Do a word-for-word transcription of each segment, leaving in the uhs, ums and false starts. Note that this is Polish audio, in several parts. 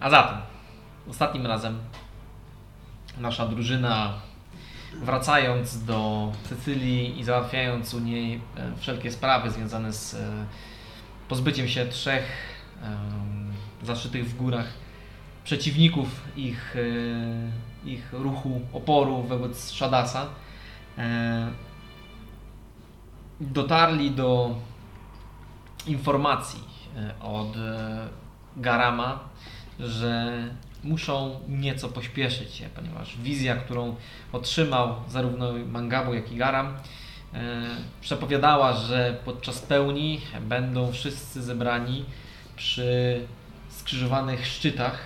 A zatem, ostatnim razem nasza drużyna, wracając do Sycylii i załatwiając u niej wszelkie sprawy związane z pozbyciem się trzech um, zaszytych w górach przeciwników ich, ich ruchu oporu wobec Shadasa, dotarli do informacji od Garama, że muszą nieco pośpieszyć się, ponieważ wizja, którą otrzymał zarówno Mangabu, jak i Garam, przepowiadała, że podczas pełni będą wszyscy zebrani przy skrzyżowanych szczytach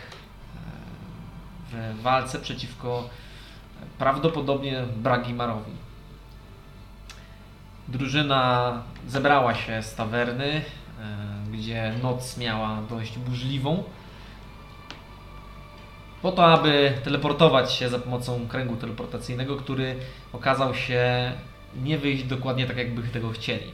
w walce przeciwko prawdopodobnie Bragimarowi. Drużyna zebrała się z tawerny, gdzie noc miała dość burzliwą, po to, aby teleportować się za pomocą kręgu teleportacyjnego, który okazał się nie wyjść dokładnie tak, jakby tego chcieli.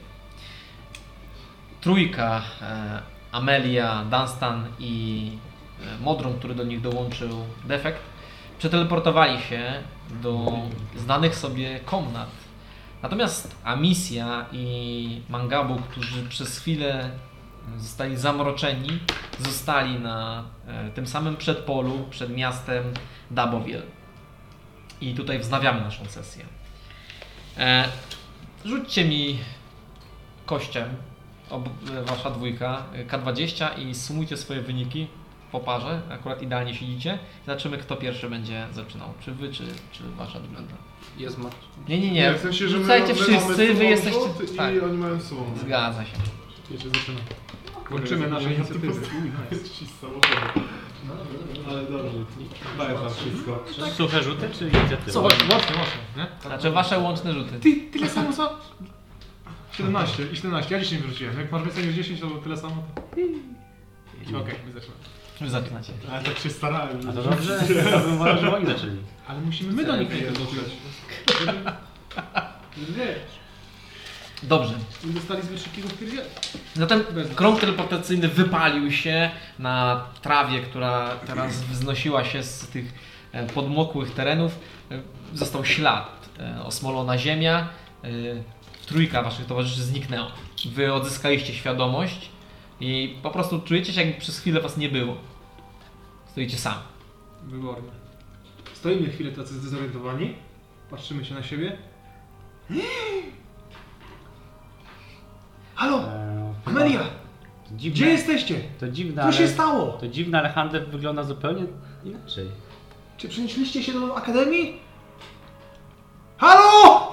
Trójka, Amelia, Dunstan i Modron, który do nich dołączył Defekt, przeteleportowali się do znanych sobie komnat. Natomiast Amicia i Mangabu, którzy przez chwilę zostali zamroczeni, zostali na tym samym przedpolu, przed miastem Dabowiel. I tutaj wznawiamy naszą sesję. E, rzućcie mi kościem, ob, wasza dwójka, K dwadzieścia i sumujcie swoje wyniki po parze. Akurat idealnie siedzicie. Zobaczymy, kto pierwszy będzie zaczynał. Czy wy, czy, czy wasza drużyna. Jest ma... Nie, nie, nie. nie w sensie, że Rzucajcie my, my wszyscy, wy jesteście... I Tak. oni mają słowę. Zgadza się. Wiecie, zaczynam. Łączymy nasze inicjatywy. Ale dobrze, daję tam wszystko. Suche rzuty czy inicjatywa? Co, łącznie, łącznie, nie? Znaczy wasze łączne rzuty. Ty, tyle samo co? siedemnaście i siedemnaście, ja dziesięć wyrzuciłem. Jak masz więcej niż dziesięć, to tyle samo. Okej, okay, my zaczynamy. Wy zaczynacie. Ale tak się starałem. A to dobrze? Ja bym wolał, żeby oni zaczęli. Ale musimy my do nich najpierw dotrzeć. Wiesz, Dobrze. my dostali zbyt szybkiego wpierdziela. Zatem krąg teleportacyjny wypalił się na trawie, która teraz wznosiła się z tych podmokłych terenów. Został ślad, osmolona ziemia. Trójka waszych towarzyszy zniknęła. Wy odzyskaliście świadomość i po prostu czujecie się, jakby przez chwilę was nie było. Stoicie sami. Wybornie. Stoimy chwilę tacy zdezorientowani. Patrzymy się na siebie. Halo! Eee, Amelia! dziwne, Gdzie jesteście? To dziwne, Co ale... się stało? To dziwne, ale handel wygląda zupełnie inaczej. Czy przenieśliście się do akademii? Halo!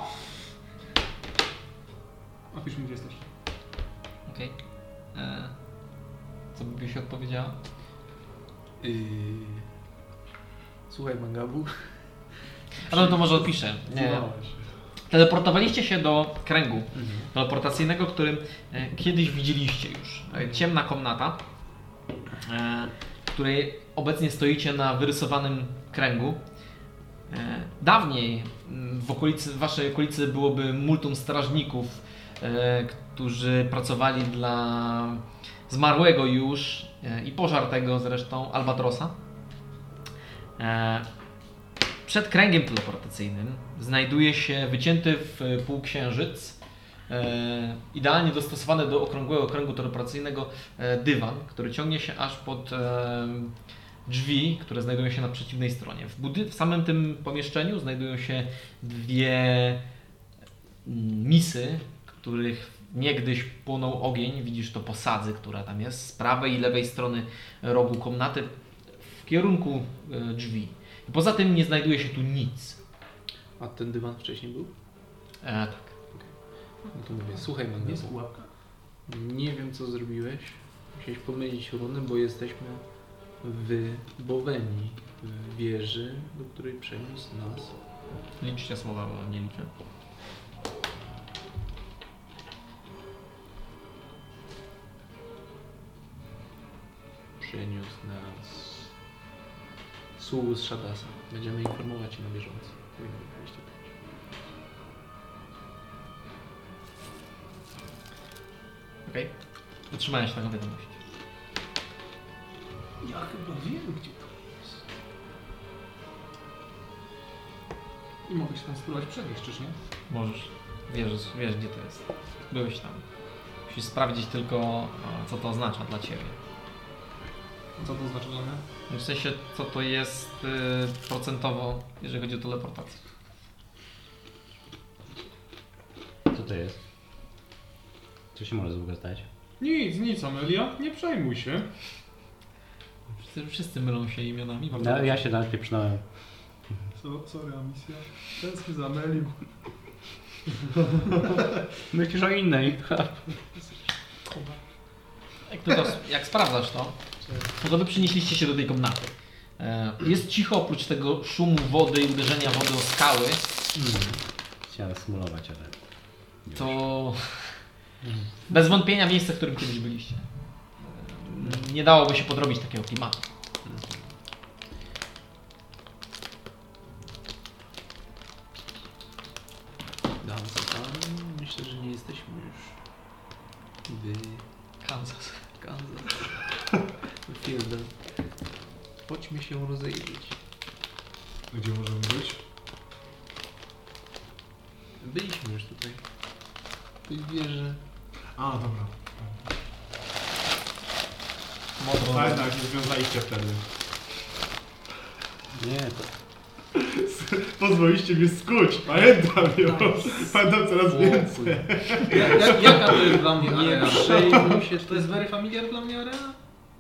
Opisz mi, gdzie jesteście. Okej. Okay. Co by się odpowiedziała? Yy... Słuchaj, Mangabu. Ale to może odpiszę. Nie. Teleportowaliście się do kręgu mhm. teleportacyjnego, którym e, kiedyś widzieliście już. E, ciemna komnata, e, w której obecnie stoicie na wyrysowanym kręgu. E, dawniej w okolicy, w waszej okolicy byłoby multum strażników, e, którzy pracowali dla zmarłego już e, i pożartego zresztą Albatrosa. E, Przed kręgiem teleportacyjnym znajduje się wycięty w pół księżyc, e, idealnie dostosowany do okrągłego kręgu teleportacyjnego e, dywan, który ciągnie się aż pod e, drzwi, które znajdują się na przeciwnej stronie. W, budy- w samym tym pomieszczeniu znajdują się dwie misy, których niegdyś płonął ogień. Widzisz to po sadzy, która tam jest z prawej i lewej strony rogu komnaty w kierunku e, drzwi. Poza tym nie znajduje się tu nic. A ten dywan wcześniej był? E, tak. No to mówię, słuchaj Mangabu. Jest pułapka? Nie wiem, co zrobiłeś. Musiałeś pomylić runy, bo jesteśmy wyboweni w wieży, do której przeniósł nas. Liczcie słowa, bo nie liczę. Przeniósł nas Sułu z Shadasa. Będziemy informować Cię na bieżąco. Powinno być dwadzieścia pięć. Okej. Okay. Otrzymałeś taką wiadomość. Ja chyba wiem, gdzie to jest. I mogę się tam spróbować przenieść, czyż nie? Możesz. Wiesz, wiesz gdzie to jest. Byłeś tam. Musisz sprawdzić tylko, e, co to oznacza dla ciebie. Co to znaczy dla mnie? W sensie, co to jest y, procentowo, jeżeli chodzi o teleportację. Co to jest? Co się może złego stać? Nic, nic, Amelia, nie przejmuj się. Wszyscy, wszyscy mylą się imionami. No, ja się nawet pieprznąłem. So, sorry, Amisja. Tęsknię za Amelią. Myślisz o innej. Jak, tylko, jak sprawdzasz to, no to wy przynieśliście się do tej komnaty. E, jest cicho oprócz tego szumu wody i uderzenia wody o skały. Chciałem symulować, ale... To bez wątpienia miejsce, w którym kiedyś byliście. E, Nie dałoby się podrobić takiego klimatu. Kansas, ale myślę, że nie jesteśmy już w Kansas. Kansas. Fielden. Chodźmy się rozejrzeć. Gdzie możemy być? Byliśmy już tutaj. W tej wieży. A, dobra. Modro. A jednak nie związaliście wtedy. Nie, to... Pozwoliście mi skuć, pamiętam ją. Pamiętam coraz więcej. Ja, jak, jaka to jest dla mnie Nie arena? przejmuj się To jest very familiar dla mnie arena?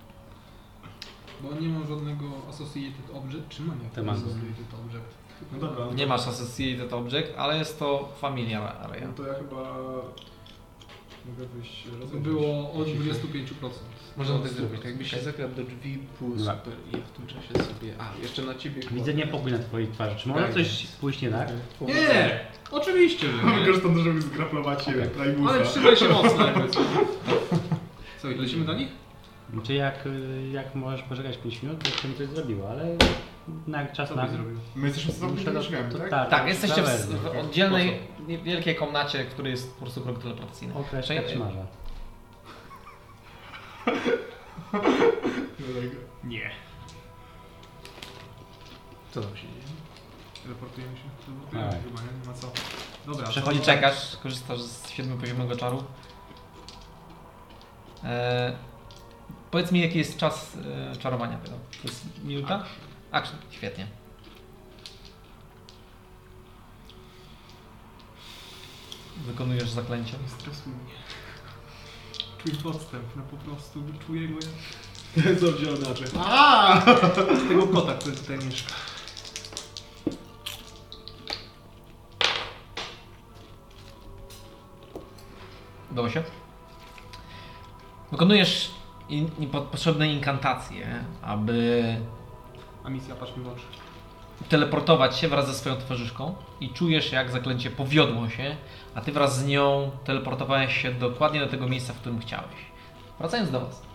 Bo nie mam żadnego associated object. Czy mam To jakiś mam. associated object? No dobra. Nie masz associated object, ale jest to familiar area. No to ja chyba... Mogę wyjść To rozejrzeć. było od dwudziestu pięciu procent. Można tak zrobić. Jakbyś się zakradł do drzwi, było Dobra. super. I ja w tym czasie sobie... A, jeszcze na ciebie... Widzę niepokój na twojej twarzy. Czy może Tak. coś pójść nie tak? Nie! Oczywiście, że nie. Wykorzystam to, żeby zgraplować okay. Primusa. Ale trzymaj się mocno jakby co. Co, lecimy do nich? Czy jak, y, jak możesz poczekać pięć minut, to bym coś zrobiła, ale na czas Co na... byś zrobił? My jesteśmy Muszę całkowicie to- drzwiami, to tak? tak? Tak, jesteście w, zależy. w oddzielnej, wielkiej komnacie, w której jest po prostu krok teleportacyjny. Określę Czyli- trzymarza. Nie. Co tam się dzieje? Teleportujemy się? Teleportujemy Tak. chyba, nie? Nie ma co. Dobra. Przechodzi, to- czekasz, korzystasz z siedmiopoziomego czaru. E, powiedz mi, jaki jest czas e, czarowania tego. To jest minuta? Action. Świetnie. Wykonujesz zaklęcie. Nie stresuj mnie. Czuj podstęp, no po prostu czuję go jak Co wziął znaczy? A! z tego kota, który tutaj mieszka. Udało się? Wykonujesz in, in, potrzebne inkantacje, aby A misja, patrz mi w oczy. teleportować się wraz ze swoją towarzyszką i czujesz, jak zaklęcie powiodło się, a ty wraz z nią teleportowałeś się dokładnie do tego miejsca, w którym chciałeś. Wracając do was.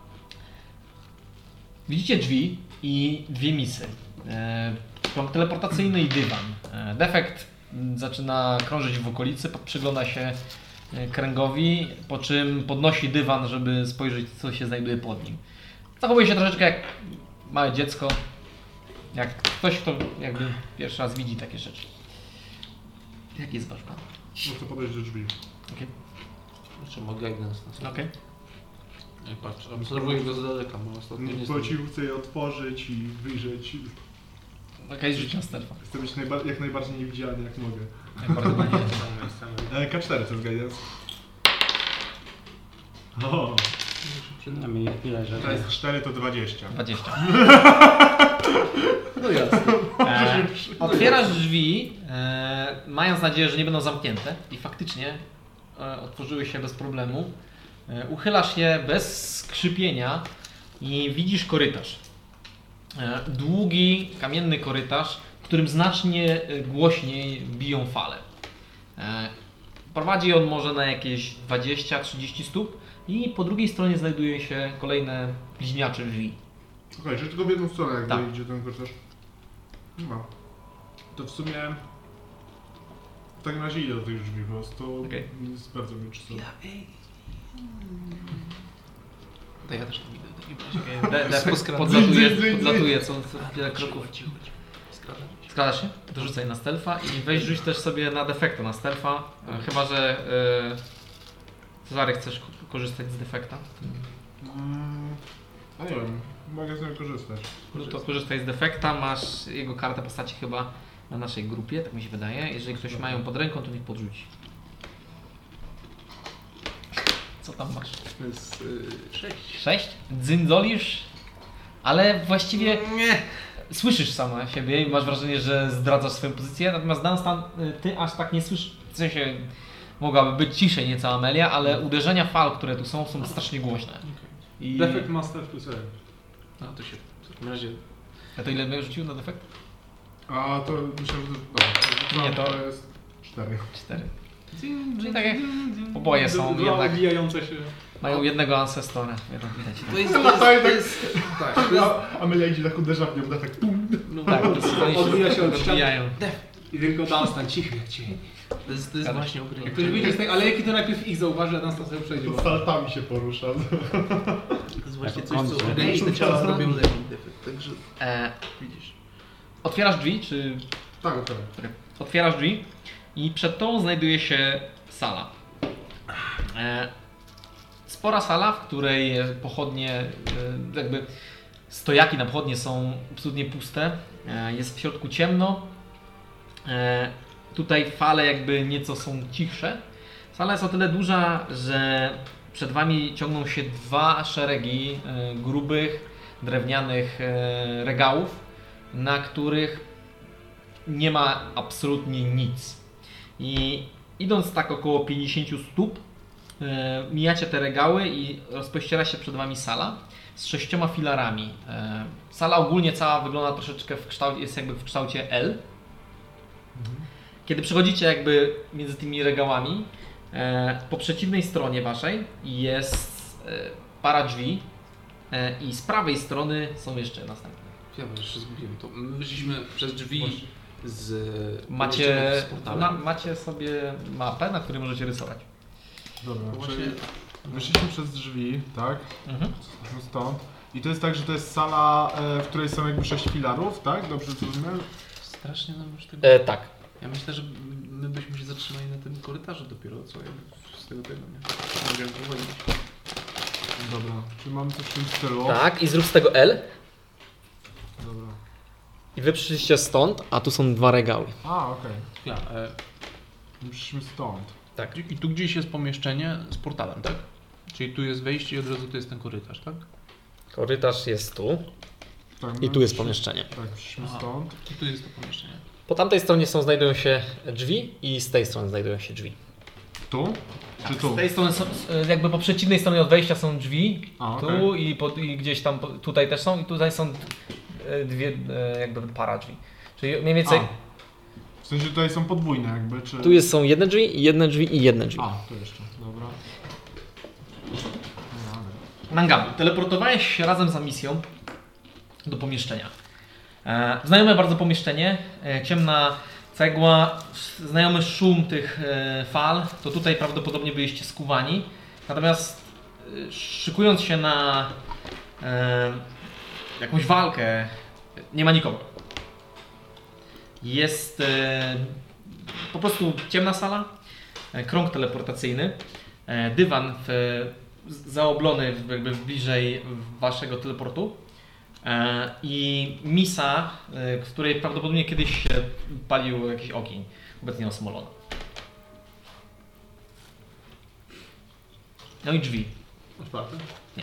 Widzicie drzwi i dwie misy. E, teleportacyjny i dywan. E, defekt m, zaczyna krążyć w okolicy, przygląda się e, kręgowi, po czym podnosi dywan, żeby spojrzeć, co się znajduje pod nim. Zachowuje się troszeczkę jak małe dziecko, jak ktoś, kto jakby pierwszy raz widzi takie rzeczy. Jaki jest wasz plan? Muszę podejść do drzwi. Okej. Jeszcze ma guidance na sobie. Okay. Nie, patrz, obserwuję go z daleka, bo ostatnio nie Po cichu chcę je otworzyć i wyjrzeć. Okej, rzuć na stealtha. Chcę być najba- jak najbardziej niewidzialny, jak mogę. Jak bardzo nie. E, K cztery to jest guidance. O, Przynajmniej chwilę, że... to jest cztery to dwadzieścia. dwadzieścia. No jasne. E, otwierasz drzwi, e, mając nadzieję, że nie będą zamknięte i faktycznie e, otworzyły się bez problemu. E, uchylasz je bez skrzypienia i widzisz korytarz. E, długi, kamienny korytarz, w którym znacznie e, głośniej biją fale. E, prowadzi on może na jakieś dwadzieścia trzydzieści stóp i po drugiej stronie znajduje się kolejne bliźniacze drzwi. Okej, okay, tylko w jedną stronę jak Tak. idzie ten korytarz. No. To w sumie... W takim razie idę do tych drzwi po prostu. Okej. Sprawdzam je, czy są. Ja, ej. To ja też tam idę w takim razie. De, defekt Poskradam. podlatuje, podlatuje co, co wiele kroków. Cicho, cicho. Skradam się. Skradasz się? To rzucaj na stealtha i weź rzuć też sobie na defekta na stealtha. E, Chyba, że e, Cezary chcesz ko- korzystać z defekta. Mm, a nie wiem, mogę z niego korzystać. No to korzystaj z defekta, masz jego kartę postaci chyba na naszej grupie, tak mi się wydaje. Jeżeli ktoś ma ją pod ręką, to niech podrzuci. Co tam masz? To jest yy, sześć. Sześć? Dzyndzolisz, ale właściwie Nie. słyszysz sama siebie i masz wrażenie, że zdradzasz swoją pozycję, natomiast Dunstan, ty aż tak nie słyszysz, w sensie mogłaby być ciszej nieco Amelia, ale uderzenia fal, które tu są, są strasznie głośne. I... Defekt master plus jeden. No to się w takim razie... A to ile bym rzucił na defekt? A to myślę, że to, no, Nie, to- to jest cztery. Cztery. Czyli tak jak oboje są Dwa jednak, odbijające się. mają jednego ancestora, wiadomo, widać. To jest... To jest, to jest tak, to jest... A Amelia idzie tak uderza w nią, tak pum. No, Tak, po prostu oni Odbija się od odbijają. I tylko Dunstan cichy jak cień. To jest, to jest Zgadza właśnie ogry. Jak ktoś wyjdzie z tej alejki, to najpierw ich zauważy, a Dunstan sobie przejdzie. To saltami się porusza. To jest właśnie Jako coś, co koncert. organiczne ciała robią lepiej defekt, także E, widzisz. otwierasz drzwi, czy... Tak, okej. Otwierasz drzwi i przed tobą znajduje się sala. E, spora sala, w której pochodnie, e, jakby stojaki na pochodnie są absolutnie puste. E, jest w środku ciemno. E, tutaj fale jakby nieco są cichsze. Sala jest o tyle duża, że przed wami ciągną się dwa szeregi e, grubych, drewnianych e, regałów, na których nie ma absolutnie nic. I idąc tak około pięćdziesiąt stóp, e, mijacie te regały i rozpościera się przed wami sala z sześcioma filarami. E, sala ogólnie cała wygląda troszeczkę w kształcie, jest jakby w kształcie L. Kiedy przechodzicie jakby między tymi regałami, e, po przeciwnej stronie waszej jest e, para drzwi e, i z prawej strony są jeszcze następne. Ja jeszcze zgubiłem to. My wyszliśmy przez drzwi z... Macie, z portalem. na, macie sobie mapę, na której możecie rysować. Dobra, Właśnie- czyli wyszliśmy przez drzwi, tak? Mhm. Stąd. I to jest tak, że to jest sala, e, w której są jakby sześć filarów, tak? Dobrze zrozumiałem? Strasznie nam już tego... E, tak. Ja myślę, że my byśmy się zatrzymali na tym korytarzu dopiero, co jakby z tego tego, nie? Mogę powolić. Dobra, czyli mamy coś w tym stylu. Tak, i zrób z tego L. Dobra. I wy przyszliście stąd, a tu są dwa regały. A, okej. Ja, e, My przyszliśmy stąd. Tak. I tu gdzieś jest pomieszczenie z portalem, tak? Czyli tu jest wejście i od razu tu jest ten korytarz, tak? Korytarz jest tu Tak, i my tu jest przysz- pomieszczenie. Tak, przyszliśmy Aha. stąd. I tu jest to pomieszczenie. Po tamtej stronie są, znajdują się drzwi i z tej strony znajdują się drzwi. Tu? Czy tu? Z tej strony są, jakby po przeciwnej stronie od wejścia są drzwi, A, tu okej. i, po, i gdzieś tam po- tutaj też są i tutaj są e, dwie e, jakby para drzwi. Czyli mniej więcej A. W sensie tutaj są podwójne jakby, czy... tu jest, są jedne drzwi, jedne drzwi i jedne drzwi. A, tu jeszcze, dobra. Nangabu, teleportowałeś się razem za misją do pomieszczenia. E, znajome bardzo pomieszczenie, e, ciemna cegła, znajomy szum tych e, fal, to tutaj prawdopodobnie byliście skuwani. Natomiast e, szykując się na e, jakąś walkę, nie ma nikogo. Jest e, po prostu ciemna sala, e, krąg teleportacyjny, e, dywan w, zaoblony w, jakby w bliżej waszego teleportu e, i misa, e, w której prawdopodobnie kiedyś się palił jakiś ogień, obecnie osmolona. No i drzwi. Otwarte.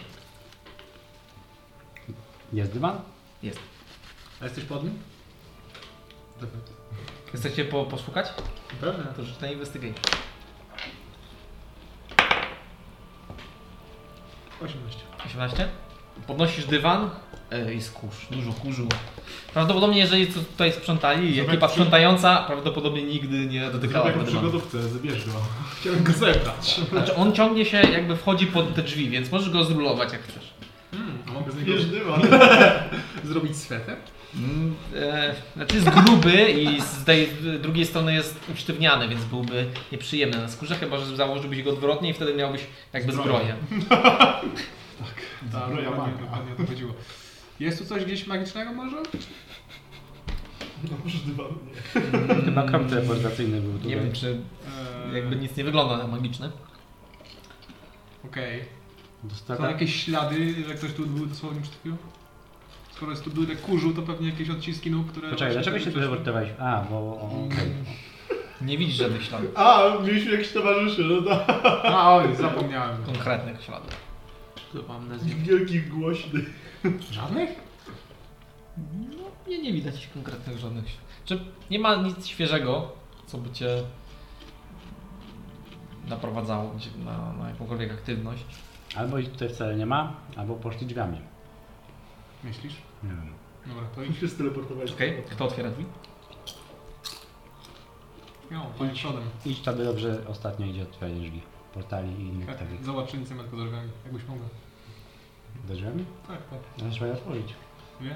Jest dywan? Jest. A jesteś pod nim? Defekt. Chcecie po, poszukać? Pewnie. To rzuć na investigation. osiemnaście. osiemnaście? Podnosisz dywan, e, jest kurz, dużo kurzu. Prawdopodobnie jeżeli co tutaj sprzątali, Zobacz, ekipa przy- sprzątająca prawdopodobnie nigdy nie dotykała Jak tego w dywanu. przygodówce, zabierz go. Chciałem go zebrać. Znaczy on ciągnie się, jakby wchodzi pod te drzwi, więc możesz go zrulować jak chcesz. Hmm, a mogę z niego Bierz dywan. zrobić sweter? Mm, e, znaczy jest gruby i z tej drugiej strony jest usztywniany, więc byłby nieprzyjemny na skórze, chyba że założyłbyś go odwrotnie i wtedy miałbyś jakby Zbroję. zbroję. Tak, Zbroja dokładnie, maga. dokładnie o to chodziło. Jest tu coś gdzieś magicznego może? No możliwe, nie. Chyba krok teleportacyjny był tutaj. Nie wiem, czy Eee, jakby nic nie wygląda na magiczne. Okej. Są Dostata... jakieś ślady, że ktoś tu był dosłownie przed chwilą? Skoro jest tu tyle kurzu, to pewnie jakieś odciski nóg, które... Poczekaj, właśnie dlaczego się tu przeszły. teleportowałeś? A, bo... o, okej. Nie widzisz żadnych śladów. A, mieliśmy jakiś towarzyszy, no tak. A, oj, zapomniałem. Konkretnych śladów. To mam nazwie. Wielkich, głośnych. Żadnych? No, nie, nie widać konkretnych żadnych. Czy nie ma nic świeżego, co by cię naprowadzało cię na, na jakąkolwiek aktywność. Albo ich tutaj wcale nie ma, albo poszli drzwiami. Myślisz? Nie wiem. Dobra, to I idź. się steleportowali. Okej, kto otwiera drzwi? No, panie przodem. Idź tam dobrze, ostatnio idzie otwierać drzwi. Portali i innych Tak, takich. zobacz, czy nic nie ma tylko za drzwiami. Jakbyś mógł. Do drzwiami? Tak, tak. No, trzeba je otworzyć. Wiem.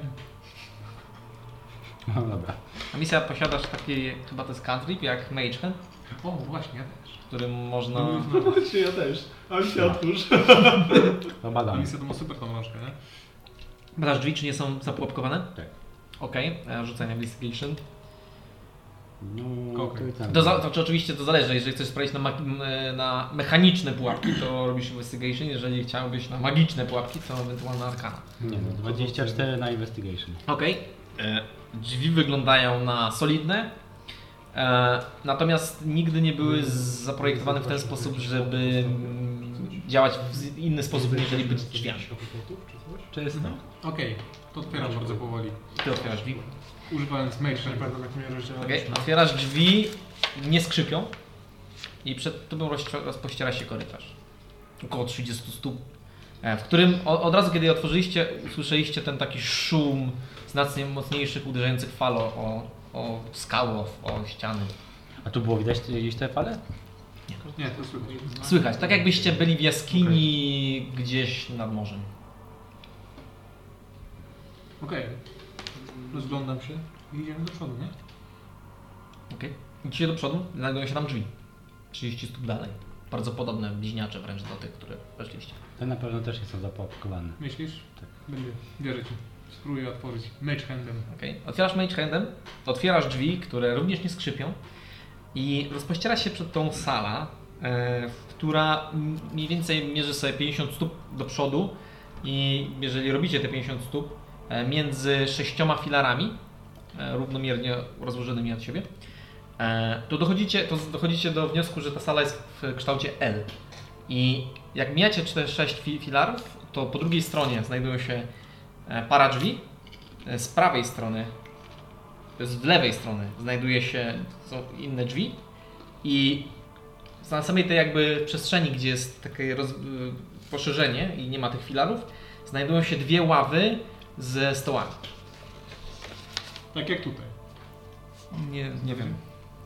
No dobra. A misja posiadasz taki, chyba to jest cantrip, jak Mage Hand, O, właśnie, ja też. którym można... No właśnie, ja też. A mi się otwórz. To A badam. misja to ma super tą rączkę, nie? Badasz drzwi, czy nie są zapułapkowane? Tak. Okej, okay. Rzucenie investigation. No, Okej. to i tam. To, za, to czy oczywiście to zależy, jeżeli chcesz sprawdzić na, ma- na mechaniczne pułapki, to robisz investigation, jeżeli chciałbyś na magiczne pułapki, to ewentualna arkana. Nie no, dwadzieścia cztery na investigation. Okej. Okay. Drzwi wyglądają na solidne, e, natomiast nigdy nie były z- zaprojektowane w ten sposób, żeby mm, działać w inny sposób, niżeli być drzwiami. Czysto. Okej, to otwieram bardzo powoli. Ty otwierasz drzwi. Używając mage Nie hand. pamiętam jak mnie rozdzielali. Okej, otwierasz drzwi, nie skrzypią i przed tobą rozci- rozpościera się korytarz. Około trzydziestu stóp, e, w którym o, od razu kiedy je otworzyliście, usłyszeliście ten taki szum znacznie mocniejszych uderzających fal o, o skały, o, o ściany. A tu było widać gdzieś te fale? Nie, to słychać. Słychać, tak jakbyście byli w jaskini gdzieś nad morzem. Okej. Rozglądam się i idziemy do przodu, nie? Okej. Idziecie do przodu, znajdują się tam drzwi. trzydzieści stóp dalej. Bardzo podobne, bliźniacze wręcz do tych, które weszliście. Te na pewno też nie są zapułapkowane. Myślisz? Tak. Będzie. Wierzę ci. Spróbuję otworzyć mage handem. Okay. Otwierasz mage handem, otwierasz drzwi, które również nie skrzypią i rozpościera się przed tą sala, e, która mniej więcej mierzy sobie pięćdziesiąt stóp do przodu i jeżeli robicie te pięćdziesiąt stóp e, między sześcioma filarami, e, równomiernie rozłożonymi od siebie, e, to, dochodzicie, to dochodzicie do wniosku, że ta sala jest w kształcie L. I jak mijacie te sześć fi- filarów, to po drugiej stronie znajdują się e, para drzwi. Z prawej strony, z lewej strony znajduje się są inne drzwi i na samej tej jakby przestrzeni, gdzie jest takie roz, poszerzenie i nie ma tych filarów, znajdują się dwie ławy ze stołami. Tak jak tutaj. Nie, nie wiem.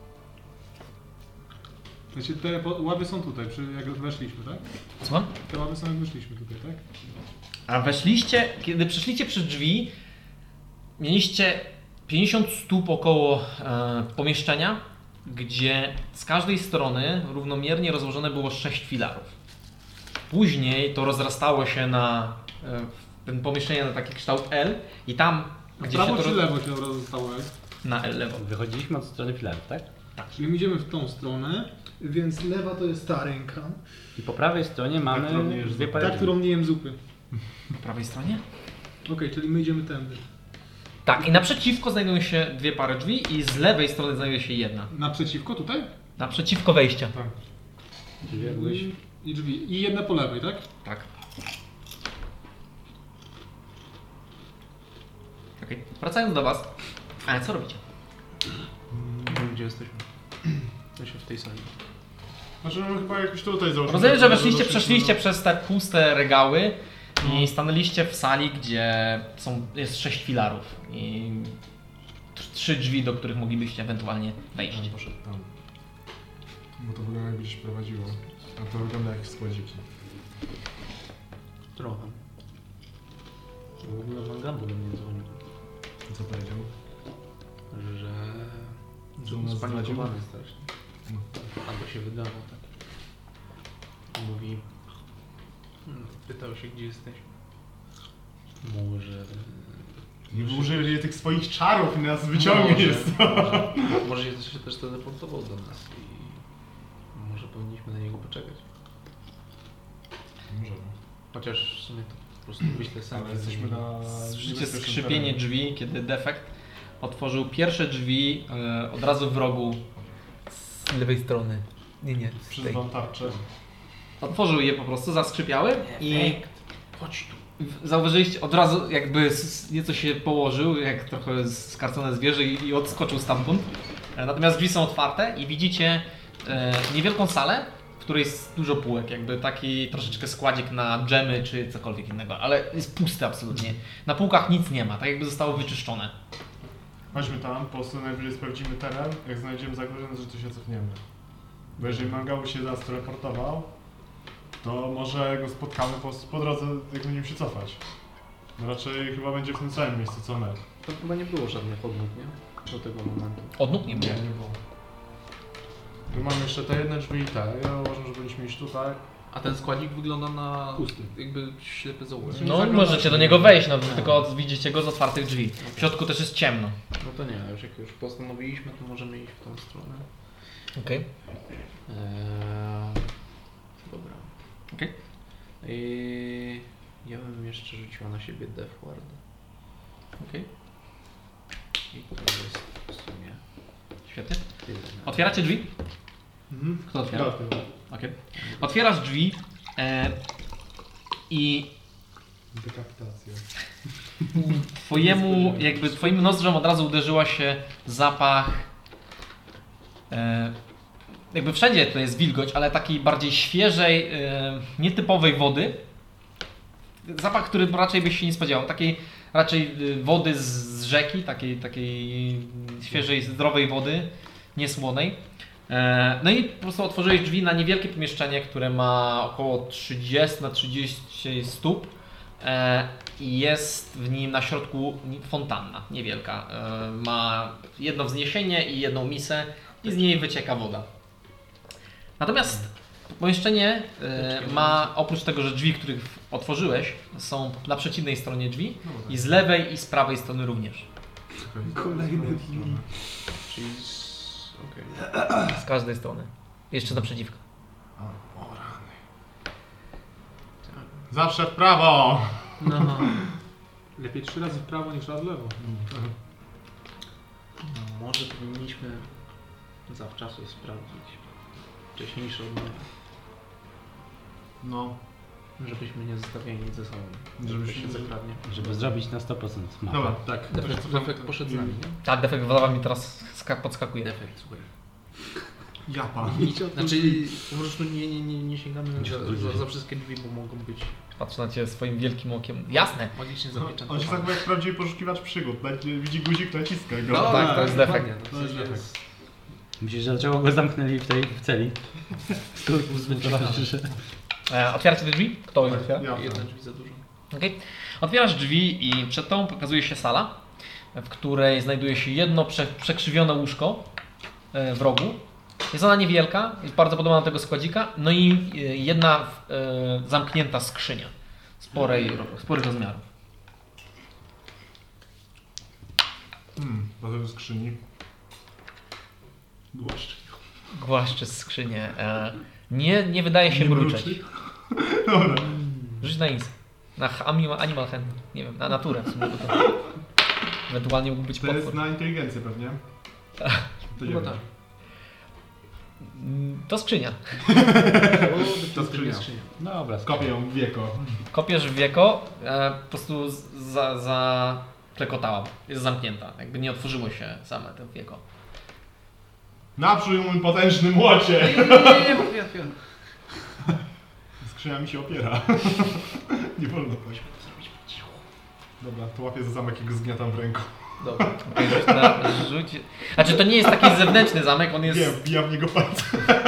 Znaczy te po- ławy są tutaj, przy, jak weszliśmy, tak? Słucham? Te ławy są jak wyszliśmy tutaj, tak? A weszliście, kiedy przeszliście przez drzwi, mieliście pięćdziesiąt stóp około e, pomieszczenia, gdzie z każdej strony równomiernie rozłożone było sześć filarów. Później to rozrastało się na e, ten pomieszczenie na taki kształt L i tam, A gdzie prawo się to czy roz... lewo się zostało? na L lewo. Wychodziliśmy od strony filarów, tak? Czyli my idziemy w tą stronę, więc lewa to jest ta ręka, I po prawej stronie mamy którą nie jesz dwie zupy. pary ta, drzwi. którą nie jem zupy. Po prawej stronie? Okej, czyli my idziemy tędy. Tak, i naprzeciwko znajdują się dwie pary drzwi i z lewej strony znajduje się jedna. Naprzeciwko tutaj? Naprzeciwko wejścia. Tak. Czyli jakbyś... I drzwi. I jedne po lewej, tak? Tak. Okej, wracając do Was. Ale co robicie? Nie wiem gdzie jesteśmy. To się w tej sali. Znaczy no chyba jakoś tutaj założymy. Rozumiem, że weszliście, Doszliśmy przeszliście do- przez te puste regały i stanęliście w sali, gdzie są, jest sześć filarów i tr- trzy drzwi, do których moglibyście ewentualnie wejść. Ja poszedł tam. Bo to wygląda jakby gdzieś prowadziło. A to wygląda jak składziki. Trochę. W ogóle Van Gambu do mnie dzwonił, Co powiedział? że... Że u nas spanikowany strasznie. No. Albo się wydawał tak. Mówi... hmm, Pytał się gdzie jesteśmy. Może... Nie użyj tych swoich czarów i nas wyciągnie. Może, może, może się też teleportował do nas i może powinniśmy na niego poczekać. Możemy. Chociaż w sumie to po prostu myślę sam. Ale jesteśmy na... Słyszycie skrzypienie drzwi, kiedy Defekt otworzył pierwsze drzwi e, od razu w rogu z lewej strony. Nie, nie. z tej. Przyzwam tarczę. Otworzył je po prostu, zaskrzypiały i Chodź tu. zauważyliście od razu jakby s- nieco się położył, jak trochę skarcone zwierzę i, i odskoczył stamtąd. E, Natomiast drzwi są otwarte i widzicie e, niewielką salę, w której jest dużo półek, jakby taki troszeczkę składzik na dżemy czy cokolwiek innego, ale jest pusty absolutnie. Na półkach nic nie ma, tak jakby zostało wyczyszczone. Chodźmy tam, po prostu najwyżej sprawdzimy teren. Jak znajdziemy zagrożenie, że to się cofniemy. Bo jeżeli Mangał się nas teleportował, to może go spotkamy po prostu po drodze, jak będziemy się cofać. No raczej chyba będzie w tym samym miejscu co my. To chyba nie było żadnych odmów, nie? Do tego momentu. Odnóg nie było. Nie, nie było. Tu mamy jeszcze te jedne drzwi i te. Ja uważam, że powinniśmy iść tutaj. A ten składzik wygląda na Pusty. jakby ślepy zaułek. No możecie do niego wejść, no tylko widzicie go z otwartych drzwi. W środku też jest ciemno. No to nie, już jak już postanowiliśmy, to możemy iść w tą stronę. Okej. Eee, dobra. Okej. I ja bym jeszcze rzuciła na siebie Death Ward. Okej. I to jest w sumie Świetnie. tyle. Otwieracie drzwi? Mhm. Kto otwiera? Ja otwieram. Okej. Otwierasz drzwi e, i Dekapitacja. twojemu, jakby twoim nozdrzem od razu uderzyła się zapach. E, jakby wszędzie to jest wilgoć, ale takiej bardziej świeżej, e, nietypowej wody. Zapach, który raczej byś się nie spodziewał. Takiej raczej y, wody z, z rzeki, takiej, takiej świeżej, zdrowej wody, niesłonej. E, no i po prostu otworzyłeś drzwi na niewielkie pomieszczenie, które ma około trzydzieści na trzydzieści stóp. E, I jest w nim na środku fontanna, niewielka. E, ma jedno wzniesienie i jedną misę i z niej wycieka woda. Natomiast pomieszczenie e, ma, oprócz tego, że drzwi, których otworzyłeś, są na przeciwnej stronie drzwi i z lewej i z prawej strony również. Kolejne drzwi. Czyli z... okej. Z każdej strony. Jeszcze naprzeciwko. O rany. Zawsze w prawo! No. Lepiej trzy razy w prawo niż raz w lewo. No, może powinniśmy zawczasu sprawdzić wcześniejsze odmowy, No. żebyśmy nie zostawiali nic ze sobą, Żeby żeby się się nie- zakradnie. Żeby zrobić na sto procent mapę. Dobra, tak. Defekt, defekt poszedł z nami, nie? Tak, defekt wodowa mi teraz ska- podskakuje. Defekt, słuchaj. Japa. Znaczy, po prostu nie, nie, nie, nie sięgamy za, za, za wszystkie drzwi, bo mogą być Patrzę na ciebie swoim wielkim okiem. Jasne! magicznie On się zapieczętowane. zachowuje jak prawdziwy poszukiwacz przygód. Naj- Widzi guzik, naciska go. No, tak, to jest defekt. dokładnie, To jest jest- defekt. Myślisz, że dlaczego go zamknęli w tej w celi? że... E, otwieracie te drzwi? Kto je otwiera? Ja. Jedne drzwi za dużo. Okay. Otwierasz drzwi i przed tobą pokazuje się sala, w której znajduje się jedno prze, przekrzywione łóżko e, w rogu. Jest ona niewielka, jest bardzo podobna do tego składzika, no i e, jedna e, zamknięta skrzynia sporej, sporych rozmiarów. Hmm, potem skrzyni. Głaszcz. Głaszczy skrzynię. E, nie, nie wydaje się Nie mruczeć. mruczy? Dobra. Rzuć na ins. Na h- animal, animal hand. Nie wiem, na naturę w sumie. Bo to ewentualnie mógł być To jest potwór. na inteligencję pewnie. To Chyba dziewięć. tak. Mm, To skrzynia. To skrzynia. No dobra, Kopię ją w wieko. Kopiesz w wieko, e, po prostu z- za, za klekotała. Jest zamknięta. Jakby nie otworzyło się same to wieko. Naprzód mój potężny młocie! Nie, nie, nie, nie, nie. Skrzynia mi się opiera. Nie wolno pójść. Dobra, to łapię za zamek i go zgniatam w ręku. Dobra. Okay, rzuć na, rzuć... Znaczy to nie jest taki zewnętrzny zamek, on jest... Nie, wbijam w niego palce.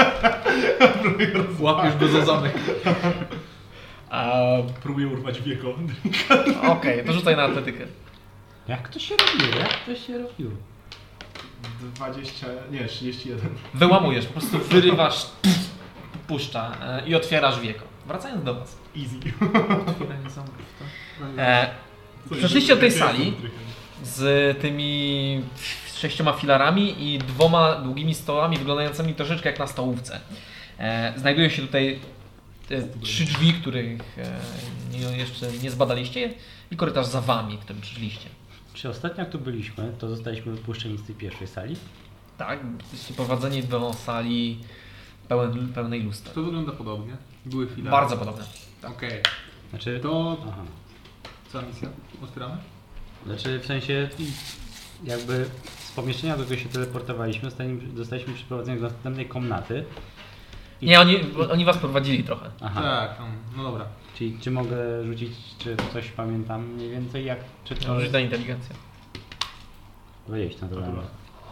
Łapiesz go za zamek. A, Próbuję urwać wieko. Okej, to rzucaj na atletykę. Jak to się robiło? Jak to się robiło? dwadzieścia, nie, trzydzieści jeden. Wyłamujesz, po prostu wyrywasz, puszcza e, i otwierasz wieko. Wracając do was. Easy. Otwieranie zamków, tak? E, Przeszliście do tej sali z tymi sześcioma filarami i dwoma długimi stołami wyglądającymi troszeczkę jak na stołówce. E, znajdują się tutaj te trzy drzwi, których e, nie, jeszcze nie zbadaliście i korytarz za wami, którym przyszliście. Czy ostatnio jak tu byliśmy, to zostaliśmy wypuszczeni z tej pierwszej sali? Tak, jesteście prowadzeni do sali pełen, pełnej luster. To wygląda podobnie. Były chwile. Bardzo podobne. Okej. Znaczy, To aha. co misja? Otwieramy? Znaczy w sensie jakby z pomieszczenia, do którego się teleportowaliśmy, zostaliśmy, zostaliśmy przyprowadzeni do następnej komnaty. I... Nie, oni, oni was prowadzili trochę. Aha. Tak, no, no dobra. Czyli czy mogę rzucić, czy coś pamiętam mniej więcej, jak, czy to... Rzuć na inteligencję. dwadzieścia, no dobra.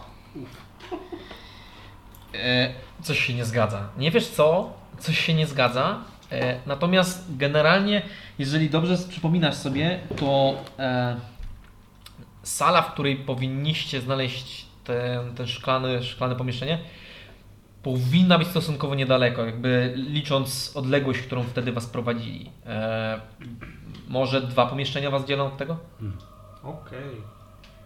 E, coś się nie zgadza. Nie wiesz co? Coś się nie zgadza. E, natomiast generalnie, jeżeli dobrze przypominasz sobie, to e, sala, w której powinniście znaleźć ten, ten szklany, szklane pomieszczenie, powinna być stosunkowo niedaleko, jakby licząc odległość, którą wtedy was prowadzili. E, może dwa pomieszczenia was dzielą od tego? Okej.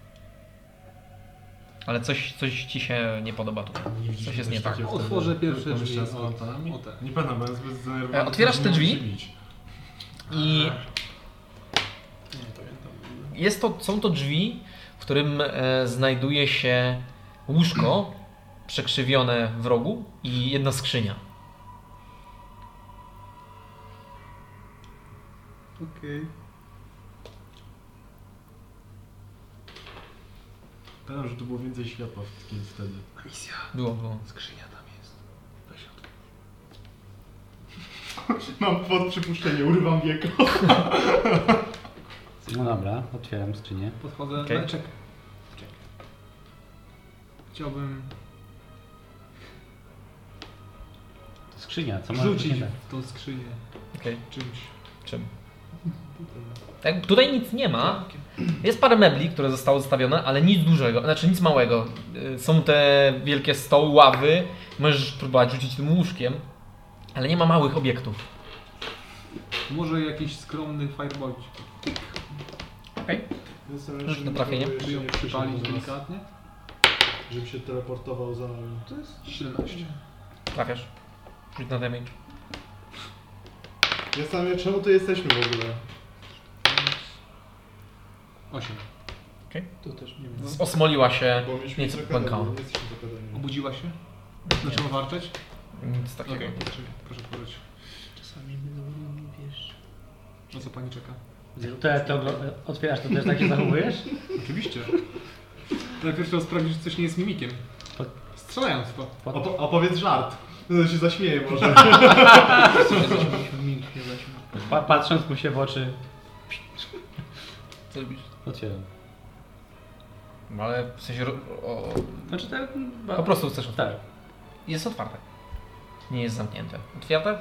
Ale coś, coś ci się nie podoba tutaj. Coś jest nie tak. Otworzę pierwsze drzwi. Z autami? O, tak. Nie pamiętam, bo jest zbyt zdenerwowany. E, otwierasz te żeby drzwi? mnie przybić. I Nie pamiętam. jest to, są to drzwi, w którym e, znajduje się łóżko przekrzywione w rogu i jedna skrzynia. Okej. Pamiętam, że tu było więcej światła w- wtedy. Misja. Było, było. Skrzynia tam jest. Do środka. Mam pod przypuszczenie, urywam wieko. No dobra, otwieram skrzynię. Podchodzę. Okej. Okay. Czekaj. Czekaj. Chciałbym Skrzynia, co może rzucić być nie tak? w tą skrzynię Okay. czymś. Czym? Tak, tutaj nic nie ma. Jest parę mebli, które zostały zostawione, ale nic dużego, znaczy nic małego. Y, Są te wielkie stoły, ławy. Możesz próbować rzucić tym łóżkiem, ale nie ma małych obiektów. Może jakiś skromny fireball. Okej. Zastanawiam Rzut na trafienie. nikogo Żeby jeszcze ją nie przyszedł przypalić do nas, delikatnie. żeby się teleportował za nami. To jest siedemnaście. Trafiasz. Rzuć na damage. Ja zastanawiam się, czemu tu jesteśmy w ogóle. osiem. Tu też nie wiem. Osmoliła się, Bo mieliśmy nieco zakładanie, pękało. nie jesteśmy zakładani. Obudziła się? Zaczęła warczeć? Nic takiego. Okej, czekaj, proszę powiedzieć. Czasami my wiesz. Na co pani czeka? To, to, to otwierasz, to też tak się zachowujesz? Oczywiście. Najpierw trzeba sprawdzić, czy coś nie jest mimikiem. Pod- Strzelając w to. Pod- Opo- opowiedz żart. To się zaśmieje może. Pa, patrząc mu się w oczy, Co robisz? otwieram. No ale w sensie... ro- O, Znaczy tak... po prostu chcesz Tak. Jest otwarte. Nie jest zamknięte. Otwarte.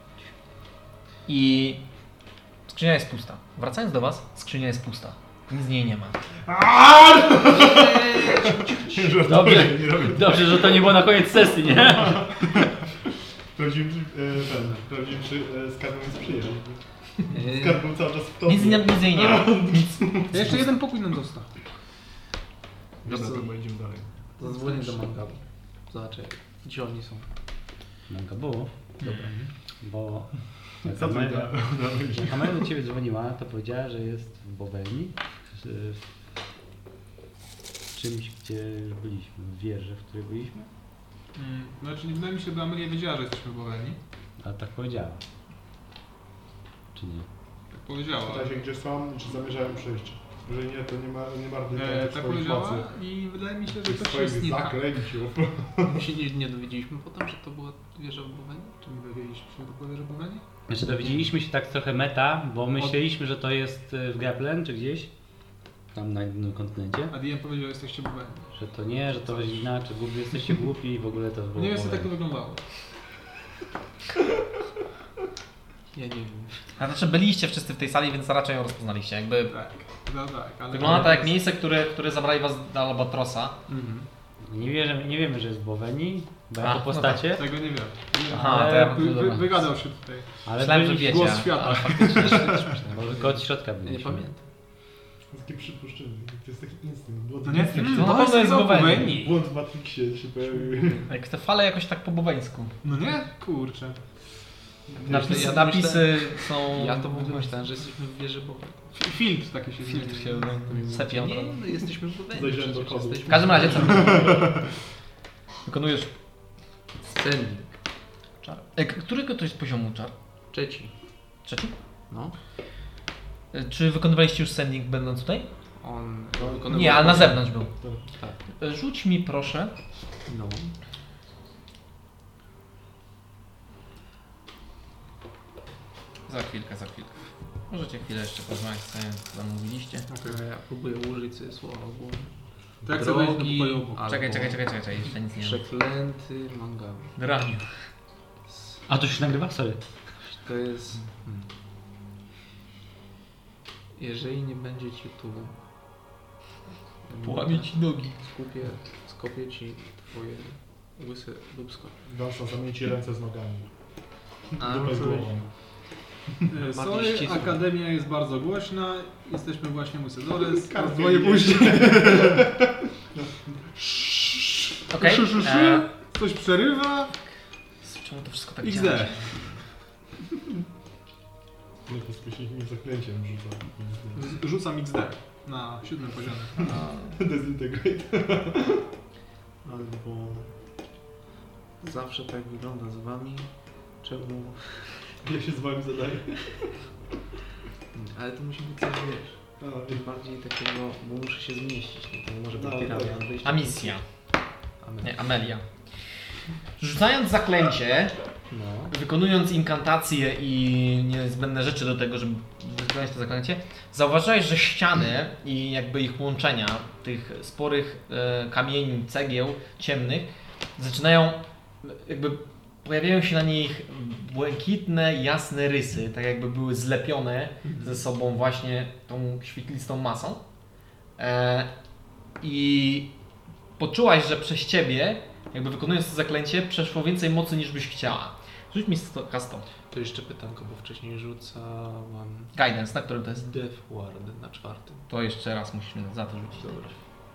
I skrzynia jest pusta. Wracając do was, skrzynia jest pusta. Nic z niej nie ma. Dobrze, dobrze, że to nie było na koniec sesji, nie? Sprawdzimy, czy, e, ten, sprawdzimy, czy e, skarb nam sprzyja. Skarb był cały czas w tobie. Nic, nie- nic z niej nie ma. Nic. Jeszcze jeden pokój nam został. Dobra, co? to chyba idziemy dalej. Zadzwonię do Mangabu. Zobaczę, gdzie oni są. Manga było, Dobra. bo... jak Co to Amelia- da? Jak Amelia do ciebie dzwoniła, to powiedziała, że jest w Boweni. W, w czymś, gdzie już byliśmy. W wieży, w której byliśmy. Mm, znaczy, wydaje mi się, że Amelia wiedziała, że jesteśmy bowolni. Ale tak powiedziała. Czy nie? Tak powiedziała. Pyta się, gdzie są i czy zamierzają przyjść. Jeżeli nie, to nie, ma, nie marnuj E, e, tak swoich powiedziała mocy. i wydaje mi się, że Tych coś swoich jest nie tak. zaklęciów. My się nie, nie dowiedzieliśmy potem, że to była wieża w Boweni? Czy nie dowiedzieliśmy się, że to była wieża bowolni? Znaczy dowiedzieliśmy się tak trochę meta, bo myśleliśmy, że to jest y, w Gaplen czy gdzieś. Tam na innym kontynencie. A D M powiedział, że jesteście bowolni. Że to nie, że to jest inaczej, głupi, jesteście głupi i w ogóle to było. Nie wiem, jak tak to wyglądało. Ja nie wiem. A znaczy byliście wszyscy w tej sali, więc raczej ją rozpoznaliście. Jakby Tak, no tak, ale... wygląda to jak miejsce, które, które zabrali was do Albatrosa. Mhm. Nie, wierzymy, nie wiemy, że jest w Boweni, bo A, jako no postacie, Tego nie wiem. Aha, to Ale ja wy, wy, dobra. wygadał się tutaj. ale Myślałem, że byliśmy- wiecie. Głos ale- świata. ale faktycznie. Może go od środka Nie byliśmy. pamiętam. To jest takie przypuszczenie, to jest taki instynkt. Błąd No nie? w To na pewno jest Boweni. Błąd w Matrixie się pojawił. Jak te fale jakoś tak po boweńsku. No nie? Kurczę. Napisy, ja napisy są... Ja to w ogóle myślałem, że jesteśmy w wieży Bowen. F- Filtr taki się Filtr zmienił. się sepią. Nie, no jesteśmy w Bowen. Zajrzałem do kodu. W każdym razie co? Wykonujesz Scennik. czar. E, k- którego to jest poziomu czar? Trzeci. Trzeci? No. E, Czy wykonywaliście już sending będąc tutaj? On wykonywał... Nie, ale na zewnątrz był. Tak. E, Rzuć mi proszę. No. Za chwilkę, za chwilkę. Możecie chwilę jeszcze porozmawiać, co tam mówiliście. Okay. Ja próbuję użyć sobie słowa w głowie. Tak chcę wejść do Drogi pokoju obok. albo Czekaj, czekaj, czekaj, czekaj, jeszcze nic nie wiem. Przeklęty mangabu. Raniu. A to się nagrywa? Sorry. To jest... Hmm. Jeżeli nie będzie ci tu... Połamie ci nogi. Skupię, skopię ci twoje łyse dubsko. Dalsza zamieci ręce z nogami. A, Dupę z sorry. głową. E, Sorry, ścisłe. akademia jest bardzo głośna. Jesteśmy właśnie u Sezores. Kartkę Dzwonię nie- później. Okej. Szy, szy, szy. e, Coś przerywa. Czemu to wszystko tak X działa? D. Nie, to spóźnieniem zaklęciem rzucam. Z- Rzucam X D na siódmym poziomie. Dezintegrate. Albo... Zawsze tak wygląda z wami. Czemu... Ja się z wami zadaję. Ale to musi być coś, wiesz, A, tym bardziej takiego, bo muszę się zmieścić. No, to nie może być No, piramian. tak. wyjść- A misja. Amen. Nie, Amelia. Rzucając zaklęcie, No. wykonując inkantacje i niezbędne rzeczy do tego, żeby wykonać to zaklęcie, zauważyłeś, że ściany i jakby ich łączenia, tych sporych e, kamieni, cegieł ciemnych, zaczynają jakby pojawiają się na nich błękitne, jasne rysy, tak jakby były zlepione ze sobą właśnie tą świetlistą masą. E, I poczułaś, że przez ciebie, jakby wykonując to zaklęcie, przeszło więcej mocy niż byś chciała. Rzuć mi sto, kasto. To jeszcze pytanko, bo wcześniej rzucałam Guidance, na którym to jest? Death Ward na czwartym. To jeszcze raz musisz mi za to rzucić. Dobra.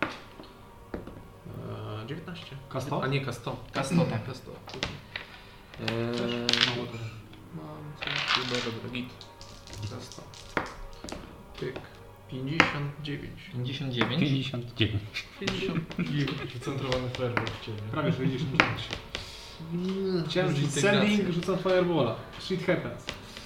Eee, dziewiętnaście. Kasto? A nie kasto. Kasto, tak. Kasto. Eee, mam coś. Dobra, dobra, git. Kasto. Pyk. pięćdziesiąt dziewięć. pięćdziesiąt dziewięć. pięćdziesiąt dziewięć. pięćdziesiąt Wycentrowany fairway w ciebie. Prawie sześćdziesiąt dziewięć. Chciałem rzucić Dezintegracja. sending, rzucam firewalla. Shit happens.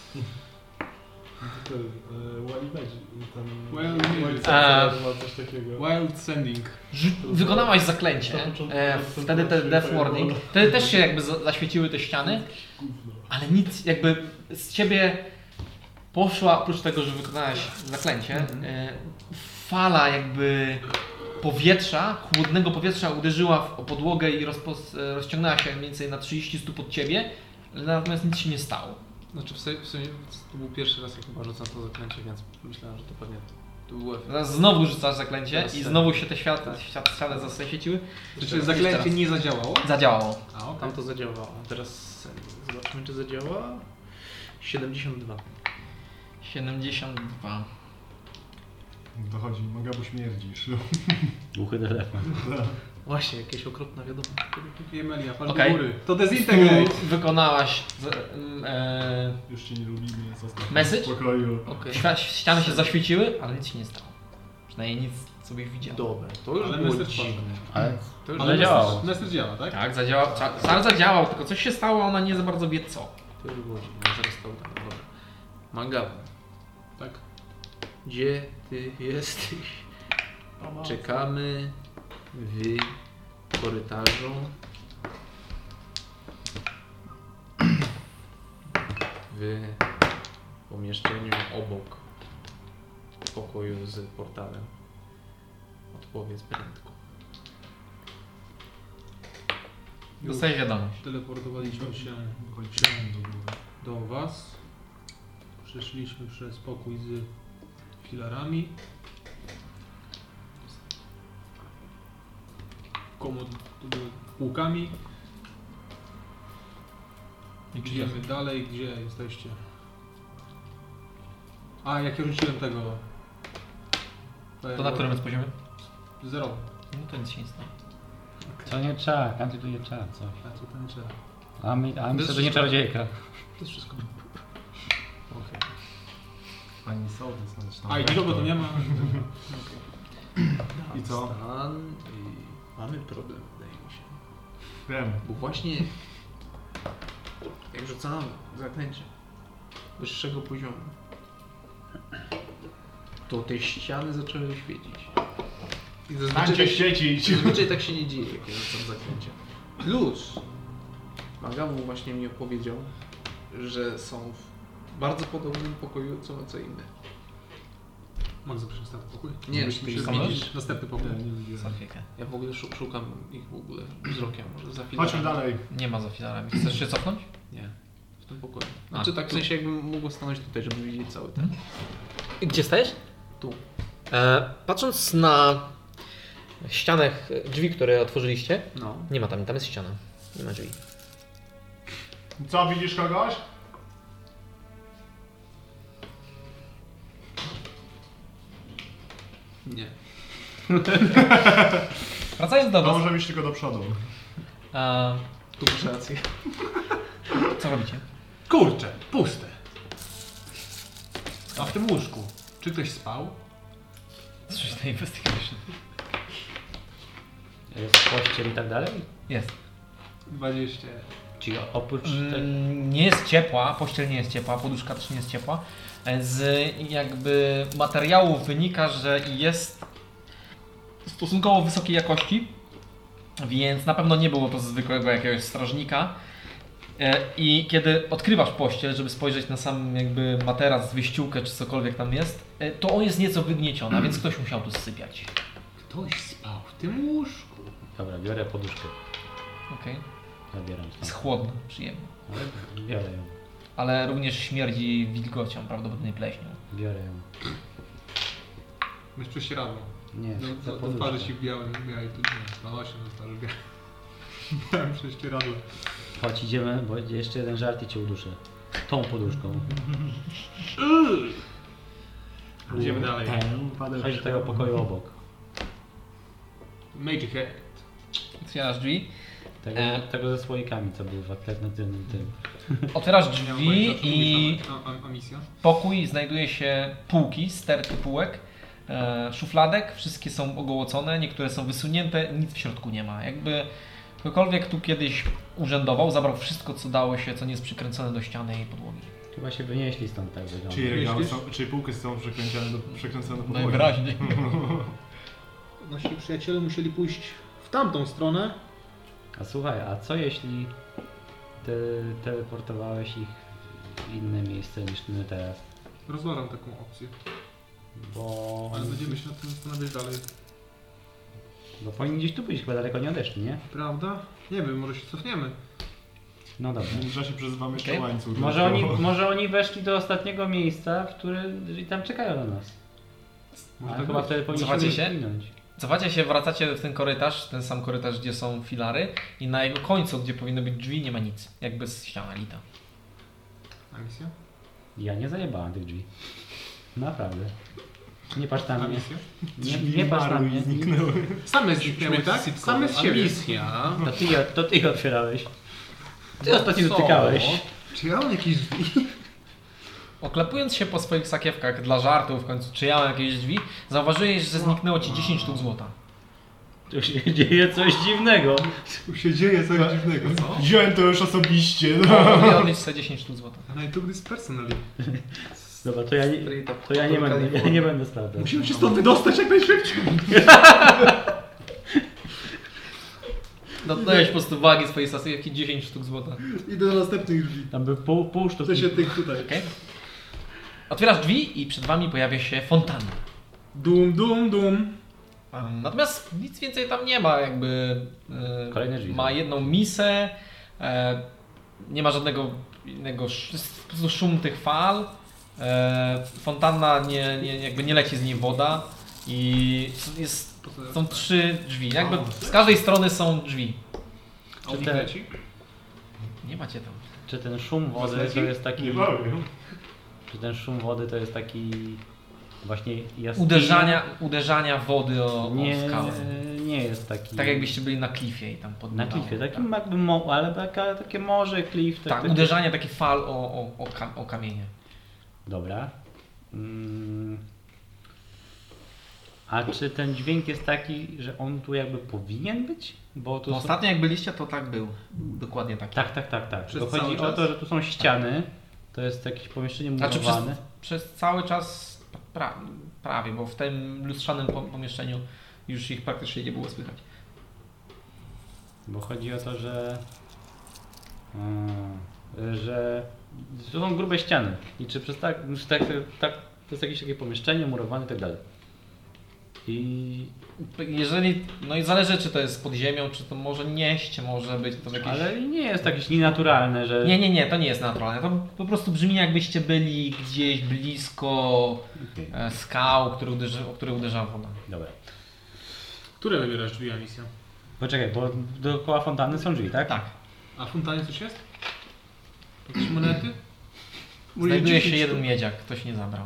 To, e, Wild Magic. Tam... Wild Magic. Wild A- Magic ma coś takiego. Wild sending. Rzu- Wykonałaś zaklęcie, Na początku e, to wtedy te było Death się Warding, pojawiło. wtedy też się jakby za- zaświeciły te ściany, Gówno. ale nic jakby z ciebie poszła, oprócz tego, że wykonałaś zaklęcie, e, fala jakby powietrza, chłodnego powietrza uderzyła w o podłogę i rozpos- e, rozciągnęła się mniej więcej na trzydzieści stóp od ciebie, natomiast nic się nie stało. Znaczy w sumie, w sumie to był pierwszy raz, jak chyba rzucam to zaklęcie, więc myślałem, że to pewnie to był efekt. Teraz znowu rzucasz zaklęcie Teraz i tak. znowu się te świat, świat, światy zaświeciły. Czy zaklęcie nie zadziałało? Zadziałało. A, okej. Tam to zadziałało. Teraz zobaczymy, czy zadziała. siedemdziesiąt dwa. siedemdziesiąt dwa. Dochodzi, Mangabu śmierdzisz. Głuchy telefon. Właśnie, jakieś okropna wiadomość. Emelia, patrz Okej. do góry. To dezintegrate. Tu wykonałaś z, m, e, Już cię nie lubimy, zostaw Message? w spokoju. Okej. świ- ściany się zaświeciły, ale nic się nie stało. Przynajmniej nic sobie widział. Dobra, to już Ale było message dziwne. Ale To już Ale było- działało. Message działa, tak? Tak, zadziałał, ca- sam zadziałał, tylko coś się stało, a ona nie za bardzo wie co. To już było dziwne. Zaraz to udam. Dobra. Mangabu, Tak. gdzie ty jesteś? Czekamy w korytarzu. W pomieszczeniu obok pokoju z portalem. Odpowiedz prędko. Dostajesz wiadomość. Teleportowaliśmy się Chodźmy do góry. do Was. Przeszliśmy przez pokój z filarami. Komod z półkami. Idziemy dalej, gdzie jesteście? A, jak ja rzuciłem tego To na którym jest poziomie? Zero. No to nic się nie stało. Co nie trzeba, Kanty tu nie trzeba, co? A co to nie trzeba? A my, a my Bez to nie czarodziejka. To jest wszystko. Okej. Ani sołtys, znaczy tam A i rektor. nikogo tu nie ma. I co? Stan, i mamy problem, wydaje mi się. Wiem. Bo właśnie jak rzucałem zaklęcie wyższego poziomu, to te ściany zaczęły świecić. I zazwyczaj Stańcie tak, świecić! zazwyczaj tak się nie dzieje, jak ja rzucam zaklęcia. Plus Magawu właśnie mi opowiedział, że są w bardzo podobnym pokoju co, co inne. Mam zaprosić następny pokój? Nie, Musimy ty się kogoś? zmienić. Następny pokój. Za chwilkę. Ja w ogóle szu- szukam ich w ogóle wzrokiem, może za chwilę. Chodźmy dalej. Nie ma za filarami. Chcesz się cofnąć? Nie, w tym pokoju. Znaczy tak w sensie jakbym mógł stanąć tutaj, żeby widzieć cały ten. Gdzie stajesz? Tu. E, patrząc na ścianę drzwi, które otworzyliście, No. nie ma tam, tam jest ściana. Nie ma drzwi. Co, widzisz kogoś? Nie. Wracając do To was. może iść tylko do przodu. E, Tu masz rację. co robicie? Kurczę, puste. A w tym łóżku, czy ktoś spał? Coś na investigation. Jest pościel i tak dalej? Jest. dwadzieścia. Czyli oprócz tego... Mm, nie jest ciepła, pościel nie jest ciepła, poduszka też nie jest ciepła. Z jakby materiałów wynika, że jest stosunkowo wysokiej jakości, więc na pewno nie było to zwykłego jakiegoś strażnika. E, I kiedy odkrywasz pościel, żeby spojrzeć na sam jakby materac, wyściółkę czy cokolwiek tam jest, e, to on jest nieco wygnieciona, więc ktoś musiał tu sypiać. Ktoś spał w tym łóżku. Dobra, biorę poduszkę. Okej. Zabieram Jest stąd. chłodno, przyjemnie. Ale biorę ją. Ale również śmierdzi wilgocią, prawdopodobnie pleśnią. Biorę ją. Masz prześcieradło. Nie, No, za do, do poduszkę. twarzy ci wbijały, miałeś tu nie. Na nosie zostało białe. Miałem prześcieradło. Chodź, idziemy, bo jeszcze jeden żart i cię uduszę. Tą poduszką. Idziemy dalej. Chodź do tego pokoju obok. Mage Head. Otwierasz drzwi. Tego, E. tego ze słoikami, co był w alternatywnym tym. Otwierasz Miałem drzwi powiedzieć, zawsze i mówisz, a, a, a misja? pokój znajduje się półki, sterty półek, e, szufladek, wszystkie są ogołocone, niektóre są wysunięte, nic w środku nie ma. Jakby ktokolwiek tu kiedyś urzędował, zabrał wszystko co dało się, co nie jest przykręcone do ściany i podłogi. Chyba się wynieśli stąd tak wygląda. Czyli regały Myślisz? są, czyli półki są przekręcone do, przekręcone do podłogi. Najwyraźniej. Nasi przyjaciele musieli pójść w tamtą stronę. A słuchaj, a co jeśli ty teleportowałeś ich w inne miejsce niż my teraz? Rozważam taką opcję. Bo, Ale będziemy się nad tym zastanawiać dalej. bo powinni gdzieś tu pójść, chyba daleko nie odeszli, nie? Prawda? Nie wiem, może się cofniemy. No dobra. W międzyczasie przeżywamy jeszcze Okej. łańcuch. Może oni, może oni weszli do ostatniego miejsca, w którym i tam czekają na nas. Może Ale tak chyba być. wtedy Cofacie powinniśmy się? minąć. Cofacie się, wracacie w ten korytarz, ten sam korytarz, gdzie są filary i na jego końcu, gdzie powinny być drzwi, nie ma nic. Jakby ściana lita. A misja? Ja nie zajebałem tych drzwi. Naprawdę. Nie patrz na A mnie. misja? Nie, nie patrz na mnie. zniknęły. Same zniknęły, tak? Same z siebie. Misja. To ty, to ty je otwierałeś. Ty ostatnio dotykałeś. Czy ja mam jakieś drzwi? Oklepując się po swoich sakiewkach dla żartu w końcu, czy ja mam jakieś drzwi, zauważyłeś, że zniknęło ci dziesięć sztuk złota. Tu się dzieje coś dziwnego. Tu się dzieje coś dziwnego. Co? Wziąłem to już osobiście. No, odlicz sobie dziesięć sztuk złota. And I took this personally. Dobra, to ja nie, to ja nie, będę, ja nie będę sprawdzał. Musimy się stąd wydostać jak najszybciej. Dotknąłeś po prostu wagi swojej sakiewki dziesięć sztuk złota. Idę do następnych drzwi. Tam by pół, pół W sztuki. sensie tych tutaj. Okay? Otwierasz drzwi i przed wami pojawia się fontanna. Dum, dum, dum. Um, Natomiast nic więcej tam nie ma, jakby e, Kolejne drzwi. ma jedną misę, e, nie ma żadnego innego, sz- jest po prostu szum tych fal, e, fontanna nie, nie, jakby nie leci z niej woda i jest, są trzy drzwi, jakby z każdej strony są drzwi. Czy te- leci? Nie macie tam. Czy ten szum wody to jest taki... Nie powiem. Czy ten szum wody to jest taki Właśnie jaskinia uderzania, uderzania wody o, nie, o skałę. nie jest taki... Tak jakbyście byli na klifie i tam pod Na klifie, takim jakby, mo, ale taka, takie morze, klif. Tak, tak uderzanie takich fal o, o, o, kam, o kamienie. Dobra. Mm. A czy ten dźwięk jest taki, że on tu jakby powinien być? Bo tu To są... ostatnio jak byliście, to tak był. Dokładnie tak. Tak, tak, tak, tak. Przez Tylko chodzi cały o czas? to, że tu są ściany, to jest jakieś pomieszczenie Znaczy przez, murowane. przez cały czas pra, prawie, bo w tym lustrzanym po- pomieszczeniu już ich praktycznie nie było słychać. Bo chodzi o to, że... A, że to są grube ściany. I czy przez tak, już tak, tak to jest jakieś takie pomieszczenie murowane i tak dalej. I... Jeżeli, no i zależy czy to jest pod ziemią, czy to może nieść, może być to jakieś... Ale nie jest jakieś nienaturalne, że... Nie, nie, nie, to nie jest naturalne. To po prostu brzmi jakbyście byli gdzieś blisko Okej. e, skał, które uderzy, o które uderzała woda. Dobra. Które wybierasz drzwi, Amisja? Poczekaj, bo dookoła fontanny są drzwi, tak? Tak. A w fontannie coś jest? Jakieś monety? Znajduje się dziesięć jeden sztuk. miedziak, ktoś nie zabrał.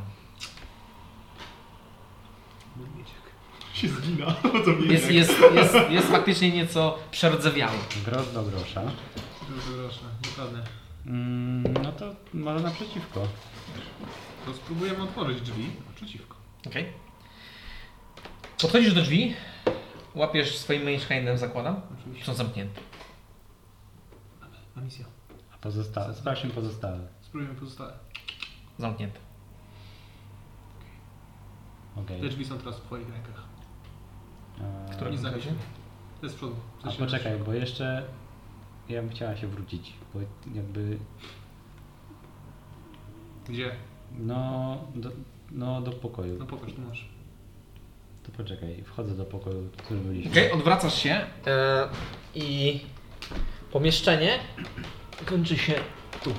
Miedziak. Się zgina, o to miedziak. Jest, jest, jest, jest faktycznie nieco przerdzewiały. Grosz do grosza. Proszę, proszę, dokładnie. Mm, no to może naprzeciwko. To spróbujemy otworzyć drzwi naprzeciwko. Okay. Podchodzisz do drzwi, łapiesz swoim Mage-Handem, zakładam, Oczywiście. są zamknięte. Amisja. A pozostałe, sprawdźmy pozostałe. Spróbujemy pozostałe. Zamknięte. Okej. Te drzwi są teraz w twoich rękach. Eee, Które? Nie zawiesz. To jest z przodu. A Coś poczekaj, bo jeszcze ja bym chciała się wrócić, bo jakby Gdzie? no do, no do pokoju. No pokaż, tu masz. To poczekaj, wchodzę do pokoju, w którym byliśmy. Okej, okay, odwracasz się e, i pomieszczenie kończy się tu.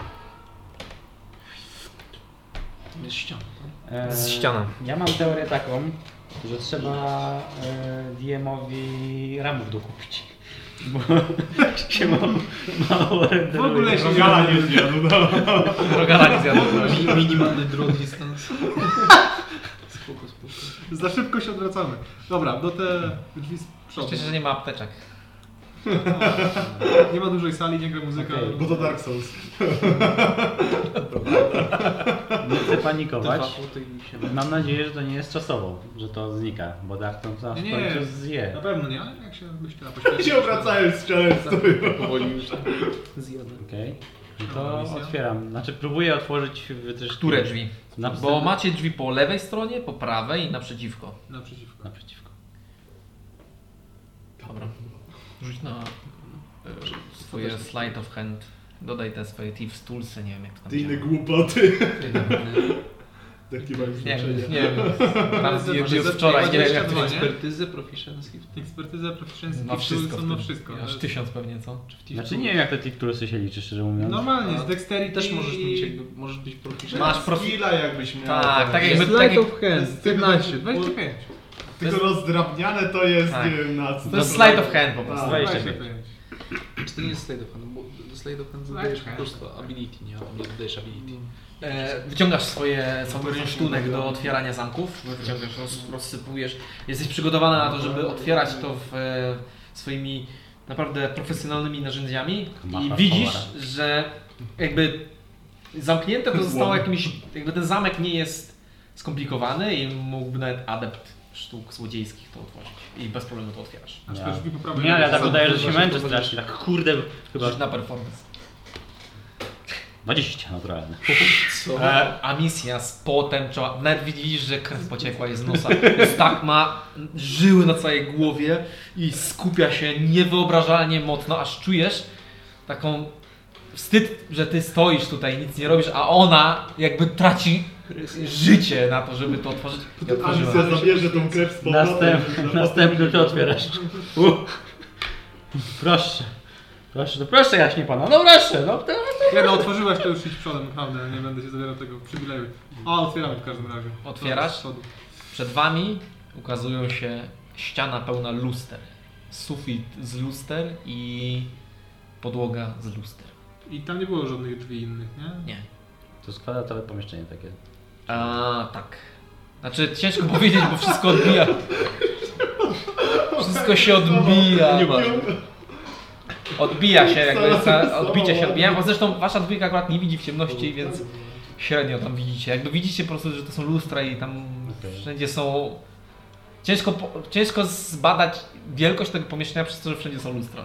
To jest ściana. Eee, Z ścianą. Ja mam teorię taką, że trzeba e, D M-owi ramów dokupić. Bo się mało, mało W ogóle się Gala nie zjadł, no. Rogala nie zjadł. Minimalny draw distance. Spoko, spoko. Za szybko się odwracamy. Dobra, do te drzwi z przodu. Cieszę się, że nie ma apteczek. Nie ma dużej sali, nie gra muzyka. Okej. Bo to Dark Souls. nie chcę panikować. Dwa punkty i się Mam nadzieję, że to nie jest czasowo, że to znika, bo tak to nas w Nie, końcu nie, zje. na pewno nie, ale jak się myślała poświęcić. się obracałem z ścianem stoją. powoli już zjadę. Okej. No to Dobra, misja. otwieram. Znaczy próbuję otworzyć też Które drzwi? Na, Bo macie drzwi po lewej stronie, po prawej i naprzeciwko. Naprzeciwko. naprzeciwko. Dobra. Rzuć na e, swoje slide of hand. Dodaj te swoje thieves toolsy, nie wiem jak to tam Ty inne działa. głupoty. Takie mam Nie wiem, znaczenie. nie wiem. Tam z Znaczy, z wczoraj, nie wiem jak to dwadzieścia dwa, jest. nie? Ekspertyzę, proficiency. Ekspertyza, proficiency, Ma wszystko. są w na tym. wszystko. Aż tysiąc pewnie, co? Znaczy nie wiem jak te tikturusy się liczy, szczerze mówiąc. Normalnie, A z dexterity Też możesz mieć jakby, możesz być proficient. Masz profi... Skilla jakbyś miał. Tak, tak jakby... Tak Slide jak... of hand, piętnaście. dwadzieścia pięć. Tylko rozdrabniane to jest, Tak. nie wiem na co. To jest slide of hand po prostu. Tak. dwadzieścia dwadzieścia pięć. pięć. Czy to nie jest slide of hand? Bo do slide of hand zadajesz po prostu ability, nie? A tam nie dodajesz ability. E, wyciągasz swoje, cały rynsztunek do otwierania zamków, wyciągasz, roz, rozsypujesz. Jesteś przygotowany na to, żeby otwierać to w, e, swoimi naprawdę profesjonalnymi narzędziami i Macha widzisz, cholera. że jakby zamknięte to zostało jakimś, jakby ten zamek nie jest skomplikowany i mógłby nawet adept sztuk złodziejskich to otworzyć i bez problemu to otwierasz. Aż Ja. te drzwi po prawej. Nie, ale ja tak są- udaję, że się zobaczysz, męczę to strasznie, tak kurde, chyba Rzuć na performance. dwadzieścia naturalne. Co? E, a misja z potem, czoła, nawet widzisz, że krew pociekła jej z nosa. Jest tak, ma żyły na całej głowie i skupia się niewyobrażalnie mocno, aż czujesz taką wstyd, że ty stoisz tutaj, nic nie robisz, a ona jakby traci życie na to, żeby to otworzyć. I otworzyła. Amisja zabierze tą krew z powrotem. Następ, następny ty otwierasz. U. Proszę. Proszę, no proszę jaśnie pana, no proszę, no to... Nie no, otworzyłaś to już idź przodem, naprawdę, nie będę się zabierał tego przywileju. A, otwieramy w każdym razie. Otwierasz? Z przodu. Przed wami ukazują się ściana pełna luster. Sufit z luster i podłoga z luster. I tam nie było żadnych drzwi innych, nie? Nie. To składa całe pomieszczenie takie. A tak. Znaczy ciężko powiedzieć, bo wszystko odbija. Wszystko się odbija. Odbija się, jakby za, odbicia się odbija. Bo zresztą wasza dwójka akurat nie widzi w ciemności, więc średnio tam widzicie. Jakby widzicie po prostu, że to są lustra i tam wszędzie są... Ciężko, ciężko zbadać wielkość tego pomieszczenia przez to, że wszędzie są lustra.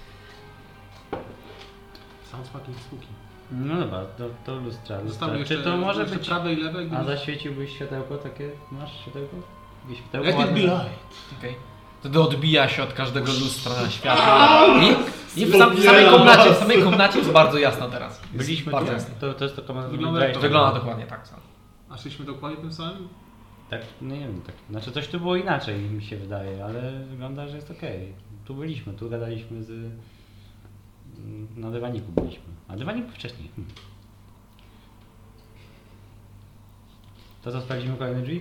Sounds fucking spooky. No dobra, to, to lustra, lustra. Zostawmy Czy jeszcze, to może jeszcze być... prawe i lewe? A Gdybyś... zaświeciłbyś światełko takie? Masz światełko? Jakieś światełko? Let it be ładne? light. Okay. Wtedy odbija się od każdego lustra światła. I, i w, sam, w samej komnacie, w samej komnacie jest bardzo jasno teraz. Jest Byliśmy bardzo tu? jasno. To, to jest to komanda. Wygląda jak To wygląda dokładnie tak samo. A szliśmy dokładnie tym samym? Tak, no nie wiem, tak. Znaczy coś tu było inaczej mi się wydaje, ale wygląda, że jest okej. Tu byliśmy, tu gadaliśmy z... Na dywaniku byliśmy. A dywanik wcześniej. Hm. To co, sprawdzimy kolejne drzwi?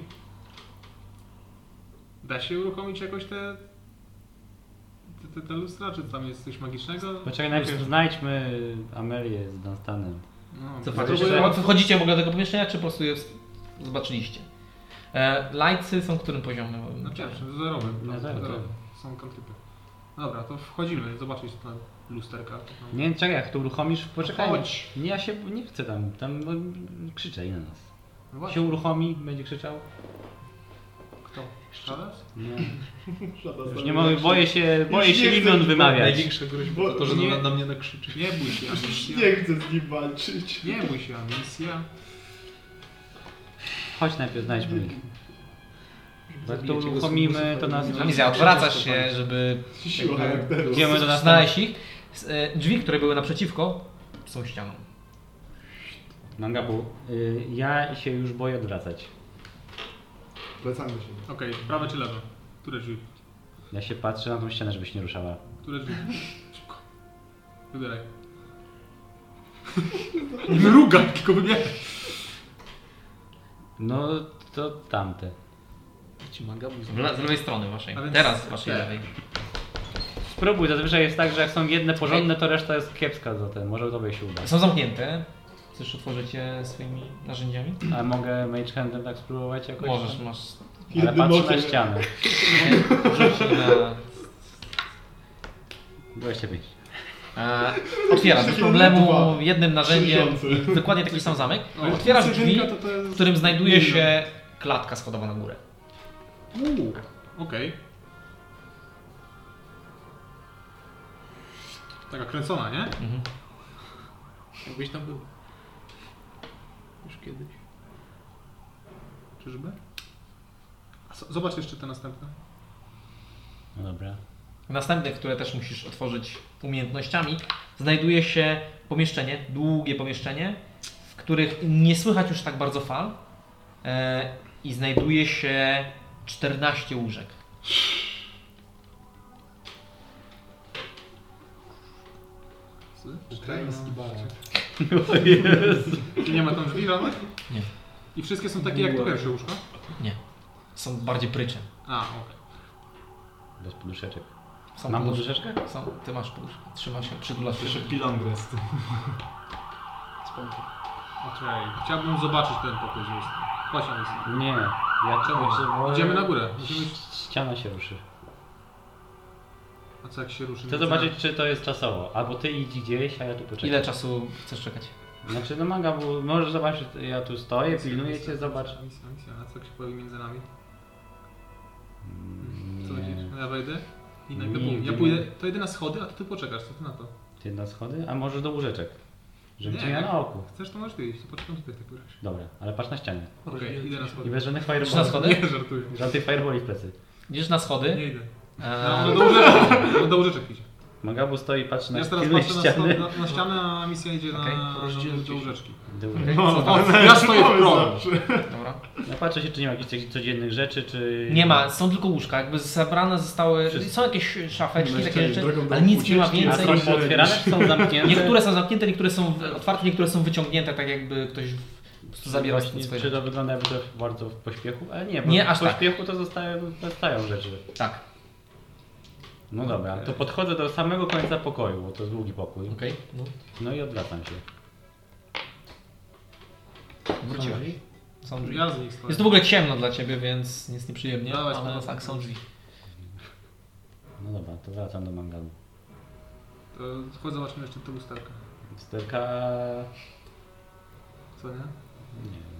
Da się uruchomić jakoś te... Te, te, te lustra, czy tam jest coś magicznego? Poczekaj, najpierw znajdźmy Amelię z Dunstanem. No, Co próbuję- faktycznie, wchodzicie w ogóle do tego pomieszczenia, czy po prostu je zobaczyliście? E, lightsy są którym poziomem? Na pierwszym, zerowym. Na tam, zerowym. zerowym. Są kantypy. Dobra, to wchodzimy, zobaczyć na lusterka. Nie, czekaj, jak to uruchomisz, poczekaj. Chodź. Nie, ja się nie chcę tam, tam no, krzyczeli na nas. No Się właśnie, uruchomi, będzie krzyczał. kto? Shadows? Nie. Już nie mogę, boję się, boję się imion wymawiać. Największa groźba to, że Nie. na, na mnie nakrzyczy. Nie bój się, Amisja. Nie chcę z nim walczyć. Nie bój się, Amisja. Chodź najpierw, znajdźmy ich. Bo jak to Zabijecie go uruchomimy, z to nas... Amizja, odwracasz się, żeby Siła charakteru. Idziemy do nas. znaleźć ich. S- e, Drzwi, które były naprzeciwko, są ścianą. Mangabu, y, ja się już boję odwracać. Plecamy się. Okej, prawe czy lewe? Które drzwi? Ja się patrzę na tą ścianę, żebyś nie ruszała. Które drzwi? Szybko. Wybieraj. Nie wyrugaj, tylko wybieraj. No, to tamte. Ci manga Z, le- z lewej strony waszej. A więc- Teraz z waszej tak. lewej. Spróbuj, zazwyczaj jest tak, że jak są jedne porządne, to reszta jest kiepska za ten. Może tobie się uda. Są zamknięte. Chcesz otworzyć je swoimi narzędziami? A mogę mage handem tak spróbować jakoś? Możesz, masz. Ale Jednym patrzę na okiem. ścianę. Rzuć na... dwadzieścia pięć. E, otwierasz bez problemu Dwa. jednym narzędziem, Krzyżący. dokładnie taki sam zamek. O, Otwierasz drzwi, jedynka to to jest- w którym znajduje się klatka schodowa na górę. Uuu, okej. Taka kręcona, nie? Mhm. Jakbyś tam był. Już kiedyś. Czyżby? A so- Zobacz jeszcze te następne. No dobra. Następne, które też musisz otworzyć umiejętnościami, znajduje się pomieszczenie, długie pomieszczenie, w których nie słychać już tak bardzo fal e, i znajduje się czternaście łóżek. Ukraiński barak. I nie ma tam drzwi żadnych? Nie. I wszystkie są takie jak to pierwsze łóżko? Nie. Są bardziej prycze. A, okej. Bez poduszeczek. Są Mam poduszki. poduszeczkę? Są, ty masz poduszkę. Trzymasz się, przytulasz się. Jeszcze pilongę z tym. Okej. Chciałbym zobaczyć ten pokój z ust. Chodź na ust. Nie. Ja Czemu? potrzebuję- Idziemy na górę. Musimy... Ściana się ruszy. A co jak się ruszy? Chcę zobaczyć, czy to jest czasowo. Albo ty idź gdzieś, a ja tu poczekam. Ile czasu chcesz czekać? Znaczy, no manga, bo możesz zobaczyć, ja tu stoję, pilnuję cię, zobacz. Misja, misja. A co jak się pojawi między nami? Mm, Co nie. myślisz? No ja wejdę? I nagle Nie, bum. Ja nie. pójdę, to jedę na schody, a ty tu poczekasz, co ty na to? Ty na schody? A może do łóżeczek? Żeby Nie, cię miał jak- na oku. Chcesz, to możesz ty iść, to poczekam tutaj w takim razie. Dobra, ale patrz na ścianę. Okej, idę na I schody. bez żadnych Idziesz na fireballi. schody? Nie, żartuję. Żadnych fireballi w plecy. Idziesz na schody. Nie idę. No, E, no do łóżeczek, no do łóżeczek idzie. Magabu stoi, patrzy na Ja teraz pilnej patrzę na, ściany. sto- na, na ścianę, a misja idzie na, Okej, do, do łóżeczki. Dobra. co tam? Ja stoję w progu. Dobra. Ja patrzę się, czy nie ma jakichś takich codziennych rzeczy, czy... Nie ma, są tylko łóżka, jakby zebrane zostały, Wszystko. są jakieś szafeczki, No, takie czyli rzeczy, drogą do ale nic nie ma ucieczki, A więcej. są pootwierane, czy są zamknięte? Niektóre są zamknięte, niektóre są w- otwarte, niektóre są wyciągnięte, tak jakby ktoś po prostu zabierał Właśnie, swoje Czy rzeczy. to wygląda jakby to bardzo w pośpiechu? Ale nie, bo Nie, w aż tak. pośpiechu to zostają, zostają rzeczy. Tak, No dobra, to podchodzę do samego końca pokoju, bo to jest długi pokój. okej. No. No i odwracam się. Wróciłeś. Są drzwi. Ja z nich stoję. Jest to w ogóle ciemno dla ciebie, więc jest nieprzyjemnie, Dawaj, ale spoko. tak, są drzwi. No dobra, to wracam do mangalu. To chodź zobaczmy jeszcze tę lusterkę. Sterka... Co nie? Nie wiem.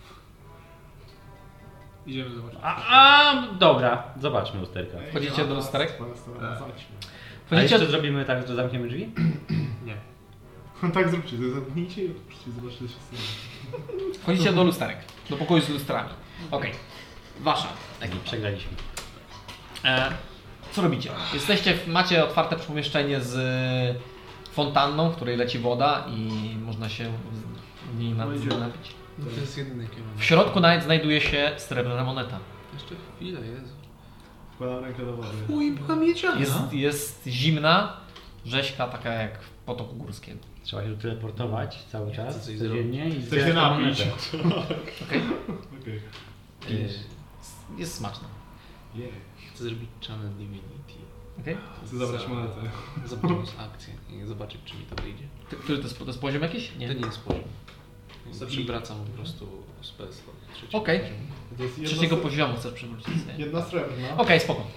Idziemy zobaczyć. A, a, dobra, zobaczmy lusterka. Wchodzicie do lusterek? A Wchodzicie... jeszcze zrobimy tak, że zamkniemy drzwi? Nie. Tak zróbcie, to zamknijcie i otwórzcie, zobaczcie, co się stanie. Wchodzicie do lusterek. Do pokoju z lustrami. Okej. Wasza ekipa. Przegraliśmy. E, co robicie? Jesteście, w, macie otwarte pomieszczenie z fontanną, w której leci woda i można się w niej na- napić. No to jest jedyny kierunek. W środku nawet znajduje się srebrna moneta. Jeszcze chwilę, Jezu. Wkładam rękę do wody. Mój była miedziana. Jest, jest zimna, rzeźka, taka jak w potoku górskim. Trzeba się tu teleportować cały Chcę czas, coś codziennie i Chcę się zbierać tę napić. monetę. Okay? Okej. Jest, jest smaczna. Yeah. Chcę zrobić channel Divinity. Okay? Chcę zabrać monetę. Zobaczyć akcję i zobaczyć, czy mi to wyjdzie. Ty- Który to jest, to jest poziom jakiś? Nie. To nie jest poziom. Przywracam po prostu spell slot. trzeciego Okej. poziomu. To jest jedna, Trzeciego poziomu chcesz przywrócić sobie. jedna srebrna. Okej, spoko.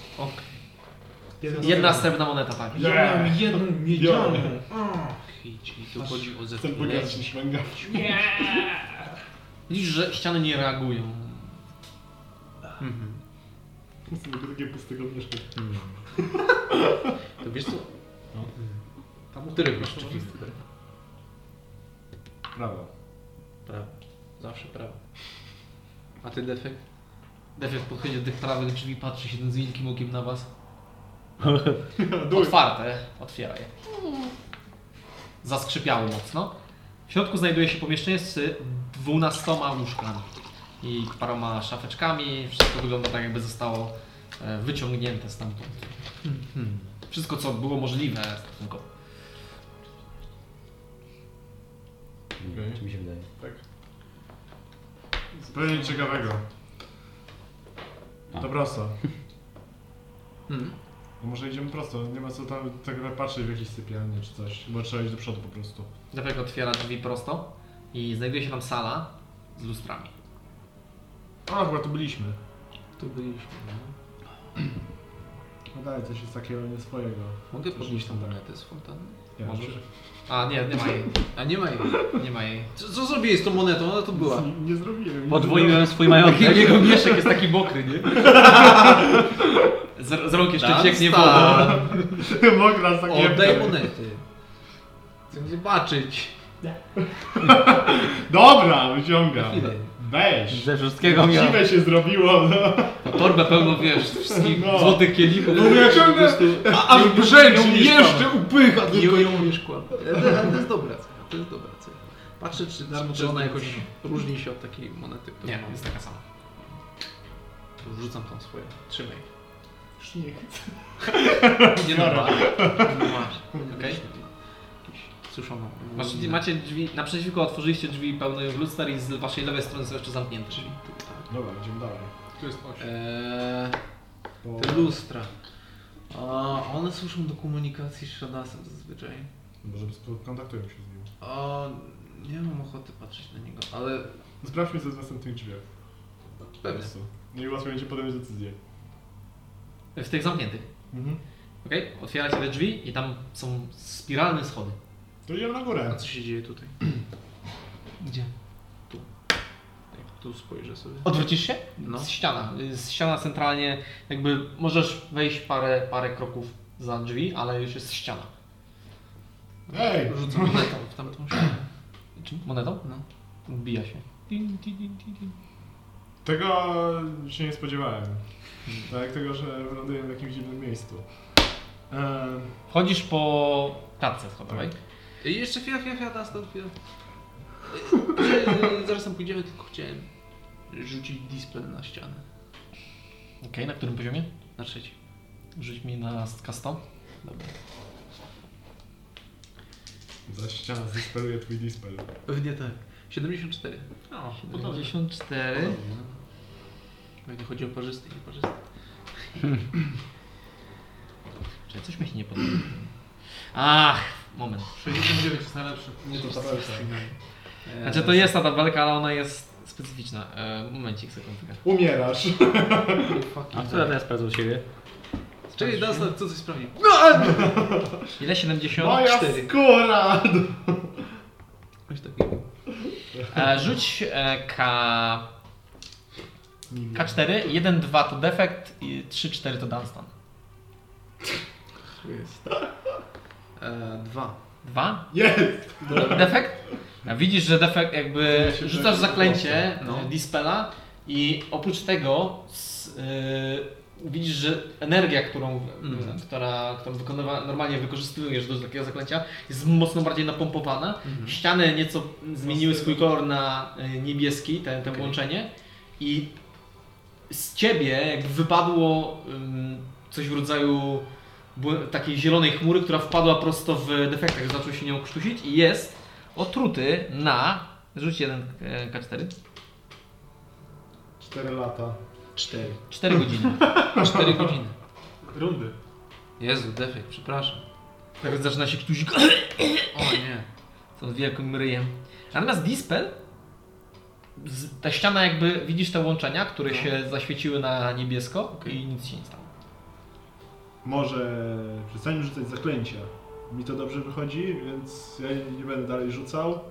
Jedna srebrna moneta, tak. Ja mam jedną miedzianą. Idź, i tu chodzi o Chcę zepnie. bogatszy niż manga. Widzisz, że ściany nie reagują. Mhm. Chcę tylko takie pustego mieszkać. To wiesz co? Tam Który masz drzwi? Prawo. Prawo. Zawsze prawo. A ty defekt? Defekt podchodzi do tych prawych drzwi, patrzy się tym z wielkim okiem na was. Duj. Otwarte, otwiera je. Zaskrzypiały mocno. W środku znajduje się pomieszczenie z dwunastoma łóżkami i paroma szafeczkami. Wszystko wygląda tak, jakby zostało e, wyciągnięte stamtąd. Wszystko, co było możliwe stosunkowo. Okej. Czy mi się wydaje? Tak. Zupełnie nic ciekawego. A. To prosto. Hmm. No może idziemy prosto, nie ma co tam tak patrzeć w jakieś sypialnie czy coś, bo trzeba iść do przodu po prostu. Defekt otwiera drzwi prosto i znajduje się tam sala z lustrami. A, chyba tu byliśmy. Tu byliśmy. No. No dalej, coś jest takiego nie swojego. Mogę Coś podnieść tą tam monetę z fontanny? Ja Możesz? może- A nie, nie ma jej. A nie ma jej. Nie ma jej. Co, co zrobiłeś z tą monetą? Ona tu była. Nie, nie zrobiłem. nie Podwoiłem swój majątek. Jego mieszek jest taki mokry, nie? Z, z rąk jeszcze Tam cieknie sta- woda. zrobiłem. Mokra z takiej Oddaj monety. Chcę zobaczyć. Dobra, wyciągam. Chwilę. Weź. Ze wszystkiego miałem. Dziwę się zrobiło. No. Torbę pełną, wiesz, wszystkich No. złotych kielichów. No ja ciągle, a, aż brzęczy, jeszcze upycha Nie tylko ją. umiesz kłamać. Ale to jest dobra cecha. To jest dobra cecha. Patrzę, czy, czy ona jakoś różni się od takiej monety, którą Nie, mam. jest taka sama. To wrzucam tam swoje. Trzymaj. Już nie chcę. Nie dobra. Masz. Okej. Jakąś suszoną. Masz, macie drzwi, naprzeciwko otworzyliście drzwi pełne luster i z waszej lewej strony są jeszcze zamknięte drzwi. Dobra, idziemy dalej. Tu jest osiem. Eee, Bo... te lustra. A one służą do komunikacji z Shadasem zazwyczaj. Może skontaktują się z nim. A nie mam ochoty patrzeć na niego, ale Sprawdźmy co jest w następnych drzwiach. Po pewnie. prostu. No i łatwiej będzie podjąć decyzję. W tych zamkniętych. Mhm. Okej? Otwieracie te drzwi i tam są spiralne schody. To idziemy na górę. A co się dzieje tutaj? Gdzie? Jak tu spojrzę sobie. Odwrócisz się? No. Z ściana. Z ściana centralnie, jakby możesz wejść parę, parę kroków za drzwi, ale już jest ściana. Ej! Rzucam monetą w tamtą ścianę. Czym? Monetą? No. Wbija się. Din, din, din, din, din. Tego się nie spodziewałem. Tak, tego, że wyląduję w jakimś dziwnym miejscu. Eee, Wchodzisz po klatce schodowej. I jeszcze chwila, chwila, chwila, teraz to chwila. Yy, Zaraz tam pójdziemy, tylko chciałem rzucić dispel na ścianę. Okej, na którym poziomie? Na trzeci. Rzuć mi na custom. Dobra. za ściana zdisperuje twój dispel. Pewnie tak. siedemdziesiąt cztery. O, siedemdziesiąt cztery. Jak nie chodzi o parzysty i nieparzysty. Czy coś mi się nie podoba? Ach, moment. sześćdziesiąt dziewięć jest najlepszy. Nie to tabelka. Znaczy to jest ta tabelka, ale ona jest specyficzna. E, momencik, sekundkę. Umierasz. A która teraz sprawdza u siebie? Czekaj, teraz co coś sprawdzi. Ile? siedemdziesiąt? Moja cztery. skóra! Coś takiego. E, rzuć e, K... K cztery, jeden dwa to defekt i trzy cztery to Dunstan. Tu jest. E, dwa. dwa? Jest! Defekt? A widzisz, że defekt jakby się rzucasz tak zaklęcie no. no. Dispela i oprócz tego s, y, widzisz, że energia, którą, Mhm. y, która, którą wykonywa, normalnie wykorzystujesz do takiego zaklęcia jest mocno bardziej napompowana. Mhm. Ściany nieco zmieniły swój kolor na y, niebieski, te, te Okay. łączenie i z ciebie jakby wypadło ym, coś w rodzaju bły- takiej zielonej chmury, która wpadła prosto w defektach, zaczął się nią krztusić i jest otruty na... Rzuć jeden e, K cztery. cztery lata. cztery. cztery godziny. cztery godziny. Rundy. Jezu, defekt, przepraszam. Tak zaczyna się krztusić O nie. z wielkim ryjem. Natomiast Dispel, z, ta ściana jakby, widzisz te łączenia, które No. się zaświeciły na niebiesko Okej. i nic się nie stało. Może przestańmy rzucać zaklęcia. Mi to dobrze wychodzi, więc ja nie będę dalej rzucał.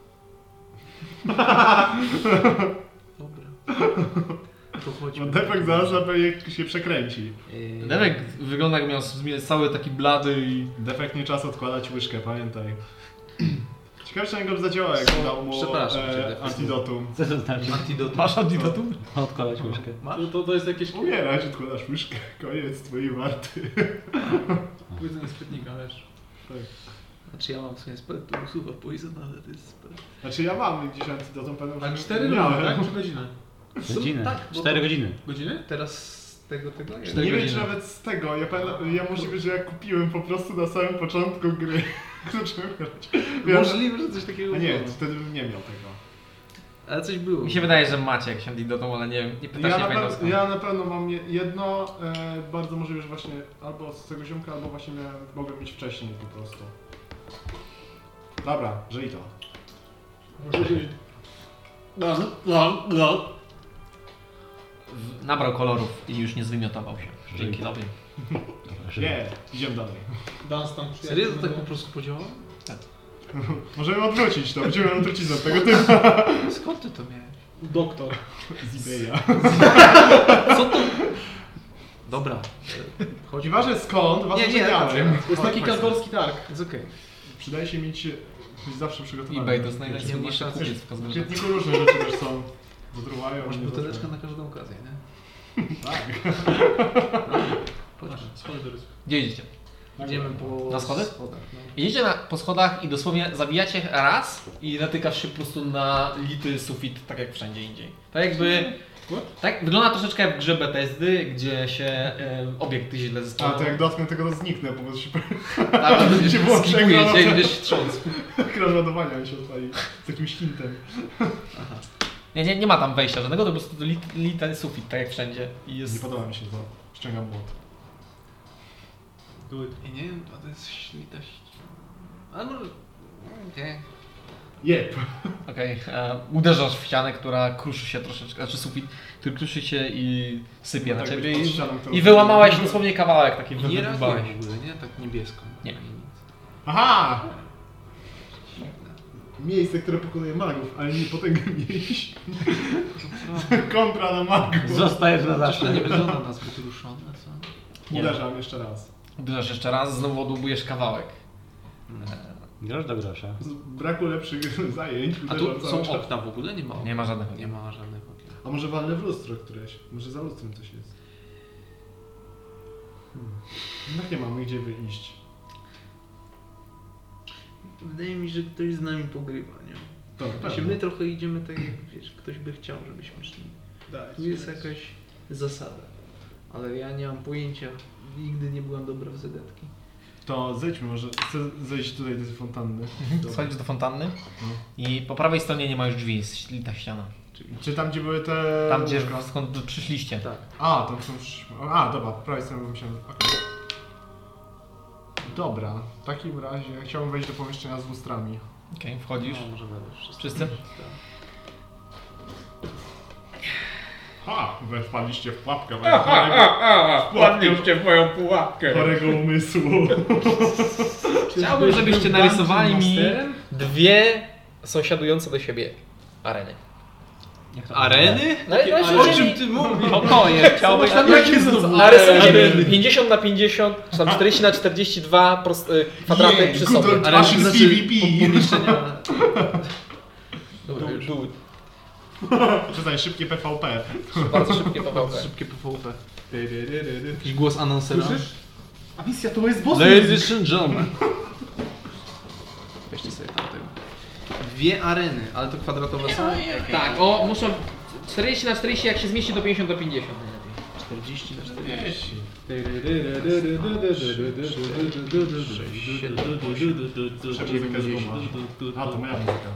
Dobra. To chodźmy. Bo defekt zaraz pewnie się przekręci. Yy, Defekt wygląda jak miał cały taki blady i... Defekt nie czas odkładać łyżkę, pamiętaj. Ciekawe, czy na niego zadziała, jak dał mu Przepraszam cię, e, defekt. antidotum. Co to znaczy? Antidot. Masz antidotum? Odkładać łyżkę. Masz? To, to jest jakieś Umierać, odkładasz łyżkę, koniec twojej warty. powiedzenie sprytnika, wiesz. Znaczy ja mam w sumie spell to usuwa poison, ale to jest spell. Znaczy ja mam gdzieś antidotum, pewnie A że cztery miałem. rundy, tak? Czy godzinę? Godzinę. Tak, bo Cztery to- godziny. Godziny? Teraz z tego, tego? Ja Cztery Nie wiem, godziny. czy nawet z tego. Ja, pamiętam, ja możliwe, że ja kupiłem po prostu na samym początku gry. Zacząłem grać. Możliwe, że coś takiego A nie, było. wtedy bym nie miał tego. Ale coś było. Mi się wydaje, że macie jakieś antidotum, ale nie wiem, nie pytasz, Ja nie na, pamiętam pe- skąd. ja na pewno mam je- jedno, e, bardzo możliwe, że właśnie albo z tego ziomka, albo właśnie miałem, mogłem mieć wcześniej po prostu. Dobra, żyj to. No, no, no. W- Nabrał kolorów i już nie zwymiotował się. Dzięki tobie. Nie, idziemy dalej. Dans tam Serio to tak po prostu podziałało? Możemy odwrócić to, będziemy miał trucizną tego typu. Skąd ty to miałeś? Doktor. Z eBaya. Co to? Dobra. Chodź. Nieważne skąd, ważne, Nie, że nie, miałem. To jest taki kazgorski targ. Jest okej. Przydaje się mieć być zawsze przygotowany. eBay to jest Nie najsłynniejszy ma kupiec szans. w W Kazgorze. kwietniku różne rzeczy też są. Zatruwają. Masz nie buteleczkę zatruwają. na każdą okazję, nie? Tak. Chodźmy. Schody do rysów. Gdzie idziecie? Idziemy po Na schody? schodach, no. Idziecie na, po schodach i dosłownie zabijacie raz i natykasz się po prostu na lity sufit, tak jak wszędzie indziej. Tak jakby... Tak, wygląda troszeczkę jak w grze Bethesdy, gdzie się e, obiekty źle A zestawią. to jak dotknę tego, to zniknę, po prostu się Tak, to się włączy skipuje ekran, cię i to- będziesz trząc. ekran ładowania się odpali z jakimś hintem. Nie, nie, nie ma tam wejścia żadnego, to po prostu lit, lity sufit, tak jak wszędzie. I Nie jest... podoba mi się to. Ściągam błąd. Do it. I nie wiem, a to jest litość. Ale może... Okej. Jep. Okej, e, uderzasz w ścianę, która kruszy się troszeczkę, znaczy sufit, który kruszy się i sypie No na tak ciebie być pod i, ścianą, którą- i wyłamałeś dosłownie kawałek taki Nie wybudowałeś. reaguje w ogóle, nie? Tak niebiesko. Nie. Nic. Aha! Miejsce, które pokonuje magów, ale nie potęgę mieć. Kontra na magów. Zostajesz na To zawsze. nie wygląda na zbyt ruszone, co? Nie. Uderzam jeszcze raz. Uderzasz jeszcze raz, znowu odłubujesz kawałek. Grosz do grosza. Z braku lepszych zajęć A uderzam tu cały są czas. okna w ogóle? Nie ma okna. Nie ma żadnych okien. Nie ma żadnych okien. A może walnę w lustro któreś? Może za lustrem coś jest. Hmm. Tak nie mamy gdzie wyjść. Wydaje mi się, że ktoś z nami pogrywa, nie? Dobra, Właśnie my trochę idziemy tak jak, wiesz, ktoś by chciał, żebyśmy szli. Tu jest jakaś zasada. Ale ja nie mam pojęcia. Nigdy nie byłam dobra w zagadki. To zejdźmy, może chcę zejść tutaj do tej fontanny. Schodzisz do fontanny No. i po prawej stronie nie ma już drzwi, jest lita ściana. Czy tam gdzie były te... Tam gdzie łóżka? skąd przyszliście. Tak. A, tam są... A, dobra, po prawej stronie musiałem... Okay. Dobra, w takim razie chciałbym wejść do pomieszczenia z lustrami. Okej, wchodzisz. No, może nawet wszystko. Wszyscy? Tak. Ha! We wpadliście w pułapkę. A, a, a, wpadliście w moją pułapkę. Chorego umysłu. Chciałbym, żebyście narysowali mi Dwie sąsiadujące do siebie areny. areny? No, i O właśnie czym mi- ty mówisz? Pokoje, chciałbym... Jakie znowu Narysujcie areny? pięćdziesiąt na pięćdziesiąt, czy tam czterdzieści na czterdzieści dwa prost, y, kwadraty Nie, przy good sobie. old- Areny Fashion znaczy PvP. po- pomieszczenia. Dobra, Du- już. du- Przyznaj, szybkie P V P. Bardzo szybkie P V P. Szybkie P V P. Jakiś głos anonsera. A misja to jest boss. Ladies and gentlemen. Weźcie sobie tamtego. Dwie areny, ale to kwadratowe są? Tak, o, muszą czterdzieści na czterdzieści, jak się zmieści do pięćdziesiąt do pięćdziesiąt najlepiej. czterdzieści na czterdzieści. A, to moja muzyka.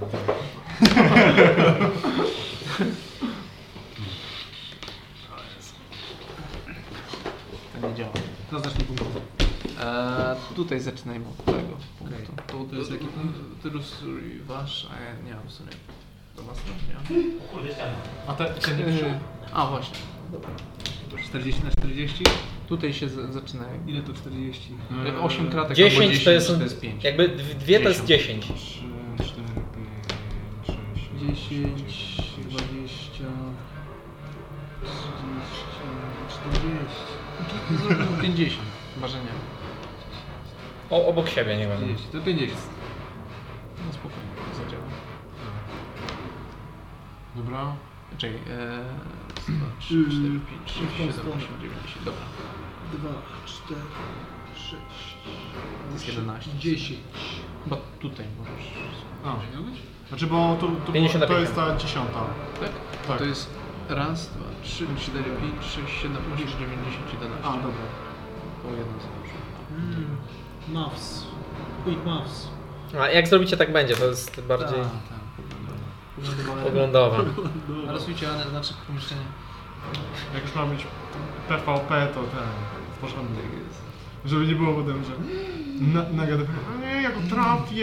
To nie działa. Teraz zacznij punkt. Eee, tutaj zaczynajmy od tego punktu. To, to jest jaki punkt? Ty wasz, a ja nie mam sobie. To was też nie A te, te nie mam. wyszło? A właśnie. czterdzieści na czterdzieści? Tutaj się z, zaczyna. Ile to czterdzieści? Jak osiem kratek albo dziesięć to jest, to jest pięć. jakby d- dwie to jest dziesięć. trzy, cztery, pięć, sześć, dziesięć, dwadzieścia, trzydzieści, czterdzieści. Zrobimy pięćdziesiąt. Marzenia. O, obok siebie, nie wiem. trzydzieści, to pięćdziesiąt. No spokojnie, to zadziała. Dobra. Czekaj, eee, dwa, trzy, cztery, pięć, sześć, siedem, osiem, dziewięć, dziesięć. Dobra. dwa, cztery, sześć, jest jedenaście. dziesięć. Chyba tutaj możesz. A, miał być? Znaczy, bo to, to, pięćdziesiąt na to jest ta dziesiąta. Tak? Tak. To jest raz, dwa, trzy, cztery, pięć, sześć, siedem, osiem, dziewięć, dziesięć, jedenaście. A, dobra. Po jedno zawsze. Mm. Muffs. Quick muffs. A jak zrobicie, tak będzie, to jest bardziej Tak, poglądowa. Narysujcie ale znaczy pomieszczenie. Jak już ma być P V P, to ten. W porządek jest. Żeby nie było potem, że na, nagle o nie, ja go trafię.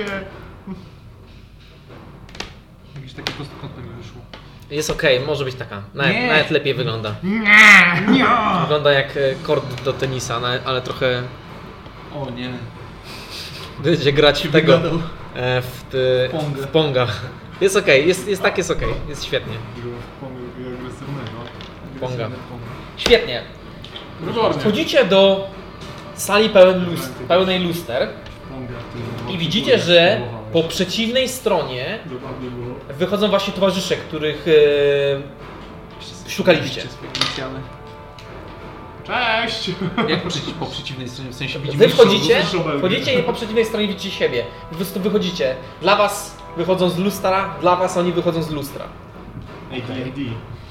Jakiś taki prostokątny mi wyszło. Jest okej, może być taka. Nawet, Nie. nawet lepiej wygląda. Nie, nie. Wygląda jak e, kord do tenisa, na- ale trochę O nie. będzie grać w tego. wygadał. E, w, ty, Pongę. w Ponga. Jest okej, jest, jest tak, jest okej, jest świetnie. Takiego pomysłu agresywnego. Ponga. Świetnie. Wybornie. Wchodzicie do sali pełen lust, pełnej luster i widzicie, że po przeciwnej stronie Dokładnie było. wychodzą właśnie towarzysze, których e, szukaliście. Swoje inicjały. Cześć! Jak po, przeci- po przeciwnej stronie, w sensie widzimy... Wy wchodzicie, słyszę obelgę. wchodzicie i po przeciwnej stronie widzicie siebie. Po prostu wychodzicie. Dla was wychodzą z lustra, dla was oni wychodzą z lustra. A D and D.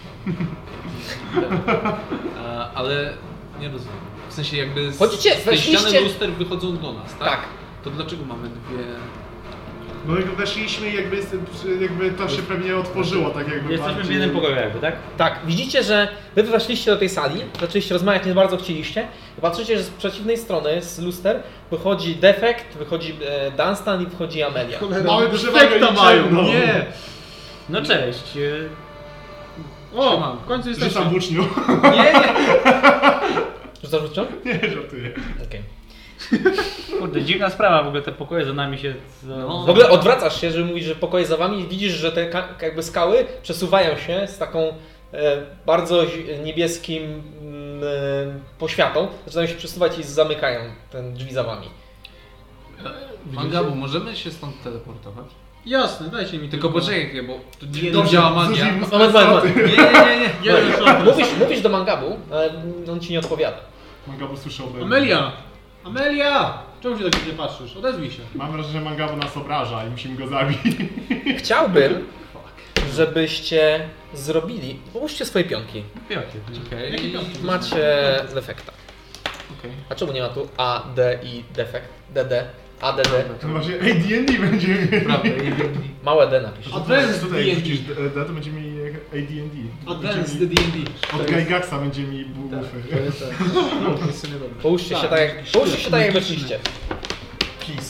E, ale nie rozumiem. W sensie jakby z, Chodzicie, z tej weszliście- ściany luster wychodzą do nas, tak? Tak. To dlaczego mamy dwie... No jak weszliśmy i jakby, jakby to się pewnie otworzyło, tak jakby Jesteśmy w bardziej- jednym pokoju jakby, tak? Tak, widzicie, że wy weszliście do tej sali, zaczęliście rozmawiać, nie bardzo chcieliście i patrzycie, że z przeciwnej strony, z luster, wychodzi Defekt, wychodzi e, Dunstan i wychodzi Amelia. Mamy przewagę Efekta mają, liczebną. nie! No cześć. e, O, w końcu jesteśmy. Rzucam włócznią. Nie, nie! Rzucasz wrócią? Nie, żartuję. Okej. Kurde, dziwna sprawa, w ogóle te pokoje za nami się... Za... No. W ogóle odwracasz się, żeby mówić, że pokoje za wami i widzisz, że te ka- jakby skały przesuwają się z taką e, bardzo zi- niebieskim mm, e, poświatą. Zaczynają się przesuwać i zamykają ten drzwi za wami. Mangabu, możemy się stąd teleportować? Jasne, dajcie mi Tylko poczekaj chwilę, bo to nie Dobrze, działa magia. zużyjmy Moment, moment, moment. Nie, nie, nie, nie. Jeden shot. Mówisz, mówisz do Mangabu, ale on ci nie odpowiada. Mangabu słyszy obelgę. Amelia! Amelia! Czemu się tak dziwnie patrzysz? Odezwij się. Mam wrażenie, że Mangabu nas obraża i musimy go zabić. Chciałbym, żebyście zrobili... Połóżcie swoje pionki. Okej. Jaki piątki? Macie defekta. Okej. A czemu nie ma tu A, D i defekt? D D. A, D, D. To właśnie A D and D będzie mieli. Prawda, nie wiem. Małe D napisz. Advanced Tutaj D jak and D. wrzucisz D, to będziemy mieli A D and D. Advanced D and D. Od Gygaxa będziemy mieli bufy. No, to jest nie dobre. Połóżcie się tak jak, połóżcie się tak jak weszliście. Peace.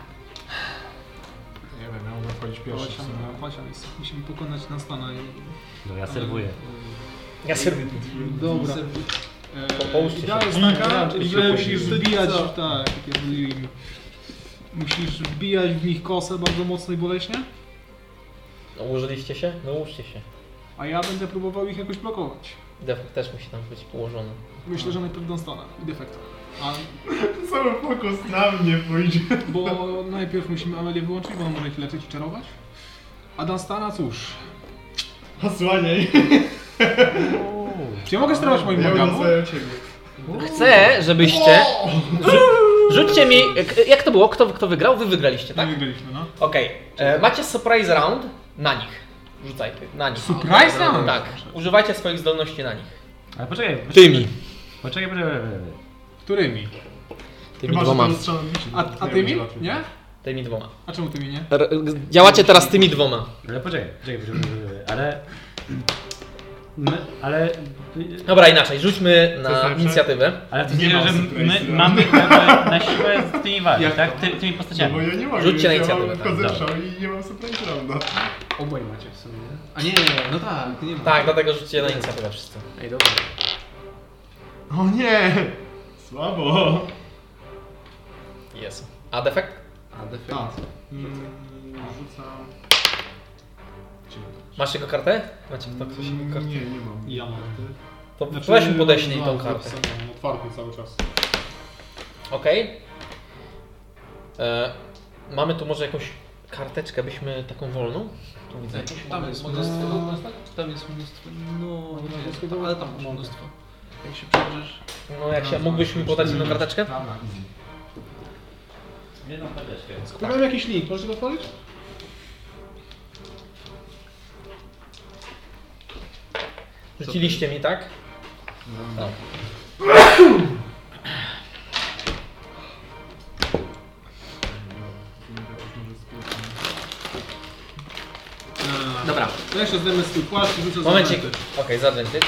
Nie wiem, ja mogę wchodzić pierwszy. w sumie. Chodź, Alice. Musimy pokonać Nastana i... No ja serwuję. Ja sobie... Dobra. Po- połóżcie Idea się. jest taka, Raczej się że musisz poślizgnąć. wbijać, Co? tak, takie mówimy. Musisz wbijać w nich kosę bardzo mocno i boleśnie, No, ułożyliście się? No ułóżcie się. a ja będę próbował ich jakoś blokować. Defekt też musi tam być ułożony. Myślę, że najpierw Dunstana i Defekta. A, Cały fokus na mnie pójdzie. bo najpierw musimy Amelię wyłączyć, bo ona może ich leczyć i czarować. A Dunstana cóż, Osłaniaj. czy ja mogę sterować moim Ja magamu? udaję ciebie. Chcę, żebyście... Rzu- rzućcie mi... jak- Jak to było? Kto, kto wygrał? Wy wygraliście, Tak, tak? wygraliśmy, no. Okej. E, Macie surprise round na nich. Rzucaj, na nich. Surprise round? Tak. Używajcie swoich zdolności na nich. Ale poczekaj, poczekaj. Tymi. Poczekaj, poczekaj, poczekaj. Którymi? Tymi Chyba, że dwoma. to strzelam liczy. A, a tymi? łatwiej. Nie? Tymi dwoma. A czemu tymi nie? R- działacie teraz tymi dwoma. Ale poczekaj, poczekaj, poczekaj, poczekaj. Ale... My, ale... Dobra, inaczej. Rzućmy Co jest na lepsze? inicjatywę. Ale to Nie znaczy, ma że surprise my round. mamy jakby na siłę z tymi walki, Jak tak? to? Ty, tymi No postaciami. bo ja nie mogę. Rzućcie na ja inicjatywę, mam tak, tylko dobra. zeszał i nie mam surprise rounda. Oboje macie w sumie, nie? A nie, no tak, nie ma. Tak, dlatego rzućcie na inicjatywę wszyscy. Ej, dobra. O nie! Słabo. Jest. A defekt? A defekt? Tak. Mm, rzucam... Masz jego kartę? Macie kto ktoś jego kartę? Nie, nie mam. Ja mam. To Znaczy, weź mu podeślij mam tą kartę. zapisane, mam otwarty cały czas. Okej. E, Mamy tu może jakąś karteczkę, byśmy taką wolną? Tu widzę. Tam jest mnóstwo. Tam jest mnóstwo. No, nie, ale tam masz mnóstwo. Jak się przebierzesz. No jak się, mógłbyś mi podać jedną karteczkę? Jedną tabletkę. Skupiam jakiś link, możesz go otworzyć? Rzuciliście mi, tak? Tak. Dobra. Ja jeszcze zdejmę swój płaszcz i rzucę Momencik. zakręty. Okej, z advantage.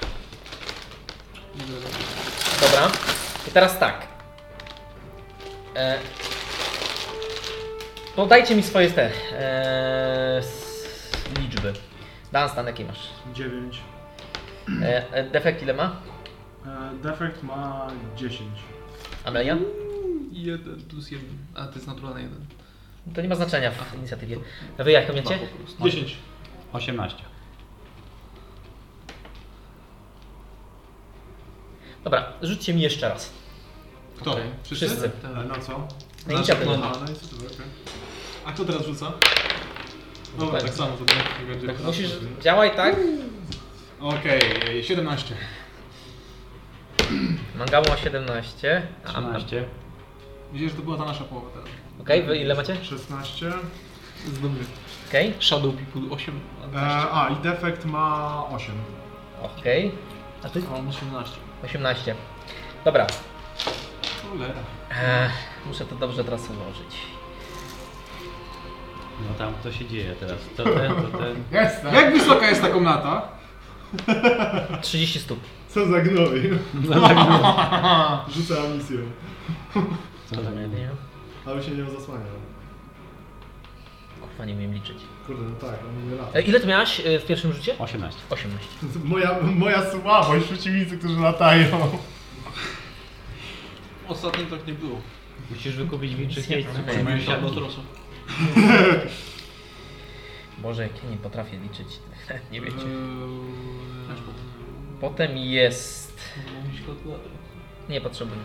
Dobra. I teraz tak. E... Podajcie mi swoje te e... s- liczby. Dunstan, jakie masz? dziewięć. E, e, defekt ile ma? Defekt ma dziesięć. Amelia? Jeden plus jeden. A to jest naturalny jeden. To nie ma znaczenia w inicjatywie. Wy jak Dwa macie? po prostu. dziesięć. osiemnaście. Dobra, rzućcie mi jeszcze raz. Kto? Okej. Wszyscy? Wszyscy. Ale na co? Na inicjatywę. A, no i co to okej. A kto teraz rzuca? Dobra, tak samo, to nie będzie. Tak, musisz działaj tak. Okej, siedemnaście. Mangabu ma siedemnaście. A, a- trzynaście. Widzisz, że to była ta nasza połowa teraz. Okej, wy ile macie? szesnaście. Zdobny. Okej, Shadow People osiem. E, a, i defekt ma osiem. okej. A ty? A on osiemnaście. osiemnaście. Dobra. Cholera. Ech, muszę to dobrze teraz ułożyć. No tam co się dzieje teraz? To ten, to ten. Jestem! Jak wysoka jest ta komnata? trzydzieści stóp. Co za gnoj. Rzucę amunicję. Co za mnie? Nie. Ale się nią zasłania. Kurwa, nie umiem liczyć. Kurde, no tak, on nie lata. E, ile ty miałaś e, w pierwszym rzucie? osiemnaście. osiemnaście. Moja, moja słabość, przeciwnicy, którzy latają. Ostatnio tak nie było. Musisz wykupić wilczych jeźdźców. Nie, żeby Miałem siadło siadło to- trosu. Boże, jak ja nie potrafię liczyć. Nie wiecie. Masz po- Potem jest... Mówić kalkulator. Nie potrzebuję.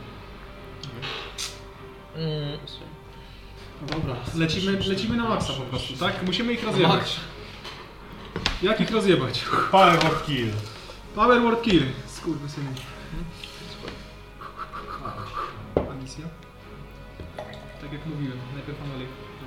Mm, Dobra, lecimy, lecimy na maksa po prostu, tak? Musimy ich rozjebać. Jak ich rozjebać? Power of kill. Power word kill. Skurwysyny. A misja? Tak jak mówiłem, najpierw Amelie.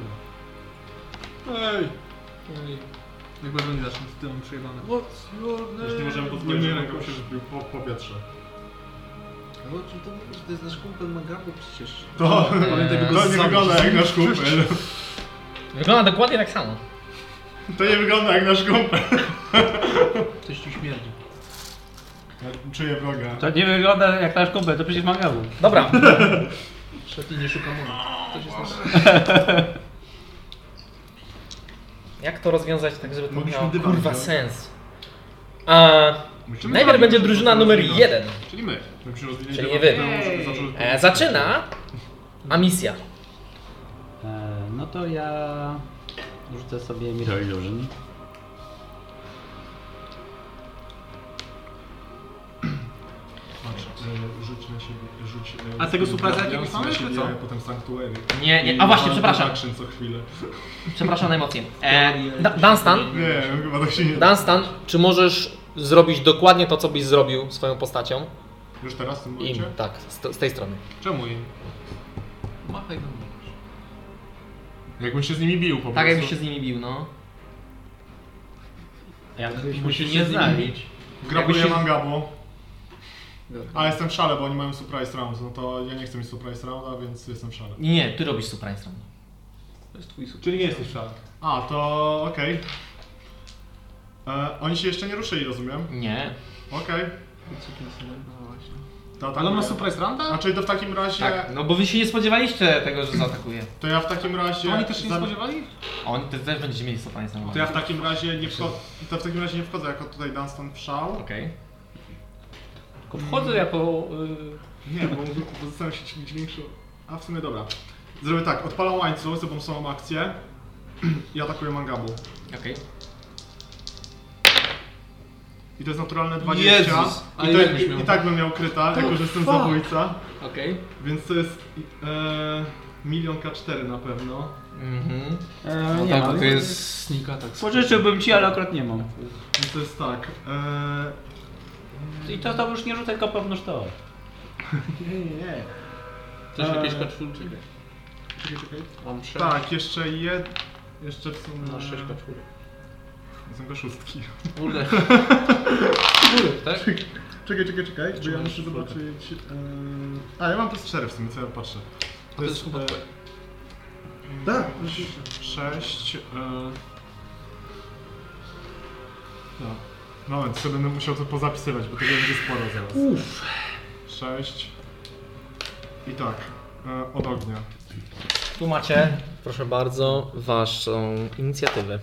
Ej! Ej. Jak bardzo nie zacznę, z tym przejebane. What's your name? Już nie możemy pozwolić, że ręką się zbił po powietrze. Ale o czym to mówisz? To jest nasz kumpel Mangabu przecież. To, Pamiętaj, by go to nie zabić. wygląda jak nasz kumpel. wygląda dokładnie tak samo. To nie wygląda jak nasz kumpel. Coś ci śmierdzi. Czuję wroga. To nie wygląda jak nasz kumpel, to przecież Mangabu. Dobra. Szety nie szuka mona. Ktoś jest nasz. Jak to rozwiązać tak, żeby to Mogliśmy miało dywan kurwa wziąć. sens? A, Musimy Najpierw zrobić, będzie żeby drużyna to numer rozwinąć. jeden. Czyli my. Jak się rozwinie, Czyli to nie wy. temu, żeby zaczął- E, zaczyna Amisja. E, no to ja rzucę sobie Mirror Illusion. Patrz, e, rzuć na siebie, rzuć... e, A tego surprise'a ja jakiegoś na mamy, siebie, czy co? Potem Sanctuary. Nie, nie, I a właśnie, Wild przepraszam. Action co chwilę. Przepraszam najmocniej. E, Da- Dunstan, Nie, chyba tak się nie da. Dunstan, czy możesz zrobić dokładnie to, co byś zrobił swoją postacią? Już teraz w tym Im, momencie? tak, z, z tej strony. Czemu im? Machaj do mnie. Jakbym się z nimi bił po prostu. tak jakbyś się z nimi bił, no. Jakbyśmy Musisz się się nie z nimi znali. bić. Grabuję jakbyś się- Mangabo. Dobra. A jestem w szale, bo oni mają surprise round, no to ja nie chcę mieć surprise rounda, więc jestem w szale. Nie, nie, ty robisz surprise round. To jest twój super. Czyli nie jesteś w szale. A, to okej. E, Oni się jeszcze nie ruszyli, rozumiem? Nie. Okej. No właśnie. To Ale on ma atakuję. surprise rounda? A czyli to w takim razie... Tak, no bo wy się nie spodziewaliście tego, że zaatakuje. To ja w takim razie... To oni też się nie zam- spodziewali? A oni też też będziecie mieli surprise round. To ja w takim razie nie wchodzę... To w takim razie nie wchodzę jako tutaj Dunstan w szał. Okej. Tylko wchodzę jako... y, Nie, bo mówię, bo zastanawiam się dźwiększu. A w sumie dobra. Zrobię tak, odpalam łańcuch, zrobię samą akcję i atakuję Mangabu. Okej. I to jest naturalne dwadzieścia. Jezus, a I, ile to, byś miał? i, I tak bym miał kryta, jako że jestem zabójca. Okej. Więc to jest e, milion K cztery na pewno. Mhm. E, No nie tak, mam. bo to jest sneak attack. Pożyczyłbym ci, ale akurat nie mam. Więc to jest tak. E, I to, to już nie rzucę, tylko pewno to. nie, nie, nie. Chcesz Eee. jakieś kaczulki? Czekaj, czekaj. Mam sześć. Tak, jeszcze jed... Jeszcze w sumie... Masz sześć kaczulek. Są go szóstki. Kurde. Kurde, tak? Czekaj, czekaj, czekaj, bo ja masz muszę czwórkę. zobaczyć... E, a, ja mam plus cztery w sumie, co ja patrzę. To jest chyba e, twoje. Tak, sześć. E... No. Moment, sobie będę musiał to pozapisywać, bo tego będzie sporo zaraz. Uff. sześć. I tak, e, od ognia. Tu macie, proszę bardzo, waszą inicjatywę.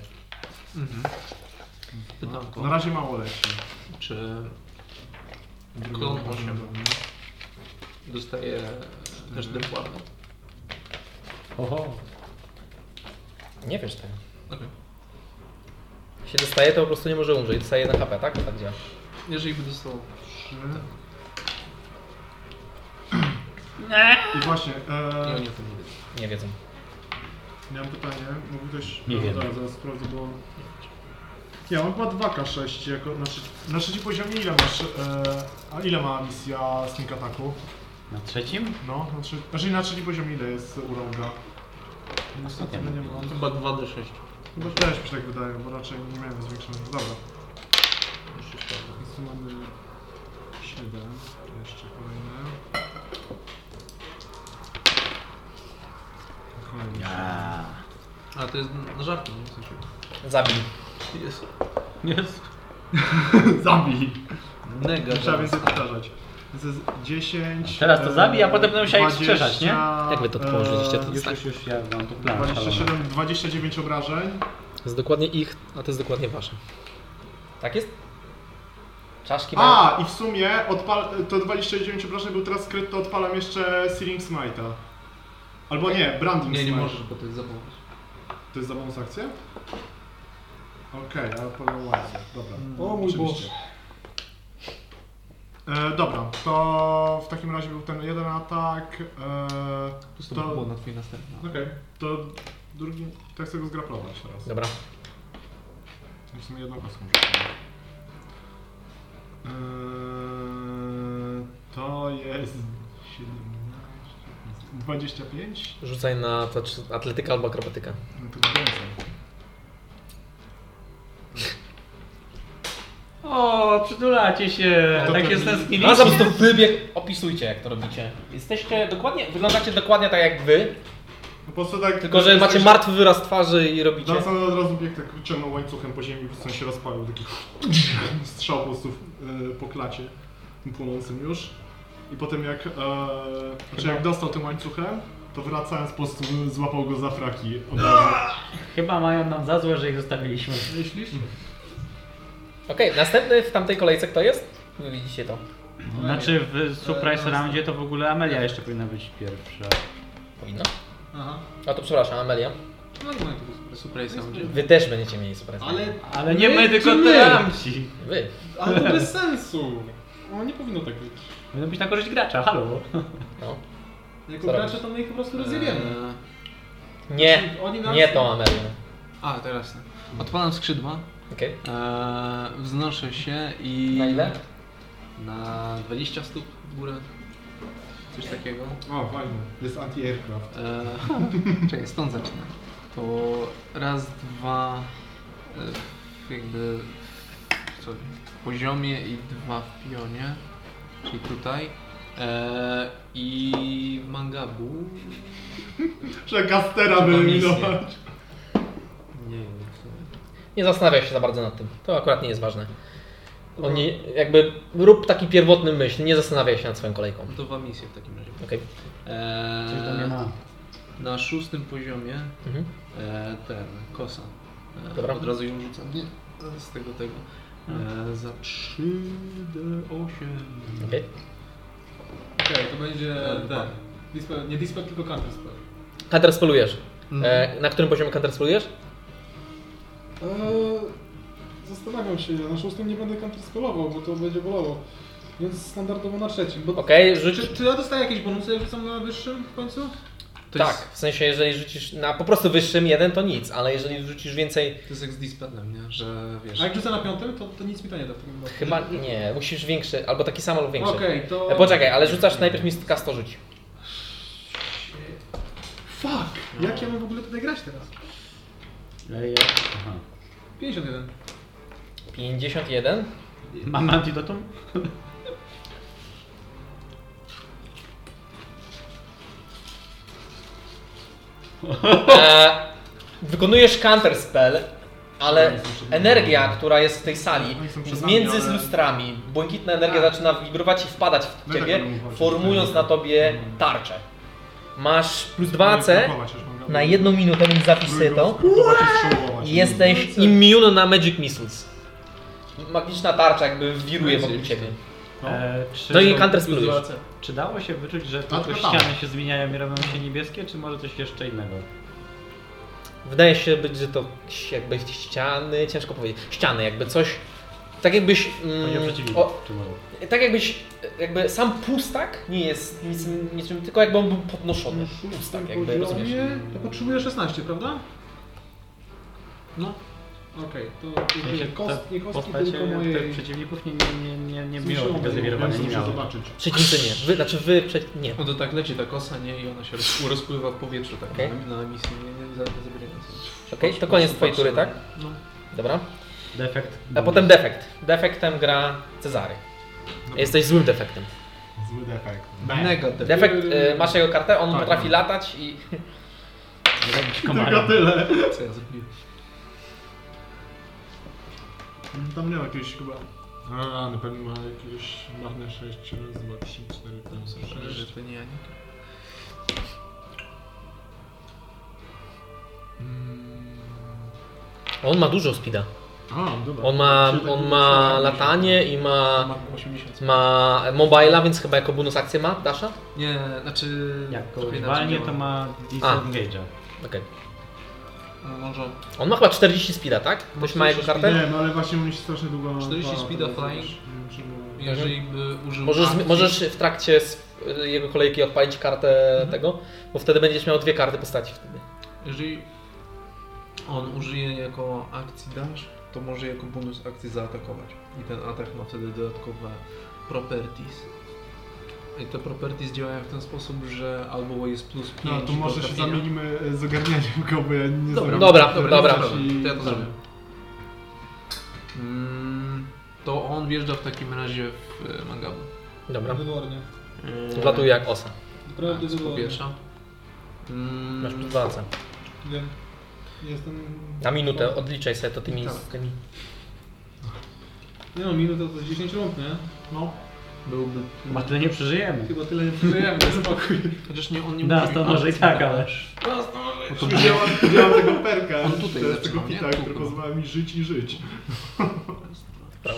Pytanko. Na razie mało leci. Czy klon osiem dostaje też depłatę? Oho. Nie wiesz tego. Okej. Jak się dostaje, to po prostu nie może umrzeć. Dostaje jeden H P, tak? Tak działa. Jeżeli by dostał... trzy. I właśnie, I e, oni o tym nie wiedzą. Nie wiedzą. miałem pytanie, mógł ktoś... Nie no, wiem. Zaraz, zaraz sprawdzę, bo... Ja mam chyba dwa K sześć, jako na, trzeci, na trzecim poziomie ile masz, e, a ile ma misja Sneak Attacku? Na trzecim? No, na trzecim, znaczy na trzecim poziomie ile jest urąga? Niestety Nie nie mam. Chyba dwa D sześć. Chyba też mi się tak wydaje, bo raczej nie miałem zwiększonego. Dobra, Jeszcze sprawdzę. więc tu mamy siedem, to jeszcze kolejne. Kolejne. Ja. A to jest na żarty, nie? W sensie. Zabij. Jest. Jest. Zabij! Mega Trzeba żart. więcej powtarzać. Więc to jest dziesięć. Teraz to e, zabij, a potem będę musiał ich dwadzieścia, skrzeszać, nie? Jak wy to położyliście? To e, Już, już, już, ja mam tu plan dwadzieścia szalony. siedem, dwadzieścia dziewięć obrażeń. To jest dokładnie ich, a to jest dokładnie wasze. Tak jest? Czaszki mają... A, i w sumie odpal, to dwadzieścia dziewięć obrażeń był teraz skryt, to odpalam jeszcze Searing Smite'a. Albo nie, Branding Nie, nie Smite. możesz, bo to jest za bonus. To jest za bonus akcja? Okej, ale odpalam łańcuch, dobra. O mój Oczywiście. E, dobra, to w takim razie był ten jeden atak. E, To to, było na twój następny. Okej, to drugi, tak chcę go zgraplować teraz. Dobra. W sumie jedną kostką rzucam. Eee, to jest siedemnaście, dwadzieścia pięć? Rzucaj na to, czy atletyka albo akrobatyka. No to więcej. O, przytulacie się. To Tak ten- jest A tęskniliście. zaraz to wybieg. Opisujcie, jak to robicie. Jesteście dokładnie, wyglądacie dokładnie tak jak wy, Po prostu tak... tylko że macie martwy wyraz twarzy i robicie... Danson od razu biegł, tak ciągnął łańcuchem po ziemi, po prostu on się rozpalił, taki strzał po prostu w, po klacie, tym płonącym już. I potem jak, e, znaczy jak dostał tym łańcuchem, to wracając po prostu złapał go za fraki od razu. Chyba mają nam za złe, że ich zostawiliśmy. Myślisz? Okej, następny w tamtej kolejce kto jest? Wy widzicie to. Znaczy w Surprise Roundzie to w ogóle Amelia jeszcze powinna być pierwsza. Powinno? Aha. A to przepraszam, Amelia. No nie ma tego super. Surprise Soundzie. Wy też będziecie mieli super. Ale... Ale nie my, tylko my? tamci. Wy. Ale to bez sensu. O, nie powinno tak być. Powinno być na korzyść gracza, halo. No. Jako Co gracze robisz? to my ich po prostu rozjebiemy. Eee, Nie, Oni nas- nie tą Amelią. a, teraz. Odpalam skrzydła, Okej. eee, wznoszę się i... Na ile? Na dwadzieścia stóp w górę. Coś takiego. O, fajnie. Jest anti-aircraft. Eee, czekaj, stąd zacznę. To raz, dwa, e, jakby sorry, w poziomie i dwa w pionie, czyli tutaj. Eee, I w Mangabu. Że Castera by Chyba misję. eliminować. Nie wiem. Nie zastanawiaj się za bardzo nad tym. To akurat nie jest ważne. Oni jakby rób taki pierwotny myśl, nie zastanawiaj się nad swoją kolejką. To dwa misje w takim razie. Okej. Eee, Coś tam nie ma. Na szóstym poziomie Mhm. e, ten, kosa. E, Dobra. Od razu ją rzucam. Nie, z tego tego. E, za trzy D osiem. Okej. Okej, to będzie E, ten. dwa. Dispel, nie Dispel, tylko Counter Spell. Counterspellujesz. Mhm. E, na którym poziomie counterspellujesz? Eee, zastanawiam się, na szóstym nie będę counterspellował, bo to będzie bolało. Więc standardowo na trzecim. Bo... Okej, rzuć. Czy, czy ja dostaję jakieś bonusy, jak rzucam na wyższym w końcu? To Tak, jest, w sensie jeżeli rzucisz na po prostu wyższym jeden to nic, ale jeżeli rzucisz więcej, to jest jak z Dispelem, nie? Że wiesz. A jak rzucę na piątym, to, to nic mi to nie da. w takim wypadku. chyba nie, musisz większy, albo taki sam lub większy. Okej, to... E, poczekaj, ale rzucasz najpierw mi K sto rzuć. Fuck! Jak ja mam w ogóle tutaj grać teraz? Ej, aha. pięćdziesiąt jeden. pięćdziesiąt jeden. Mam antidotum? E, wykonujesz counter spell, ale energia, która jest w tej sali, Oni są przed jest nami, między ale- lustrami. Błękitna energia zaczyna wibrować i wpadać w My ciebie, tak robimy, chodź. formując na tobie tarczę. Masz plus dwa A C Blokować już mam na jedną minutę, więc zapisz sobie to. Blokować i strzałkować. I jesteś immune na Magic Missiles. Magiczna tarcza jakby wiruje wokół ciebie. E, czy, No i to- counter spellujesz. czy dało się wyczuć, że A, tylko to tam. ściany się zmieniają i robią się niebieskie, czy może coś jeszcze innego? Wydaje się być, że to jakby ściany, ciężko powiedzieć. Ściany, jakby coś. Tak jakbyś. Chodzi o Mm, przeciwników, o, czy może? tak jakbyś. Jakby sam pustak nie jest nic, niczym, tylko jakby on był podnoszony. Pustak, jakby rozumiesz. To potrzebuję szesnaście, prawda? No. Okej, to W sensie nie, kost, te nie kostki, postacie tylko tych mojej... przeciwników nie, nie, nie, nie, nie Zmniejszonej. miało tego Ja zawirowania, nie muszę miało. zobaczyć. Przeciwnicy nie. Wy, znaczy wy prze... nie. No to tak leci ta kosa, nie? I ona się roz- rozpływa w powietrzu tak Okej. na, na misji, nie, nie, za- nie zabierając. Okej, to koniec twojej tury, tak? No. Dobra. Defekt. A potem defekt. Defektem gra Cezary. Jesteś złym defektem. Zły defekt. Negatywny. Defekt, y, masz jego kartę, on Tak, potrafi tak. latać i... Robić Tylko komara. tyle. Co ja zrobiłem? Tam nie ma jakiegoś chyba... A, na pewno ma jakieś marne sześć, raz, dwa, trzy, cztery, pięć, Że sześć. to nie ja, nie. On ma dużo speeda. A, dobra. On ma, Czyli on taki ma sam latanie i ma... Ma osiemdziesiąt. Ma mobile'a, więc chyba jako bonus akcję ma Dasha? Nie, znaczy... Jak trochę kogoś inaczej walnie, działa. to ma A. disengage'a. Okej. No, może On ma chyba czterdzieści speeda, tak? Ktoś ma jego kartę? Nie, no ale właśnie on mi się strasznie długo... czterdzieści trwa, speeda to flying. wiesz, nie wiem, czemu- jeżeli by użył Możesz, akcji, możesz w trakcie s- jego kolejki odpalić kartę tego, bo wtedy będziesz miał dwie karty postaci wtedy. Jeżeli on użyje jako akcji dash, to może jako bonus akcji zaatakować. I ten atak ma wtedy dodatkowe properties. I te properties działają w ten sposób, że albo jest plus pięć No to może do się trafienia. zamienimy e, z ogarnianiem go, bo ja nie Dobra, zrobię- Dobra, dobra, dobra. dobra. I- To ja to tak. zrobię. Mm, to on wjeżdża w takim razie w e, Mangabu. Dobra. Wybornie. Yy, Wlatuje jak osa. Naprawdę z po wybornie. pierwsza. Mm, Masz plus dwa C. Wiem. Jestem... Na minutę odliczaj sobie to tymi... Tak. z tymi. Nie no, minutę to jest dziesięć rund, nie? No. byłby... Chyba tyle nie przeżyjemy. Chyba tyle nie przeżyjemy, daj spokój. Chociaż nie, on nie No, mówi to może i akcji tak, ale... dash. Bo to Widziałam, widziałam tego perka. On tutaj to jest zaczynał, tego nie? pita, Tu który chyba. pozwala mi żyć i żyć. Sprawdź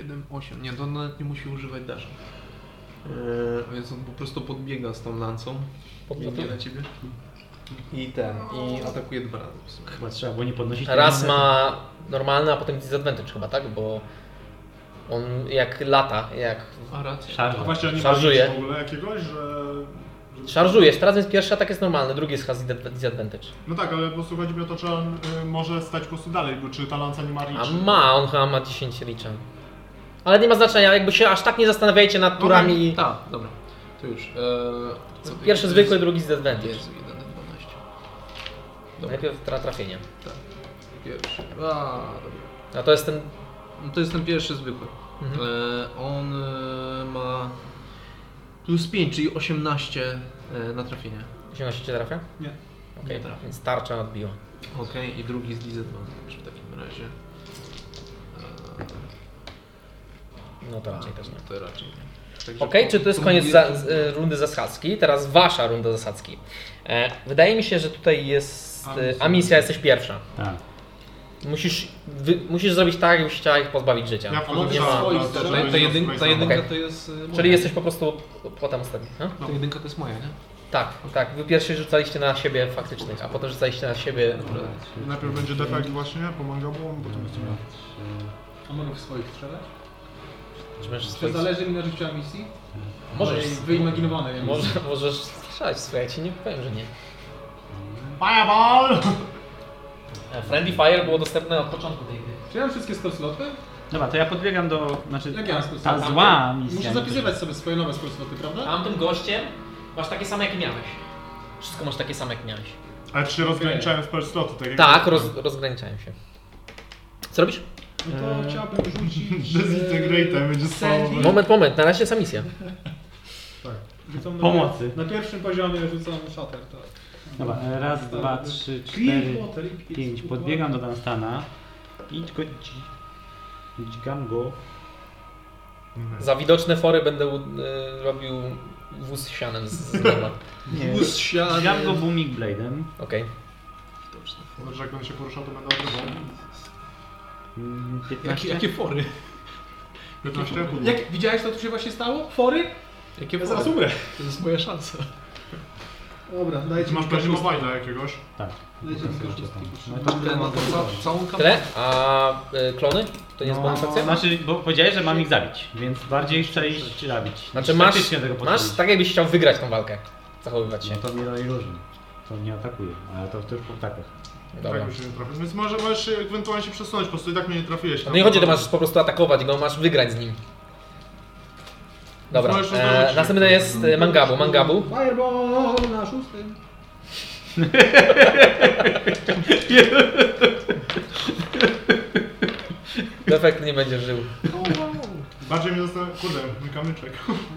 siedem, osiem. Nie, to on nawet nie musi używać dasza. Yy, więc on po prostu podbiega z tą lancą. Podbiegnie na ciebie. I ten, i atakuje dwa razy w sumie. Chyba trzeba było nie podnosić tej Raz monety. ma normalny, a potem disadvantage chyba, tak? Bo on jak lata, jak A racja. A Szarża. właśnie oni Szarżuje. mają w ogóle jakiegoś, że... że- szarżujesz. Teraz więc pierwszy atak jest normalny, drugi jest has disadvantage. No tak, ale po prostu chodzi mi o to, czy on y, może stać po prostu dalej, bo czy ta lanca nie ma reach. A ma, on chyba ma dziesięć reacha. Ale nie ma znaczenia, jakby się aż tak nie zastanawiajcie nad turami. Tak, dobra. To już. Eee, co ty- Pierwszy to zwykły, jest- drugi disadvantage. Jezu, jeden na dwanaście. Dobra, Najpierw tra trafienie. tak. Pierwszy. A, dobra. A to jest ten... No to jest ten pierwszy zwykły. Mhm. Eee, on e, ma plus pięć, czyli osiemnaście e, na trafienie. osiemnaście cię trafia? Nie. Okej, Nie trafia. więc tarcza odbiła. Okej, i drugi z disadvantage w takim razie. Eee, No to raczej też nie. To raczej nie. Także Okej, po- czy to jest co koniec mówię- za, z, e, rundy zasadzki? Teraz wasza runda zasadzki. E, wydaje mi się, że tutaj jest... E, Amisja, jesteś pierwsza. Tak. Musisz, wy, musisz zrobić tak, jakbyś chciała ich pozbawić życia. Ja wchodzę w nie ma- szał, swoich to- też. to Ta, będzie ta, jedyn, ta rozprojsane. jedynka Okej. to jest. e, moja. Czyli jesteś po prostu potem ostatni. No? Ta jedynka to jest moja, nie? Tak, tak. Wy pierwszy rzucaliście na siebie faktycznych, a potem rzucaliście na siebie... Najpierw będzie defekt właśnie, pomaga mu, potem będzie miał. A mogę w swoich strzelać? Czy możesz Czy swoich... zależy mi na życiu misji? Możesz. Wyimaginowane, więc... Może, możesz strzelać swoje, ja ci nie powiem, że nie. Fireball! E, Friendly Fire było dostępne od początku tej gry. Czy ja mam wszystkie spell sloty? Dobra, to ja podbiegam do... Znaczy, Jak ja mam spell ta sloty? zła misja. Muszę zapisywać sobie swoje nowe spell sloty, prawda? Tamtym gościem masz takie same, jakie miałeś. Wszystko masz takie same, jak miałeś. Ale czy się rozgraniczają spell sloty? Tak, jak- Tak, roz, rozgraniczają się. Co robisz? No to chciałbym rzucić... Dezintegratem będzie spało. Moment, moment, na razie jest misja. Rzucam na, Pomocy. Na pierwszym poziomie rzucam shatter, tak. Dobra, e, raz, dwa, trzy, Clear cztery, water, it's pięć. good Podbiegam do water. Dunstana i go... Dźgam go. Za widoczne fory będę y, robił wóz sianem z, z nowa. Nie. Wóz siany. Dźgam go booming blade'em. Okej. Może jak on się poruszał, to będę odrywał. Mm, Jakie, piętnaście. jakie fory? piętnaście? Jak widziałeś, co tu się właśnie stało? Fory? Jakie Ja fory? zaraz umrę. To jest moja szansa. Dobra, dajcie Masz mi pewnie kaszustki. mobile'a jakiegoś. Tak. Dajcie mi Zobaczcie kaszustki. tam. No to Tyle na to ca całą kampanię. Tyle? A y, klony? To nie jest No, bonus akcja? znaczy, bo powiedziałeś, że mam ich zabić, więc bardziej chcę iść zabić. Znaczy niż masz, taktycznie tego masz podchodzić. tak jakbyś chciał wygrać tą walkę. Zachowywać się. No to mnie dalej różni. To nie atakuje, ale to, to już po ptakach. Dobra. Tak, już się nie trafię. Więc może możesz się ewentualnie się przesunąć, po prostu i tak mnie nie trafiłeś. No nie chodzi, to masz po prostu atakować go, masz wygrać z nim. Dobra, Możesz e, zdążyć. następny jest e, Mangabu. Mangabu. Fireball na szóstym. Defekt nie będzie żył. Bardziej mnie zastanawia... Kurde, mój kamyczek.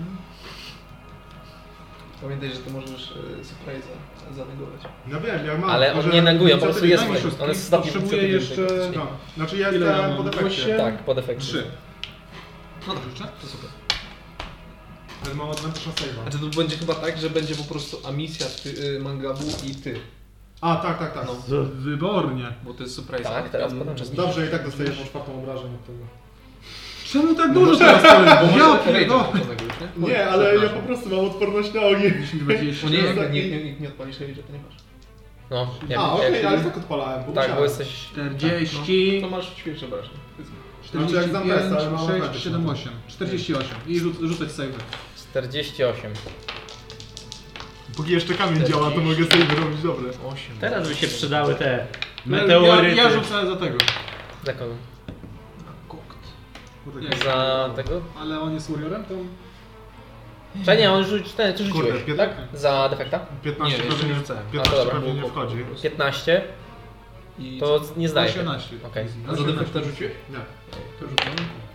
Pamiętaj, że ty możesz e, surprise'a zanegować. Ja wiem, ja mam. Ale on może nie neguje, on po prostu jest, inicjatywy on jest Potrzebuję stopnie jeszcze... No, znaczy ja Ile ja jestem mam? po defekcie. Osiem? Tak, po defekcie. Trzy. No dobrze, jeszcze? To super. Ale mam advantage na save'a. Znaczy to będzie chyba tak, że będzie po prostu Amisja, ty, y, Mangabu i ty. A, tak, tak, tak. No. Wybornie. Bo to jest surprise. Tak, teraz potem uczestniczy. Dobrze, i tak dostajesz tą czwartą obrażeń od tego. Czemu tak dużo teraz powiem? Bo Bo może ja rage'em pierdolę. pokonegujesz, nie? Nie, ale ja po prostu mam odporność na ogień. O nie, jak nie, nie, nie, nie odpalisz rage'a, to nie masz. No, jak, A, okej, jak, ale tak odpalałem, bo tak, bo musiałem. jesteś... czterdzieści, To masz ćwierć obrażeń. Znaczy jak Zambesa, ale mam czterdzieści pięć, advantage siedem, na to. osiem. czterdzieści osiem. I rzuc rzucać save. czterdzieści osiem. Póki jeszcze kamień działa, to mogę sobie robić dobre. osiem. Teraz by się przydały te Ja, meteoryty. ja rzucę za tego. Za kogo? Jak? Za tego? Ale on jest warriorem, to... Czy nie, on rzuć, ten, ty rzuciłeś, Kurde, pię- tak? Za defekta? piętnaście Nie, jeszcze pewnie nie nie, rzucałem. A, piętnaście to dobra, pewnie nie było po- wchodzi. po prostu. piętnaście, I to nie zdaje. osiemnaście. Okej. A za defekta rzuciłeś? Nie, To rzucam.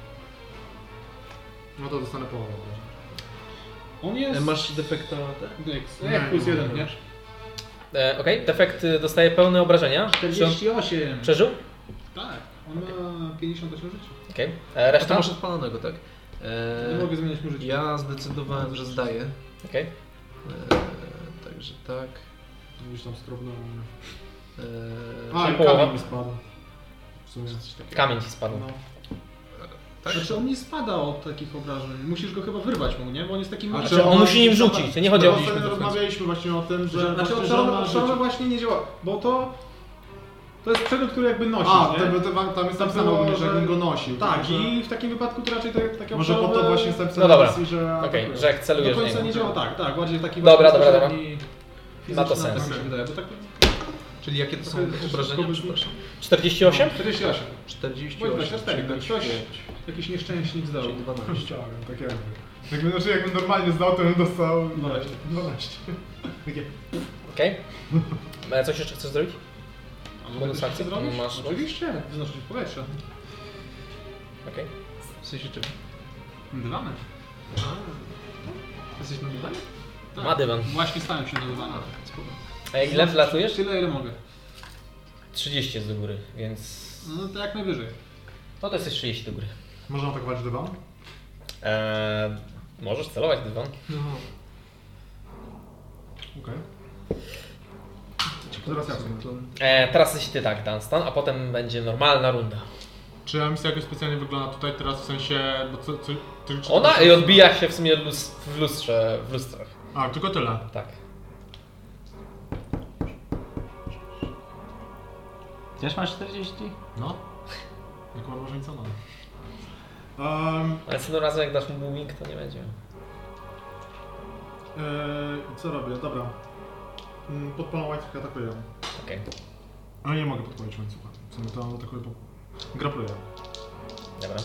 no to dostanę połowę. On E, jest... Masz defekta te? Dex. Nie, Jak plus nie jeden, mam. nie? E, Okej, defekt y, dostaje pełne obrażenia. Czy on czterdzieści osiem. przeżył? Tak. On ma pięćdziesiąt osiem życia. Okej. E, A to Reszta? masz odpalonego, tak? Nie E, mogę zmieniać mu życie. ja zdecydowałem, że zdaję. Okej. E, także tak. Mówisz tam skrobną. E, A, Czyli i połowa. kamień mi spadł. W sumie. coś takiego. Kamień ci spadł. No. Tak? Znaczy on nie spada od takich obrażeń. Musisz go chyba wyrwać mu, nie? Bo on jest takim... A Znaczy, on musi nim rzucić, to nie chodzi o... No, ostatnio rozmawialiśmy właśnie o tym, że... Znaczy właśnie, że obszarowe, ma obszarowe rzucić. właśnie nie działa, bo to... To jest przedmiot, który jakby nosisz, A, nie? te, te, tam jest Tam napisane było, ogólnie, że że- jakbym go nosił. Tak, Także i w takim wypadku to raczej te, takie może po to obszarowe... właśnie jest napisane No dobra. w misji, że... Okej, atakuje. że jak Do celujesz w końca nie niego. działa tak, tak, bardziej taki Dobra, właśnie dobra, dobra. bezpośredni Ma to fizyczny sens. atak mi się wydaje, bo tak... Czyli jakie to są Trochę obrażenia? szybko Przepraszam. czterdzieści osiem? czterdzieści osiem. czterdzieści Bądź osiem, dwadzieścia cztery, czyli tak, ktoś, pięć, jakiś nieszczęśnik zdał. czyli dwanaście. Tak, tak jakby. Jakby, znaczy jakbym normalnie zdał, to bym dostał... dwanaście. dwanaście. Takie... Okej. Okay. Coś jeszcze chcesz zrobić? A mogę Bonus coś akcji? zrobić? Masz- Oczywiście, wznoszyć w powietrze. Okej. W sensie czym? Dywanem. Jesteś na dywanie? Tak. Ma dywan. Właśnie stałem się do dywana. Spoko. A ile wlatujesz? Tyle ile mogę. trzydzieści jest do góry, więc... No to jak najwyżej. No to jest trzydzieści do góry. Można atakować dywan? Eee, możesz celować dywan. No. Okej. Teraz ja sobie. Eee, teraz jesteś ty tak, Dunstan, a potem będzie normalna runda. Czy ta misja jakoś specjalnie wygląda tutaj teraz w sensie... Bo co, co, ty, czy Ona to- i odbija się w sumie lus- w lustrze, w lustrach. A, tylko tyle. Tak. Też masz czterdzieści? No. Jak ma różnica, no. Um, Ale co razem jak dasz mu booming, to nie będzie. e, co robię? Dobra. Mm, Podpalam łańcuch, atakuję. Okej. Ale nie mogę podpalić łańcucha. W sumie to atakuję po... Grapluję. Dobra.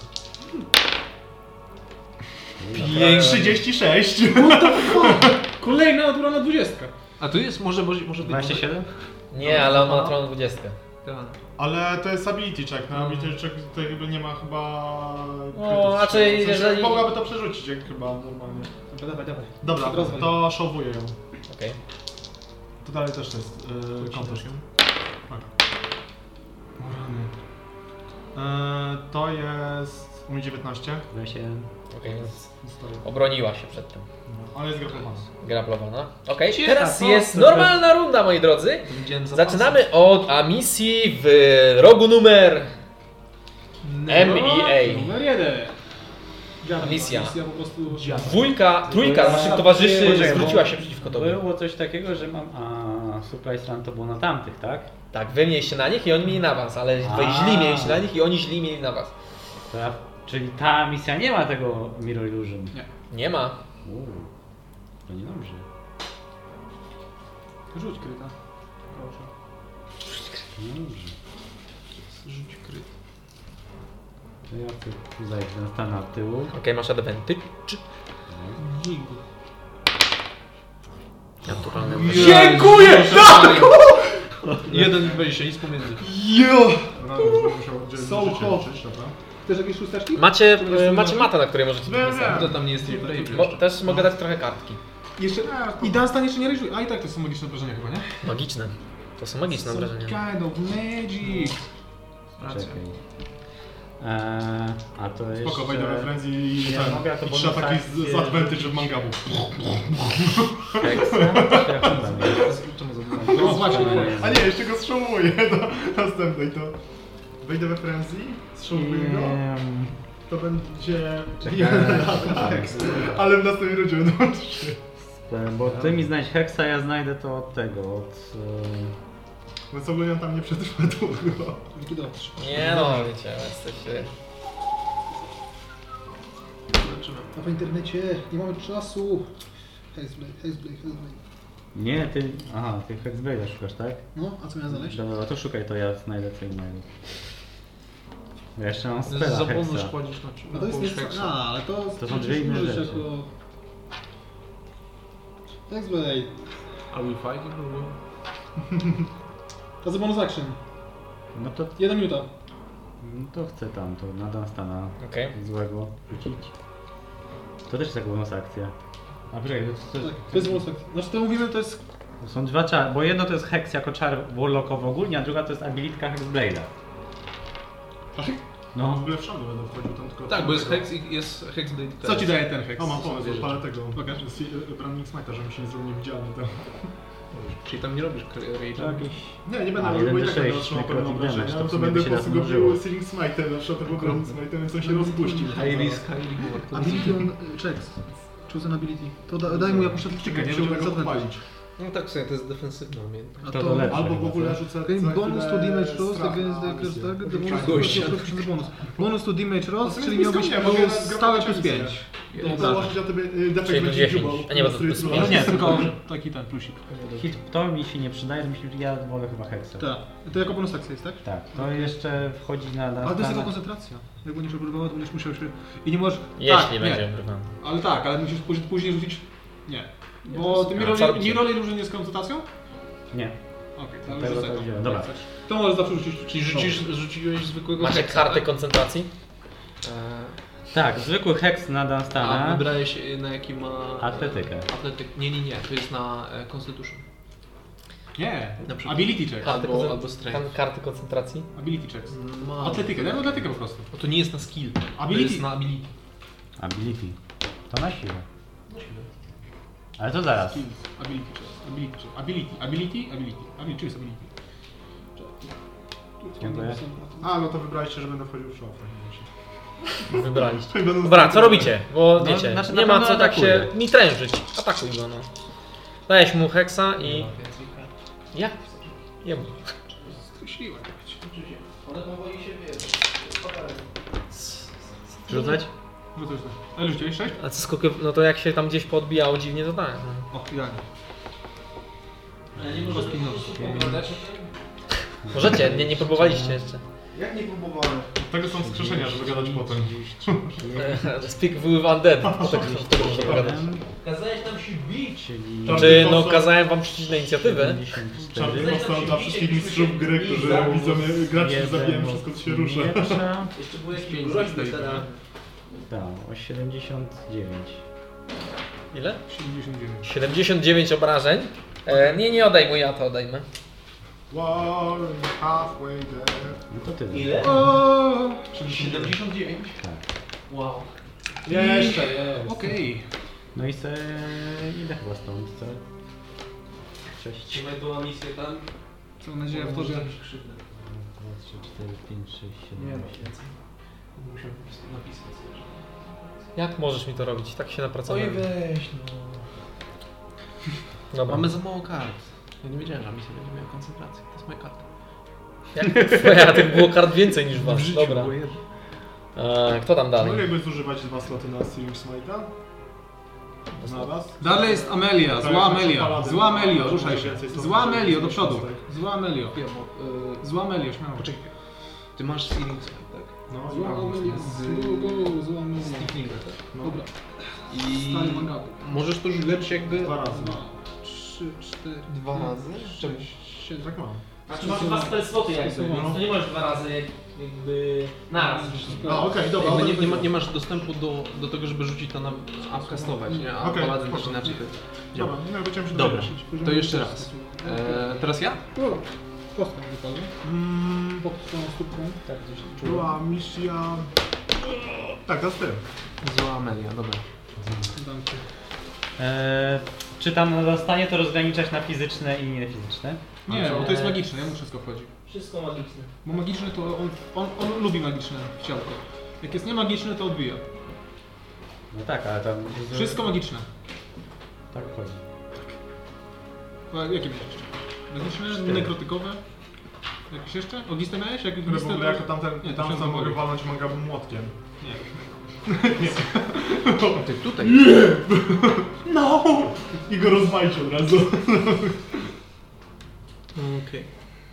trzydzieści sześć! Kolejna naturalna dwudziestka. A tu jest, może, może, może być... dwadzieścia siedem? Nie, ale on ma naturalną dwudziestkę. Tak. Ale to jest ability check, no ability check tutaj chyba nie ma chyba... No, raczej w sensie, jeżeli- mogłaby to przerzucić, jak chyba normalnie. Dobra, dawaj, dawaj. Dobra, Rozwal. to szowuję ją. Okej. To dalej też jest yy, kontest. Tak. O rany. Yy, to jest... u mnie dziewiętnaście. dwadzieścia jeden. Okej, więc Dostaję. obroniła się przed tym. No, ale jest graplowana. Graplowana. Okej, Ciekawe, teraz to- jest to- normalna runda, moi drodzy. Widziałem zapasy. Zaczynamy od a misji w rogu numer M I A. Numer jeden. Dziadek, Misja. Misja po prostu... Dwójka, trójka naszych towarzyszy Poczekaj, zwróciła bo się przeciwko tobie. Było coś takiego, że mam... A, Surprise Run to było na tamtych, tak? Tak, wy mieliście na nich i oni mieli na was, ale wy A. źli mieliście na nich i oni źli mieli na was. To ja, czyli ta misja nie ma tego Mirror Illusion. Nie. Nie ma. Uuu, to niedobrze. Rzuć kryta. Proszę. Niedobrze. Rzuć kryt. To ja tu zajdę na stan od tyłu. Okej, masz advantage. Dźwig. Naturalne. Dziękuję! Jeden i dwadzieścia, nic pomiędzy. Jo! No, musiał oddzielić So życie hot. liczyć, dobra. Chcesz jakieś szósteczki? Macie, Czy będziesz e, macie numerowy? matę, na której możecie Wiem, pisać. wiem. To tam nie jesteś brave Mo, jeszcze. też mogę dać trochę kartki. Jeszcze... I Dunstan jeszcze nie reżuje. A i tak to są magiczne obrażenia chyba, nie? Magiczne. To są magiczne Some obrażenia. kind of magic. Racja. Czekaj. Eee, a to jeszcze... Spoko, wejdę we frenzy i, Nie, ten, mogę to i trzy bonus ataki z, z akcję advantage od mangabu. Hexa? Czy jak on tam jest? Czemu za No właśnie. A nie, jeszcze go strzołuję do następnej to. Wejdę we frenzy, strzołuję go, Ehm, to będzie Czekaj. jeden atak. Ale w następnej rundzie będą trzy. Bo ty mi znajdź Hexa, ja znajdę to od tego, od... e, Więc ogólnie on tam nie przetrwa długo. Likwidować. Nie no, wiecie, jesteście... Zobaczymy. A w internecie nie mamy czasu. Hexblade, Hexblade, Hexblade. Nie, ty... Aha, ty Hexblade'a szukasz, tak? No, a co miałem znaleźć? Dobra, to szukaj, to ja znajdę co innego. Ja jeszcze mam spela Za bonus Hexa. kładziesz na No to jest nie... Hexa. A, ale to... To są dwie inne użyć rzeczy. jako... Hexblade. Are we fighting or what? To jest bonus action. No to, Jedna minuta. no to chcę tam, to na Dunstana Okej. złego rzucić. To też jest taka bonus akcja. A poczekaj, to, to, Tak, to jest bonus action. Znaczy to mówimy, to jest... to są dwa czary, bo jedno to jest Hex jako czar warlockowy ogólnie, a druga to jest abilitka Hexblade'a. No. W No, ogóle w szanę będę wchodził tam tylko... Tak, bo jest Hex i jest Hexblade. Co ci daje ten hex? O, mam pomysł, Wierzyć. odpalę tego. Pokaż. Z- Branding Smite'a, żeby się nie zrobił niewidzialny to. Czyli tam nie robisz rage'a? To jakieś... Nie, nie będę A, robił, bo i jeden tak D będę sześć otrzymał pewne necrotic damage, obrażenia, to w to sumie będę by się po tak prostu go mnożyło. bił Searing Smite'em, na przykład tego Golden Smite'em, więc on się rozpuści. High risk, high reward. Ability on checks. Chosen ability. To da, daj mu jakąś statystykę, Nie nie będziemy wiem, go co to palić. No tak w sumie, to jest defensywna umiejętność. A To to... do lepsze. Albo w ogóle chyba, co? rzucę Okay, co bonus to chwilę damage rolls strach against na the misję. target, the Gościa. bonus to bonus. Bonus to damage rolls, To czyli jest miałbyś blisko mnie, mogę plus grać stałe na plus misję. pięć. To założyć na tobie y, defekt Czyli plus będzie dziesięć. dziubał, A nie, bo to który plus trudno. pięć. No nie, tylko taki ten plusik. Hit to mi się nie przydaje, myślę, że ja wolę chyba Hexa. Tak. To jako bonus akcja jest, tak? Tak, to jeszcze wchodzi na... na Ale to jest na- jako koncentracja. Jak będziesz obrywał, to będziesz musiał się... I nie możesz... Jeśli tak, będzie nie. obrywany. Ale tak, ale musisz później, później rzucić... Nie. Bo ty A, mi co roli, robicie? nie roli różnie z koncentracją? Nie. Okej, Tego to już to rzucę. wziąłem. Dobra. To możesz zawsze rzucić. Czyli rzucisz, rzuciłeś zwykłego Macie hexa, kartę tak? koncentracji? Eee, Tak, zwykły Hex na A Dunstana, wybrałeś y, na jaki ma... atletykę. Atletyk. Nie, nie, nie, to jest na e, Constitution. Nie. Na przykład. Ability check. Karty, Albo- koncen- albo strength. kan- karty koncentracji? Ability checks. Ma... Atletykę, daj mu atletykę po prostu. No to nie jest na skill. Ability. To jest na ability. Ability. To na siłę. Ale to zaraz. Skills. Ability checks. Ability checks. Ability. Ability. Ability. Ability. Czym jest ability? Dziękuję. A, no to wybraliście, że będę wchodził w szafę. Wybraliście. Będą Dobra, co robicie? Bo No, wiecie, znaczy nie na ma pewno co tak się atakuje. mitrężyć. Atakuj go, no. Dajesz mu heksa i... Ja? Jemu. Siła. Rzucać? No to jest tak. Ale rzuciłeś sześć? A co skoky... No to jak się tam gdzieś poodbijało dziwnie, to tak. No. O, idealnie. Nie można Możecie, nie, nie próbowaliście jeszcze. Jak nie próbowałem? Tego są skrzeszenia, żeby gadać potem. Speak with undead. O tak to można pogadać. Kazałeś nam się bić. Czyli Czy no kazałem wam przyjść na inicjatywę? Czarny siedemdziesiąt cztery. powstał dla wszystkich mistrzów gry, którzy widzą mnie- graczy zabijają wszystko, co się rusza. Mieprza. Jeszcze były jakieś Pięć groźby cztery. teraz. Tak, o siedemdziesiąt dziewięć. Ile? siedemdziesiąt dziewięć. siedemdziesiąt dziewięć obrażeń. E, nie, nie odejmuj, ja to odejmę. Wow, halfway there. No to tyle. Ile? siedemdziesiąt dziewięć? Tak. Wow. Jeszcze jest. Okej. No i se idę chyba stąd, co? Cześć. Trzymaj tą misję tam. Mam nadzieję w to, że... dwa, trzy, cztery, pięć, sześć, siedem, Nie, no, osiem. więcej. Musiałem po prostu napisać. Jak możesz mi to robić? Tak się napracowałem. Oj weź no. Dobra. Mamy za mało kart. Ja nie wiedziałem, że misja będzie miała koncentrację. To jest moja karta. Jak twoja, tych było kart więcej niż was. Dobra. było jedno. E, kto tam dalej? Mogę jakby zużywać dwa sloty na Searing Smite'a? Na raz? Dalej jest Amelia, Tak, zła jak Amelia. paladyn. Zła Amelio, Może ruszaj się. więcej, to Zła może Amelio, do więcej przodu. kostek. Zła Amelio. Ja, bo, y, Zła Amelio, śmiało. Poczekaj. Ty masz Searing Smite, tak? No, Zła i Amelia. Go, go, zła Amelia. Stiflinga, tak? no. Dobra. I Stary mangabu. możesz to rzucić jakby Dwa razy. Dwa, trzy, cztery, dwa razy? Czemu? sześć, siedem. Tak mam. Znaczy masz dwa spell sloty jakby, No. więc to nie możesz dwa razy jak- jakby naraz. A, okej, dobra. Jakby nie, to nie, ma, będzie- nie masz dostępu do, do tego, żeby rzucić to na upcastować, nie? A Okej, paladyn spoko. też inaczej to działa. Dobra, no chciałem się Dobra, dowiedzieć. to jeszcze raz. E, teraz ja? O, Kostka wypadła. Mm, Pod tą stópką. Tak, gdzieś była misja... Tak, to z tym. Zła Amelia, dobra. Dam ci. Eee, czy tam na dostanie to rozgraniczać na fizyczne i niefizyczne? Nie, bo to jest magiczne, jemu wszystko wchodzi. Wszystko magiczne. Bo magiczny to on, on, on lubi magiczne ciałko. Jak jest niemagiczny, to odbija. No tak, ale tam... Wszystko magiczne. Tak chodzi. A jakie miałeś jeszcze? Magiczne, Cztery. nekrotykowe? Jakieś jeszcze? Ogniste miałeś? Jak Które w ogniste ogóle jako tamten, Nie, to tamten wszystko mogę mogę. walnąć mangabu młotkiem. Nie. Ty tutaj. No! I go rozwalić od razu. Okej.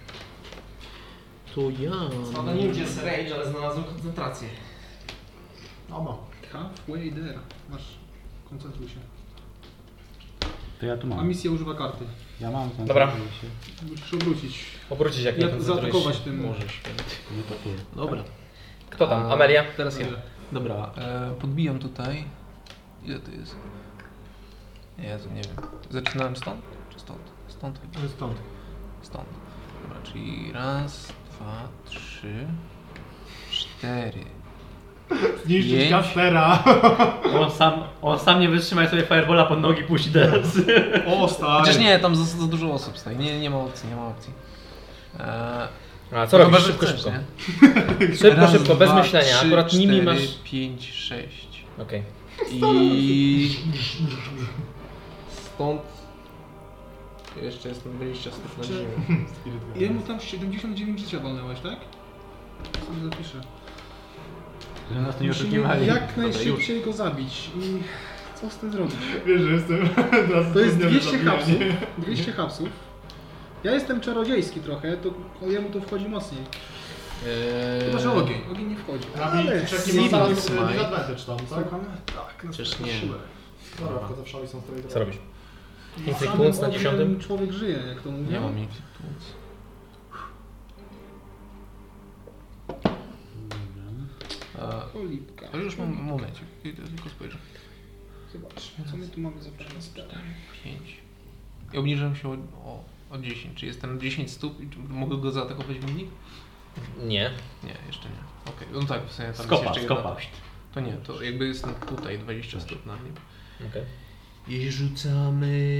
To ja... Co to nie wiem gdzie jest rage, ale znalazłem koncentrację. No, no. Halfway there. Masz... Koncentruj się. To ja tu A mam. misja używa karty. Ja mam ten. Dobra. się. Musisz obrócić. Obrócić jak nie Jak koncentrujesz zaatakować się. tym... Może świetnie. Nie pakuję. Dobra. Kto tam? A, Amelia? Teraz ja. Dobra, e, podbijam tutaj. Ile to jest? Jezu, nie wiem. Zaczynałem stąd? Czy stąd? Stąd chyba. Ale stąd. Stąd. Dobra, czyli raz, dwa, trzy, cztery. Zniszczyć Pięć. Kaspera. O sam, o No sam nie wytrzymaj sobie firebola pod nogi, puści teraz. O, stary. Chociaż nie, tam za, za dużo osób stoi. Nie, nie ma opcji, nie ma opcji. Eee, A co robisz? Szybko, szybko. Szybko, Raz, szybko, bez dwa, myślenia. trzy, Akurat nimi cztery, masz... pięć, sześć. Okej. I... Stąd... Jeszcze jestem dwadzieścia stóp na Czy- ziemi. Jemu tam siedemdziesiąt dziewięć życia walnęłeś, tak? Sobie zapiszę. Że nas nie Musimy oszukiwali. jak najszybciej go zabić i co z tym zrobić? Wiesz, że jestem teraz To jest trudniony dwieście zabijanie. hapsów. dwieście hapsów. Ja jestem czarodziejski trochę, to jemu to wchodzi mocniej. Eee, Chyba, że ogień. Ogień nie wchodzi. Nabi, czekaj, Sim, mam Smite. disadvantage tam, tak? Słucham? Tak, na Przecież nie. siłę. Dobra, wchodzę w szał i są straight. Co robisz? I Inflict samym wounds na ogniem dziesiątym? człowiek żyje, jak to mówią. Nie mam nic. Eee, Polipka. ale już mam momencik. Idę tylko spojrzę. Zobacz, co my tu mamy za przestrzeń. pięć. I obniżyłem się o, o, o dziesięć. Czy jestem dziesięć stóp i czy mogę go zaatakować w wynik? Nie. Nie, jeszcze nie. Okej, no tak, w sensie tam Skopa, jest jeszcze skopa. jedna. To nie, to jakby jestem tutaj dwadzieścia stóp na nim. Okej. I rzucamy...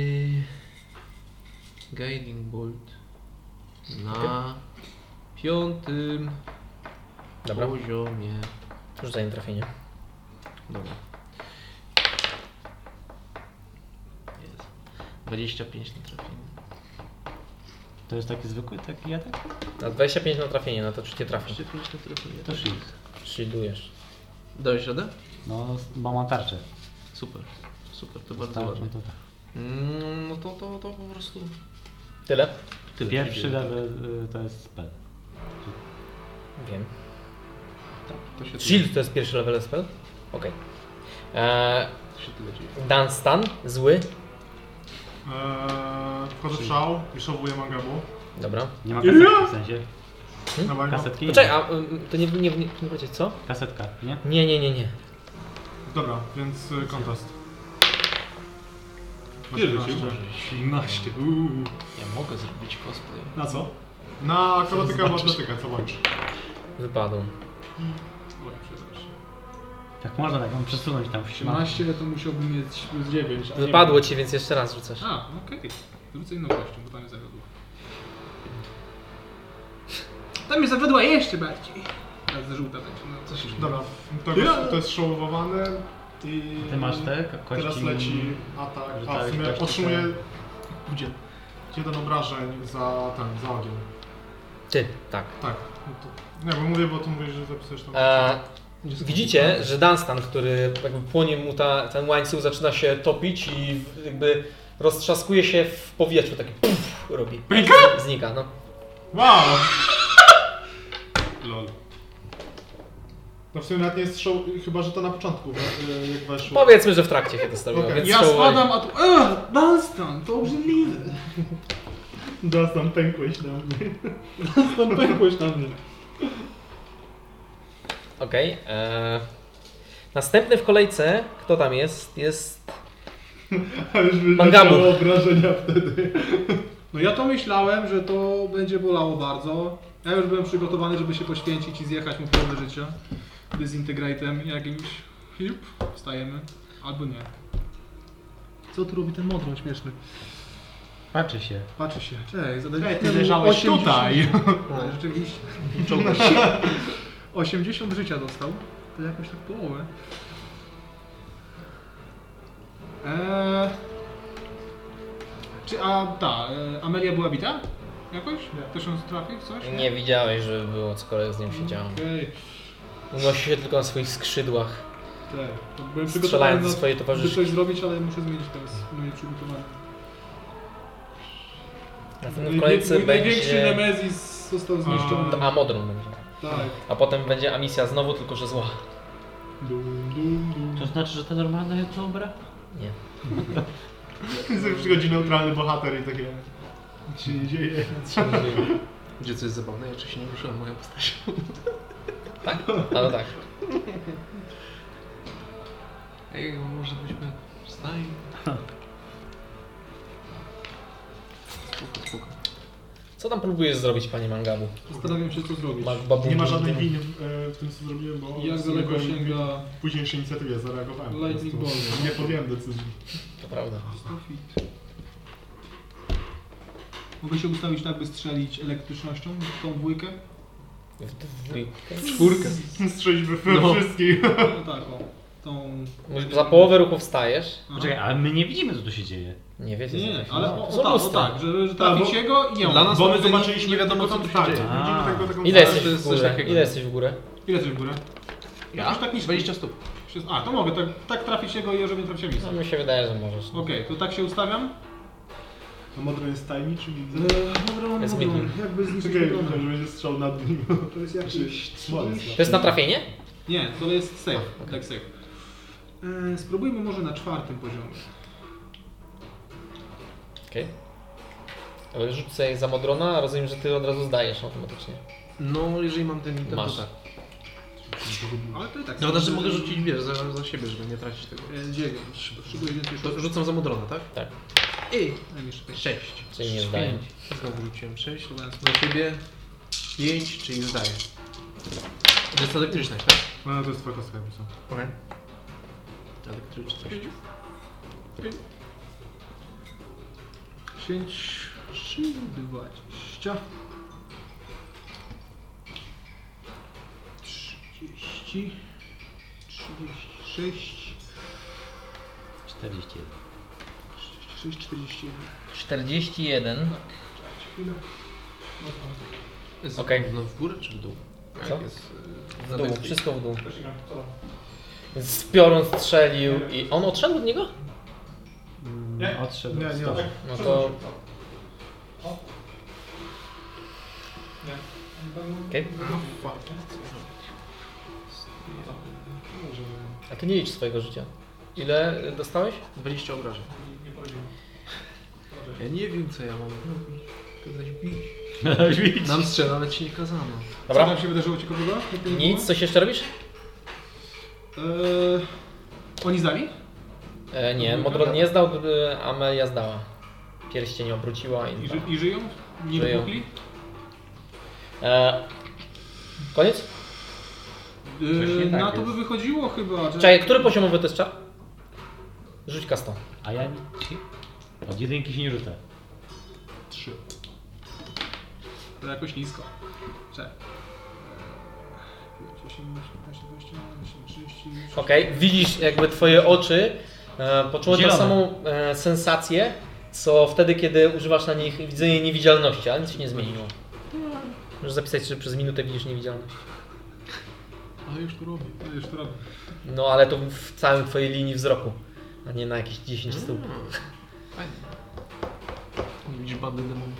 Guiding Bolt na piątym Dobra. poziomie. Rzucaj na trafienie. Dobra. Jest. dwadzieścia pięć na trafienie. To jest taki zwykły taki atak? Na dwadzieścia pięć na trafienie, na to czy cię trafi. dwadzieścia pięć na trafienie. To shield. Shieldujesz. Dałeś radę? No, bo mam tarczę. Super. Super, to bardzo Tak, ładnie. no to tak. Mm, no to, to, to po prostu... Tyle? Tyle. Pierwszy Tyle. level y, to jest spell. Wiem. To się Shield to jest pierwszy level spell? Okej. Eee, To się tyle dzieje. Dunstan, zły. Eee, wchodzę w szał i szowuję mangabu. Dobra. Nie ma kasetki w sensie. Dawaj, no. Kasetki? Poczekaj, a ym, to nie, nie, nie, nie powiedzieć co? Kasetka, nie? Nie, nie, nie, nie. Dobra, więc y, kontest. Ile osiemnaście. osiemnaście. Ja mogę zrobić cosplay. Na co? Na akrobatykę albo atletykę, co bądź. Wypadł. Tak można tak, mam przesunąć tam w ścianę. osiemnaście to musiałbym mieć plus dziewięć. a nie- Wypadło ci, więc jeszcze raz rzucasz. A, okej. Rzucę inną kością, bo tam jest zawiodła. Tam jest zawiodła jeszcze bardziej. Teraz żółta będzie, no coś jeszcze. Dobra, to, jest- to jest showowane i... Ty masz te ko- kości... Teraz leci atak, że a w tak, sumie kości otrzymuje te- gdzie? jeden obrażeń za ten, za ogień. Ty, tak. Tak. No to, nie, bo mówię, bo tu mówisz, że zapisujesz tam... Eee, widzicie, że Dunstan, który jakby płonie mu ta, ten łańcuch zaczyna się topić i w- jakby roztrzaskuje się w powietrzu, taki puf robi. Znika, no. Wow! Lol. No w sumie nawet nie jest show, chyba że to na początku, jak jak weszło. Powiedzmy, że w trakcie się dostawiło, Okej. więc Ja show- spadam, a tu... Eee, Dunstan, to obrzydliwe. Dostan, pękłeś na mnie. Dunstan, pękłeś na mnie. Okej. eee, Następny w kolejce, kto tam jest? Jest... Ale już Mangabu. wyleciało obrażenia wtedy. No ja to myślałem, że to będzie bolało bardzo. Ja już byłem przygotowany, żeby się poświęcić i zjechać mu połowę życia. Dezintegratem jakimś. Hilp. Wstajemy. Albo nie. Co tu robi ten modron śmieszny? Patrzy się. Patrzy się. Cześć, zadać Ej, ty leżałeś tutaj. No, rzeczywiście. osiemdziesiąt życia dostał. To jakoś tak połowę. Eee... Czy a ta, e, Amelia była bita? Jakoś? Też ją trafił w coś? Nie widziałeś, żeby było cokolwiek z nią się działo. Okej. Unosi się tylko na swoich skrzydłach, Tak. To byłem strzelając przygotowany do na swojej by towarzyszki. coś zrobić, ale muszę zmienić teraz moje przygotowanie. Następny w kolejce Mój największy będzie... Nemezis został zniszczony. To Amodron będzie. Tak. A potem będzie Amisja znowu, tylko że zła. Dum, dum, dum. To znaczy, że ta normalna jest dobra? Nie. Przychodzi neutralny bohater i takie... Co się nie dzieje? Gdzie coś zabawne, ja jeszcze się nie ruszyłem moją postacią. Tak? A no tak. Ej, może byśmy wstali? Spoko, spoko. Co tam próbujesz zrobić, panie Mangabu? Zastanawiam się, co zrobić. Mag- babu- Nie ma żadnej winy w tym, co zrobiłem, bo Jak z daleko niego sięga w późniejszej inicjatywie zareagowałem. po Lightning prostu. Bolt? Nie podjąłem decyzji. To prawda. Stofit. Mogę się ustawić tak, by strzelić elektrycznością w tą dwójkę? W dwójkę. Czwórkę. Strzeliśmy we No. wszystkich. No tak, o. Tą... Za połowę ruchu wstajesz. Aha. Poczekaj, ale my nie widzimy, co tu się dzieje. Nie wiecie, Nie, co nie, to się ale dzieje. o, To o, są tak, o lustra. tak, że, że traficie bo- go i nie Dla ma. nas Bo to my wtedy zobaczyliśmy nie wiadomo, co tu się tak, dzieje. widzimy A. tego taką Ile salę. jesteś to w jest coś górę? takiego. Ile jesteś w górę? Ile coś w górę? Ja? Jakoś tak nisko. dwadzieścia stóp. A, to mogę tak, tak trafić jego i żeby nie trafić misję. No mi się wydaje, że możesz. Okej, to tak się ustawiam. A Modron jest tajni, czy widzę? Dobra, mam Jest dobra. medium. Jakby zniszczyć Czekaj, Modrona. że będzie strzał nad nim. To jest jakiś... Smol jest. To jest na trafienie? Nie, to jest save, tak save. E, spróbujmy może na czwartym poziomie. Okej. Okay. Rzuć sobie za Modrona, a rozumiem, że ty od razu zdajesz automatycznie. No, jeżeli mam ten item, Masz. to tak. Ale to i tak... No, znaczy mogę rzucić, wiesz, za, za siebie, żeby nie tracić tego. E, dziewięć. Potrzebuję więcej To szoku. rzucam za Modrona, tak? Tak. I Daj mi jeszcze pięć. sześć. Czyli nie zdaję. Znowu rzuciłem sześć. Próbowałem Na siebie pięć, czyli zdaję. To jest elektryczność, tak? No to jest twoja kostka, co? Okej. Elektryczność. pięć, trzy, dwadzieścia. trzydzieści. trzydzieści sześć. czterdzieści jeden. trzydzieści sześć, czterdzieści jeden. czterdzieści jeden. Chwilę. Jest Okej. No, w górę czy w dół? Co? Jak jest, W y, dół, na wszystko w dół. Z piorun strzelił i on odszedł od niego? Nie. Odszedł. Nie, nie Stop. odszedł. No to... Okej. A ty nie licz swojego życia. Ile dostałeś? dwadzieścia obrażeń. Ja nie wiem, co ja mam robić. Kazać bić. Nam strzela, ale ci nie kazano. Co Dobra. tam się wydarzyło ciekawego? Jak to nie Nic, było? coś jeszcze robisz? Eee, oni zdali? E, nie, Modron nie zdał, gdyby Amelia zdała. Pierścień obróciła i... I, ży, i żyją? Nie Żyją. wybuchli? E, koniec? Eee, nie tak na to jest. by wychodziło chyba, że... Czekaj, który poziomowy to jest czar? Rzuć kastą. A ja nie... Od jedynki się nie rzucę. Trzy. To jakoś nisko. Czekaj. osiemnaście, piętnaście, dwadzieścia, trzydzieści... Okej, widzisz jakby twoje oczy e, poczuły tę Zielone. samą e, sensację, co wtedy, kiedy używasz na nich widzenia niewidzialności, ale nic się nie zmieniło. Możesz zapisać, że przez minutę widzisz niewidzialność. Ale już to robię. No już to robię. No ale to w całej twojej linii wzroku, a nie na jakieś dziesięć stóp. Fajnie. Nie widzisz bandy demonów.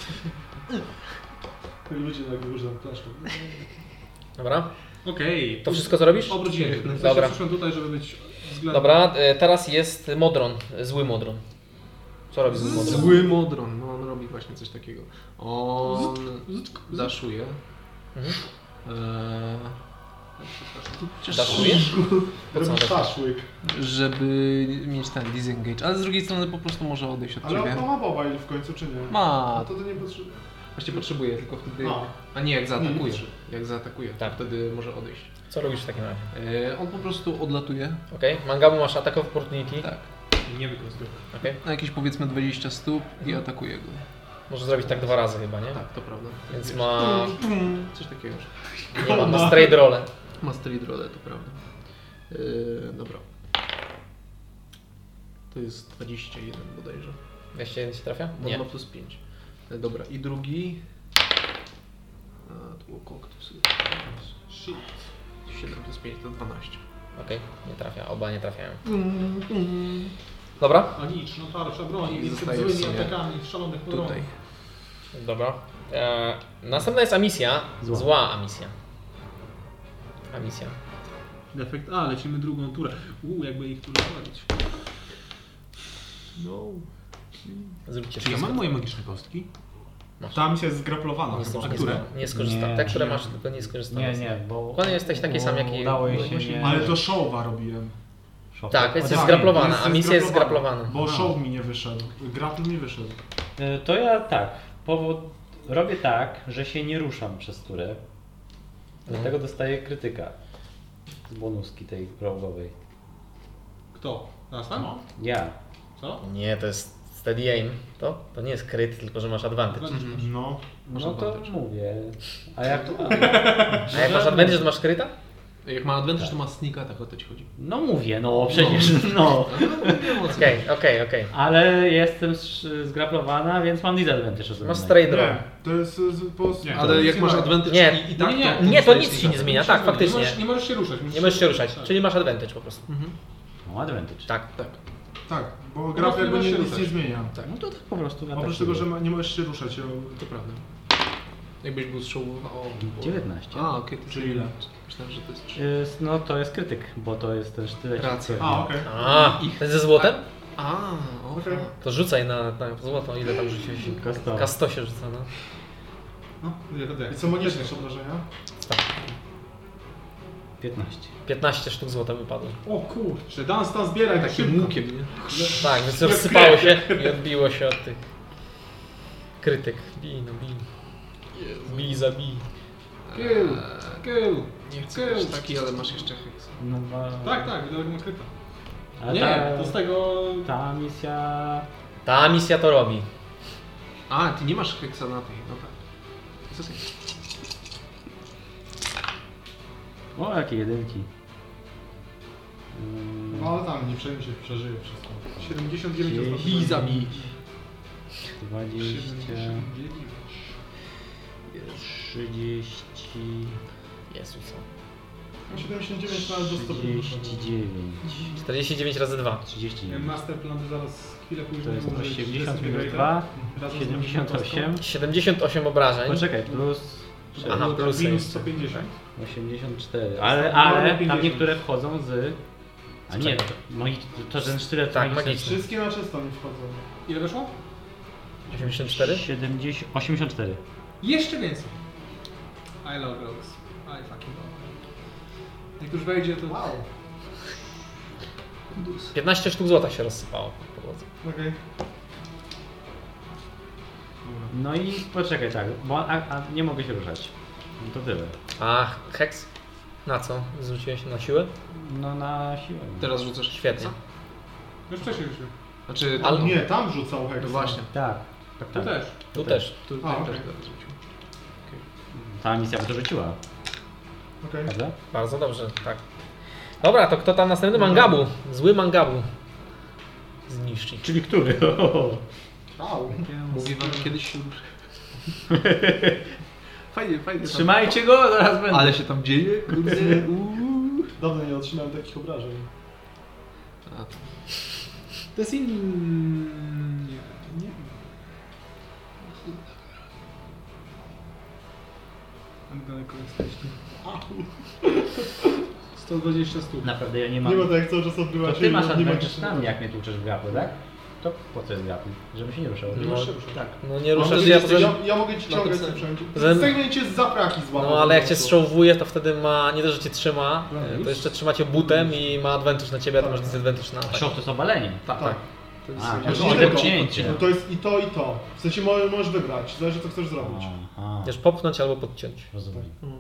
Ludzie tak używam flaszką. Dobra? Okej. To wszystko co robisz? Obróciłem się. W sensie Dobra. przyszłem tutaj, żeby być względny. Dobra, e, teraz jest Modron, zły Modron. Co robi zły Modron? Zły Modron, no on robi właśnie coś takiego. On daszuje. Mhm. Eee, Daszuje? Po co on Robisz daszuje? szaszłyk. żeby mieć ten disengage, ale z drugiej strony po prostu może odejść od Ale ciebie. on ma mobile w końcu, czy nie? Ma, No to to nie potrzebuje. właśnie potrzebuje, tylko wtedy... No. A nie, jak zaatakuje. Nie, Jak zaatakuje, Tak. wtedy może odejść. Co robisz w takim razie? Eee, on po prostu odlatuje. Okej, Mangabu masz attack of opportunity. Tak. Nie wykorzystuję. Okej. Na jakieś powiedzmy dwadzieścia stóp i atakuje go. Może zrobić tak dwa razy chyba, nie? Tak, to prawda. Więc ma... Coś takiego. Nie ma, ma straight roll. Ma street roll, to prawda. Eee, dobra. To jest dwadzieścia jeden bodajże. dwadzieścia jeden się trafia? Bo Nie. ma plus pięć. E, dobra, i drugi... A, to było koktus. Shit. siedem plus pięć to dwanaście. Okej, nie trafia, oba nie trafiają. Dobra, A nic, no tarcza broni, I więc zostaje złymi w sumie atakami, szalonych podronów. Tutaj. dobra. E, następna jest Amisja. Zła, Zła. Amisja. Amisja. Defekt A, lecimy drugą turę. Uuu, jakby ich tu rozwalić. No. Zróbcie Czy ja wszystko. mam moje magiczne kostki? Masz. Ta misja jest zgraplowana Nie, chyba. nie, A które? Nie skorzystałem. Nie, Te, które nie. masz, tylko nie skorzystałem. Nie, nie, bo... Dokładnie jesteś taki sam, jak i- Udało jej się właśnie- nie... Ale to showa robiłem. Show. Tak, jest Tak, zgraplowana, jest a misja jest zgraplowana, zgraplowana. Bo show mi nie wyszedł. Grapple mi wyszedł. E, To ja tak, powód... robię tak, że się nie ruszam przez turę. Dlatego dostaję krytyka z bonuski tej rogowej. Kto? Nas tam? Ja. Co? Nie, to jest steady aim. To? To nie jest kryt, tylko że masz advantage. No. No to mówię. A jak... A jak masz advantage, to masz kryta? Jak ma advantage, to ma sneaka, tak o to ci chodzi. No mówię, no przecież, no. Okej, okej, okej. Ale jestem sz- zgrapplowana, więc mam disadvantage. ode Masz mnie. straight draw. Nie, to jest z- po prostu... Nie. Ale jak masz Nie. advantage Nie. i, i tak, Nie, nie, to... Nie, to dostajesz nic się sneaka. nie zmienia, tak, Nie faktycznie. możesz, nie możesz się ruszać. Nie możesz się ruszać, czyli masz advantage po prostu. Mam advantage. Tak. Tak. Tak, bo prostu graf nie jakby możesz nie, się nic nie ruszać. zmienia. Tak, No to tak po prostu Oprócz atakuję. tego, że ma, nie możesz się ruszać. o- to prawda. Jakbyś był strzałowany... O, dziewiętnaście. A, okej, to Czyli ile? Myślałem, że to jest trzy. Jest, no to jest krytyk, bo to jest ten sztylet. Racja. A, okej. A, ten ze złotem? A, okej. To rzucaj na, na złoto, ile tam rzuciłeś? K sto. K sto się rzuca, no. No, jak to I co magiczne obrażenia? piętnaście. piętnaście sztuk złota wypadło. O kurczę, Dan stan zbieraj tak Takim szybko. łukiem, nie? Tak, więc rozsypało się i odbiło się od tych. Krytyk. Bij, no bij. Bij, zabij. Kill, kill. Nie chcę być taki, ale masz jeszcze heks. No, ma... Tak, tak, widocznie ma kryta. A Nie, ta, to z tego... ta misja... Ta misja to robi. A, ty nie masz heksa na tej, no tak. Jest okej. O, jakie jedynki. Mm, No ale tam nie przejmie się, przeżyje wszystko. siedemdziesiąt dziewięć osób. Bij, zabij. dwadzieścia, trzydzieści, Jezus. siedemdziesiąt dziewięć nawet do stu. trzydzieści dziewięć, czterdzieści dziewięć razy dwa. trzydzieści Nie, dziewięć. Masterplan zaraz chwilę później To jest użyć osiemdziesiąt minus Disintegrate'a. dwa, Razem z siedemdziesiąt osiem. siedemdziesiąt osiem obrażeń. Poczekaj, plus Aha, Aha, plus minus save. sto pięćdziesiąt. osiemdziesiąt cztery. Ale, ale tam pięćdziesiąt. niektóre wchodzą z... A nie, to, moi, to ten sztylet Tak, magiczny- magiczny. Wszystkie na czysto mi wchodzą. Ile wyszło? osiemdziesiąt cztery? siedemdziesiąt, osiemdziesiąt cztery. Jeszcze więcej. I love rogues. I fucking love. Jak już wejdzie, to... Wow. piętnaście sztuk złota się rozsypało po podłodze. Okej. No i poczekaj, tak, bo a, a nie mogę się ruszać. No to tyle. A, heks? Na co? Zrzuciłeś na siłę? No na siłę. Teraz rzucasz Świetnie. heksa? Już wcześniej już. Znaczy, Ale- to- Nie, tam rzucał heksa. No właśnie. Tak, tak, Tu tak. też. Tu też. Tu A, tak okej. też teraz rzucił. Ta misja by to rzuciła, Okej. prawda? Bardzo dobrze, tak. Dobra, to kto tam następny? Mangabu. Zły Mangabu. Zniszczy. Czyli który? Au. Mówi wam kiedyś się ruszy. Fajnie, fajnie. Trzymajcie go, zaraz będę. Ale się tam dzieje, kurde. uuu. Dawno nie otrzymałem takich obrażeń. A, to- To jest in... Nie, nie. Jak daleko jesteście? sto dwadzieścia stóp. Naprawdę ja nie mam... Nie ma tak jak cały czas odbywa To się. ty masz nie advantage magiczny. na mnie, jak mnie tłuczesz w grapple, tak? To po co jest grapple? Żeby się nie ruszał. No, tak. no nie Mam ruszasz się, nadzieję, ja że poza... ja, ja mogę ci ciągać tym tym wszędzie. Zatem- Z tego będziecie z zapraki złapał. No ale jak cię po prostu. strzałowuje, to wtedy ma, nie dość, że cię trzyma, No, e, już. to jeszcze trzyma cię butem i ma advantage na ciebie, a ty masz disadvantage na A atak. show to jest obalenie. Tak, Tak. tak. To jest A, jakieś- to Znaczy, jest nie tylko. odepchnięcie. No to jest i to i to. W sensie mo- możesz wybrać, zależy co chcesz zrobić. Aha, Możesz popchnąć albo podciąć. rozumiem. Mm.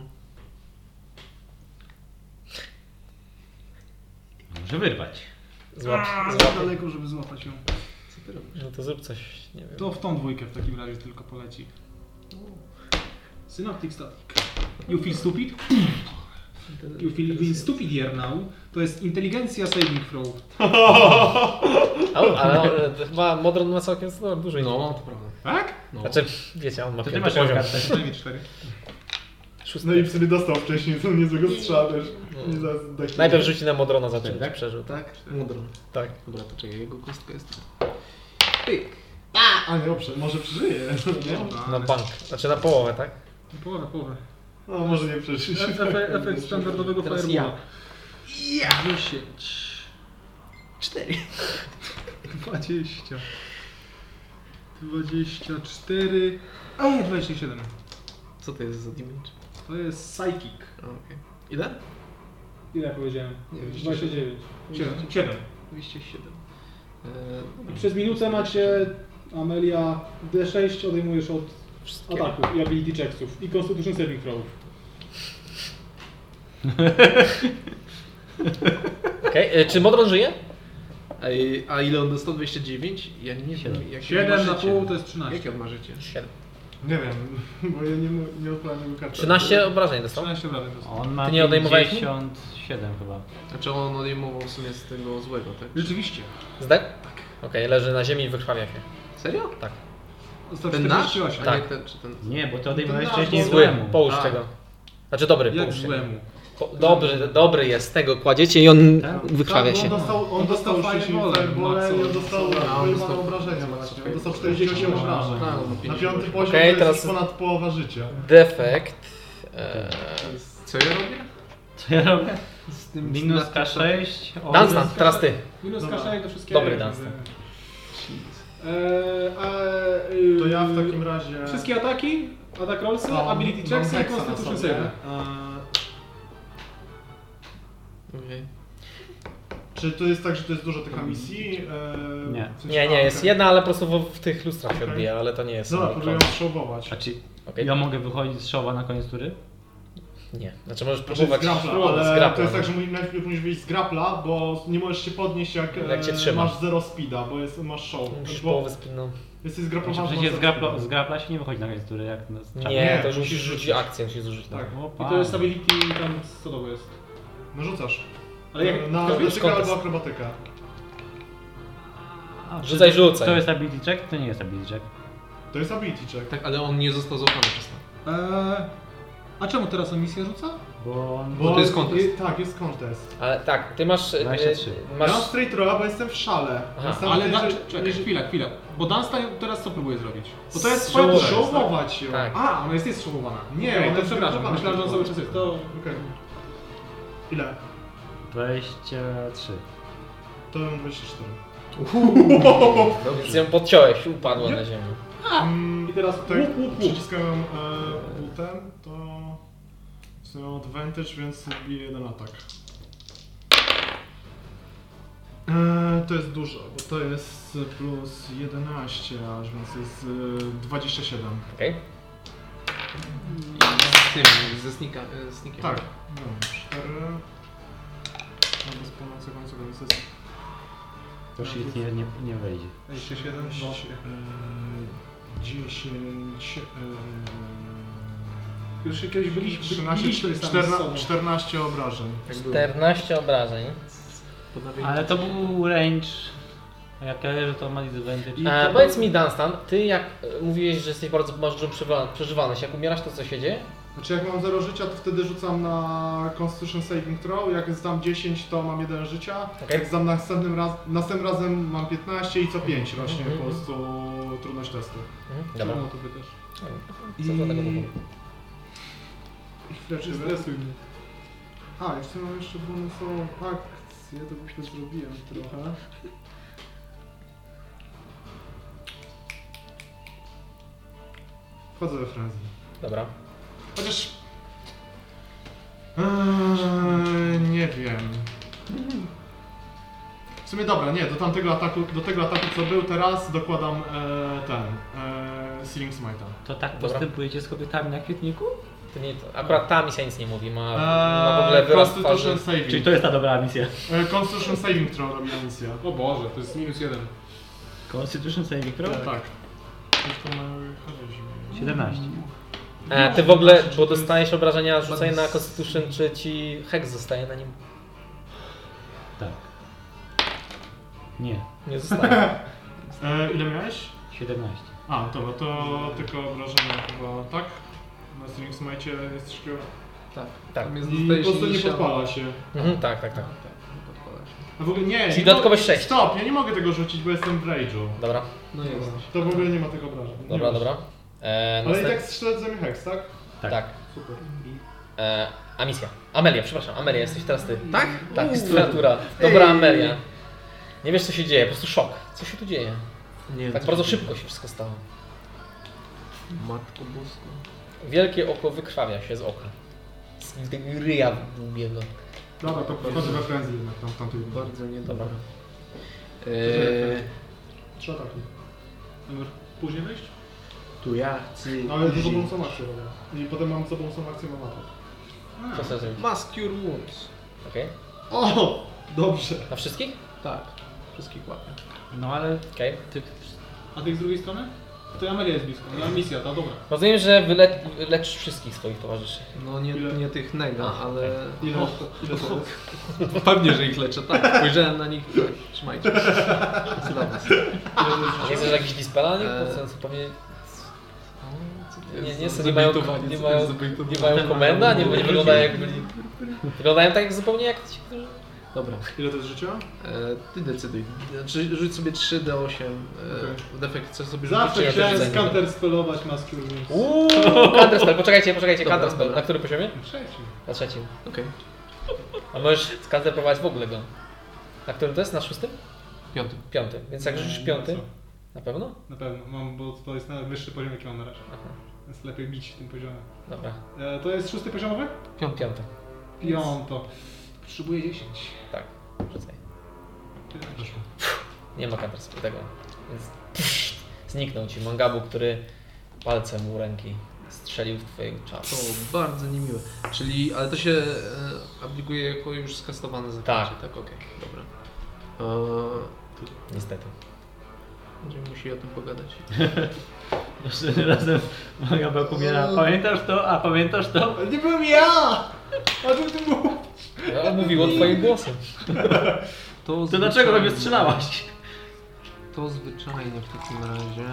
Może wyrwać. Złap, Za złap. daleko, żeby złapać ją. Co ty robisz? No to zrób coś, nie wiem. To w tą dwójkę w takim razie tylko poleci. Synoptic static. You feel stupid? You feel even stupidier now. To jest inteligencja saving throw. Ale, ale e, chyba Modron ma całkiem no, dużo No, innych. to prawda. Tak? No. Znaczy, wiecie, on ma To ty piąty masz poziom. kartę. Przynajmniej cztery. Szósty. No i sobie dostał wcześniej, co niezłego strzała też. Nie za, za Najpierw rzuci na Modrona, zacząć, Tak? przeżył. Tak? Mudron. Tak. Dobra, to czekaj, jego kostka jest... Pyk. A nie, dobrze, może przeżyje. Nie? Na bank. Znaczy na połowę, tak? Połowę, połowę. No może nie przeżyć. Efekt, efekt standardowego Teraz firewalla. ja. dziesięć. Cztery. dwadzieścia. dwadzieścia cztery. A nie, dwadzieścia siedem. Co to jest za damage? To jest psychic. A, okej. Ile? Ile ja powiedziałem? Nie, dwadzieścia dziewięć. siedem. siedem. dwieście siedem. Eee, I przez minutę macie, Amelia, D sześć odejmujesz od Wszystkiego. Ataków i ability checksów i constitution saving throwów. Okej, okay. Czy Modron żyje? Ej, a ile on dostał? dwieście dziewięć? Ja nie wiem. jakie siedem on ma na życie. pół to jest trzynaście. Jakie on ma życie? siedem. Nie wiem, bo ja nie, nie odpalałem jego karty. trzynaście obrażeń dostał? trzynaście obrażeń dostał. On ma Ty nie odejmowałeś mu? pięćdziesiąt siedem chyba. Znaczy on odejmował w sumie z tego złego, tak? Rzeczywiście. Zdech? Okej, leży na ziemi i wykrwawia się. Serio? Tak. Dostał Ten nasz? czterdzieści osiem. A Tak. nie ten, czy ten... Nie, bo to odejmowałeś nasz, wcześniej bo Zły, złemu. połóż A. tego. Znaczy dobry, Jak połóż tego. złemu. Po, dobry, dobry jest, tego kładziecie i on Tak? wykrwawia Tak, się. on dostał, on On dostał dostał wcześniej fireballem, firebole i on Maxon. dostał A, on pojebane dostał- obrażenia właśnie. On dostał czterdzieści osiem obrażeń. A, no, Na pięćdziesiąt piąty osiem. poziom Okej, to teraz- jest ponad połowa życia. Defekt. Eee, Co ja robię? Co ja robię? Z tym Minus z K sześć. o- Dunstan, teraz ty. Minus Dobra. K sześć do wszystkiego. Dobry Dunstan. Eee, a, y, To ja w takim razie... Wszystkie ataki, atak rollsy, Mam- ability mam checksy i hexa na constitution sobie. save. Eee, Okej. Czy to jest tak, że to jest dużo tych misji? Eee, Nie. w sensie- Nie, nie, a, jest okej. jedna, ale po prostu w, w tych lustrach się Okej. odbija, ale to nie jest. Dobra, sam próbuję klon. spróbować. A czy Okej. ja mogę wychodzić z showa na koniec tury? Nie, znaczy możesz Znaczy z próbować grapla, z ale grapla, to jest no. tak, że mu- najpierw musisz wyjść z grapla, bo nie możesz się podnieść jak, Jak cię e, trzyma. masz zero speeda, bo jest, masz show. Musisz bo połowę spinną. jesteś Znaczy, zgrapowany. przecież z grapla, z grapla się nie wychodzi na koniec tury, jak na z czapy. Nie, to musisz musisz rzucić rzucić. akcję, musisz zużyć. Tak. O, I to jest ability tam co to jest. No rzucasz. Ale jak Na kto wie, atletykę kontest. albo akrobatykę. A, Rzucaj, czy- rzucaj. To jest ability check? To nie jest ability check. To jest ability check. Tak, ale on nie został złapany przez to. Eee, a czemu teraz on misję rzuca? Bo on... Bo to jest contest. Je, tak, jest contest. Ale tak, ty masz. e, dwadzieścia trzy. Ja Masz. mam straight rolla, bo jestem w szale. Aha, Jestem Ale w na, tej, że- czekaj, jeżeli- chwila, chwila. Bo Dunstan teraz co próbuje zrobić? Bo to jest Show- swoja tura, jest, tak? Showować ją. Tak. A, ona jest, jest showowana. Nie, Okej, ona to jest przepraszam, zgrupowana myślałem, że on tylko. cały czas jest. To... Okej. Ile? dwadzieścia trzy. To mam dwadzieścia cztery. No, więc ją podciąłeś, upadła na ziemię. Mm, I teraz tak, łup, łup, łup. przyciskałem e, ultem, to w sumie mam advantage, więc bije jeden atak. E, to jest dużo, bo to jest plus jedenaście aż, więc jest e, dwadzieścia siedem. Okej. Z tym, ze snika, e, snikiem. Tak, no, cztery. No bez płonącego końcowego, więc jest To już nic nie, nie, nie wejdzie. dwadzieścia siedem, e, dziesięć, e, Już kiedyś byliśmy, trzynaście, byliśmy sami z czterna, sobą. czternaście obrażeń. Tak było. czternaście obrażeń. Podnawiam- Ale to był range. A jak ja że to ma disadvantage. E, powiedz mi, Dunstan, ty jak e, mówiłeś, że jesteś bardzo masz dużą przewa- przeżywalność, jak umierasz, to co się dzieje? Znaczy jak mam zero życia, to wtedy rzucam na Constitution Saving Throw, jak zdam dziesięć, to mam jeden życia, Okej. jak zdam następnym, raz, następnym razem mam piętnaście i co pięć rośnie Mhm. po prostu trudność testu. Mhm, dobra. Czemu to pytasz? Co do tego powodu? Chwilę, Nie stresuj mnie. A, jeszcze mam jeszcze bonusową akcję, to myślę zrobiłem trochę. Wchodzę we frenzy. Dobra. Chociaż... Eee, nie wiem. W sumie dobra, nie, do tamtego ataku, do tego ataku co był teraz dokładam e, ten, e, Sealing Smite'a. To tak Dobra. postępujecie z kobietami na kwietniku? To nie, to akurat ta misja nic nie mówi, ma, Eee, ma w ogóle wyraz twarzy. Constitution Saving. Czyli to jest ta dobra misja. E, Constitution Saving Throw robi misja. O Boże, to jest minus jeden. Constitution saving throw? Tak. tak. Zresztą na charyzmie. siedemnaście. E, ty w ogóle, bo dostajesz obrażenia, rzucaj na Constitution, czy ci hex zostaje na nim? Tak. Nie. Nie zostaje. E, ile miałeś? siedemnaście. A, dobra, to tylko obrażenia chyba, tak? Na Sealing Smite'cie jest takiego... Tak. Tak. Tam jest I po dostajesz prostu nie initial. podpala się. Mhm, tak, tak, tak. Nie podpala się. A w ogóle nie, Czyli nie dodatkowe mogę- sześć. Stop, ja nie mogę tego rzucić, bo jestem w rage'u. Dobra, No jest. To w ogóle nie ma tego obrażeń. Nie dobra, masz. dobra. E, Ale i następ- tak strzelę z hex, tak? Tak. tak. Super. E, Amisja. Amelia, przepraszam, Amelia, jesteś teraz ty. Tak? Tak, jest twoja tura. Dobra, Amelia. Nie wiesz co się dzieje, po prostu szok. Co się tu dzieje? Nie wiem, Tak co bardzo się szybko się wszystko stało. dzieje. Matko boska. Wielkie oko wykrwawia się z oka. Z tego ryja długiego. Dobra, to wchodzę we frenzy jednak tam w tamtej rundzie. Bardzo niedobra. Dobra. Eee, Trzy ataki. Później wejść? Tu jacy... No ale to sobą są akcje robię. I potem mam sobą są akcje, mam atak. Co chcesz zrobić? Mask Cure Wounds. Okej. O! Dobrze. Na wszystkich? Tak, wszystkich łapię. No ale Okej. ty... A tych z drugiej strony? To Amelia jest blisko. No, misja, ta dobra. Rozumiem, że wyle leczysz wszystkich swoich towarzyszy. No nie, Ile? nie tych nega, ale... Ile, O, ile to jest? pewnie, że ich leczę, tak. Spojrzałem na nich, tak, trzymajcie. To dla was. A nie chcesz jakiś dispela? Nie? Eee. Po sensu pewnie... Nie, nie, jest są, nie mają, zabejtowanie, nie co mają, to jest zabejtowanie? nie mają komenda, nie, nie wyglądają jak byli... Wyglądają tak jak zupełnie jak ci, którzy... Dobra, Ile to jest życia? e, ty decyduj. Znaczy, rzuć sobie trzy D osiem. Okej. E, defekt chcesz sobie Zawsze rzucić? ja też chciałem widzę. skanter spelować Mask Cure Wounds. Uuu, counterspell, poczekajcie, poczekajcie, Dobra, counterspell. dobra. Na którym poziomie? Trzeci. Na trzecim. Okej, A możesz counterprowadzić w ogóle go. Na którym to jest? Na szóstym? piąty. Piątym. Więc jak rzucisz piąty, na pewno? Na pewno, mam, bo to jest najwyższy poziom jaki mam na razie. Aha, Więc lepiej bić w tym poziomie. dobra. E, to jest szósty poziomowy? Piąty. Piąty. Piąto. Potrzebuję dziesięć. Tak, rzucaj. Nie ma counterspell tego. Więc pff, zniknął ci Mangabu, który palcem u ręki strzelił w twojej To czapce. bardzo niemiłe. Czyli, ale to się e, aplikuje jako już skastowane zaklęcie, Tak. tak? Okej, dobra. E, Niestety. będziemy musieli o tym pogadać. Następnym razem Magabel pomiera. Pamiętasz to? A pamiętasz to? Ale nie byłem ja! A czym ty mówisz? Ja mówiło twoim głosem. To, To dlaczego we mnie zwyczajnie- strzelałaś? To zwyczajnie w takim razie.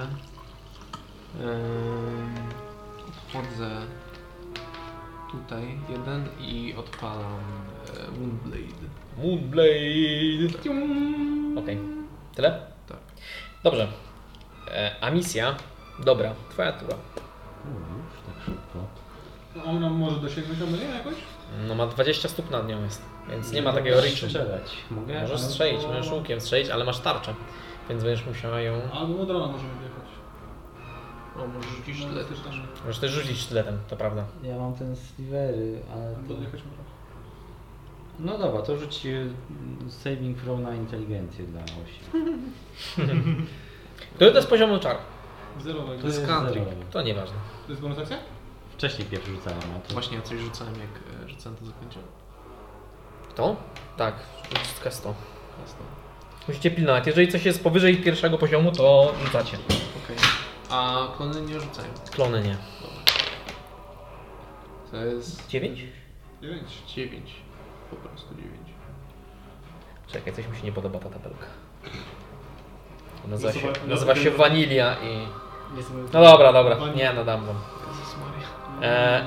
Em, odchodzę tutaj jeden i odpalam e, Moonblade. Moonblade. Okej. Tyle? Tak. Dobrze. E, a misja? Dobra, twoja tura. Już tak szybko. A ona może dosięgnąć Amelię jakoś? No ma dwadzieścia stóp nad nią jest, więc nie ma takiego reachu. strzelać. Mogę? Możesz Ale strzelić, to- możesz łukiem strzelić, ale masz tarczę. Więc będziesz musiała ją... Albo od rana możemy wjechać. O, może rzucić No, tyle też też. tam. Możesz też rzucić sztyletem, to prawda. Ja mam ten slivery, ale to... Podjechać można. No dobra, to rzuć y, saving throw na inteligencję dla osi. Który to jest poziomu czar? Zerowego. To jest country. zerowy. To nieważne. To jest bonus akcja? Wcześniej pierwszy rzucałem, a to... Właśnie ja coś rzucałem jak e, rzucałem to zaklęcie. Kto? Tak, rzucka sto. Jasne. Musicie pilnować. Jeżeli coś jest powyżej pierwszego poziomu, to rzucacie. Okej. A klony nie rzucają. Klony nie. To jest dziewięć? dziewięć. dziewięć. Po prostu dziewięć. Czekaj, coś mi się nie podoba ta tabelka. Nazywa się, Losowa- nazywa się losowa- Vanilla i... Nie sobie... No dobra, dobra. Vanilla. Nie, no dam wam. Jezus Maria. Eee,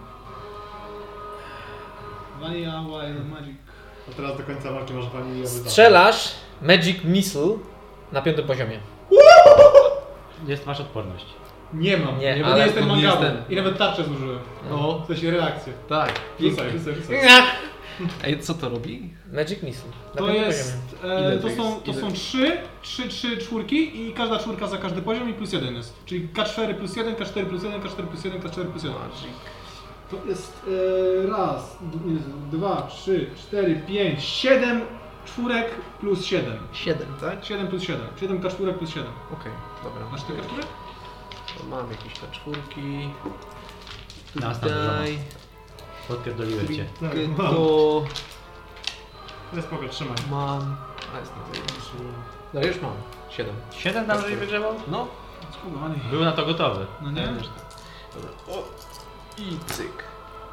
Vanilla, Wild Magic. A teraz do końca walki masz wanilię. strzelasz Magic Missile na piątym poziomie. Jest, masz odporność. Nie mam, Nie, nie, bo ale nie jestem to nie mangabą. jest ten. I nawet tarczę zużyłem. No, W sensie reakcję. tak. Rzucaj, rzucaj, rzucaj. Ej, co to robi? Magic Missile. Na To piątym jest, poziomie. e, Ile to to są, jest? to Ile? są trzy, trzy, trzy czwórki i każda czwórka za każdy poziom i plus jeden jest. Czyli K cztery plus jeden, K cztery plus jeden, K cztery plus jeden, K cztery plus jeden. Magic. To jest e, raz, d- dwa, trzy, cztery, pięć, siedem czwórek plus siedem. siedem, tak? siedem plus siedem. siedem K czwórek plus siedem. Okej, dobra. Masz te K czwórek? To mam jakieś K czwórki. Następny Daj. Podpierdoliłem cię. Tak, To jest spoko, trzymaj. mam. A jest na tej. No już mam. siedem. siedem tam żeś wygrzewał? No. Skubany. Był na to gotowy. No nie? Dobra. O! I cyk.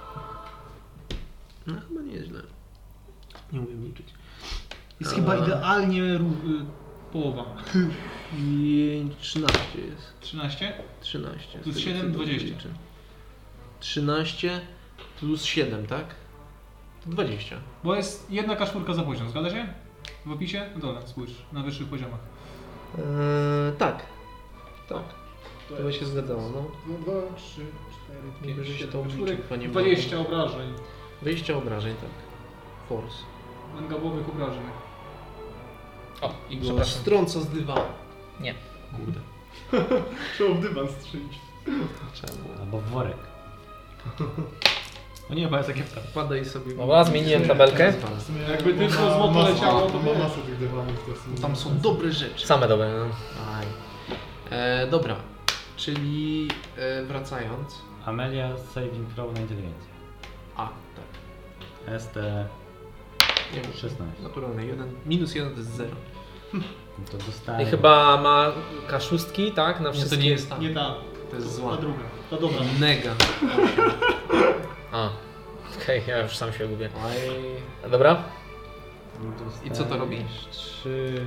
No chyba nieźle. Nie umiem liczyć. Jest A. chyba idealnie ró- y, połowa. pięć, trzynaście jest. trzynaście? trzynaście. Plus z tego, siedem, co dobrze dwadzieścia. liczę. trzynaście plus siedem, tak? To dwadzieścia. Bo jest jedna K cztery za poziom, zgadza się? W opisie? W dole, spójrz, na wyższych poziomach. Eee, tak. Tak. To by się zgadzało, no. dwa, trzy, cztery, Niby, że się to czwórek, obliczył, panie dwadzieścia obrażeń. dwadzieścia obrażeń, tak. Force. Mangabowych obrażeń. O, I go przepraszam. strąca z dywanu. Nie. Kurde. Trzeba w dywan strzelić. Czemu? Albo w worek. O nie, bo jest takie wtedy. Padaj sobie. Dobra, zmieniłem tabelkę. W sumie Jakby ma- tylko ma złoto masę- leciało, to Ma wiesz. masę tych dywanów. To w sumie- Tam są dobre rzeczy. Same dobre. No. Aj. E, dobra. Czyli e, wracając. Amelia saving throw na inteligencję. A, tak. S T Nie wiem, szesnaście. naturalne. Jeden, minus jeden to jest zero. No to I dostaję. chyba ma kaszustki, tak? Na Nie, to wszystkie... nie jest ta. Nie ta, To jest ta zła. druga. Ta dobra. Nega. A, okej, ja już sam się lubię. Oj. Dobra? I co to robi? trzy,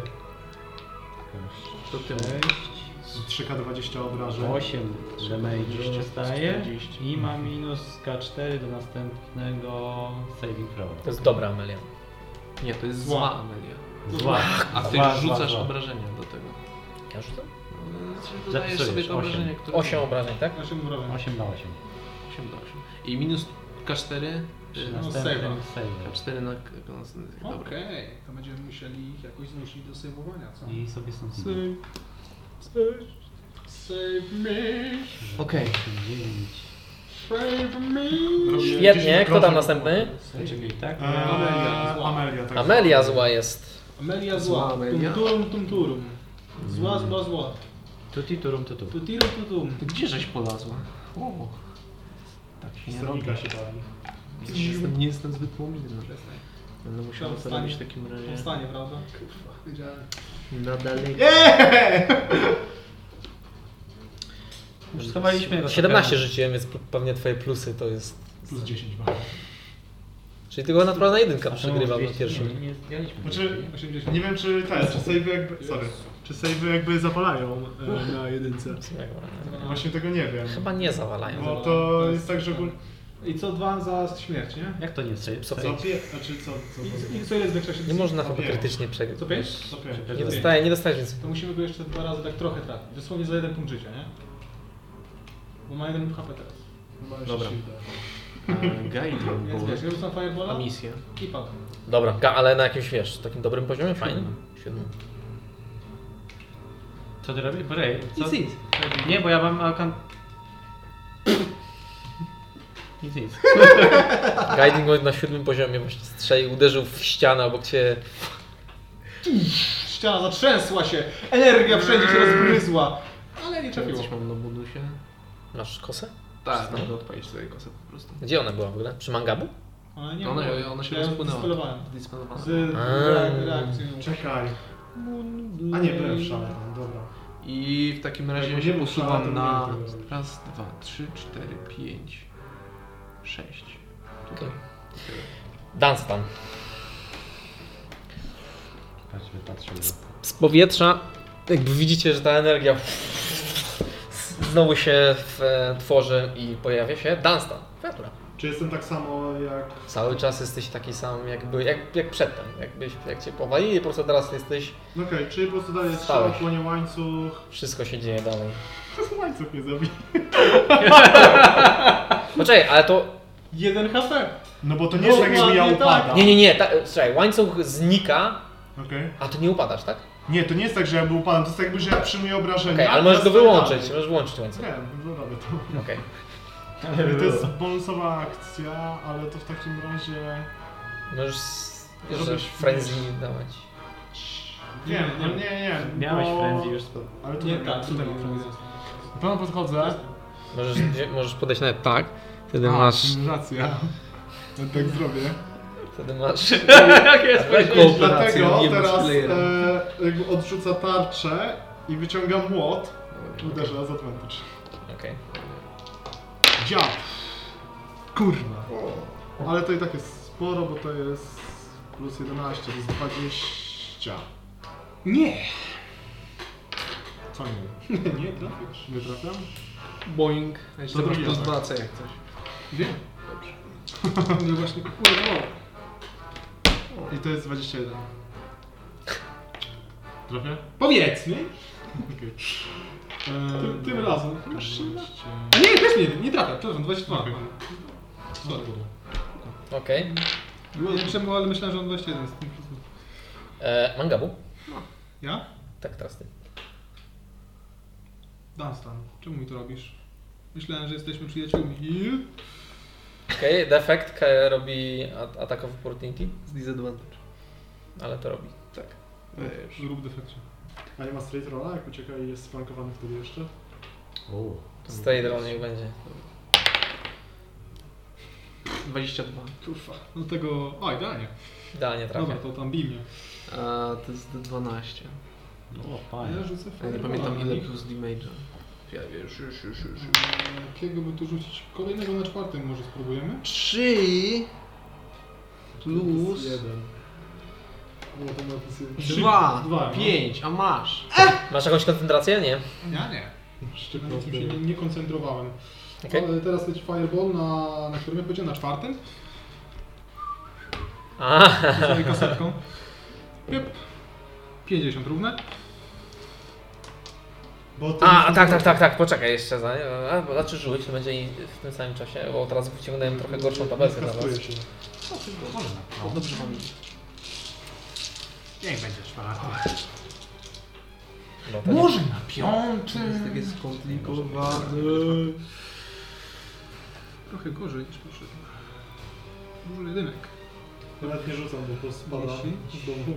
To ty. trzy K dwadzieścia obrażeń. osiem damage'u dostaję czterdzieści. i mam minus K cztery do następnego saving throw. To jest dobra Amelia. Nie, to jest Zła. zła Amelia. Zła. A ty Zła, już zła, rzucasz zła. obrażenia do tego. Ja rzucam? No, czyli dodajesz Zapisujesz, sobie to osiem. obrażenie, które... osiem obrażeń, tak? osiem wrażeń. osiem na osiem. osiem do osiem. I minus K cztery. Przy y, następnym save'a. save'ie. K cztery na... na następny. Dobra. Okej, to będziemy musieli ich jakoś zmusić do sejmowania, co? I sobie stąd idę. Save, save, save me, Okej. dziewięć. save me. Robię Świetnie, dziesięć kto tam obrażeń. następny? Czekaj, tak? Eee, Amelia, zła. Amelia, tak. Amelia zła jest. Amelia Zła zła, Amelia. tum turum, tum turum. Zła, zła, zła. Tuti turum tutu. Tu tiru, tu tum. Ty gdzie żeś polazła? O. Tak się nie robi. Sternika się bawi. Nie jestem, nie jestem zbyt mądry. Przestań. Będę musiał to Powstanie. robić w takim razie. Powstanie, prawda? Kurwa, wiedziałem. Na daleko. Już schowaliśmy go. siedemnaście rzuciłem, więc pewnie twoje plusy to jest... Plus dziesięć ma. Czyli tylko naturalna jedynka A przegrywa czemu na pierwszym. Nie, nie zgraliśmy. Znaczy, osiemdziesiąt. nie wiem czy te, czy savey jakby, sorry, czy savey jakby zapalają e, na jedynce. Właśnie tego nie wiem. Chyba nie zawalają. Bo to jest tak, że... ogól- I co dwa za śmierć, nie? Jak to nie save? Co Co pie... Znaczy co? co I, i co ile zwiększa się? Nie można chyba pięć. krytycznie przegrać. Co pięć? Co pięć. Nie dostaje, nie dostajesz więcej. To musimy go jeszcze dwa razy tak trochę trafić. Dosłownie za jeden punkt życia, nie? Bo ma jeden H P teraz. Chyba jeszcze Dobra. się uda. Guiding Więc wiesz, ja rzucam A Firebola misja. i padam. Dobra, ga- ale na jakimś, wiesz, takim dobrym poziomie? Fajnym? Siódmym. Co ty robisz? Brej, co? Nic, nic. Nie, bo ja mam alkan... Nic, nic. Guiding na siódmym poziomie właśnie strzelił, uderzył w ścianę obok ciebie. Ściana zatrzęsła się, energia wszędzie się rozbryzła, ale nie trafiło. Coś mam na bonusie? Masz kosę? Tak, mogę odpalić sobie kosę po prostu. Gdzie ona była w ogóle? Przy Mangabu? Ona nie Ona, była. ona się ja ją rozpłynęła. zdysponowałem. Zdysponowana. Z A. reak- reakcją. Czekaj. A nie, byłem w szale, dobra. I w takim razie Jakby się nie był szalony, posuwam to na nie wiem, tego zrobić. raz, dwa, trzy, cztery, pięć, sześć. Tutaj. Dance tam. Patrzmy, patrzmy. Z powietrza, jakby widzicie, że ta energia znowu się w, e, tworzy i pojawia się. Dance tam. Wiadomo. Czy jestem tak samo jak... Cały czas jesteś taki sam jakby, jak, jak przedtem. Jakbyś, jak cię powalili, po prostu teraz jesteś, No okej, czyli po prostu dalej Stałeś. strzał, płonie łańcuch. wszystko się dzieje dalej. Łańcuch mnie zabije. Poczekaj, ale to... jeden H P. No bo to nie jest tak jakby ja Dokładnie tak. upadam. Nie, nie, nie, ta, słuchaj, łańcuch znika, Okej. a ty nie upadasz, tak? Nie, to nie jest tak, że jakby upadam, to jest jakby, że ja przyjmuję obrażenia. Okej, ale i możesz go ja stoję wyłączyć, dalej. możesz wyłączyć łańcuch. Nie, no robię to. Okej. To jest bonusowa akcja, ale to w takim razie... Możesz s- jeszcze Żebyś- frenzy dawać. Nie, nie, nie, nie. Miałeś bo... frenzy już spoko. Ale Nie, tutaj, tak, tutaj mam frenzy. Na pewno podchodzę. Możesz, wzię- możesz podejść nawet tak, wtedy A, masz... racja. Ja tak zrobię. Wtedy masz... Jak jest Dlatego nie teraz masz playera. e, jakby odrzuca tarczę i wyciągam młot. Uderzę z advantage. Okej. Dziab! Kurwa. Ale to i tak jest sporo, bo to jest plus jedenaście, to jest dwadzieścia. Nie. Co nie? Nie trafisz. Nie trafiam? Boing. A jeszcze To masz drugi plus atak. dwa C jak coś. Wiem. Dobrze. No właśnie, kurde, I to jest dwadzieścia jeden. Trafię? powiedzmy. Okej. Tym, tym razem. dwadzieścia. A nie, też nie, nie trafia, przepraszam, dwadzieścia dwa. Okej. Sorry. Okej. Nie wiem czemu, ale myślałem, że on dwadzieścia jeden jest. E, Mangabu? Ja? Tak, teraz ty. Dunstan, czemu mi to robisz? Myślałem, że jesteśmy przyjaciółmi. I... Okej, defekt K robi at- attack of opportunity, Z disadvantage. ale to robi. Wiesz. Zrób defekcie. A nie ma straight rolla, jak ucieka i jest splankowany wtedy jeszcze? O. Z tej drony niech będzie. dwadzieścia dwa. Kurwa. No tego... O, idealnie. Idealnie trafię. Dobra, to tam bij mnie. A, to jest dwanaście. O, A fajnie. ja rzucę Ja nie fireballa pamiętam na ile nich. plus damage'a. Ja już, już, już, już. już. Jakiego by tu rzucić? Kolejnego na czwartym może spróbujemy? trzy plus jeden. O, to ma plus jeden. dwa, Dwa, no. pięć, a masz. Masz jakąś koncentrację? Nie. Ja nie. Szczyt Na na tym się nie, nie koncentrowałem. Okej. Ale teraz leci fireball na, na którym ja powiedziałem? Na czwartym? A, Rzucaj kasetką. Piep. pięćdziesiąt równe. Bo to A, jest- tak, tak, tak, tak, poczekaj jeszcze. za- A, bo znaczy rzuć, to będzie i w tym samym czasie, bo teraz wyciągnąłem trochę gorszą tabelkę na was. Skasuje się. O, dobrze wam idzie. Niech będzie czwarty. No, to nie- Może na piąty. To jest takie skomplikowane. Trochę gorzej niż poprzednio. Dużo jedynek. Nawet nie rzucam, bo to spada z domu.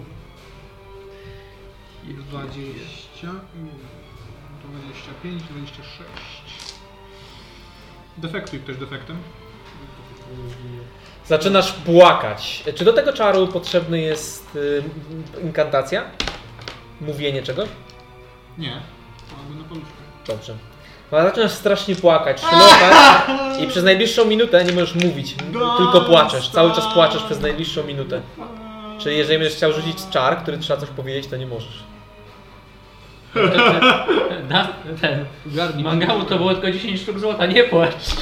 I dwadzieścia. dwadzieścia pięć, dwadzieścia sześć. Defektuj ktoś defektem. Zaczynasz płakać. Czy do tego czaru potrzebny jest y, inkantacja? Mówienie czegoś? Nie. Albo na paluszkę. Dobrze. No, zaczynasz strasznie płakać, szlochać i przez najbliższą minutę nie możesz mówić, tylko płaczesz. Cały czas płaczesz przez najbliższą minutę. Czyli jeżeli będziesz chciał rzucić czar, który trzeba coś powiedzieć, to nie możesz. Na, ten, Mangabu to było tylko dziesięć sztuk złota, nie płacz.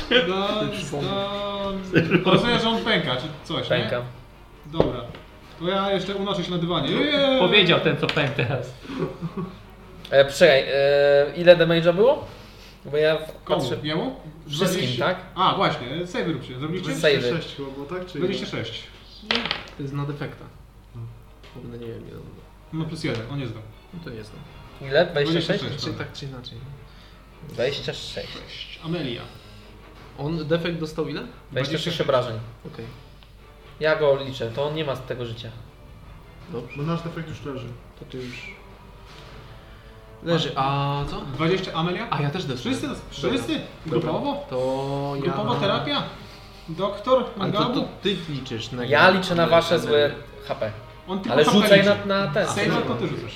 Rozumiem, że on pęka, czy coś, Pęka. nie? Dobra. To ja jeszcze unoszę się na dywanie. Eee! Powiedział ten co pęk teraz. E, Poczekaj, e, ile damage'a było? Bo ja Komu? patrzę... Jemu? Wszystkim, dwadzieścia tak? A, właśnie. Save róbcie. Zrobiliście? Save. dwadzieścia sześć chyba było, tak? Czy dwadzieścia sześć. To jest na defekta. W ogóle nie wiem ile on ma. No plus jeden, on nie zdał. No to nie znam. Ile? dwadzieścia sześć? dwadzieścia sześć. Czy tak czy inaczej. dwadzieścia sześć. sześć. Amelia. On defekt dostał ile? dwadzieścia sześć obrażeń. Okej. Ja go liczę, to on nie ma z tego życia. Dobrze. Bo nasz defekt już leży. To ty już... Leży, a co? dwadzieścia Amelia? A ja też dostałem. Wszyscy? Wszyscy? Grupowo? To ja... Grupowa terapia? Doktor? Ale to, Mangabu? to ty liczysz na... Ja liczę na wasze złe H P. On tylko Ale H P rzucaj na, liczy. na ten. Save to ty rzucasz.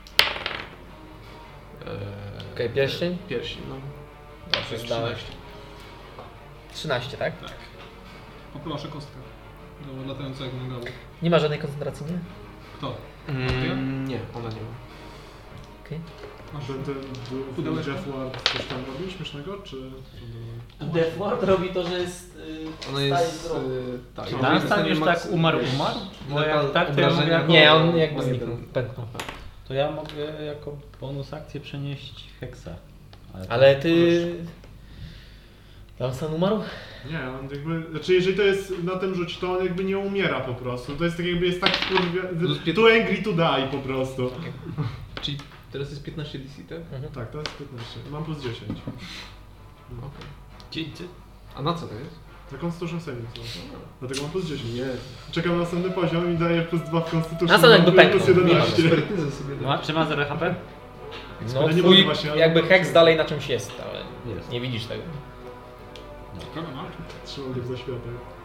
Eee, Okej, pierścień? Pierścień, no. Dobrze, zdałeś. trzynaście, tak? Tak. Poproszę kostkę. Do latającego Mangabu. Nie ma żadnej koncentracji, nie? Kto? Mm, nie, ona nie ma. Okej. Masz Ten, ten Pudełeczko? Jeff Ward coś tam robi śmiesznego, czy... Deathward robi to, że jest... Yy, Ona staje jest... z drogi. Yy, tak. Czy Dunstan już tak umarł, umarł? Bo jak tak, to ja mogę jako, Nie, on jakby ma zniknął. jeden. Pęknął. to ja mogę jako bonus akcję przenieść Hexa. Ale, Ale ty... Dunstan umarł? Nie, on jakby... Znaczy jeżeli to jest na tym rzuć, to on jakby nie umiera po prostu. To jest tak jakby jest tak kurwa... Too angry to die po prostu. Czyli teraz jest piętnaście D C, tak? Tak, to jest piętnaście. Mam plus dziesięć. Okej. Ci- ci- A na co to jest? Na Constitution Saving throw. Dlatego mam plus dziesięć. Nie. Czekam na następny poziom i daję plus dwa w Constitution. A co jakby mam plus pęknął? jedenaście. Ekspertyzę sobie Ma, czy ma zero H P? No Ale nie twój mogę właśnie, ale- jakby heks dalej na czymś jest, ale Jest. nie widzisz tego. Kogo masz? Trzymam go za świateł.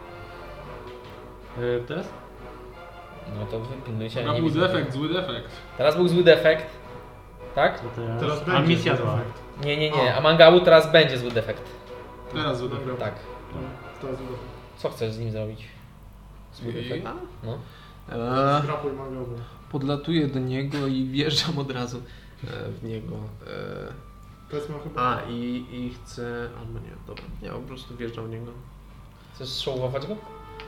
Yy, teraz? No to wypilnujcie, Dobra, nie był widzę. defekt, zły defekt. Teraz był zły defekt. Tak? To teraz, Teraz a będzie misja zły zła. defekt. Nie, nie, nie. A Mangabu teraz będzie zły defekt. Teraz zły defekt. Tak. No, teraz zły defekt. Co chcesz z nim zrobić? Zły defekt. Ja? No. Eee, Zgrapuj mangowy. podlatuję do niego i wjeżdżam od razu e, w niego. E, To jest ma chyba... a, i, i chcę... Albo nie, dobra. Ja po prostu wjeżdżam w niego. Chcesz szołować go?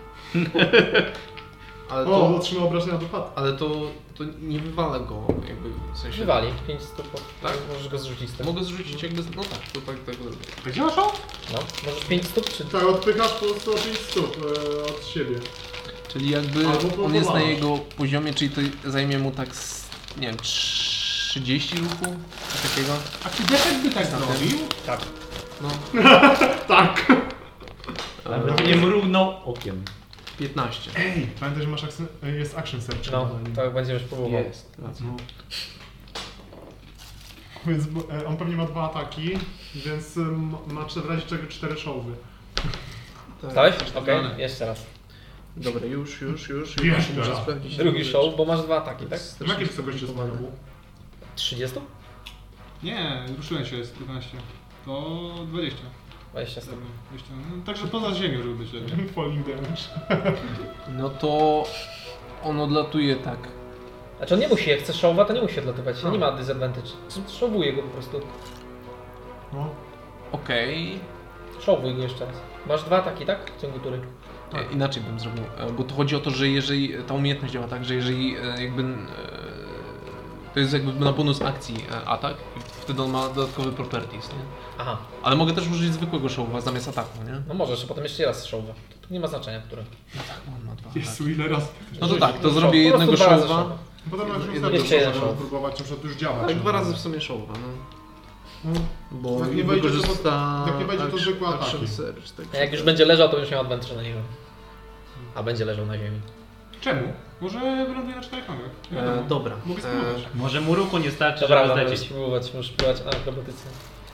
Ale O, to... otrzymał obrażenia do pad. Ale to, to nie wywalę go jakby w sensie... Wywali. pięć stóp. Tak? Możesz go zrzucić z tego. Mogę zrzucić jakby... No tak, to tak, tak zrobię. Gdzie masz on? No. Możesz pięć stóp czy... Tak, odpychasz po prostu o pięć stóp e, od siebie. Czyli jakby Albo on jest na powalasz. jego poziomie, czyli to zajmie mu tak, z, nie wiem, trzydzieści ruchu? Coś takiego? A czy defekt by tak zrobił? Tak. No. Tak! Nawet nie mrugnął okiem. piętnaście. Ej, pamiętaj, że masz action, jest action search. No, chyba na nim. tak będziesz próbował. Jest. racja. No. Więc e, on pewnie ma dwa ataki, więc m, ma w razie czego cztery showy. Stałeś? Okej, okay. Jeszcze raz. Dobra, już, już, już. Jeszcze już muszę raz. sprawdzić. Drugi show, bo masz dwa ataki, tak? Jakie wysokości jest znowu? trzydzieści? Nie, ruszyłem się, jest piętnaście. To dwadzieścia. dwadzieścia stóp. dwadzieścia. No, także poza ziemią, żeby być lepiej. Falling damage. No to on odlatuje tak. Znaczy on nie musi, jak chce showa, to nie musi odlatywać, nie ma disadvantage. Showuje go po prostu. No. Okej. Showuj go jeszcze raz. Masz dwa ataki, tak? W ciągu tury. E, Inaczej bym zrobił, e, bo to chodzi o to, że jeżeli ta umiejętność działa tak, że jeżeli e, jakby e, to jest jakby na bonus akcji e, atak, i wtedy on ma dodatkowy properties, nie? Aha, Ale mogę też użyć zwykłego showa zamiast ataku, nie? no możesz, a potem jeszcze raz showa. To nie ma znaczenia, który. On ma dwa Jezu, ile razy. No to tak, to Show, zrobię po prostu jednego dwa razy showa. showa. Potem na Jeszcze przykład jeden możemy show. próbować, na przykład już działa. Tak, dwa razy w sumie showa, no. No. Bo Jak nie wejdzie, to- wykorzysta jak nie wejdzie, to zwykłe ataki. action surge, tak. A jak już będzie leżał, to będziesz miał adventure na niego. A będzie leżał na ziemi. Czemu? Może wyląduje na czterech nogach. Nie E, wiadomo. dobra. Mogę spróbować. E, Może mu ruchu nie starczy, Dobra, żeby możesz zlecieć. spróbować, możesz spróbować akrobatycznie.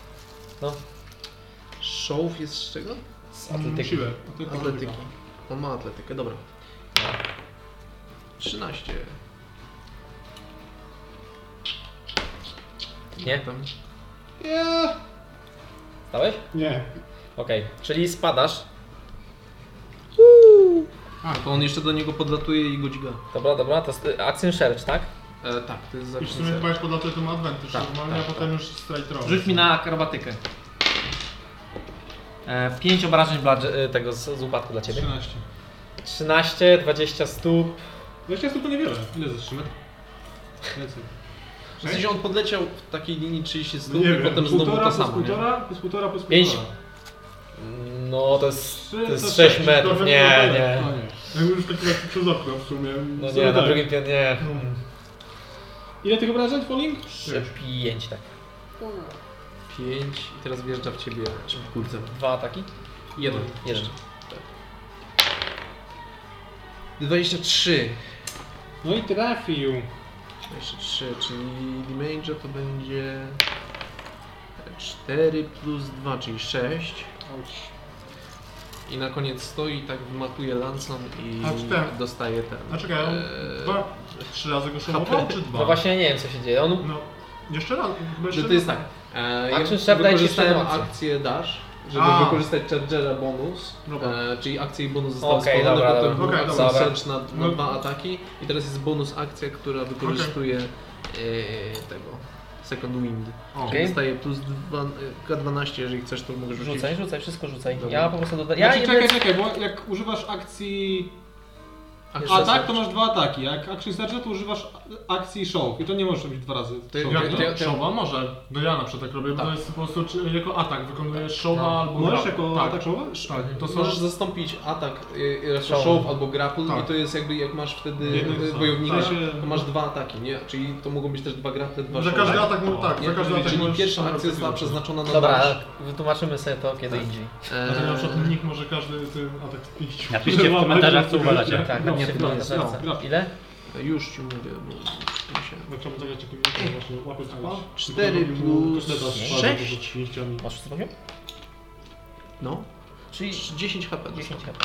show jest z czego? Z atletyki. Siłę. Atletyki. On ma atletykę, dobra. trzynaście. Nie? Tam. Stałeś? Nie. Okej, czyli spadasz. A, to on jeszcze do niego podlatuje i go dźga. Dobra, dobra, to jest y, action surge, tak? E, tak, to jest I w zacznie sumie chyba już podlatuje to ma advantage Tak, normalnie, tak, a potem już straight roll. Rzuć mi na akrobatykę. E, pięć obrażeń bludge- y, tego z, z upadku dla ciebie. trzynaście. trzynaście, dwadzieścia stóp. dwadzieścia stóp to niewiele. Ile za trzy metry? Więcej. W sensie on podleciał w takiej linii trzydzieści stóp Nie i wiem, potem znowu Półtora to plus samo, nie? półtora, plus półtora, plus Pięć. półtora. No to jest, Trzy, to to jest sześć, sześć metrów, trochę nie, trochę nie. O nie. Jakby już taki lekki przez okno w sumie. No Sobie nie, na tak. drugim piętrze nie. Ile tych obrażeń, Falling? Pięć, tak. pięć i teraz wjeżdża w ciebie czym w kulce. Dwa ataki? Jeden. Jeden. dwadzieścia trzy. No i trafił. dwadzieścia trzy, czyli damage to będzie cztery plus dwa, czyli sześć. I na koniec stoi, tak wymatuje lancą i A czy ten? dostaje ten. A czekaj, on Eee, dwa, trzy razy go szomował, czy dwa? No właśnie nie wiem co się dzieje. On No, jeszcze raz. chyba Że jeszcze to jest raz. tak. E, Action ja Shard daje ci wykorzystałem jedną akcję. akcję dash, żeby A. wykorzystać Chargera bonus, Dobra. e, czyli akcje i bonus zostały Okej, spalone, dobra, potem dobra. była Okej, akcja dobra. surge na, na No. dwa ataki i teraz jest bonus akcja, która wykorzystuje e, tego Second Wind. O, Okej. Dostaje plus dwa, K dwanaście, jeżeli chcesz, to mogę rzucić. Rzucaj, rzucaj, wszystko rzucaj. Dobra. Ja po prostu dodaję. Ja Znaczy, jedyne- czekaj, czekaj, bo jak używasz akcji Action atak, surge. to masz dwa ataki. Jak action surge, to używasz akcji show. I to nie możesz robić dwa razy. To show. ja- Jak to- to? to- Showa może. No ja na przykład tak robię, bo Tak. to jest po prostu czy, jako atak. Wykonujesz showa No. albo Możesz gra- jako tak. atak showa? Tak, to są... Możesz zastąpić atak y, raz Show. show albo grapple Tak. i to jest jakby jak masz wtedy Jednym y, są. wojownika, Tak. to masz dwa ataki, nie? Czyli to mogą być też dwa grapple, dwa Za show. każdy tak? atak, no tak, Nie? za każdy atak Czyli możesz- pierwsza możesz akcja została zrobić. przeznaczona na Dobra, dash. wytłumaczymy sobie to kiedy Tak. indziej. Dlatego na Eee, przykład nikt może każdy ten atak pięścią. Napiszcie w komentarzach, co uważacie. Tak, No, napiszcie w no, komentarzach. no, co. Ile? Już ci mówię, bo mi się... No chciałbym zagrać takim właśnie łapę spa. cztery plus sześć. pięściami. Masz co poziom? No, Czyli dziesięć H P. dziesięć H P.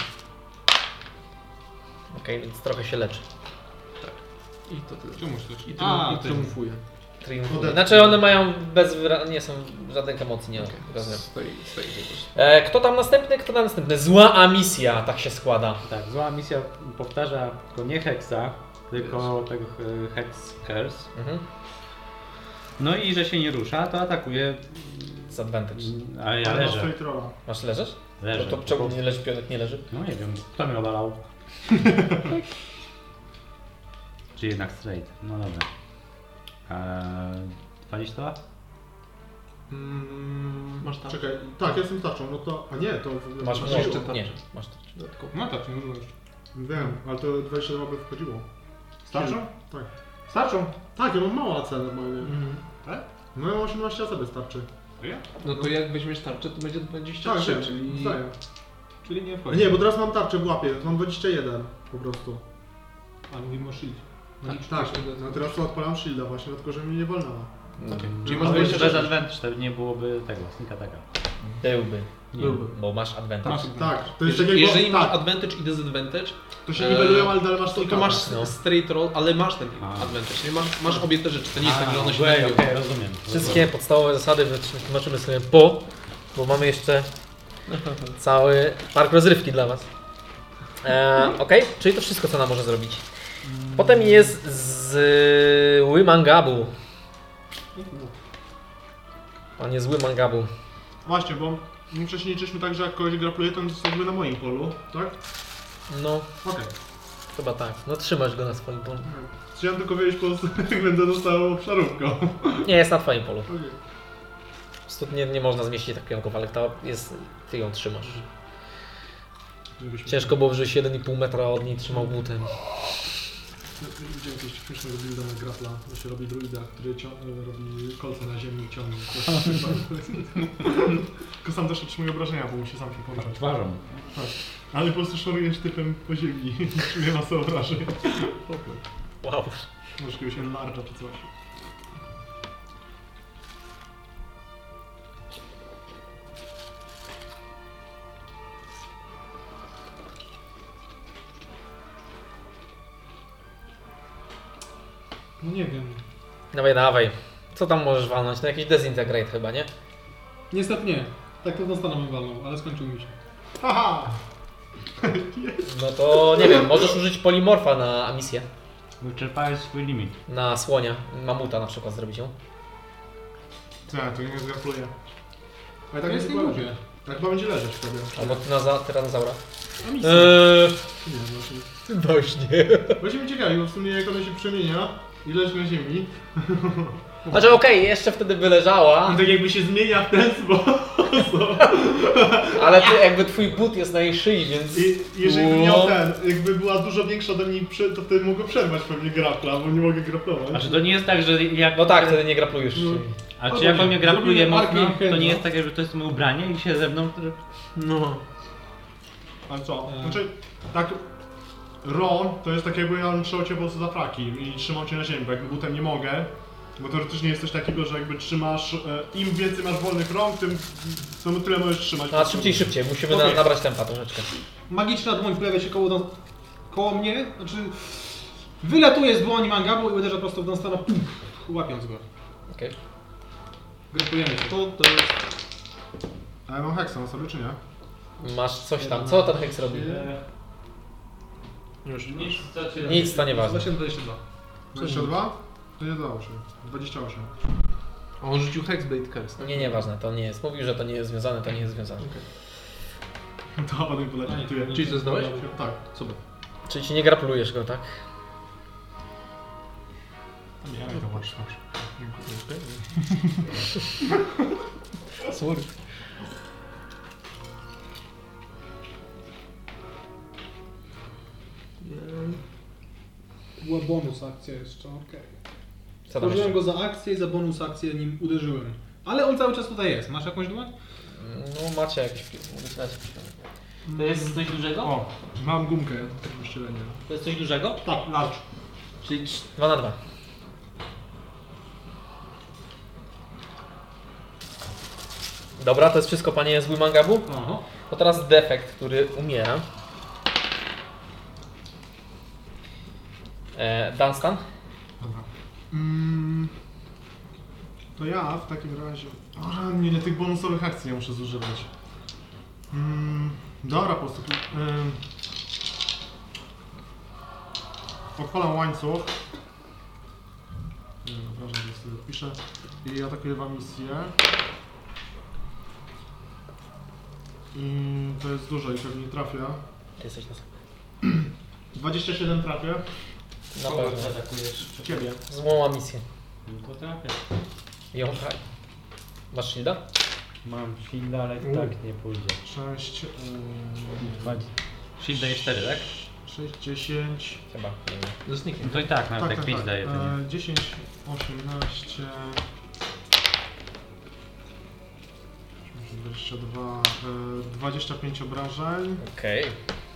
Okej, więc trochę się leczy. I to tyle. Czemu chcesz? I, A, trium, i ty. triumfuje. Triumfuje. Ode- Znaczy one mają bez wyra- nie są żadnych emocji, nie Okay. rozumiem. Stoi, stoi po prostu. E, kto tam następny? Kto tam następny? Zła Amisja, tak się składa. Tak, zła misja powtarza tylko nie Hexa, tylko tego e, Hex Curse. Mhm. No i że się nie rusza, to atakuje. Z advantage. Ale ja Ale ma leżę. straight rolla. Masz leżeć? Leżę. No to czemu nie leży, pionek nie leży? No nie wiem, kto mnie obalał? Czy jednak straight? No dobra. Eee, dwadzieścia? Mm, masz tam. Czekaj, tak, ja jestem tarczą, no to... A nie, to... Masz Masz jeszcze jeszcze tarczę. Nie, tarczę. masz tarczę. Dodatkowo. No tak, nie użyłem jeszcze. Wiem, ale to dwadzieścia dwa by wchodziło. Starczą? Tak. Starczą. Tak, ja mam mało A C normalnie. Mhm. No ja mam osiemnaście A C wystarczy. No to jak weźmiesz tarczę, to będzie dwadzieścia Tak, trzy, wiem, czyli... zdaję. Czyli nie A wchodzi. nie, bo teraz mam tarczę w łapie, mam dwadzieścia jeden po prostu. A mówimy o shield. Tak, tak. No teraz to odpalam shielda właśnie, dlatego że mnie nie wolnęła. Okay. Mm, Czyli no, masz już dwadzieścia bez sześć. advantage, to nie byłoby tego, sneak attacka. Byłby, Nie. Byłby. bo masz advantage. Tak, tak. To jest Jeżeli, takiego, jeżeli masz tak, advantage i disadvantage, to się niwelują, ale dalej masz to, to sneak masz attack. no. straight roll, ale masz ten A. advantage. Nie? Masz, masz obie te rzeczy, to nie jest tak, że one się okej, negują. okej, rozumiem. Wszystkie podstawowe zasady tłumaczymy sobie po, bo mamy jeszcze cały park rozrywki dla Was. E, ok, czyli to wszystko, co nam może zrobić. Potem jest zły Mangabu. Panie zły Mangabu. Właśnie, bo my wcześniej liczyliśmy tak, że jak kogoś grapluje, to on jest jakby na moim polu, tak? No, Okej. chyba tak. No trzymasz go na swoim polu. Chciałem tylko wiedzieć po prostu, jak będę dostał obszarówką. Nie, jest na Twoim polu. Okej. Po prostu nie, nie można zmieścić tak pionków, ale ta jest, Ty ją trzymasz. Żebyśmy- Ciężko było, żebyś jeden i pół metra od niej trzymał butem. Widziałem jakiegoś śmiesznego builda na grapla, że się robi druida, który cią- robi kolce na ziemi i ciągnie. Tylko sam też otrzymuje obrażenia, bo musi sam się poruszać. Twarzą. Ale po prostu szorujesz typem po ziemi i nie ma co obrażeń. Wow. Może jakiegoś enlarge'a czy coś. No nie wiem. Dawaj, dawaj. Co tam możesz walnąć? No jakiś dezintegrate chyba, nie? Niestety nie. Tak to dostanę walną, ale skończył mi się. Haha! No to nie wiem, możesz użyć polimorfa na misję. Wyczerpałeś swój limit. Na słonia, mamuta na przykład zrobić ją. Tak, to nie zgrapluję. Ale tak Ja jest nie chyba lubię. Tak chyba będzie leżeć wtedy. Albo tyraza, tyranozaura. A misja. Eee, Nie, właśnie. właśnie. Właśnie mnie ciekawi, bo w sumie jak ona się przemienia i leży na ziemi, Znaczy okej, jeszcze wtedy by leżała, on tak jakby się zmienia w ten sposób. ale ty, jakby twój but jest na jej szyi, więc... I jeżeli bym miał ten, jakby była dużo większa ode mnie, prze- to wtedy mogę przerwać pewnie grapla, bo nie mogę graplować. Znaczy to nie jest tak, że jak... No tak, wtedy nie graplujesz szyi. A czy jak on mnie grapluje Zrobimy mocno, Arcane to nie Hands, jest tak, że to jest moje ubranie i się ze mną... No. A co? Znaczy, tak, Ro to jest tak jakby ja bym trzymał cię po prostu za fraki i trzymał cię na ziemi, bo jakby butem nie mogę. Bo teoretycznie jest coś takiego, że jakby trzymasz, e, im więcej masz wolnych rąk, tym no, tyle możesz trzymać. No, a szybciej, szybciej, musimy Okej. na, nabrać tempa troszeczkę. Magiczna dłoń pojawia się koło, Don- koło mnie, znaczy wylatuje z dłoni Mangabu i uderza prosto w Dunstana, puf, łapiąc go. Okej. Grapujemy się. To, to jest... A ja mam heksa na sobie, czy nie? Masz coś tam, co ten heks robi? Już. Nic, co ci Nic, to nieważne. dwadzieścia dwa. dwadzieścia dwa? To nie dało się. dwadzieścia osiem. A on rzucił Hexblade Curse. Nie, nieważne, to nie jest. Mówił, że to nie jest związane, to nie jest związane. To potem poleci. Czyli co zdałeś? Tak. Super. Czyli ci nie graplujesz go, tak? Nie, jak to masz, masz. Sorry. Była bonus akcja jeszcze, okej. Co tam Użyłem jeszcze? go za akcję i za bonus akcję nim uderzyłem. Ale on cały czas tutaj jest. Masz jakąś dłoń? No macie jakieś... Macie. To jest coś dużego? O, mam gumkę do ścielenia. To jest coś dużego? Tak, large. Czyli cz- Dwa na dwa. Dobra, to jest wszystko, panie zły Mangabu. Aha. To teraz defekt, który umiera. E, Dunstan? Dobra. Mm, to ja w takim razie... O, nie, nie, tych bonusowych akcji nie muszę zużywać. Mm, dobra, po prostu... Ym, odpalam łańcuch. Nie, dobra, że sobie odpiszę. I atakuję wam misję. I to jest dużo i pewnie trafia. Ty jesteś na dwadzieścia siedem trafię. Na kogo pewno. zaatakujesz? Ciebie. Złą misję. No to trafię. Ją haj. Masz shielda? Mam shielda, ale i tak nie pójdzie. sześć, yy, Shield daje cztery, tak? sześć, dziesięć. Chyba. Nie wiem. Ze sneakiem. No to i tak, nawet jak pięć daje, to nie. E, dziesięć, osiemnaście, dwadzieścia dwa, e, dwadzieścia pięć obrażeń Okej.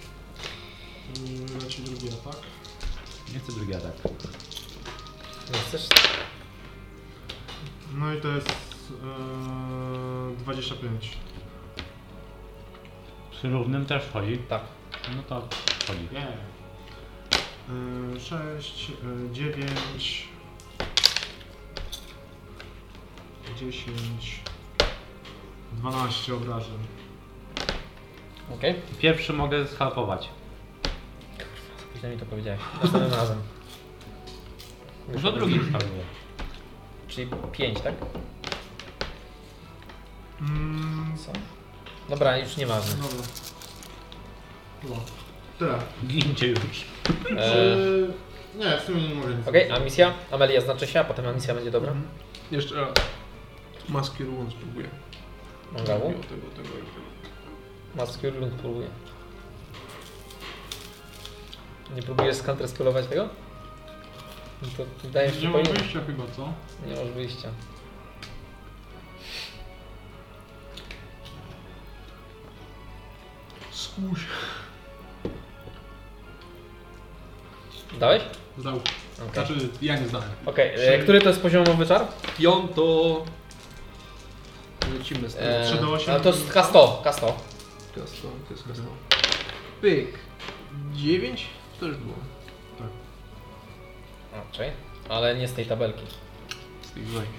i leci drugi atak. Nie chcę drugi atak. Nie chcesz? No i to jest e, dwadzieścia pięć. Przy równym też wchodzi. Tak. No to wchodzi. Yeah. E, sześć, e, dziewięć, dziesięć, dwanaście obrażeń. Okej. Pierwszy mogę schalpować. Źle mi to powiedziałeś. Następnym razem. Już o drugim schalpuję. Czyli pięć, tak? Mm, Co? Dobra, już nieważne. dobra. No. Tyle. Gincie już. Czy... Nie, w sumie nie mogę nic. Okej, a misja? Amelia znaczy się, a potem a misja będzie dobra. Jeszcze raz. Maski rułon spróbuję. Mangabu? Tego, tego, tego, tego. Maski Rund próbuje. Nie próbujesz skantrespolować tego? No to wydaje mi się, Nie że mam powinien. wyjścia chyba, co? Nie masz wyjścia. Skuś. Dałeś? Zdał. Okej. Znaczy, ja nie zdałem. Okej, e, który to jest poziomowy czar? Piąto... Lecimy z tym. E, trzy do ośmiu. ale to jest K sto, K sto. Kasto, to jest kasto. Pyk. dziewięć? To już było. Okej, ale nie z tej tabelki. Z tej złej.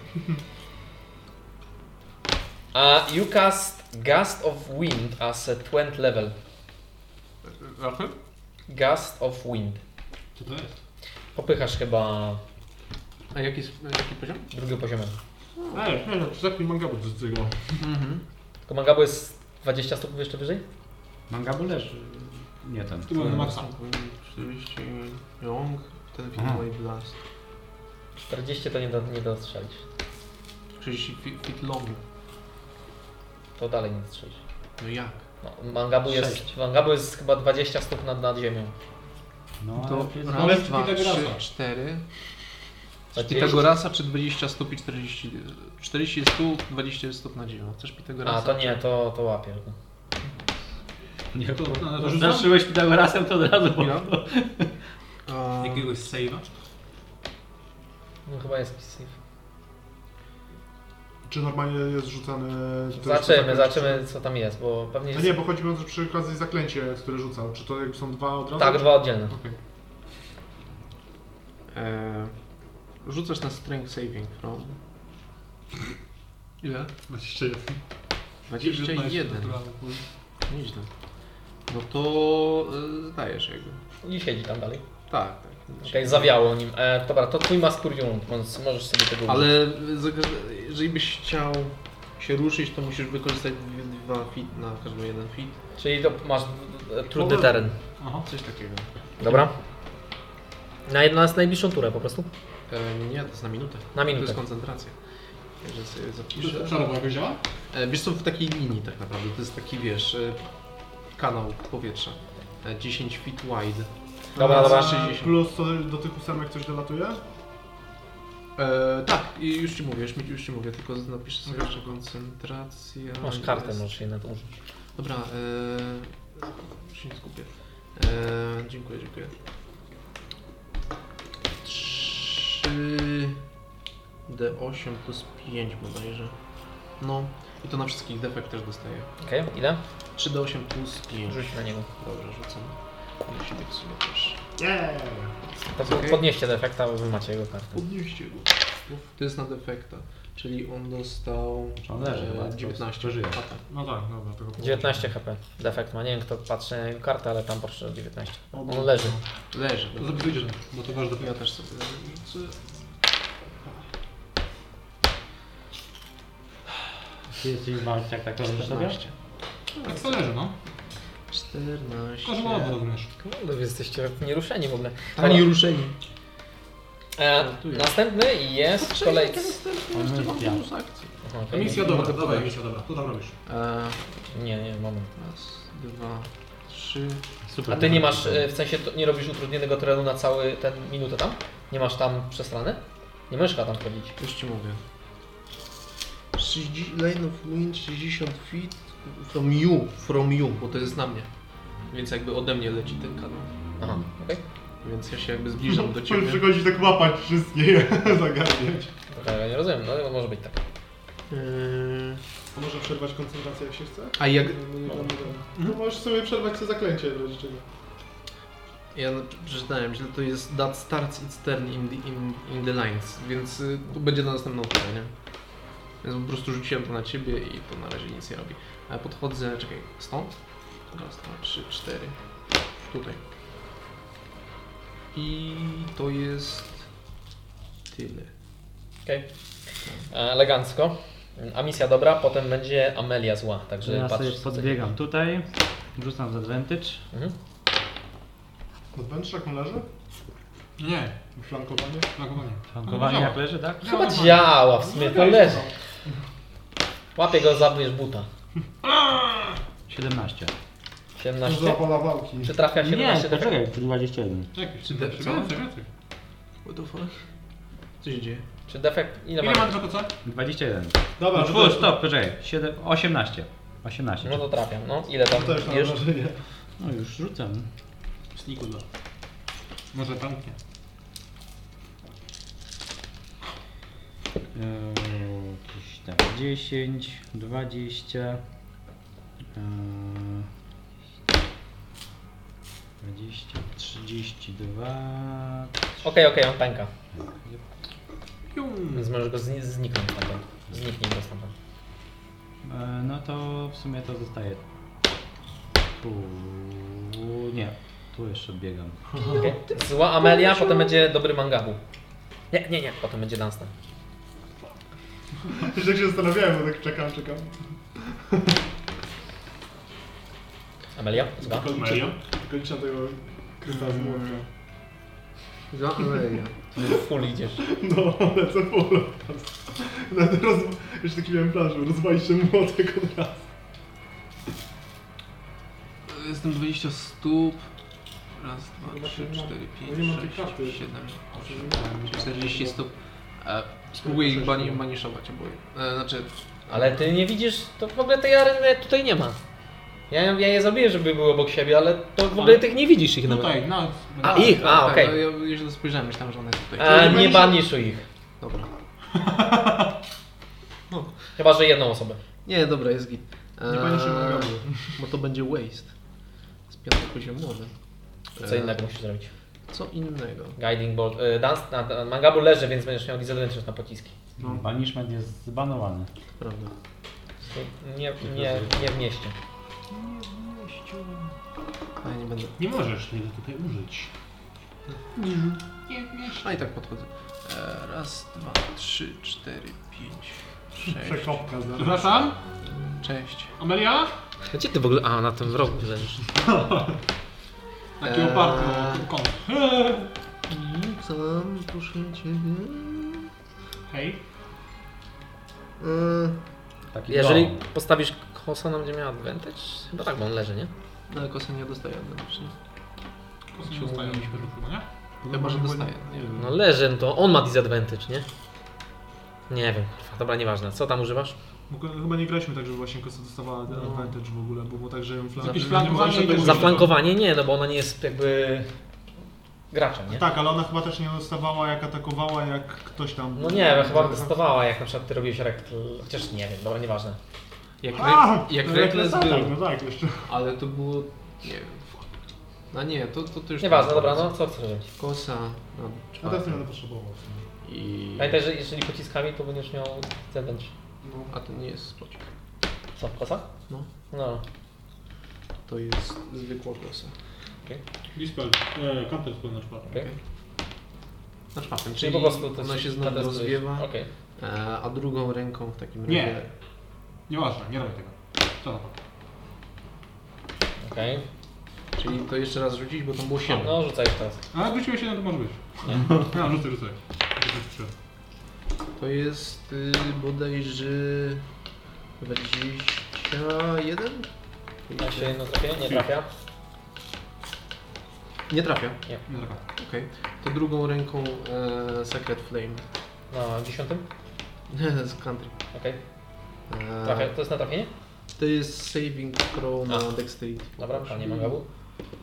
A you cast Gust of Wind as a twentieth level. Jaki? Gust of Wind. Co to jest? Popychasz chyba A jaki, jest- jaki poziom? drugim poziomem. Ej, nie, no, zapnij mangabu do tego. Mhm. Tylko Mangabu jest dwadzieścia stopni jeszcze wyżej? Mangabu leży. Nie ten. Tu mamy maksa. czterdzieści Young, ten Aha. film White Blast. czterdzieści to nie, do, nie dostrzelisz. trzydzieści feet, feet long. To dalej nie dostrzelisz. No jak? No, Mangabu jest, Sześć. Mangabu jest chyba dwadzieścia stóp nad, nad ziemią. No, To ale jest- ale raz, dwa, Pitagorasa. trzy, cztery. dwadzieścia Pitagorasa czy dwadzieścia stóp i czterdzieści... czterdzieści stóp, dwadzieścia stóp na ziemię. Chcesz Pitagorasa? A, to nie, to, to łapiesz go. Nie, To, no, to rzucam? Zaszyłeś Pitagorasem, to od razu Ja? poszło. A, Jakiegoś save'a? No chyba jest jakiś save. Czy normalnie jest rzucane... to jest Zobaczymy, zaklęcie? zobaczymy co tam jest, bo pewnie No jest... nie, bo chodzi mi o to, że przy okazji zaklęcie, które rzucał. Czy to jakby są dwa od razu? Tak, dwa oddzielne. Okej. e, rzucasz na strength saving from... Ile? dwadzieścia jeden. dwadzieścia jeden. naturalny. Nieźle. No to e, zdajesz jego. I siedzi tam dalej. Tak, tak. Okej, zawiało nim. E, dobra, to twój Mascurion, więc możesz sobie tego użyć. Ale za- jeżeli byś chciał się ruszyć, to musisz wykorzystać dwa feet na każdy jeden feet. Czyli to masz e, trudny teren. Aha. Coś takiego. Dobra. Na jedną na najbliższą turę po prostu. E, nie, to jest na minutę. Na To minutę. jest koncentracja. Także sobie zapiszę. Przerobu jakoś działa? E, wiesz co, w takiej linii tak naprawdę, to jest taki, wiesz, e, kanał powietrza. E, dziesięć feet wide. Dobra, A dobra. sześćdziesiąt. Plus to do tych ósemek coś dolatuje? E, tak, i już ci mówię, już, mi- już ci mówię, tylko napiszę sobie Okej. jeszcze koncentracja. Masz kartę, jest. możesz jej na to użyć. Dobra, e, się nie skupię. E, dziękuję, dziękuję. trzy D osiem plus pięć bodajże. No, i to na wszystkich defekt też dostaję. Okej, ile? trzy D osiem plus pięć. Rzuć na niego. Dobrze, rzucam. Ja się tak w sumie też. Yeah! To Okej. podnieście defekta, bo wy macie jego kartę. Podnieście go. To jest na defekta. Czyli on dostał Czy on leży e, chyba? dziewiętnaście. To żyje. A, tak. No tak, dobra, tego dziewiętnaście H P. Defekt ma. Nie wiem kto patrzy na jego kartę, ale tam poszło dziewiętnaście. O, On leży. Leży. To zapisujcie, bo to wasz Ja dopiero. też sobie rzucę. Ty jesteś walczyć jak tak robisz sobie? czternaście. Tak to leży, no. czternaście. Każdy ma to również. No, wy jesteście nieruszeni w ogóle. Ani ruszeni. E, następny jest z kolei... On jest ja. Aha, okej. Misja dobra, dawaj misja dobra. Co tam robisz? E, Nie, nie, moment. raz, dwa, trzy. A ty nie masz, e, w sensie to nie robisz utrudnionego terenu na cały ten minutę tam? Nie masz tam przesrany? Nie możesz chyba tam wchodzić. Już ci mówię. trzydzieści, lane of wind sześćdziesiąt feet from you, from you, bo to jest na mnie. Więc jakby ode mnie leci ten kanał. Aha, okej. Więc ja się jakby zbliżam do ciebie. Przychodzi tak łapać wszystkie, zagarniać. tego nie rozumiem, no może być tak. Yy, A może przerwać koncentrację jak się chce? a jak... No możesz sobie przerwać to zaklęcie w razie czego. Ja przeczytałem źle, to jest that starts its turn in the, in, in the lines, więc y, to będzie na następną turę, nie? Więc po prostu rzuciłem to na ciebie i to na razie nic nie robi. A ja podchodzę, czekaj, stąd? Raz, dwa, trzy, cztery. Tutaj. I to jest tyle. Okej. Okay. Elegancko. A misja dobra, potem będzie Amelia zła, także Ja patrz. sobie co podbiegam tutaj, rzucam z advantage. Mhm. Odbędziesz jak on leży? Nie, Flankowanie? flankowanie. Flankowanie jak leży, tak? Chyba działa w sumie, to leży. Łapie go, zabierz buta. siedemnaście. siedemnaście. Zapala walki. Czy trafia Nie, siedemnaście? poczekaj, dwadzieścia jeden. Czekaj, Czy co? de- co? Więcej, więcej. What the fuck? Co się dzieje? Czy defekt? Ile Ile ma? masz do co? dwadzieścia jeden. Dobra, No, full, stop, poczekaj. siedem, osiemnaście. osiemnaście. No to trafiam, no. Ile tam To też mam bierz? wrażenie. No już rzucam. Sneaku dwa. Może tanknie. Eee, jakieś tam dziesięć, dwadzieścia. Eee, dwadzieścia, trzydzieści dwa. Okej, okej, on pęka. Pium. Więc możesz go zni- zniknąć stamtąd. Zniknij go stamtąd. Eee, no to w sumie to zostaje. Tu. Nie, tu jeszcze biegam. Okay. Zła Amelia, potem będzie dobry Mangabu. Nie, nie, nie, potem będzie Dunstan. Już tak się zastanawiałem, bo tak czekam, czekam. Amelia? Zła? Tylko liczę, tylko liczę na tego kryta z młotka. Za Amelia. Full idziesz. No, lecę full. Nawet roz... Jeszcze taki miałem plan, żeby rozwalić ten młotek od razu. Jestem dwadzieścia stóp. Raz, dwa, trzy, cztery, nie mam tej pięć, karty. sześć, siedem, osiem, czterdzieści stóp. E, spróbuję ich bani- baniszować oboje. E, znaczy, Ale ty nie widzisz, to w ogóle tej areny tutaj nie ma. Ja, ja je zrobiłem, żeby były obok siebie, ale to w ogóle tych nie widzisz ich nawet. Tutaj, no. A ich, a tak, okej. no, ja źle spojrzałem, myślałem, że one jest tutaj. A nie baniszuj ich. Dobra. Chyba, że jedną osobę. Nie, dobra, jest git. E, Nie baniszuj Mangabu. Bo to będzie waste. Z piątopoziomowy. Co innego musisz zrobić. Co innego? Guiding Bolt. Y, dance, na, na, Mangabu leży, więc będziesz miał disadvantage na pociski. Banishment jest zbanowany. Prawda. Nie, nie, nie w mieście. A ja nie będę. Nie możesz tego tutaj użyć. A i tak podchodzę. E, raz, dwa, trzy, cztery, pięć, sześć. Przekopka zaraz. Przepraszam? Cześć. Amelia? Gdzie ty w ogóle? A, na tym rogu leżysz. Taki Eee. oparty o ten kąt. Co tam, proszę ciebie? Hej. E, Taki Jeżeli dom. postawisz kosa, nam będzie miał advantage? Chyba tak, bo on leży, nie? no ale kosy nie dostaję wewnętrznie. Kosy nie dostają chyba, nie? Chyba, że dostaję. Nie wiem. No leży, no to on ma disadvantage, nie? Nie wiem, kurwa, dobra, nieważne. Co tam używasz? Bo chyba nie graliśmy tak, żeby właśnie Kosa dostawała ten advantage w ogóle, bo było tak, że ją flank... Jakieś że flankowanie nie i mogła tak się Za tego- flankowanie nie, no bo ona nie jest jakby graczem, nie? Tak, ale ona chyba też nie dostawała jak atakowała, jak ktoś tam... No nie, chyba testowała, jak na przykład ty robiłeś rekt, chociaż nie wiem, dobra, nieważne. Jak, A, re, jak no Reckless tak, był, no tak, jeszcze. ale to było, nie wiem, fuck. No nie, to, to, to już... Nieważne, nie dobra, pomysł. no co chcesz robić? Kosa na A teraz nie czwartym. będę potrzebował. w sumie. I... Pamiętaj, że jeżeli pociskami, to będziesz miał disadvantage. No, a to nie jest spocik. Co, kosa? No. No. To jest zwykła kosa. Dispel. E, counter spell na czwartym. Okej. Na czwartym, Czyli po prostu to ona się znowu nadal rozwiewa, Okej. e, a drugą ręką w takim Nie. razie... Nieważne, nie robię tego. Co to? Okej. Czyli to jeszcze raz rzucić, bo to było siedem. No, rzucaj już teraz. A jak wróciłeś się, to może być. Nie. No, rzucaj, rzucaj. To jest y, bodajże dwadzieścia jeden? Na się jedno trafienie? Nie trafia. Nie trafia. Nie trafia. Okej. To drugą ręką e, Sacred Flame. Na dziesiątym? Z country. Okej. E, Trafia. To jest na trafienie? To jest saving throw na A. Dexterity. Dobra, panie Mangabu.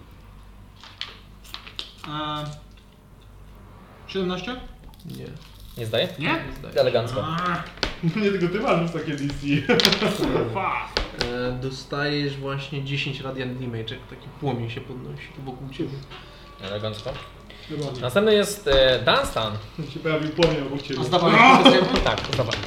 E, siedemnaście? Nie. Nie zdaje? Nie? Elegancko. Nie tylko ty masz już takie D C. E, dostajesz właśnie dziesięć radiant damage, jak taki płomień się podnosi wokół ciebie. Elegancko. Chyba nie. Następny jest e, Dunstan. się pojawił płomień obok ciebie. A zdawałeś profesję? Tak, zobacz.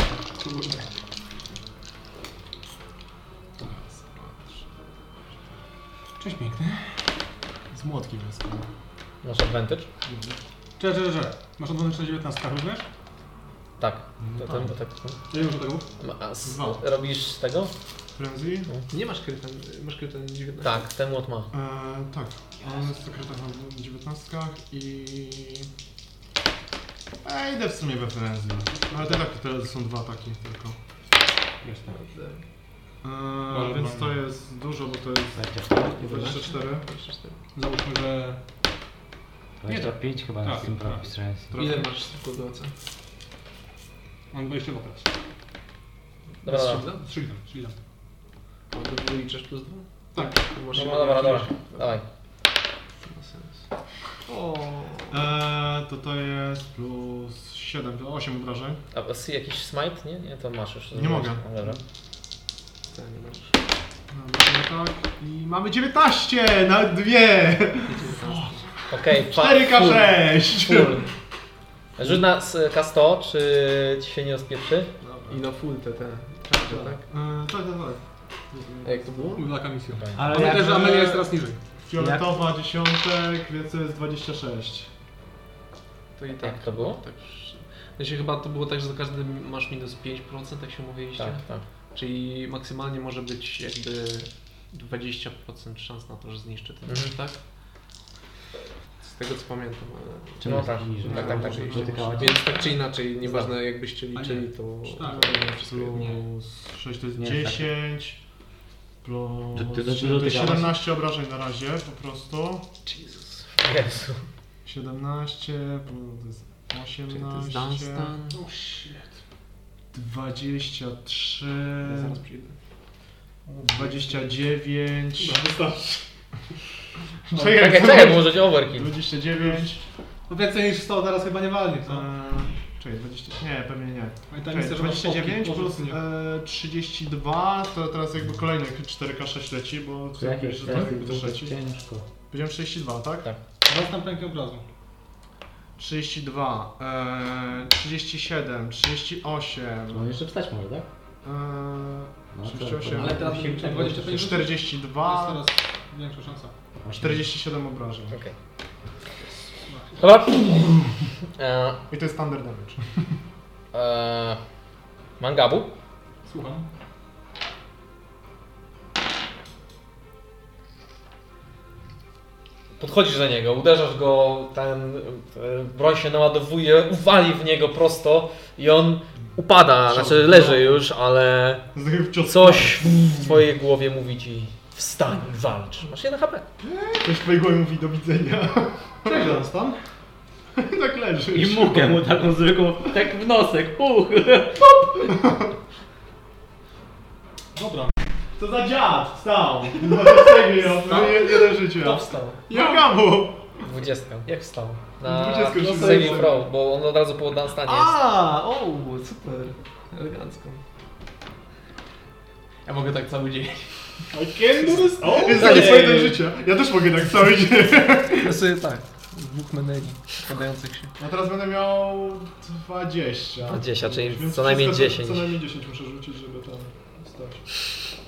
Cześć piękny. Z młotkiem jest. Masz advantage? Cze, cze, cze. Masz odwodniczy na dziewiętnastkę również? Tak. To, ten, tak. Ja nie muszę tego. A, s- Dwa. robisz tego? Frenzy? Nie masz kryta, masz kryta na dziewiętnaście. Tak, ten młot ma. E, tak, on jest w sekretach na dziewiętnastkach i... A idę w sumie we Frenzy. Ale te takie teraz są dwa ataki tylko. E, więc to jest dużo, bo to jest dwadzieścia cztery. Załóżmy, że... dwadzieścia pięć chyba Tak, z tym tak. Profit Strength. Ile masz tylko do A C? Mam dwadzieścia dwa teraz. Dobra, dobra. Dobra. Strzelam, strzelam. A do góry liczysz plus dwa? Tak. To masz Dobra, dobra, dobra. Dawaj. Ma sens. O. E, to to jest plus siedem, to osiem obrażeń. A s- jakiś smite? Nie? Nie, to masz już. Nie mogę. No, dobra. Tak, nie masz. Dobra, tak. I mamy dziewiętnaście na dwie! Okej, okay, cztery K sześć! Full. Rzuć na s- K sto, czy ci się nie rozpieprzy? I na full te, te. Charge, tak? E, tak, tak, tak. A jak to było? Taka misja. Ale Ale jak, też, że Amelia jest teraz niżej. Fioletowa dziesiątek, więc to jest dwadzieścia sześć. To i tak. Jak to było? Tak. Znaczy chyba to było tak, że za każdy masz minus pięć procent, jak się mówiliście. Tak, tak. Czyli maksymalnie może być jakby dwadzieścia procent szans na to, że zniszczy ten Mhm. tak? Z tego co pamiętam, ale... Czym No jest tak, niżej? tak, tak, tak. Czyli- Dotykała cię? Więc tak czy inaczej, nieważne jakbyście liczyli, to... Tak. Plus sześć to jest Nie, dziesięć. Plus To- to- to- to to jest dotykałaś? siedemnaście obrażeń na razie po prostu. Jezus. Jezu. siedemnaście plus to jest Czyli to jest osiemnaście. Dunstan. dwadzieścia trzy. Ja zaraz przyjdę. dwadzieścia dziewięć. Czekaj, czekaj, może ci overkill. dwadzieścia dziewięć. No więcej niż sto teraz chyba nie walnie, co? Eee, czekaj, dwadzieścia. Nie, pewnie nie. Pamiętaj, Czekaj, misja, że masz dwadzieścia dziewięć popki, plus może e, trzydzieści dwa, to teraz jakby kolejnych cztery K sześć leci, bo To jakieś że to jakby testy, też leci. ciężko. Powiedziałem trzydzieści dwa, tak? Tak. Zaraz tam pękę obrazu. trzydzieści dwa, e, trzydzieści siedem, trzydzieści osiem, No jeszcze wstać może, tak? e, No, to- trzydzieści osiem, Ale teraz musimy czekać. dwadzieścia pięć czterdzieści jest dwa, teraz większa szansa. czterdzieści siedem obrażeń. Okej. Dobra. E, I to jest standard damage. e, Mangabu. Słucham. Podchodzisz do niego, uderzasz go, ten e, broń się naładowuje, uwali w niego prosto i on upada, znaczy leży już, ale To jest taki cios. coś w twojej głowie mówi ci wstań, walcz. Masz jeden H P. Coś w twojej głowie mówi do widzenia. Cześć, Dunstan. I tak leżysz. I mukę mu taką zwykłą, tak w nosek, puch! Dobra. Co za dziad, wstał. No jeden życia. To wstał. Jagamu! Dwudziestka. Jak wstał? Na Dwudziestkę no, rzucę. saving throw, bo on od razu po Dunstanie jest. A, o, super. Elegancko. Ja mogę tak cały dzień. I can do this. O, jest tak, tak, nie, swoje nie, nie. życia. Ja też mogę tak cały dzień. Ja sobie tak, dwóch meneli składających się. Ja teraz będę miał dwadzieścia. dwadzieścia, czyli Więc co najmniej wszystko, dziesięć. Co najmniej dziesięć muszę rzucić, żeby tam wstać.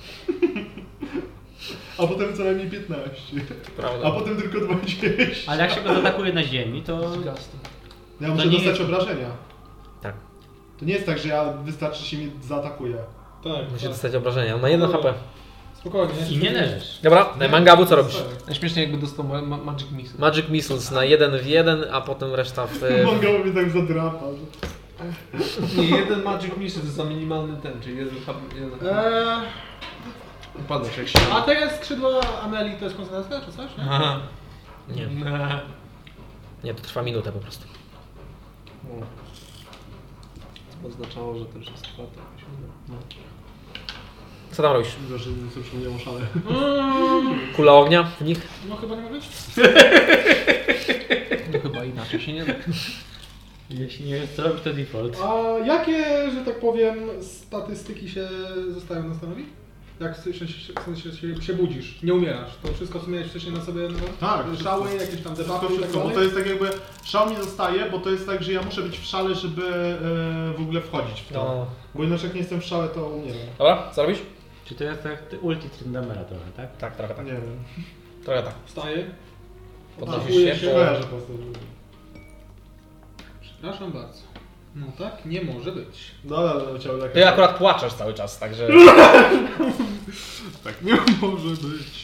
A potem co najmniej piętnaście. Prawda. A potem tylko dwadzieścia. Ale jak się go zaatakuje na ziemi, to... Ja to muszę nie dostać jest- obrażenia. Tak. To nie jest tak, że ja wystarczy, że się mi zaatakuje. Tak. Musi dostać obrażenia, on ma jedno H P. Spokojnie. I nie leżysz. Dobra, Mangabu, co robisz? Najśmieszniej jakby dostał ma ma Magic Missile. Magic Missiles na jeden w jeden, a potem reszta w... Manga mnie tak zadrapa. Nie, jeden Magic Missile to za minimalny ten, czyli jeden H P. Jeden... Eee, Upadłeś jak się... a te skrzydła Ameli to jest koncentracja czy coś? Nie? Aha. Nie, nie, to trwa minutę po prostu. No. To oznaczało, że to już jest czwarta. No. Co tam robisz? Że mi sobie przypomniało szale. Kula ognia w nich? No chyba nie ma być. No chyba inaczej się nie da. Jeśli nie jest co robić, to default. A jakie, że tak powiem, statystyki się zostają na stanowi? Jak się, się, się, się, się budzisz, nie umierasz, to wszystko co miałeś wcześniej na sobie, no, Tak, szały, wszystko. jakieś tam Wszystko, debuffy i tak wszystko, bo dalej? to jest tak jakby, szał mi zostaje, bo to jest tak, że ja muszę być w szale, żeby e, w ogóle wchodzić w to. No. Bo inaczej jak nie jestem w szale, to umieram. Dobra, co robisz? Czy to jest tak ty ulti Tryndamera trochę, tak? Tak, trochę tak. Nie wiem. Trochę tak. Wstaję, Podnosisz Odmachuje się, się. po... Kojarzę po prostu. przepraszam bardzo. No tak, nie może być. Dobra, dobra, chciałem tak. Ty akurat płaczesz cały czas, także... Tak nie może być.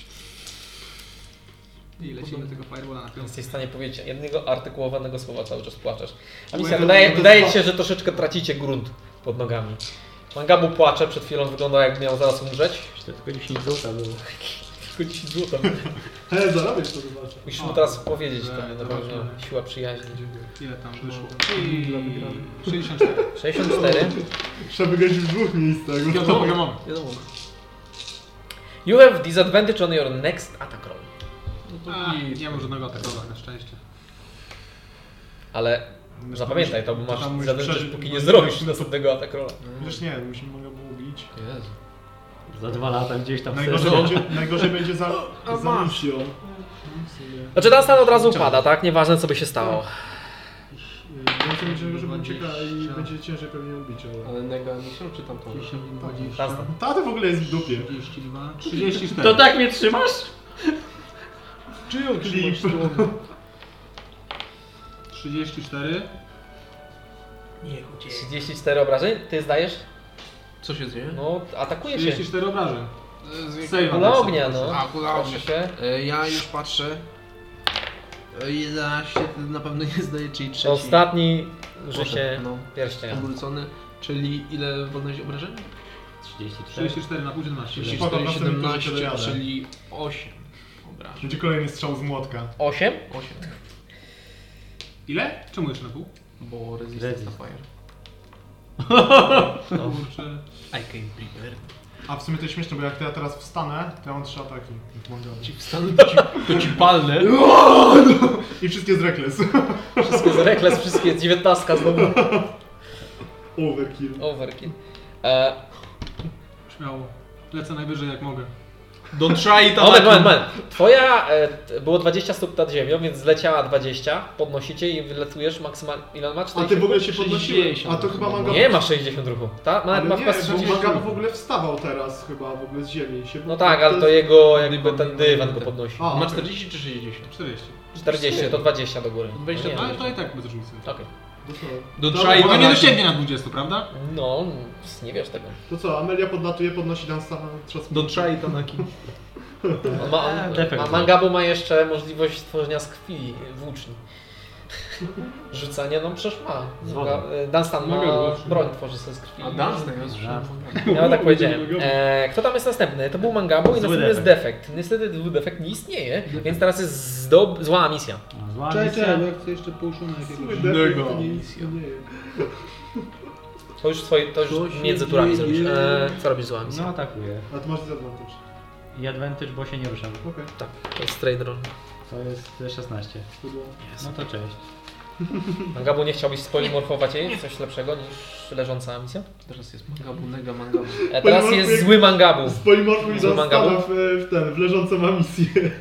I lecimy tego firewalla na piątkę. Jesteś w stanie powiedzieć jednego artykułowanego słowa, cały czas płaczesz. A misja, to- wydaje, to wydaje jest- ci się, że troszeczkę tracicie grunt pod nogami. Mangabu płacze, przed chwilą wyglądał jakby miał zaraz umrzeć. To tylko dziesięć złota było. Tylko dziesięć złota. He, zarobisz to zobaczę. Musisz mu teraz powiedzieć, że- to na pewno zobaczymy. siła przyjaźni. Ile tam wyszło? Dla wygranych. sześćdziesiąt cztery. sześćdziesiąt cztery. Trzeba wygrać w dwóch miejscach. Wiadomo, wiadomo. Wiadomo. You have disadvantage on your next attack roll. A, nie mam żadnego atakowa, na szczęście. Ale zapamiętaj to, bo masz Tam musisz disadvantage, przeżyć- póki nie zrobisz następnego attack rolla. Wiesz nie, musimy mogę było ubić. Jezu. Za dwa lata gdzieś tam Najgorzej sobie- będzie, najgorzej będzie za, za misją. Znaczy ten stan od razu upada, tak? Nieważne co by się stało. Więcej będzie najgorzej, bo ucieka i będzie ciężej pewnie ubić, ale... Ale nega misją czy tamtą? dziesięć, dwadzieścia, Stan. Ta to w ogóle jest w dupie. trzydzieści dwa, trzydzieści cztery. To tak mnie trzymasz? Czyją Klip. trzydzieści cztery. trzydzieści cztery obrażeń? Ty zdajesz? Co się dzieje? No, atakuje się. trzydzieści cztery obrażeń. Z Save. Kula ognia, no. A, kula Proszę ognia. się. E, Ja już patrzę. E, jedenaście to na pewno nie zdaje, czyli trzeci. Ostatni Poszedł, użycie no. pierścienia. Obrócony. Czyli ile wolność obrażeń? trzydzieści cztery. trzydzieści cztery na pół jedenaście. trzydzieści Spoko, cztery, następny siedemnaście, to dojadę. czyli osiem obrażeń. Będzie kolejny strzał z młotka. osiem? osiem. Ile? Czemu jeszcze na pół? Bo resistance Resist. na fire. Kurczę. I came prepared. A w sumie to jest śmieszne, bo jak ja teraz wstanę, to ja mam trzy ataki. Jak mam Ci wstanę, to ci, to ci palnę. I wszystkie z rekles. Wszystkie z rekles, wszystkie dziewiętnastka znowu. Overkill. Overkill. E, Śmiało. Lecę najwyżej jak mogę. Don't try it, moment, moment, moment. Twoja e, t- było dwadzieścia stóp nad ziemią, więc zleciała dwadzieścia. Podnosicie i wylecujesz maksymalnie. Ile on ma? A ty czterdzieści? w ogóle się podnosiłeś. sześćdziesiąt. A to chyba Mangabu... Nie ma sześćdziesiąt ruchu. Ta? Ma, Ale ma nie, chyba bo trzydzieści. Mangabu w ogóle wstawał teraz chyba w ogóle z ziemi. Się No tak, ale to jego jakby ten dywan go podnosi. A, Ma okej. czterdzieści czy sześćdziesiąt? czterdzieści. czterdzieści to dwadzieścia do góry. dwadzieścia No nie, Ale to i tak bez różnicy. Okej. To co? Do Dobra, try Bo to it. nie dosięgnie na dwudziestu, prawda? No, nie wiesz tego. To co, Amelia podlatuje, podnosi tam stan trzasku. Don't try it, Anaki. On ma, on, defekt. ma, Mangabu ma jeszcze możliwość stworzenia z krwi włóczni. Rzucania, no przecież ma. Z wodą. Manga- Dunstan ma Mangabu, owszem. broń tworzy sobie z krwi. A dance najostrzejszy. Ja tak powiedziałem. E, kto tam jest następny? To był Mangabu i Zły następny jest defekt. defekt. Niestety zły defekt nie istnieje, więc teraz jest zdo... zła misja. A, zła Cześć, misja. cześć, bo chcę jeszcze półszuna jakiegoś. Nego. To nie istnieje. To już, swoje, to już między turami zrobisz. E, co robisz zła misja? No atakuję. A ty masz disadvantage. I advantage, bo się nie ruszam. Okej. Tak, to jest trade roll. To jest szesnaście. No to cześć. Mangabu, nie chciałbyś spolimorfować jej? Coś lepszego niż leżąca misja? Teraz jest Mangabu, nega Mangabu. E, teraz jest zły Mangabu. Spolimorfuj Zły Mangabu? Dunstana w, w ten, w leżącą ma misję.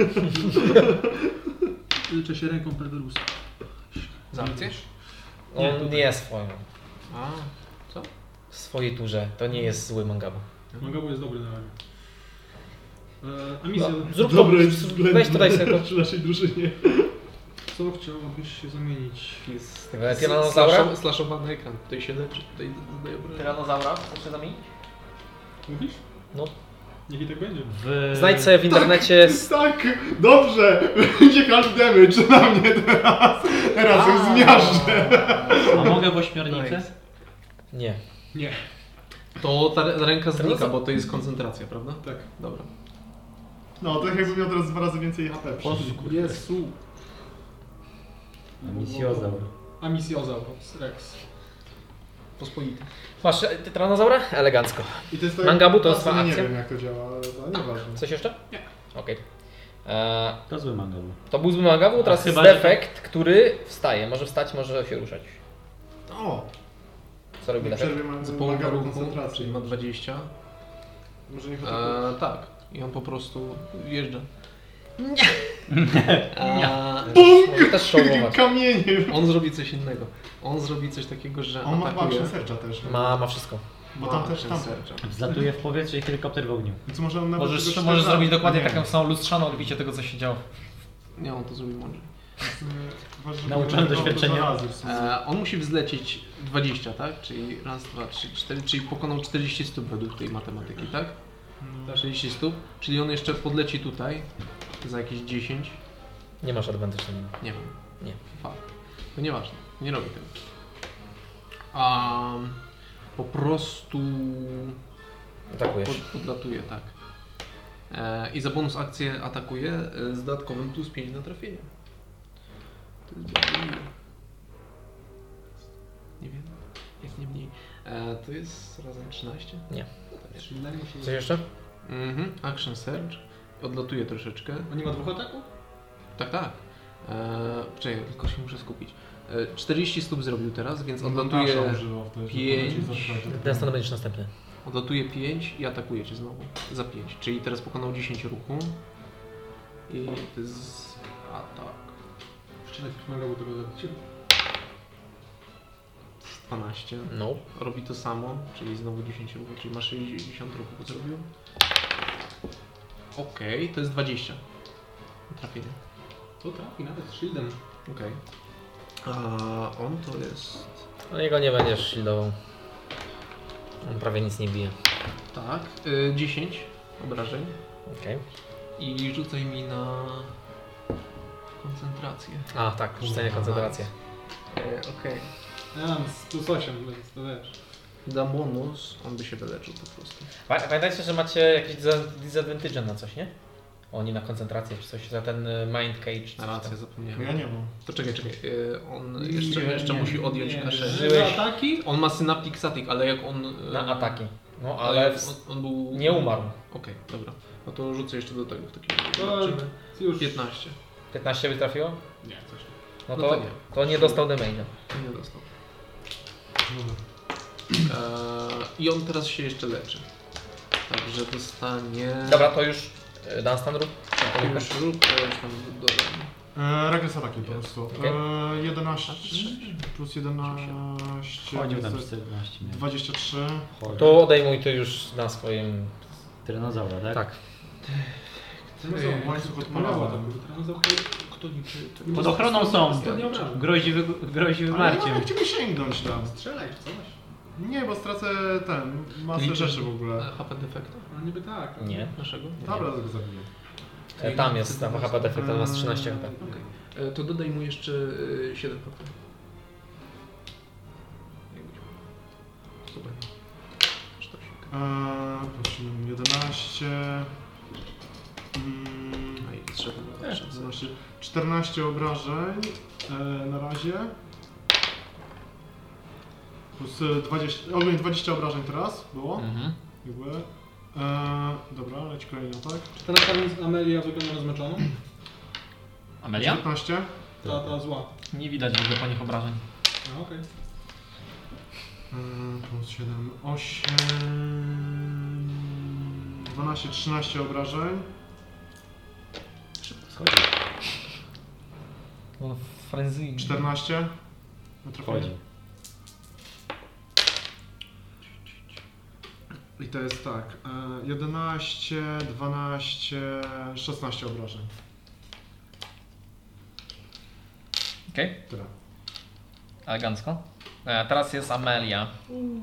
Leczę się ręką Perverusa. Za akcję? On nie jest swoją. A, co? W swojej turze. To nie jest zły Mangabu. Mangabu jest dobry na razie. E, a misja, No, zrób to, Dobre jest weź względne tutaj sobie to. przy naszej drużynie. co chciałbyś się zamienić? Jest E, tyranozaura? slasho- Slashowany ekran. Tutaj się leczy, tutaj dodaje obrażenia. Tyranozaura? Chcesz się zamienić? Mówisz? No. Niech i tak będzie. W... Znajdź sobie w internecie... s- Tak, dobrze. Będzie half damage na mnie teraz. Teraz już zmiażdżę. A mogę w ośmiornicę? Nice. Nie. Nie. To ta re- ręka znika, Teraz- bo to jest koncentracja, prawda? Tak. Dobra. No, tak jakbym miał teraz dwa razy więcej H P. Jezu. Misjozaur. A misjozaur, Rex. Pospolity. Masz e, tyranozaura? Elegancko. I to jest tak, Mangabu to jest w sumie twoja nie akcja? wiem jak to działa, ale to nieważne. Coś jeszcze? Nie. Okej. E, To zły Mangabu. To był zły Mangabu, teraz jest chyba, że- defekt, który wstaje. Może wstać, może się ruszać. O! Co robi W Lechek? przerwie ma Z połowy wymaga ruchu, koncentracji. czyli ma dwadzieścia. Może niech E, tak. I on po prostu wjeżdża. A, Może też showować. Kamieniem! on zrobi coś innego. On zrobi coś takiego, że On ma atakuje. action searcha też. Ma, ma wszystko. Bo tam Ma też action tam. searcha. Wzlatuje w powietrze i helikopter w ogniu. Więc może on nawet Możesz, tego możesz czterza- zrobić dokładnie nie. taką samą lustrzane odbicie tego, co się działo. Nie, on to zrobi mądrze. Uważaj, żeby Nauczony nie było doświadczenia. dużo razy w sumie. E, on musi wzlecieć dwadzieścia, tak? Czyli raz, dwa, trzy, cztery, czyli pokonał czterdzieści stóp według tej matematyki, tak? czterdzieści stóp, czyli on jeszcze podleci tutaj za jakieś dziesięć. Nie masz advantage na nim. Nie wiem. Nie. Fakt. To nieważne. Nie robi tego. A po prostu Atakujesz. pod, podlatuje, tak. E, I za bonus akcję atakuje e, z dodatkowym plus pięć na trafienie. To jest bardzo miłe. Nie wiem, jak nie mniej. E, to jest razem trzynaście? Nie. Czyli na nim się... Coś jeszcze? Mhm, action surge. Odlatuje troszeczkę. On nie ma dwóch ataków? Tak, tak. Eee, czekaj, tylko się muszę skupić. Eee, czterdzieści stóp zrobił teraz, więc odlatuje, Montasza używał wtedy, żeby pięć. polecieć za wtedy. Ten stan będziesz następny. odlatuje pięć i atakuje cię znowu za pięć. Czyli teraz pokonał dziesięć ruchu. I to jest atak. Jeszcze najpierw wymagało tego zabić. dwanaście. No. Robi to samo, czyli znowu dziesięć ruchu, czyli ma sześćdziesiąt ruchu zrobił. Okej, to jest dwadzieścia. Trafienie. To trafi nawet z shieldem. Okej. A on to jest... No jego nie będziesz shieldował. On prawie nic nie bije. Tak, y, dziesięć obrażeń. Okej. I rzucaj mi na koncentrację. A tak, rzucenie koncentracji. E, Okej. Ja mam z plus osiem, więc to wiesz. Da bonus, on by się wyleczył po prostu. Pa- Pamiętajcie, że macie jakieś disa- disadvantage na coś, nie? Oni na koncentrację czy coś, za ten y, mind cage. czy Na coś rację, tam. zapomniałem. Ja nie mam. To czekaj, czekaj. y, On jeszcze, jeszcze nie, musi odjąć nie, K sześć. że Żyłeś- ataki? On ma synaptic static, ale jak on... y, Na ataki. No Ale ale on, w... on był... nie umarł. Okej, dobra. No to rzucę jeszcze do tego w takim razie. To Zobaczymy. już... piętnaście. piętnaście by trafiło? Nie, coś nie. No No to, to nie. to nie dostał damage'a. Nie dostał. Eee, I on teraz się jeszcze leczy. Także dostanie... Dobra, to już y, Dunstan rób. Tak, to już rób, to już tam dodam. E, Regres ataki po prostu. Okej. E, jedenaście plus jedenaście. Chodził tam to jest czternaście miał. dwadzieścia trzy. Chodził. To odejmuj to już na swoim... Tyranozaura, tak? Tak. Tyrannozaur, łańcuch od Mało Polawa. ataków. Tyrannozaur- Kto liczy? Pod ochroną są. To nie obrażam. Grozi, wy, grozi Ale ja wymarciem. mam jak ciebie sięgnąć tam. Strzelaj czy coś. Nie, bo stracę ten, masę Liczysz rzeczy w ogóle. H P defekta No niby tak. ale- Nie. naszego? Dobra, to go zabiję. E, Tam jest, tam H P defekt, on ma z trzynaście H P. Okej. E, To dodaj mu jeszcze e, siedem H P. Super. Sztosik. Eee, plus jedenaście. Mm, No i trzeba jedenaście. czternaście obrażeń e, na razie. Plus e, dwadzieścia, ogólnie dwadzieścia obrażeń teraz było. Mhm. Jakby. E, dobra, leci kolejny atak. Ta nasza Amelia wygląda na zmęczoną. Amelia? dziewiętnaście. Ta, ta zła. Nie widać w ogóle po nich obrażeń. No okej. E, plus siedem, osiem. dwanaście, trzynaście obrażeń. Schodzi. No, frenzy. czternaście. Na trafienie. Chodzi. I to jest tak. E, jedenaście, dwanaście, szesnaście obrażeń. Okej, Tyle. elegancko. E, teraz jest Amelia, Uuu,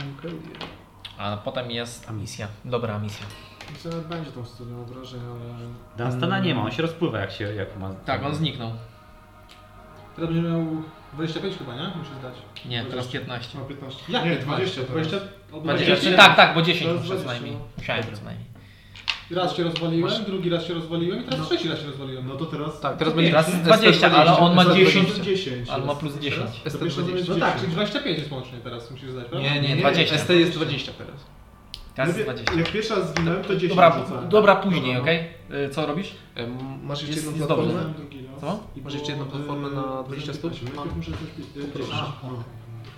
a potem jest misja. Dobra misja. Więc nawet będzie tą studią obrażeń, ale... Dunstana nie ma, on się rozpływa jak się jak ma. Tak, on zniknął. Teraz będzie miał dwadzieścia pięć chyba, nie? Musisz dać. Nie, teraz piętnaście. Ma piętnaście. Jak nie, piętnaście? dwadzieścia teraz. dwadzieścia albo dwadzieścia, dwadzieścia. tak, tak, bo dziesięć Teraz muszę co dwadzieścia, najmniej. no. Musiałem co najmniej. Raz się rozwaliłem, drugi raz się rozwaliłem i teraz No. trzeci raz się rozwaliłem. No to teraz... Tak, teraz będzie Teraz jest dwadzieścia, ale on ma dziesięć. dziesięć. Ale ma plus dziesięć. To pierwsze to będzie No tak, czyli dziesięć. dwadzieścia pięć jest łącznie teraz musisz zdać, prawda? Nie, nie, nie, dwadzieścia. S T jest dwadzieścia teraz. Teraz jest Lepiej- dwadzieścia. Jak pierwszy raz zginąłem, to dziesięć. Dobra, rzucałem. dobra później, Dobra, okej? Y, Co robisz? Em, Masz jeszcze Jest- jedną jest platformę? dobrze. no. Drugi raz. Co? I Masz jeszcze jedną było, platformę na e, dwadzieścia stóp? Najpierw muszę coś... Poproszę. A, okej.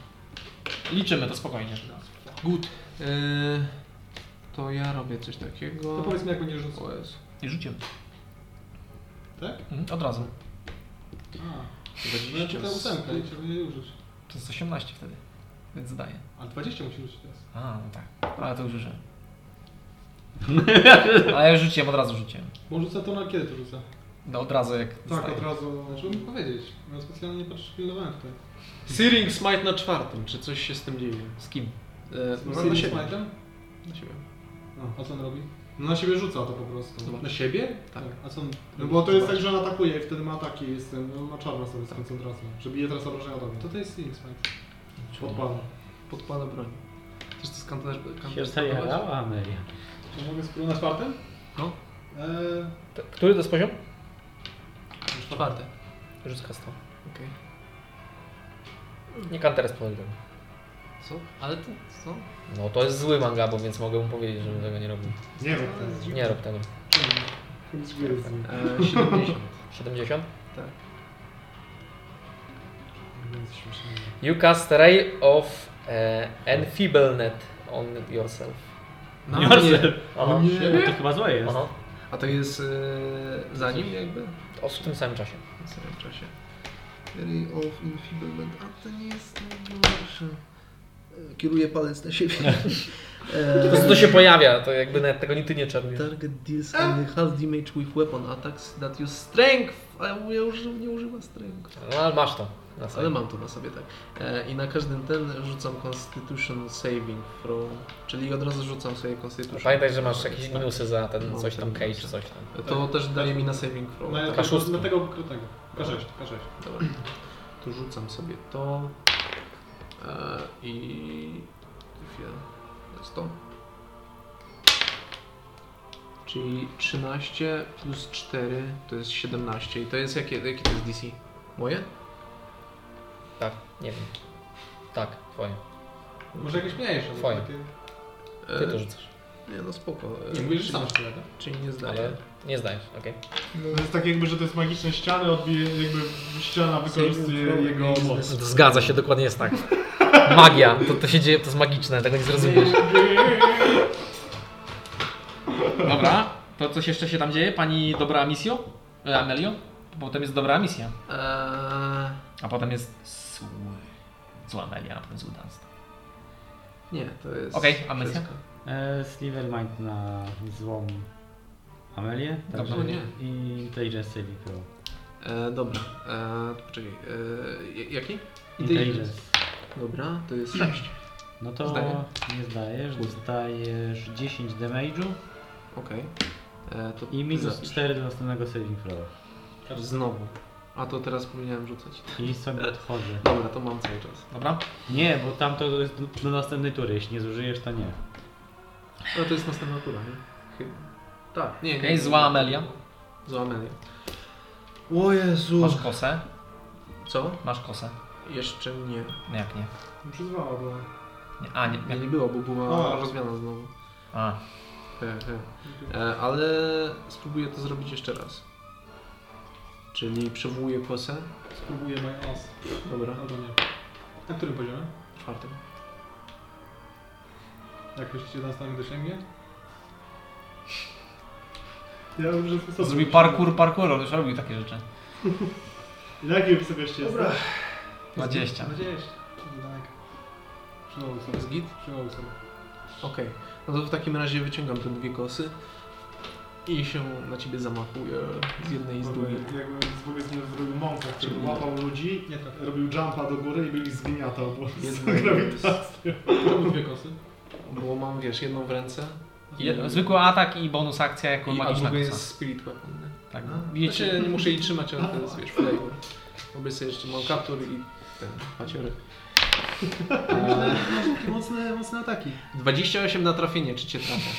Liczymy to spokojnie. Good. Yy, to ja robię coś takiego. To powiedz mi, jak będziesz rzucał. O Jezu. I rzucimy. Tak? Mhm, od razu. No ja tutaj ósemkę i trzeba jej użyć. To jest osiemnaście wtedy. Więc zdaję. Ale dwadzieścia musi rzucić teraz. A, no tak. Ale to już rzucę. Ale ja już rzuciłem, od razu rzuciłem. Bo on rzuca to na kiedy to rzuca? No od razu jak Tak, zdaję. od razu. Znaczy mi powiedzieć. Ja specjalnie nie patrzę, pilnowałem tutaj. Searing Smite na czwartym. Czy coś się z tym dzieje? Z kim? E, Z na siebie. Smite'em? Na siebie. A co on robi? No na siebie rzuca to po prostu. Zobacz. Na siebie? Tak. A co on... No bo to jest tak, że on atakuje i wtedy ma ataki z tym, no, ma czarno sobie z koncentracją, że bije teraz obrażenia od ognia. To to jest Searing Smite. Podpala. Podpala broń. Też to jest counter... Się zajarała Amelia. Czy mogę spróbować na czwartym? No. Eee, T- Który to jest poziom? Czwarte. Rzuć kastą. Okej. Nie Counter Spell. Co? Ale to co? No to jest zły mangabo, więc mogę mu powiedzieć, żebym tego nie robił. Nie wiem, to jest Nie rób tego. E, siedemdziesiąt. siedemdziesiąt? Tak. You cast Ray of e, Enfeeblenet on yourself. No, Nie. Aha. No to chyba złe jest. Aha. A to jest e, za nim jakby? O, w tym samym czasie. W samym czasie. Ray of Enfeeblement. A to nie jest najgorsze. E, Kieruję palec na siebie. Po prostu to się pojawia, to jakby nawet tego nigdy nie czarujesz. Target deals only half damage with weapon attacks that use strength. A ja mówię, że nie używa strength. No ale masz to. Na sobie. Ale mam to na sobie, tak. E, I na każdym ten rzucam Constitution Saving Throw, czyli od razu rzucam sobie Constitution. Pamiętaj, że masz jakieś minusy za ten No, coś tam tak. case czy coś tam. To też daje mi na Saving Throw. na, tak. na, szóstki. na tego konkretnego. K sześć, K sześć. Dobra. To rzucam sobie to e, i chwilę. To jest to. Czyli trzynaście plus cztery to jest siedemnaście i to jest jakie, jakie to jest D C? Moje? Tak, nie wiem. Tak, twoje. Może jakieś mniejsze. Twoje. Takie... E, Ty to rzucasz. Nie no spoko. E, Nie mówisz, że czyli- sam tyle, tak? Czyli nie zdaję. Ale nie zdajesz, okej. To jest tak jakby, że to jest magiczne ściany, odbije, jakby ściana wykorzystuje jego moc. Zgadza się, dokładnie jest tak. Magia, to, to się dzieje, to jest magiczne, tego nie zrozumiesz. Dobra, to coś jeszcze się tam dzieje? Pani Dobra Misjo? E, Amelio? Potem jest Dobra Misja. Eee, A potem jest zły. Zła Amelia, a potem zły Dunstan. nie, to jest... Okej, a misja? wszystko. E, Slivermind na złą Amelię. Dobra, także nie. I Intelligence Saving Throw. E, dobra, e, to poczekaj. E, j- jaki? Intelligence. Dobra, to jest sześć. No to Zdaję? nie zdajesz, dostajesz dziesięć damage'u Okej. E, to i minus zapisz. cztery do następnego saving throw. Znowu. A to teraz powinienem rzucać. I sobie odchodzę. Dobra, to mam cały czas. Dobra? Nie, bo tam to jest do, do następnej tury, jeśli nie zużyjesz to nie. Ale to jest następna tura, nie? Chyba. Tak, nie, nie. Okej, nie, zła nie. Amelia. Zła Amelia. O Jezu. Masz kosę? Co? Masz kosę. Jeszcze nie. Nie, jak nie. Przyzwała była. nie. A, nie, Nie, jak... nie było, bo była A. rozwiana znowu. A, He, he. E, ale spróbuję to zrobić jeszcze raz. Czyli przywołuję kosę. Spróbuję my os. Dobra. Albo nie. Na którym poziomie? Czwartym. Jak myślicie, nas tam dosięgnie? Ja wiem, że to zrobi parkour, parkour, on już robił takie rzeczy. Jaki wysokości jest? Dobra. dwadzieścia. dwadzieścia. Daleko. Przywołuj To sobie. jest git? Przywołuj sobie. Okej. No to w takim razie wyciągam te dwie kosy i się na ciebie zamachuję z jednej i z drugiej. Jakby z powiedzmy zrobił mąka, który łapał ludzi, Nie trafię. robił jumpa do góry i byli zgniatał, bo Jedna z grawitacją. Czemu dwie kosy? Bo mam, wiesz, jedną w ręce Je, zwykły atak i bonus akcja jako i, a magiczna druga kosa. jest spirit weapon. Nie? Tak. No, Widzicie, Wiecie, nie muszę jej trzymać, ale to jest, wiesz, flavor. Robię sobie jeszcze mam kaptur i ten, paciory. Masz takie mocne, mocne ataki. dwadzieścia osiem na trafienie, czy cię trafia?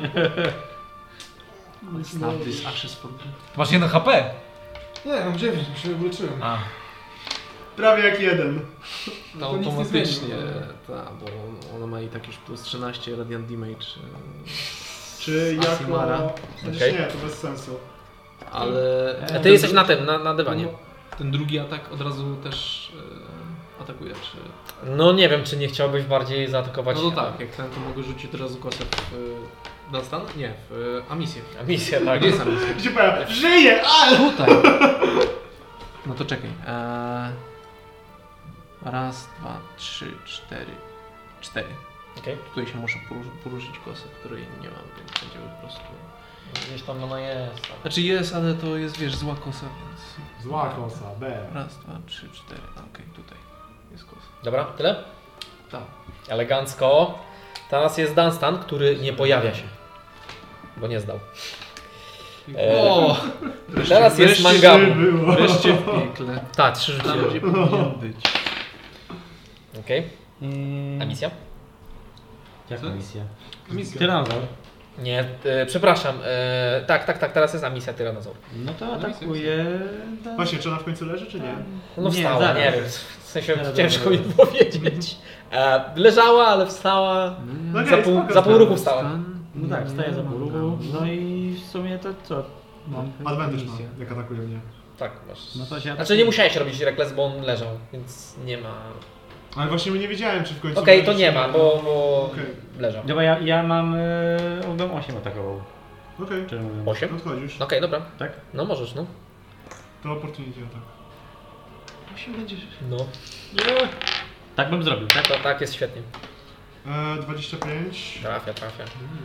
Snap this ashes for me. masz jeden H P. Nie, mam dziewięć, bo się wyleczyłem. A, Prawie jak jeden. To to nic nie automatycznie, zmieni. ta, bo ona ma i tak już plus trzynaście radiant damage. e, Czy jako... Asimara. Znaczy Okej. nie, to bez sensu. Ale... A ty jesteś na tym, na, na dywanie. Ten drugi atak od razu też atakuje, czy... No nie wiem, czy nie chciałbyś bardziej zaatakować. No to tak, jak ten, to mogę rzucić od razu kosę w... y, Dunstan? Nie, w y, Amisję. A misja, tak. Gdzie jest Amisja? Gdzie powiem, żyje! A! Tutaj! No to czekaj. Eee... Raz, dwa, trzy, cztery. Cztery. Okej. Tutaj się muszę poruszyć, poruszyć kosę, której nie mam, więc będzie po prostu... Gdzieś tam ona jest. tak. Znaczy jest, ale to jest, wiesz, zła kosa, więc... Zła kosa, B. Raz, dwa, trzy, cztery. Okej, tutaj jest kosa. Dobra, tyle? Tak. Elegancko. Teraz jest Dunstan, który nie pojawia się. Bo nie zdał. E, O! teraz jest wreszcie Mangabu. Było. Wreszcie w piekle. Tak, trzy rzucie. Tam, gdzie powinien być. Okej. Eee, A misja? Jaka misja? Misja. Tyranozaur. Nie, e, przepraszam. E, tak, tak, tak, teraz jest Amisja Tyranozaur. No to atakuje... Właśnie, czy ona w końcu leży, czy nie? No Nie, wstała, zaraz. nie wiem. W sensie Zaraz, ciężko zaraz. mi powiedzieć. E, leżała, ale wstała. No Za okej, pół, spoko, za pół spoko. ruchu wstała. No tak, wstaje za pół ruchu. No i w sumie to co? Mam Advantage mam, jak atakuje mnie. Tak, masz. No to się Znaczy nie musiałeś robić rekles, bo on leżał, więc nie ma. Ale właśnie nie wiedziałem, czy w końcu... Okej, leży, to nie czy ma, bo, bo Okej. leżał. Dobra, ja, ja mam... Yy, on bym osiem atakował. Okej, Szczerze mówiąc. osiem? odchodzisz. Okej, dobra. Tak? No możesz, no. To opportunity atak. Właśnie będziesz... No. Tak bym zrobił, tak? To tak jest świetnie. Eee, dwadzieścia pięć. Trafia, trafia.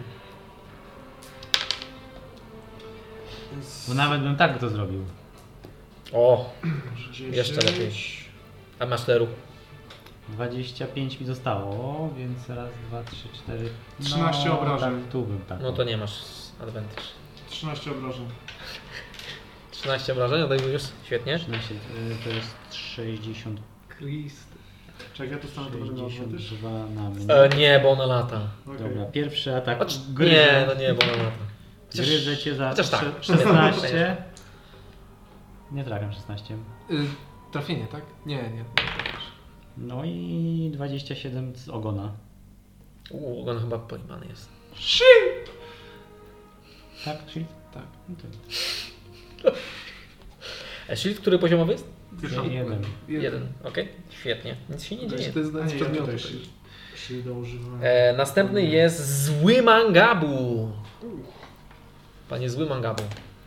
Bo nawet bym tak to zrobił. O, dziesięć. jeszcze lepiej. A masz tyle ruchu. dwadzieścia pięć mi zostało, więc raz, dwa, trzy, cztery... trzynaście no, obrażeń. Tak, tu bym tak. No to nie masz advantage. trzynaście obrażeń. trzynaście obrażeń, odejmujesz? Świetnie. trzynaście, yy, to jest sześćdziesiąt, Christ. Czy jak ja tu stanę, to będę miał sześćdziesiąt advantage? dwa na mnie. E, nie, bo ona lata. Okej. Dobra, pierwszy atak. Chociaż, Gryzę, nie, no nie, bo ona lata. Chociaż- gryzę cię za chociaż tak. szesnaście. Nie trafiam szesnaście. Y, trafienie, tak? Nie, nie. nie trafisz. No i dwadzieścia siedem z ogona. Uuu, on chyba pojmany jest. Tak, shield? Tak. No to E, shield, który poziomowy jest? jeden. Jeden. Okej, świetnie. Nic się nie dzieje. To jest A z nie, ja przedmiotu. tutaj tak. shield- shielda używam. E, następny jest Zły Mangabu. Panie Zły Mangabu.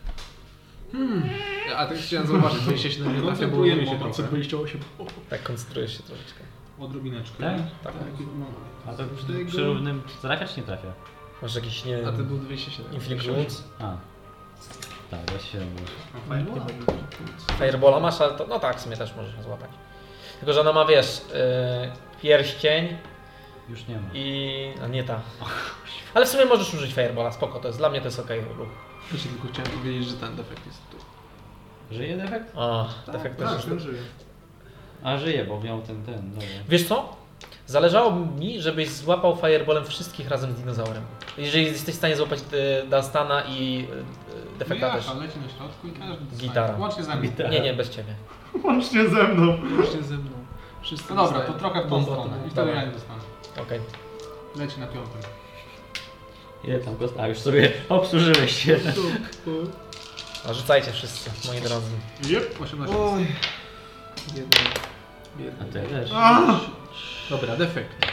A tak chciałem zauważyć, dwadzieścia siedem nie trafia, bo Koncentrujemy się moment, trochę. co dwadzieścia osiem. Tak, koncentrujesz się troszeczkę. Odrobineczkę. Tak? Tak. A to przy, przy równym trafia czy nie trafia? Masz jakiś, nie A ty wiem, był dwieście siedem. Inflict Wounds? A. Tak, dwadzieścia siedem było. A fajnie. Firebola masz, ale to, no tak, w sumie też możesz złapać. Tylko, że ona ma, wiesz, yy, pierścień Już nie ma. i... a nie ta. Ale w sumie możesz użyć Firebola, spoko, to jest, dla mnie to jest okej ruch. Ja ci tylko chciałem powiedzieć, że ten defekt jest tu. Żyje defekt? A, defekt też Tak, jest. ten żyje. A żyje, bo miał ten, ten, dobra. Wiesz co? Zależało mi, żebyś złapał Fireballem wszystkich razem z dinozaurem. Jeżeli jesteś w stanie złapać y, Dunstana i y, defekta też. Jaka, leci na środku i każdy dostaje. Gitara. Łącznie z nami. Nie, nie, bez ciebie. Łącznie ze mną. Właśnie ze mną. Wszyscy No dobra, to dostają. trochę w tą Bomba stronę. to I wtedy Dobra. ja nie dostanę. Okej. Leci na piątym. Ile tam kost? A już sobie obsłużyłeś się. A rzucajcie wszyscy, moi drodzy. Jep. osiemnaście. Oj. Jeden. A Jeden. ty też. A! Dobra, defekt.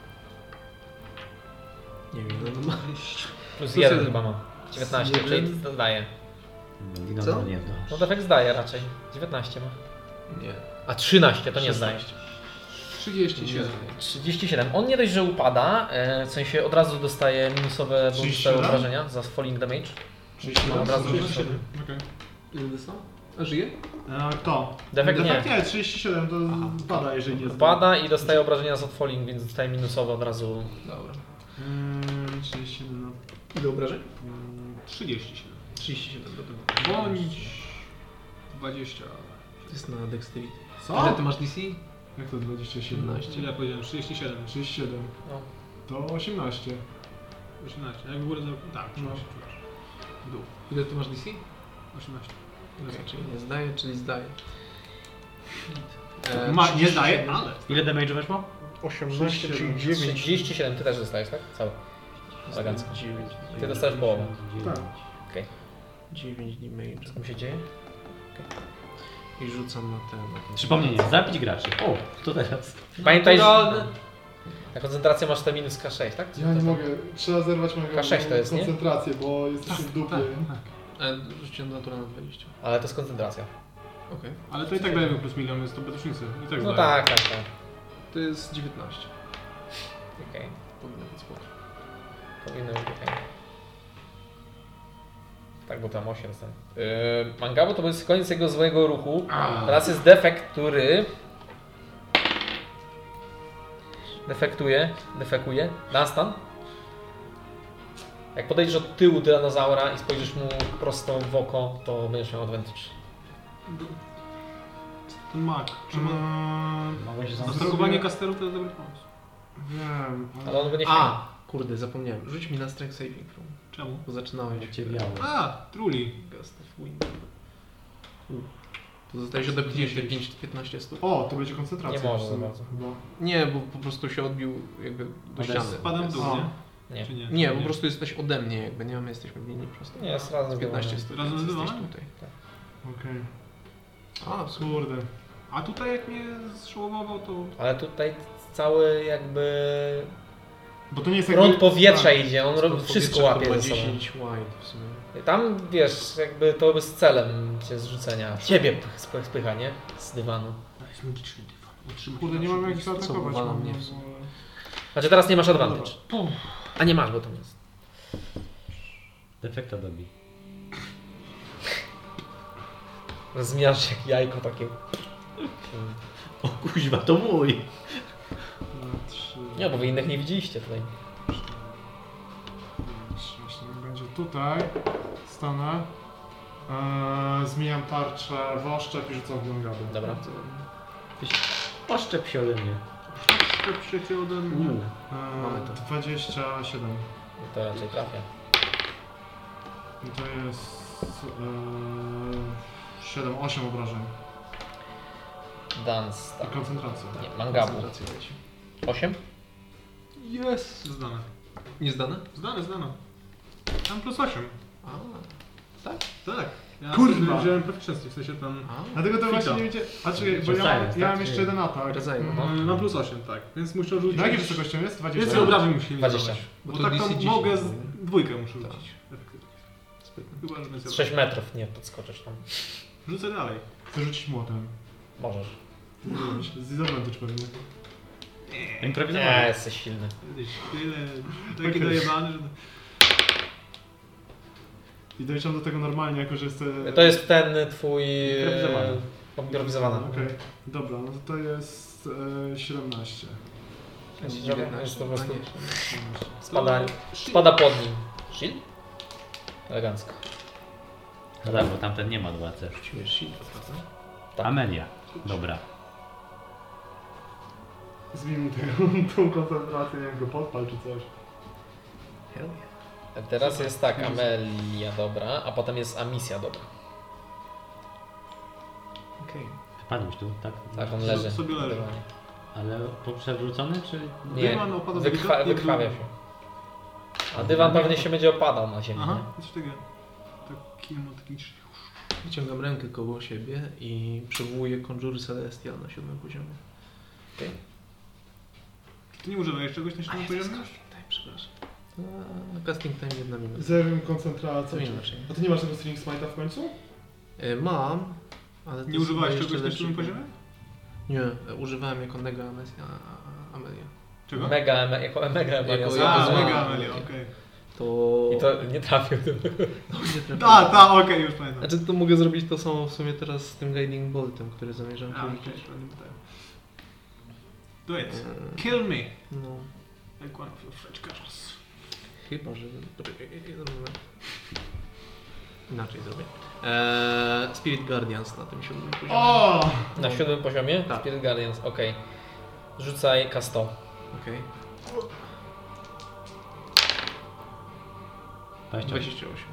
Nie wiem, no ma. Plus Plus jeden jeden. chyba ma. dziewiętnaście, Jeden. czyli to zdaje. Dinozaur nie zna. No defekt zdaje raczej. dziewiętnaście ma. Nie. A trzynaście to nie zdaje. trzydzieści siedem. trzydzieści siedem. On nie dość, że upada, e, w sensie od razu dostaje minusowe trzydzieści bonusy siedem? obrażenia za falling damage. trzydzieści No, od razu siedem. rzuć sobie. Okej. Ile dostał? A żyje? E, Kto? Defekt nie. Defekt nie, trzydzieści siedem to pada, jeżeli nie zda. Upada i dostaje obrażenia za falling, więc dostaje minusowe od razu. Dobra. Eee, trzydzieści siedem no. Ile obrażeń? trzydzieści siedem. trzydzieści siedem do tego. Bądź dwadzieścia. To jest na dexterity. Co? Ile ty masz D C? Jak to dwadzieścia siedem? siedemnaście. Ile ja powiedziałem? trzydzieści siedem. trzydzieści siedem. No. To osiemnaście. osiemnaście. Jak w górę za... Tak, trzymasz się, przepraszam. W dół. Ile ty masz D C? osiemnaście. Okay, czyli nie zdaje, czyli zdaje. Ma, nie zdaje, ale. Ile damage'u weszło? osiemnaście, czyli trzydzieści siedem, ty też dostajesz, tak? Cały. Elegancko. Ty dostajesz połowę. Tak. Okej. dziewięć damage. Co tam się dzieje? I rzucam na ten. Na ten Przypomnienie, zabić graczy. O, to teraz. Pamiętaj, że Naturalny. na koncentrację masz te minus K sześć, tak? Ja nie mogę, trzeba zerwać moją K sześć to jest, nie? koncentrację, bo jesteśmy w dupie. E, rzuciłem naturalne dwadzieścia. Ale to jest koncentracja. Okej. Ale to i tak dajemy plus milion, więc to bez różnicy. I tak No zdaje. tak, tak, tak. To jest dziewiętnaście. Okej. Powinno być spoko. Powinno być okej. Tak, bo tam osiem jestem. Yy, Mangabo to jest koniec jego złego ruchu. Teraz jest defekt, który... Defektuje, defekuje. Dunstan. Jak podejdziesz od tyłu dinozaura i spojrzysz mu prosto w oko, to będziesz miał advantage. Ten mak. Trzeba... Eee, Mogę się Zastokowanie kasteru to jest dobry pomysł. Wiem, Ale on go nie śmieje. A! Kurde, zapomniałem. Rzuć mi na strength saving throw. Czemu? Bo zaczynałeś. Cię biało. A, truli. Gust of wind. To zostałeś odepchnięty pięć piętnaście stóp. O, to będzie koncentracja. Nie może w sumie, za bardzo. chyba. Nie, bo po prostu się odbił jakby do ściany. Spadam w dół, A. nie? Nie. Czy nie? Nie, po prostu jesteś ode mnie jakby, nie? My jesteśmy w linii prosto. Nie, jest razem piętnaście zbierane. stóp. Razem więc jesteś zbierane? tutaj. Okej. A, w sumie. Kurde. A tutaj jak mnie zszołował, to... Ale tutaj cały jakby Bo to nie jest prąd jakby- powietrza tak. idzie, on robi, wszystko Powietrze łapie to ma ze sobą. dziesięć wide w sumie. Tam wiesz, jakby to jest celem cię zrzucenia. Ciebie pch- spych- spycha, nie? Z dywanu. To jest magiczny dywan. Utrzymaj Kurde, nie mam jak Co zaatakować. wywala mam- mnie w sumie. Znaczy teraz nie masz advantage. A nie masz, bo to jest. Defekta dobi. Zmiasz jak jajko takie. O kuźwa, to mój. Na trzy, Nie, bo wy innych nie widzieliście tutaj. sześć, niech będzie tutaj. Stanę. Eee, zmieniam tarczę w oszczep i rzucam w Mangabo. Dobra. Oszczep się ode mnie. Szczep się cię ode mnie. Eee, Mamy to. dwadzieścia siedem. To raczej trafia. I to jest eee, siedem osiem obrażeń. Dance, I tak. koncentracja. Nie, Mangabu. Koncentracja leci. osiem? Yes! Zdane. Nie zdane? Zdane, zdane. Tam plus osiem. A, tak? Tak. Ja Kurwa. sobie wziąłem proficiency, w sensie tam... A, Dlatego to Fita. właśnie nie wiecie. A czekaj, bo ja, Rzucając, mam- ja tak? mam jeszcze Czy- jeden atak. rodzaju, no. Mm, Mam plus osiem, tak. Więc muszę rzucić... Na jakiej wysokością jest? dwadzieścia? Więcej obrażeń musi mi dwadzieścia. zadawać. Bo, Bo to tak D C to dziesięć, mogę z nie? dwójkę muszę Tak. rzucić. Sprytne. Chyba, że więcej Z sześć metrów nie podskoczysz tam. Rzucę dalej. Chcę rzucić młotem. Możesz. Z advantage pewnie. Nie, Improwizowany. jesteś silny. Jesteś tyle... Taki Okej. dojebany, że... I dojdziemy do tego normalnie, jako że jest... e, To jest ten twój... Improwizowany. e, Improwizowany. Okej, dobra, no to to jest e, siedemnaście. Jest dziewiętnaście. to po prostu A nie. spada, spada pod nim. Shield? Elegancko. No tak, bo tamten nie ma dwa C. Rzuciłeś shield, prawda? Tak. Amelia. Dobra. Zmienimy tę- tą koncentrację, jak go podpal czy coś. Hell yeah. Teraz jest tak, Amelia dobra, a potem jest Amisja dobra. Okej. Wpadłeś tu, tak? Tak, on leży. sobie leży. Ale po przewrócony, czy... Nie, Dywan opada wykrwa, delikatnie w wykrwawia dół. się. A dywan pewnie się będzie opadał na ziemi, Aha, nie? coś takiego. Taki magiczny. Wyciągam rękę koło siebie i przywołuję Conjury Celestial na siódmym poziomie. Ty nie używałeś czegoś na siódmym poziomie? Tak, przepraszam. A, casting time jedna minuta. Zerwim Co koncentrację. inaczej? A ty nie masz tego String Smite'a w końcu? E, mam, ale to Nie jest używałeś chyba czegoś jeszcze na siódmym lepszy- poziomie? Nie, e, używałem jako Nega Amelia. Amelia. Czego? Mega, eme- jako mega Amelia. Jako- sobie A, jako- pozwolę. mega Amelia, okej. To... I to nie trafił. No, nie trafiłem. A, ta, okej, już pamiętam. Znaczy to mogę zrobić to samo w sumie teraz z tym Guiding Boltem, który zamierzam A, okej, porzucić. to nie pytałem. Do it. Eee, Kill me. No, Like one of your French girls. chyba, że... Inaczej zrobię. Eee, Spirit Guardians na tym siódmym poziomie. O! Na siódmym poziomie? Tak. Spirit Guardians, okej. Rzucaj K sto. Okej. dwadzieścia. dwadzieścia osiem.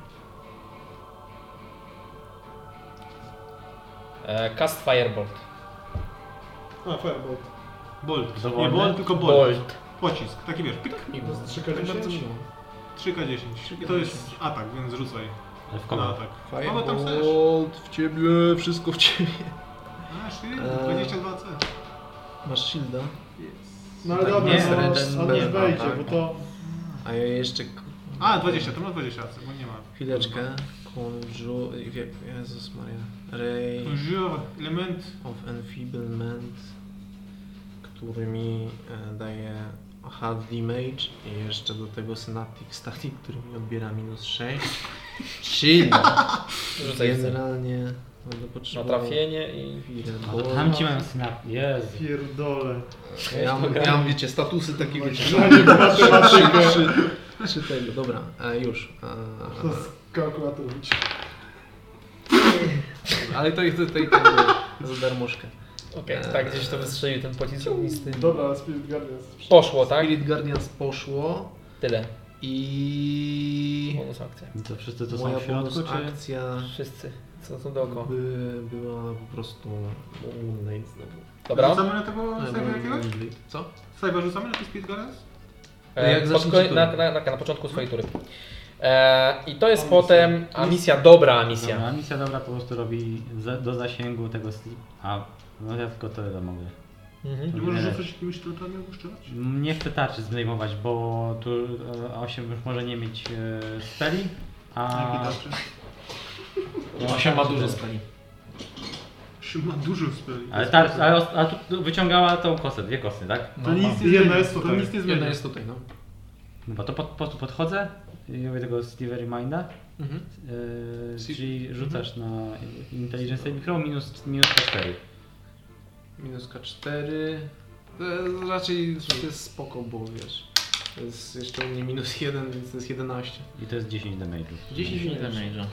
E, cast Firebolt. A, Firebolt. Bolt. Nie Dowolny? bolt, tylko bolt. Bolt. Pocisk. Taki wiesz, pik. Miło. trzy K Tak dziesięć? bardzo miło. trzy K dziesięć. trzy K To jest dziesięć. atak, więc rzucaj Ale w na kogo? atak. Kogo tam chcesz? Firebolt w ciebie, wszystko w ciebie. A, shield, Eee. dwadzieścia dwa C. Masz shielda, No ale Tak, dobra, nie, no, Reden ale nie ma, wejdzie, tak. bo to... a ja jeszcze... A, dwadzieścia, to ma dwadzieścia C, bo nie ma. Chwileczkę. Conjure... Jezus Maria. Ray Conjure, element. of Enfeeblement, który mi e, daje hard damage i jeszcze do tego Synaptic Static, który mi odbiera minus sześć. Czyli Rzucaj w generalnie będę na potrzebował... trafienie i... A to tam ci mam snap. Jezu. Pierdolę. Ja mam, ja mam, wiecie, statusy takie, wiecie, Znanie matematykę. czy, czy tego, dobra, e, już. To E, z kalkulatorem. ale to i to, to, i to za darmożkę. Okej, tak gdzieś to wystrzelił ten pocisk ognisty. Dobra, ale Spirit Guardian jest... Poszło, tak? Spirit Guardians poszło Tyle. i Bonus akcja. I to wszyscy to są moja w środku, bonus czy? akcja Wszyscy. Co są dookoła. by, była po prostu Moonlight znowu. Dobra. Rzucamy na tego E, Save'a jakiegoś? Moonlight. Co? Save'a rzucamy na tych Speed Guardians? E, Jak pod zaczniecie kolei- turę. na, na, na, na początku swojej tury. E, I to jest potem a misja, dobra misja. Dobra, misja dobra po prostu robi za, do zasięgu tego slip. A, no ja tylko to mogę. Mhm. Nie możesz rzucać jakimiś trotami albo strzelać? Nie chcę tarczy zdejmować, bo tu e, osiem już może nie mieć e, speli, a... Jakie tarcze? No, osiem ma tarczy dużo to- speli. Ma dużo speli. Ale, tar, ale os- a tu wyciągała tą kosę, dwie kosy, tak? To nic nie Jedna zmienia. jest To tutaj. nic nie Jedna zmienia. jest tutaj, no. No bo to po, po prostu podchodzę i robię tego Slivery Minda, Mhm. e, Si- czyli rzucasz na Intelligence Saving Throw minus, minus cztery. Minus K cztery. To jest raczej to jest spoko, bo wiesz. To jest jeszcze u mnie minus jeden, więc to jest jedenaście. I to jest dziesięć damage'ów. dziesięć damage'a.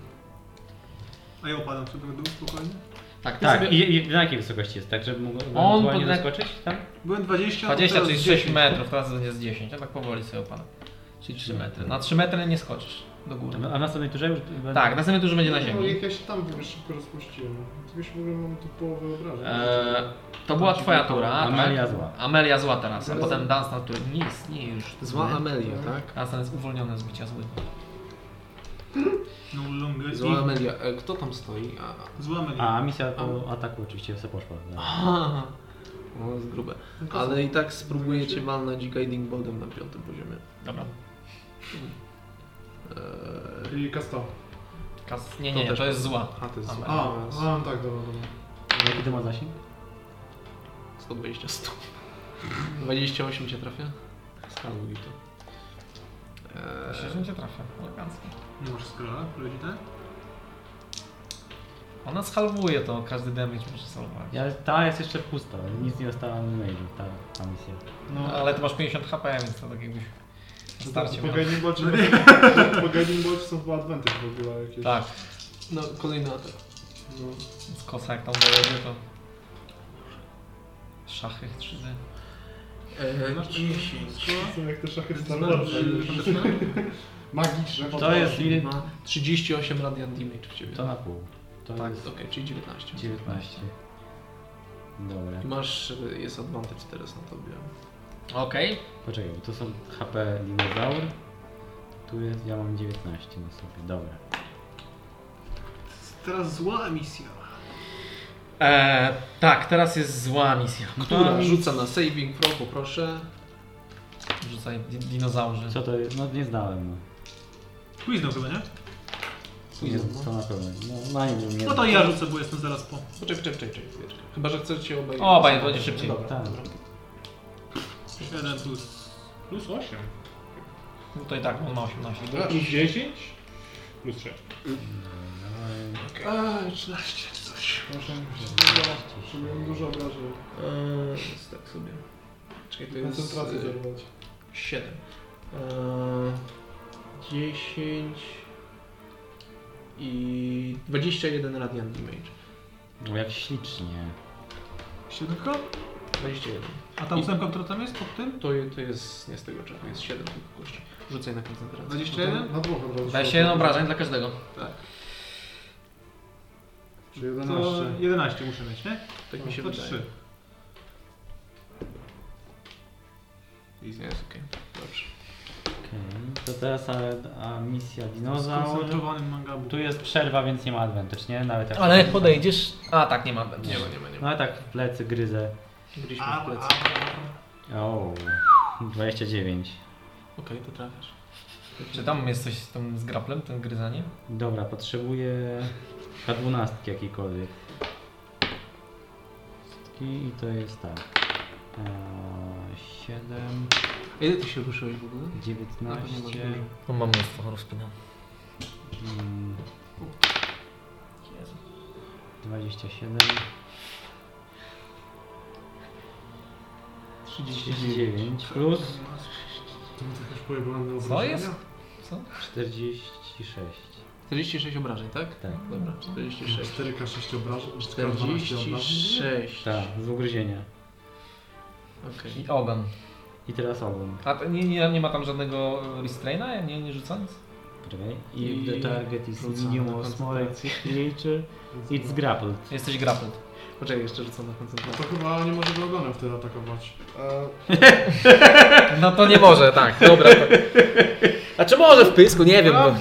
A ja opadam sobie do dół spokojnie. Tak, ty Tak, sobie... i, i na jakiej wysokości jest? Tak, żeby mógł On ewentualnie podle- doskoczyć tam? Byłem dwadzieścia, dwadzieścia, teraz czyli sześć dziesięć. metrów, teraz jest dziesięć, a tak powoli sobie opada. Czyli trzy metry. Na trzy metry nie skoczysz do góry. A w następnej turze już będę... Tak, następny turze będzie na No, ziemi. jak ja się tam w szybko rozpuściłem. To już w ogóle mam tu połowę obrażeń. Eee, to była twoja tura, tak? Amelia zła. Amelia zła teraz, a potem Dunstan, który nie istnieje już. Zła Amelia, tak? Dunstan jest uwolniony z bycia złym. No longer. Zła Amelia. E, kto tam stoi? A, Zła Amelia. A misja po ataku oczywiście sobie poszła. Tak. Aha. No, jest grube. Ale i tak spróbuję cię walnąć Guiding Boltem na piątym poziomie. Dobra. Eee, I Kasto. Kas... Nie, To nie, nie, też to jest zła. a, to jest zła. A, a, tak, dobra, dobra. Jaki to ma zasięg? sto dwadzieścia, sto. dwadzieścia osiem cię trafia? Skaluj to. Myślę, że cię trafia, elegancko. Nie możesz scrolla, leci tak? Ona schalwuje to, każdy damage może salwować. Ja, ta jest jeszcze pusta, nic nie dostała damage'u, ta, ta misja. No, ale ty masz pięćdziesiąt H P, więc to tak jakbyś na starcie Po miał. Guiding Bolcie po Guiding Bolcie są chyba advantage w ogóle jakieś. Tak, No, kolejny atak. No. z kosa jak tam dojedzie to... Szachy trzy D. Eee, dziesięć. Są jak te szachy Znaczy, standardowe. Magiczne. To jest mil... Ma trzydzieści osiem radiant damage w ciebie. To na pół. To Tak, jest okej, czyli dziewiętnaście. dziewiętnaście. Dobra. I masz, e, jest advantage teraz na tobie. Okej. Poczekaj, bo to są H P dinozaur. Tu jest, ja mam dziewiętnaście na sobie, dobra. Teraz zła misja. Eee, tak, teraz jest zła misja. Która rzuca na saving throw, poproszę. Rzucaj di- dinozaurzy. Co to jest? No nie zdałem. No. Quiznął chyba, nie? Nie, to na pewno. No, na nim nie No to ja rzucę, bo jestem zaraz po. Poczekaj, czekaj, czekaj, chwileczkę. Chyba, że chcecie obaj. O, obaj, to będzie szybciej. Dobra, Tak. dobra. jeden plus... plus osiem. No to i tak, on ma osiemnaście. Plus dziesięć? Plus sześć. A, trzynaście czy coś. Proszę, żeby dużo obrażeń. Eee, jest tak sobie. Czekaj, to jest Koncentrację e, zerwać. siedem. Eee, dziesięć i dwadzieścia jeden radiant damage. No jak ślicznie. Siedemka? dwadzieścia jeden. A ta ósemka, która tam jest pod tym? To, je- to jest nie z tego czasu, jest siedem tylko kości. Rzucaj na koncentrację. dwadzieścia jeden? Na dwóch obrażeń. dwadzieścia jeden obrażeń dla każdego. Tak, Czyli To jedenaście. jedenaście muszę mieć, nie? tak mi się to wydaje. trzy. Jest okej, dobrze. Okej, to teraz a, a misja dinozaur. Skoncentrowanym mangabu. Tu jest przerwa, więc nie ma advantage, nie? Nawet jak Ale jak podejdziesz... A tak, nie ma. Nie ma, nie ma, nie No ma. ale tak w plecy gryzę. Gryźmy A, w plecy. a, O, dwadzieścia dziewięć. Okej, to trafiasz. Czy tam jest coś z tym z graplem, tym gryzaniem? Dobra, potrzebuję K dwanaście jakiejkolwiek. I to jest tak. Eee, siedem, A ile ty się ruszyłeś w ogóle? dziewiętnaście, No mam mnóstwo, rozpinam. mm, dwadzieścia siedem, trzydzieści dziewięć plus To mi jakaś pojebana Co jest? Co? czterdzieści sześć. czterdzieści sześć obrażeń, tak? Tak, Dobra, czterdzieści sześć. cztery K sześć obrażeń, cztery K dwanaście czterdzieści obrażeń. sześć. tak, z ugryzienia. Okej. I ogon. I teraz ogon. A to nie, nie, nie ma tam żadnego restraina? Nie, nie rzuca nic? Poczekaj. I I the target is rzucamy medium na or small koncentrację. creature. It's grappled. Jesteś grappled. Poczekaj, jeszcze rzucam na No koncentrację. to chyba nie może go ogonem wtedy atakować. No to nie może, tak, dobra. A czy może w pysku? Nie wiem. Bo...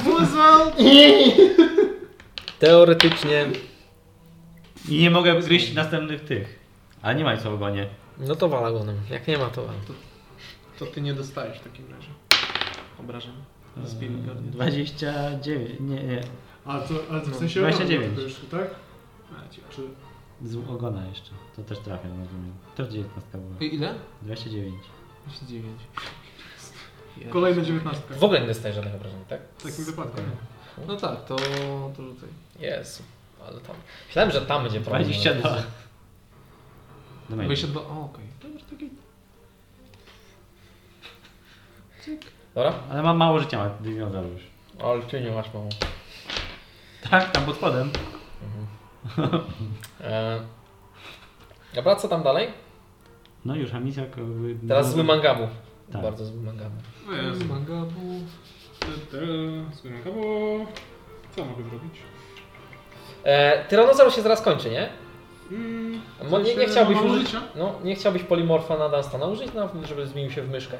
Teoretycznie. I nie mogę gryźć następnych tych. Ale nie ma co w ogonie. No to walagonem. Jak nie ma, to wal. To ty nie dostajesz w takim razie obrażeń. Z Spirit Guardian. dwadzieścia dziewięć. Nie, nie. Ale to, ale to w No, sensie dwadzieścia ogonem dziewięć. to już, tak? Czy... Z ogona jeszcze. To też trafia, rozumiem. To dziewiętnastka była. I ile? dwadzieścia dziewięć. dwadzieścia dziewięć. Kolejne dziewiętnastka. W ogóle nie dostajesz żadnych obrażeń, tak? W takim wypadku. No tak, to, to rzucaj. Jezu, ale tam. Myślałem, że tam będzie problem. dwadzieścia dwa. ale- Do mojej. dwadzieścia dwa, o okej. Dobra, taki... Dobra? Ale mam mało życia, ma dinozaur już. Ale ty nie masz mało. Tak, tam pod spodem. E... Dobra, co tam dalej? No już, a misja... jakby- Teraz zły mangabu. Tak. Bardzo zły mangabu. No jest. Z mangabu. Zły mangabu. Co mogę zrobić? E, Tyranozaur się zaraz kończy, nie? Mm, Mo, nie, nie chciałbyś mało użyć, życia? no, nie chciałbyś polimorfa na Dunstana użyć, no, żeby zmienił się w myszkę?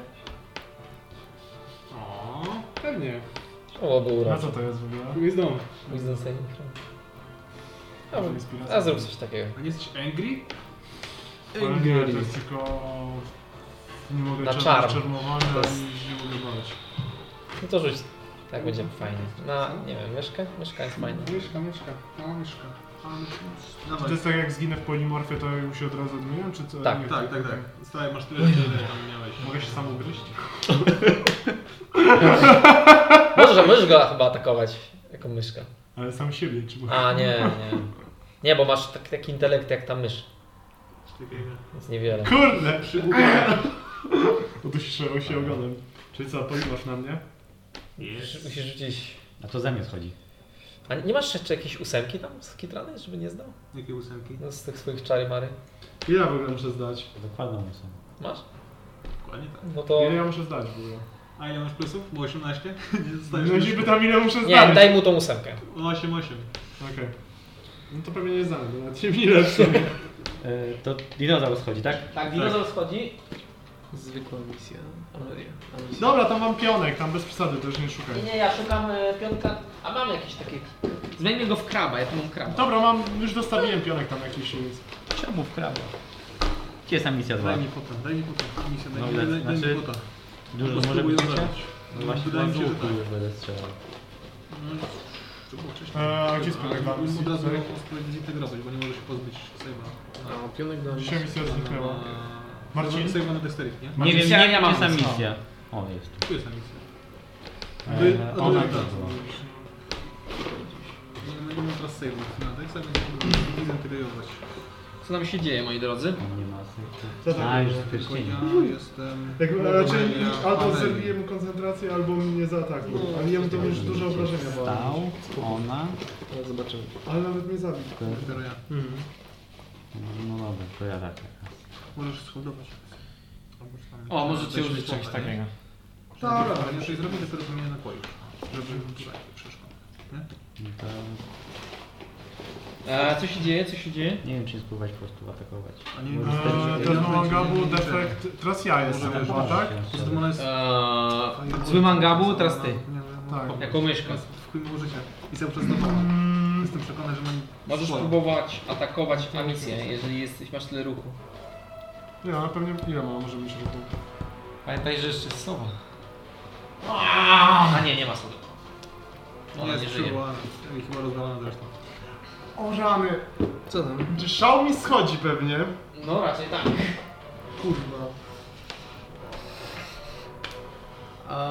O, pewnie. O, był Na uroczy. co to jest w ogóle? Wisdom. Wisdom saving throw. Może A, inspiracja? a zrób coś takiego. A nie jesteś angry? Ale nie, to jest tylko... Nie mogę Na czerpać czarm. czermowania To jest- ani nie mogę bać. No to rzuć. Tak będzie fajnie. Na, nie wiem, myszkę? Myszka jest fajna. Myszka, myszka. A, myszka. A, myszka. Czy Dawaj. to jest tak jak zginę w polimorfie, to już się od razu odmieniam, czy co? Tak. Nie. Tak, tak, tak. Stary, masz tyle życia, ile tam miałeś. Mogę się sam ugryźć? Możesz, możesz go chyba atakować jako myszka. Ale sam siebie, czy mogę? A, nie, nie. Nie, bo masz taki, taki intelekt jak ta mysz, Takiego. więc niewiele. Kurde! Udusiłem się ogonem. Czyli co, polimorf na mnie? Musisz, musisz rzucić... A to ze mnie schodzi. A nie masz jeszcze jakiejś ósemki tam z kitrany, żeby nie zdał? Jakie ósemki? No, z tych swoich czary mary. Ile ja w ogóle muszę zdać? Dokładną są. Masz? Dokładnie tak. No to... Ile ja muszę zdać w ogóle? A ile masz plusów? Bo osiemnaście? Nie zostajesz No się pytam, ile muszę zdać. Nie, daj mu tą ósemkę. osiem, osiem. Okej. No to pewnie nie znam, bo nawet się mile w sumie. E, to dinozaur schodzi, tak? Tak, dinozaur schodzi. Zwykła misja. Amelia. Dobra, tam mam pionek, tam bez przesady, to już nie szukaj. Nie, nie, ja szukam e, pionka. A mamy jakieś takie... Zmieńmy go w kraba, ja tu mam kraba. Dobra, mam, już dostawiłem pionek tam jakiś jest. Czemu w kraba? Gdzie jest ta misja dwa? Daj mi potem, daj mi potem. Misja, daj No, mi, daj, daj, daj znaczy- mi potem. Dużo Bo może spróbuję być życia? zabrać. No właśnie, Wydaje na mi się, że łuku tak. już będę strzelał. No, to było wcześniej. Eee, a gdzie jest pionek Ale dla misji? Od razu Sorry. spróbuję zintegrować, bo nie może się pozbyć save'a. A, pionek do... Dzisiaj misja zniknęła. Marcin? Marcin? Save'a na dexterity, nie? Nie wiem, Misja? nie wiem, Ja gdzie mam jest ta misję. misja. O, jest. Tu jest ta misja. E, Wy- ona od- to od- była. Nie nie mam teraz save'ów na dexa, więc mogę zintegrować. Co nam się dzieje, moi drodzy? On nie ma sensu. Co tam A, już było? Tylko pierścienie. ja jestem... Jak, raczej Amelia, albo Amelia. zerwiję mu koncentrację, albo mnie zaatakuje. Ale jemu to już duże obrażenia było. Stał, ona. Teraz zobaczymy. Ale nawet mnie zabił. Dopiero ja. Mhm. No dobra, to ja tak. Możesz schodować. Albo tam- O, możecie Weź użyć mi czegoś pompę, nie? takiego. Dobra, ale jeżeli zrobię dopiero wymienię napoju. Żeby tutaj przeszło. Nie? No to... A co się dzieje, co się dzieje? Nie wiem, czy spróbować po prostu atakować. A nie, Bo eee, wystarczy- Eee, ten Mangabu defekt, teraz ja jestem Może chyba, wiesz, tak? Poza tym ona jest... Eee, zły Mangabu, teraz ty. Tak. Jako myszka. W chuj mu życie. I cały czas domaga. Jestem przekonany, że mam... Możesz słowo. próbować atakować Amisję, jeżeli jesteś, masz tyle ruchu. Nie, ale pewnie ile ma, może być ruchu. Pamiętaj, że jeszcze jest sowa. A nie, nie ma sowy. Nie Ona jest nie żyje. przywołana. I chyba rozwalona zresztą. O rany! Co tam? Czy szał mi schodzi pewnie? No raczej tak. Kurwa. A...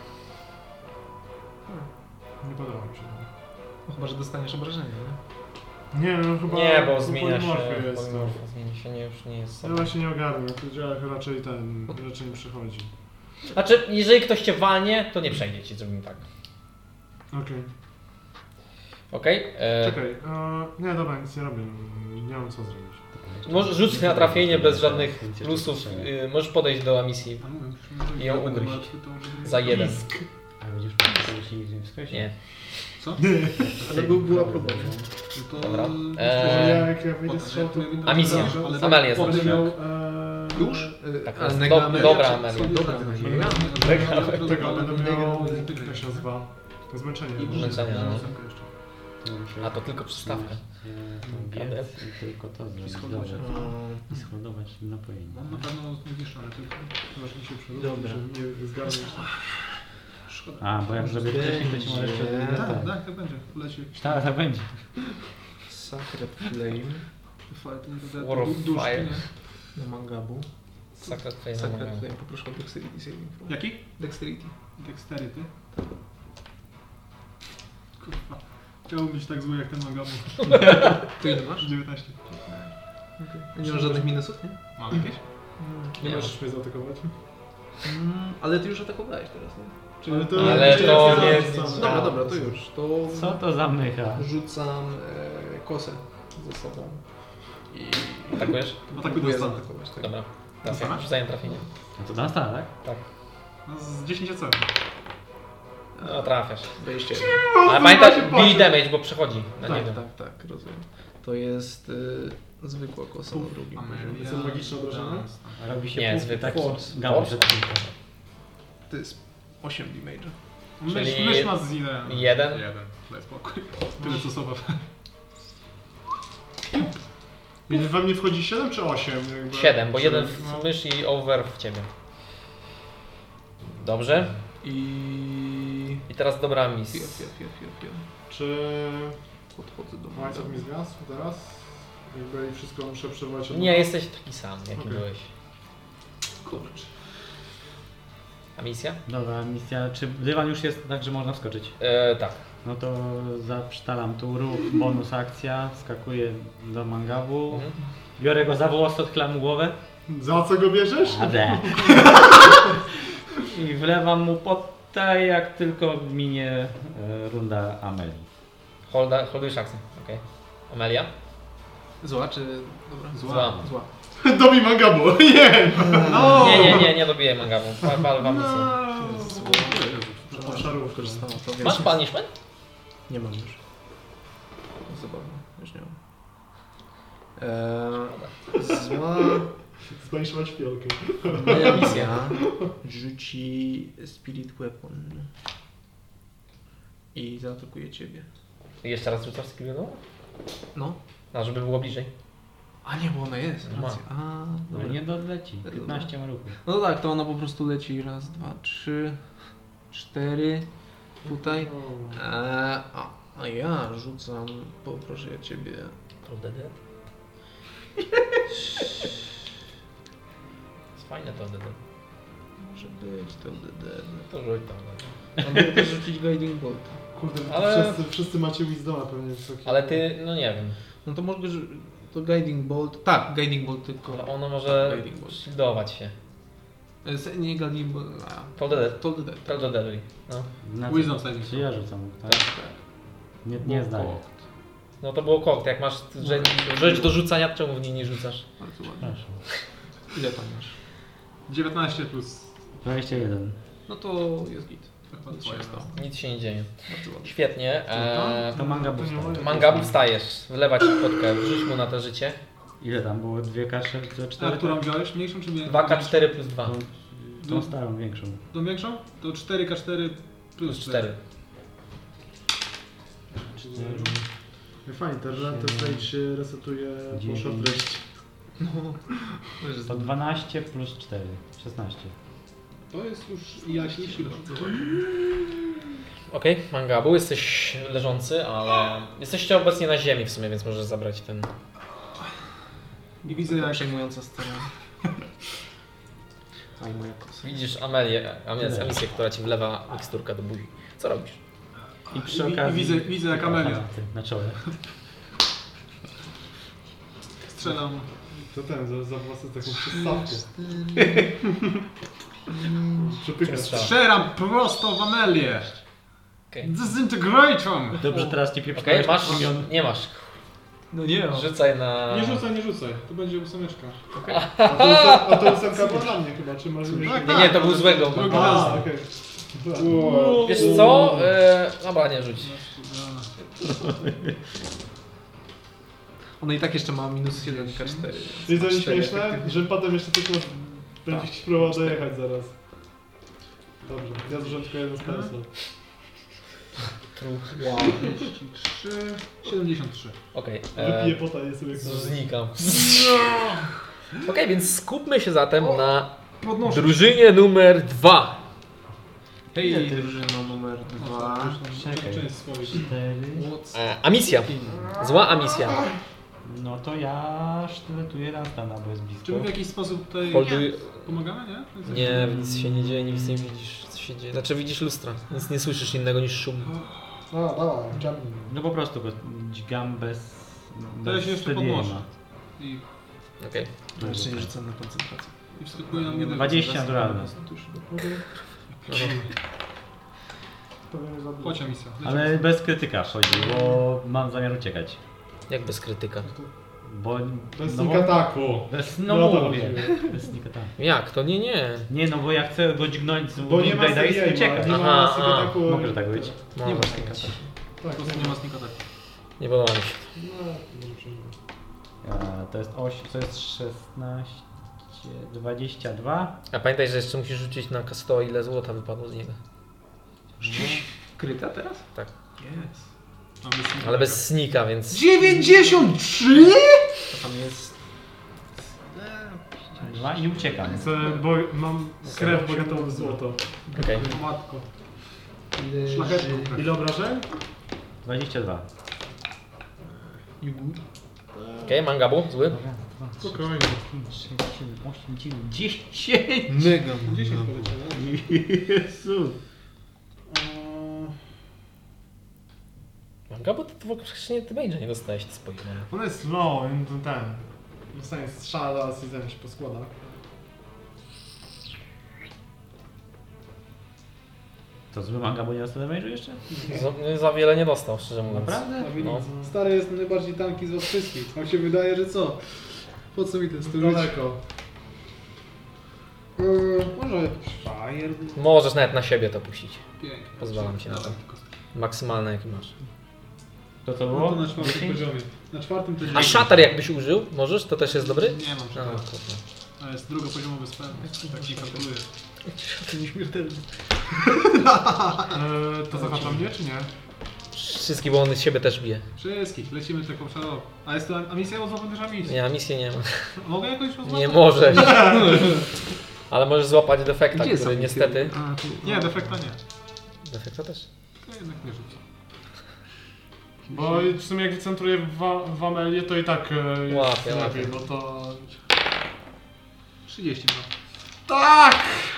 Nie podoba mi się. No, chyba, że dostaniesz obrażenia, nie? Nie, no chyba... Nie, bo zmienia się. polimorfia jest. Polimorfia zmienia się, nie, już nie jest Ja sobie. właśnie nie ogarnę, to działa raczej ten, raczej nie przychodzi. Znaczy, jeżeli ktoś cię walnie, to nie przejdzie ci, zrobimy tak. Okej. Okej? E, Czekaj, e, nie dobra, nic nie robię, nie mam co zrobić. Możesz rzucić na trafienie bez żadnych plusów. Y, możesz podejść do Amisji A mówię, może I ją będę ugryźć. martwy, to może- za jeden. A będziesz próbował się nigdy nie wskrzesić? Nie. Co? Ale by była próba. No to... Dobra. myślę, Eee, że Ja jak ja wyjdę potem, z szału, to... jak my- Amisja. ale Amelia potem znaczy. miał- Eee, Już? Y, Tak a jest. Nega Do, Amelia, dobra czy- Amelia. Dobra, Tego, tego będę miał... Jak się nazywa? To zmęczenie. Zmęczenie, no. Ósemkę jeszcze. A to tylko przystawkę. Biec i tylko to zrobić. schodować. Dobrze. Mm, I schodować napoje. Mam na pewno zniszczone, tylko chyba, że mi się przyda. Dobra. Nie zgadzam się. Szkoda. A, bo jak zrobię wcześniej, to ci możesz Nie. wtedy... Tak, Tak, tak, tak będzie. Leci. tak, tak będzie. Sacred Flame Fire, to nie War of duszki, Fire. nie? na Mangabu. Sacred Flame. Sacred Sacred Flame, poproszę o Dexterity Saving Throw. Jaki? Dexterity. Dexterity. Kurwa. Chciałbym być tak zły jak ten Mangabu. To ile masz? dziewiętnaście. Nie masz żadnych minusów, nie? Mam jakieś? Nie możesz mnie zaatakować? Mm, ale ty już atakowałeś teraz, nie? Ale to... Ale jeszcze to raz nie- rzucamy. Dobra, dobra, to już. To Co to za mycha? rzucam e, kosę ze sobą. I Atakujesz? Bo tak próbuję dostanę. zaatakować. Tak. Dobra. Trafia. Dostanasz? Rzucaję trafienie. No to na start, tak? Tak. No z dziesięć C. No trafiasz. dwadzieścia jeden. Ale pamiętaj, bij damage, bo przechodzi na Tak, niego. tak, tak, rozumiem. To jest y, zwykła kosa na drugim. To są magiczne obrażenia? Robi się Nie, puf, zwykły. tak Force. gałą Force? przed tym. To jest osiem damage'a. Myśl, Czyli myśl ma z ile? jeden? Jeden. Daj spokój. Tyle co sowa. I we mnie wchodzi siedem czy osiem? Jakby? siedem, bo Czy- jeden no. w mysz i over w ciebie. Dobrze. I... I teraz dobra Fiu, misja. fiu, fiu, fiu, fiu. Czy... Podchodzę do Łańcuch mi Mangabu. zgasł teraz? Jakby i wszystko muszę przebywać od Nie, jesteś taki sam, jaki Okej. byłeś. Kurczę. A misja? Dobra, misja. Czy dywan już jest tak, że można wskoczyć? E, tak. No to zaprztalam tu ruch, bonus akcja, skakuję do Mangabu, Mhm. biorę go za włos, odchylam mu głowę Za co go bierzesz? Ade. i wlewam mu potę, jak tylko minie e, runda Amelii. Holda, holdujesz akcję. Okej. Amelia? Zła czy... Dobra. Zła. Zła. Dobi Mangabu, nie! No! Nie, nie, nie, nie dobiję mangabu. Pal, pal wam misję. No. Szarówka. Korzystała to, więc... Masz punishment? Nie mam już. Zabawne, już nie mam. Eee, zła... Zbańszować fiolkę. Moja misja rzuci Spirit Weapon i zaatakuje ciebie. I jeszcze raz rzucasz skillową? No. A, żeby było bliżej. A nie, bo ona jest. Ma. racja. A, No dobra. nie doleci, piętnaście ma ruchu. No to tak, to ona po prostu leci raz, dwa, trzy, cztery. Tutaj. Eee, a, a ja rzucam, poproszę ja ciebie. To D D. Jest fajne to D D. Może być to D D. To rzuć tam. D D. Mogę też rzucić Guiding Bolt. Kurde, Ale- wszyscy, wszyscy macie Wisdoma pewnie wysoki. Ale ty, no nie wiem. No to mogę, że- to Guiding Bolt. Tak, Guiding Bolt tylko. Ale ono może Guiding Bolt. shieldować się. E, se- Nie Guiding Bolt. a, To D D. To D D. To D D. No. Na co- Wisdom saving. Czy ja rzucam, tak? Tak, tak. Nie, nie zdaję. No to było kokt. Jak masz rzecz, rzecz do rzucania, czemu w niej nie rzucasz? Bardzo ładnie. Proszę. Ile tam masz? dziewiętnaście plus. dwadzieścia jeden. No to jest git. akurat twoja stało? Nic się nie dzieje. Bardzo ładnie. Świetnie. Eee, To manga To nie busta. moje. Mangabu wstajesz, wlewa ci potkę, wrzuć mu na to życie. Ile tam było? Dwie kasze? A Cztery? którą wziąłeś? Mniejszą czy większą? dwa K cztery plus dwa. Tą, tą starą, większą. Tą większą? To cztery K cztery plus Plus cztery. Fajnie, ten Rate się resetuje po Dziewięć. short rest. To dwanaście plus cztery. szesnaście. To jest już jaśniejszy los. Okej, Mangabu, jesteś leżący, ale jesteście obecnie na ziemi w sumie, więc możesz zabrać ten... I widzę jak... Przejmująca strona. A i moja kosa. Widzisz Amelię, Amelię, Amisję, która ci wlewa miksturkę do buzi. Co robisz? I przy I- i okazji... widzę- widzę jak Amelia. Aha, ty, na czole. Strzelam. To ten, za, za własne taką przystawkę. Przepychasz. Strzela. Strzelam prosto w Amelię! Okej, Dezintegrator! Dobrze, teraz nie okay, pieprzałeś masz... imion. Nie masz. No nie, Rzucaj na... Nie rzucaj, nie rzucaj. To będzie ósemeczka. A to ósem- a to ósemka była dla mnie chyba, czy masz Tak, Nie, nie, to był złego. Drugi A, raz. okej. Wiesz co? E, dobra, nie rzuć. Ona i tak jeszcze ma minus jeden K cztery. I to jest cztery śmieszne, efektywnie. że potem jeszcze tylko będzie ci próbował dojechać zaraz. Dobrze, ja zużyłem tylko jeden z pensów. trzydzieści trzy, siedemdziesiąt trzy. Okej. Wypiję e, pota i sobie Znikam. Okej, więc skupmy się zatem na Podnoszę. drużynie numer dwa. Hej, drużyno numer dwa. Czekaj. Część swoich. Cztery. E, Amisja. Zła Amisja. No to ja sztyletuję Rastana, bo jest blisko. Czy my w jakiś sposób tutaj Holduj... pomagamy, nie? Nie, nic się nie dzieje, nic nie widzisz, co się dzieje. Znaczy widzisz lustra, nic nie słyszysz innego niż szum. No, dawaj, jump. No po prostu go dźgam bez... To ja się jeszcze podnoszę. stadiuma. I, Okej. To jeszcze nie rzucam na koncentrację. i wskakuje na mnie. dwadzieścia naturalne. Chodź misja. Ale bez krytyka chodzi, bo mam zamiar uciekać. Jak bez krytyka? Bo... Bez no, sneak bo- ataku. Bez, No no to mówię, chodziło. bez sneak attacku. Jak? To nie, nie. Nie no, bo ja chcę go dźgnąć z Bo nie ma Dead Dice i sneak uciekać. nie Aha, ma sneak aha. ataku. Może tak być? No, Nie ma tak. sneak attacku. Tak, Po prostu nie ma sneak attack. Nie podoba mi się. No, może przeżywać. A, to jest osiem, to jest szesnaście, dwadzieścia dwa. A pamiętaj, że jeszcze musisz rzucić na kasto, ile złota wypadło z niego. Kryta teraz? Tak. Jest. Mamy sneak Ale attack. bez snika, więc... dziewięćdziesiąt trzy? To tam jest... dwa i uciekam. Chcę, bo mam krew bogatą w złoto. Okej. O matko. Ile... Szlachetną. Ile obrażeń? dwadzieścia dwa. Okej, Mangabu, zły. Spokojnie. pięć, sześć, siedem, osiem, dziewięć, dziesięć! Mega. dziesięć poleciało. Jezu! Mangabu, to, to w ogóle przecież nie, ty będzie nie dostałeś, ty spojrzał. On jest slow, on ten, ten. Dostanie strzała zaraz i zanim się poskłada. To zły manga, bo nie dostał damage'u jeszcze? Za, za wiele nie dostał, szczerze mówiąc. Naprawdę? No. Stary jest najbardziej tanki z was wszystkich. Nam się wydaje, że co? Po co mi ten stół? Daleko. Eee, może jakiś fire? Możesz nawet na siebie to puścić. Pięknie. Pozwalam ci na to. Maksymalne jaki masz. To co No było? to na czwartym dziesięć? poziomie. Na czwartym poziomie. A szatar jakbyś użył? Możesz? To też jest dobry? Nie mam No, szatara. kurde. To jest drugopoziomowy spell. Tak nie kalkuluję. Nieśmiertelny. Eee, to zahacza mnie czy nie? Wszystkich, bo on z siebie też bije. Wszystkich. Lecimy taką szalową. A jest to a misja odzłapem też misję. Nie, a misji nie ma. Mogę jakoś rozłapać? Nie możesz. Ale możesz złapać defekta, Gdzie są który misje? niestety... A, tu. Nie, defekta nie. Defekta też? To jednak nie rzucę. Bo w sumie jak wycentruję w, wa- w Amelię, to i tak e, jest Łapie, lepiej, łapie. bo to... trzydzieści dwa. Tak!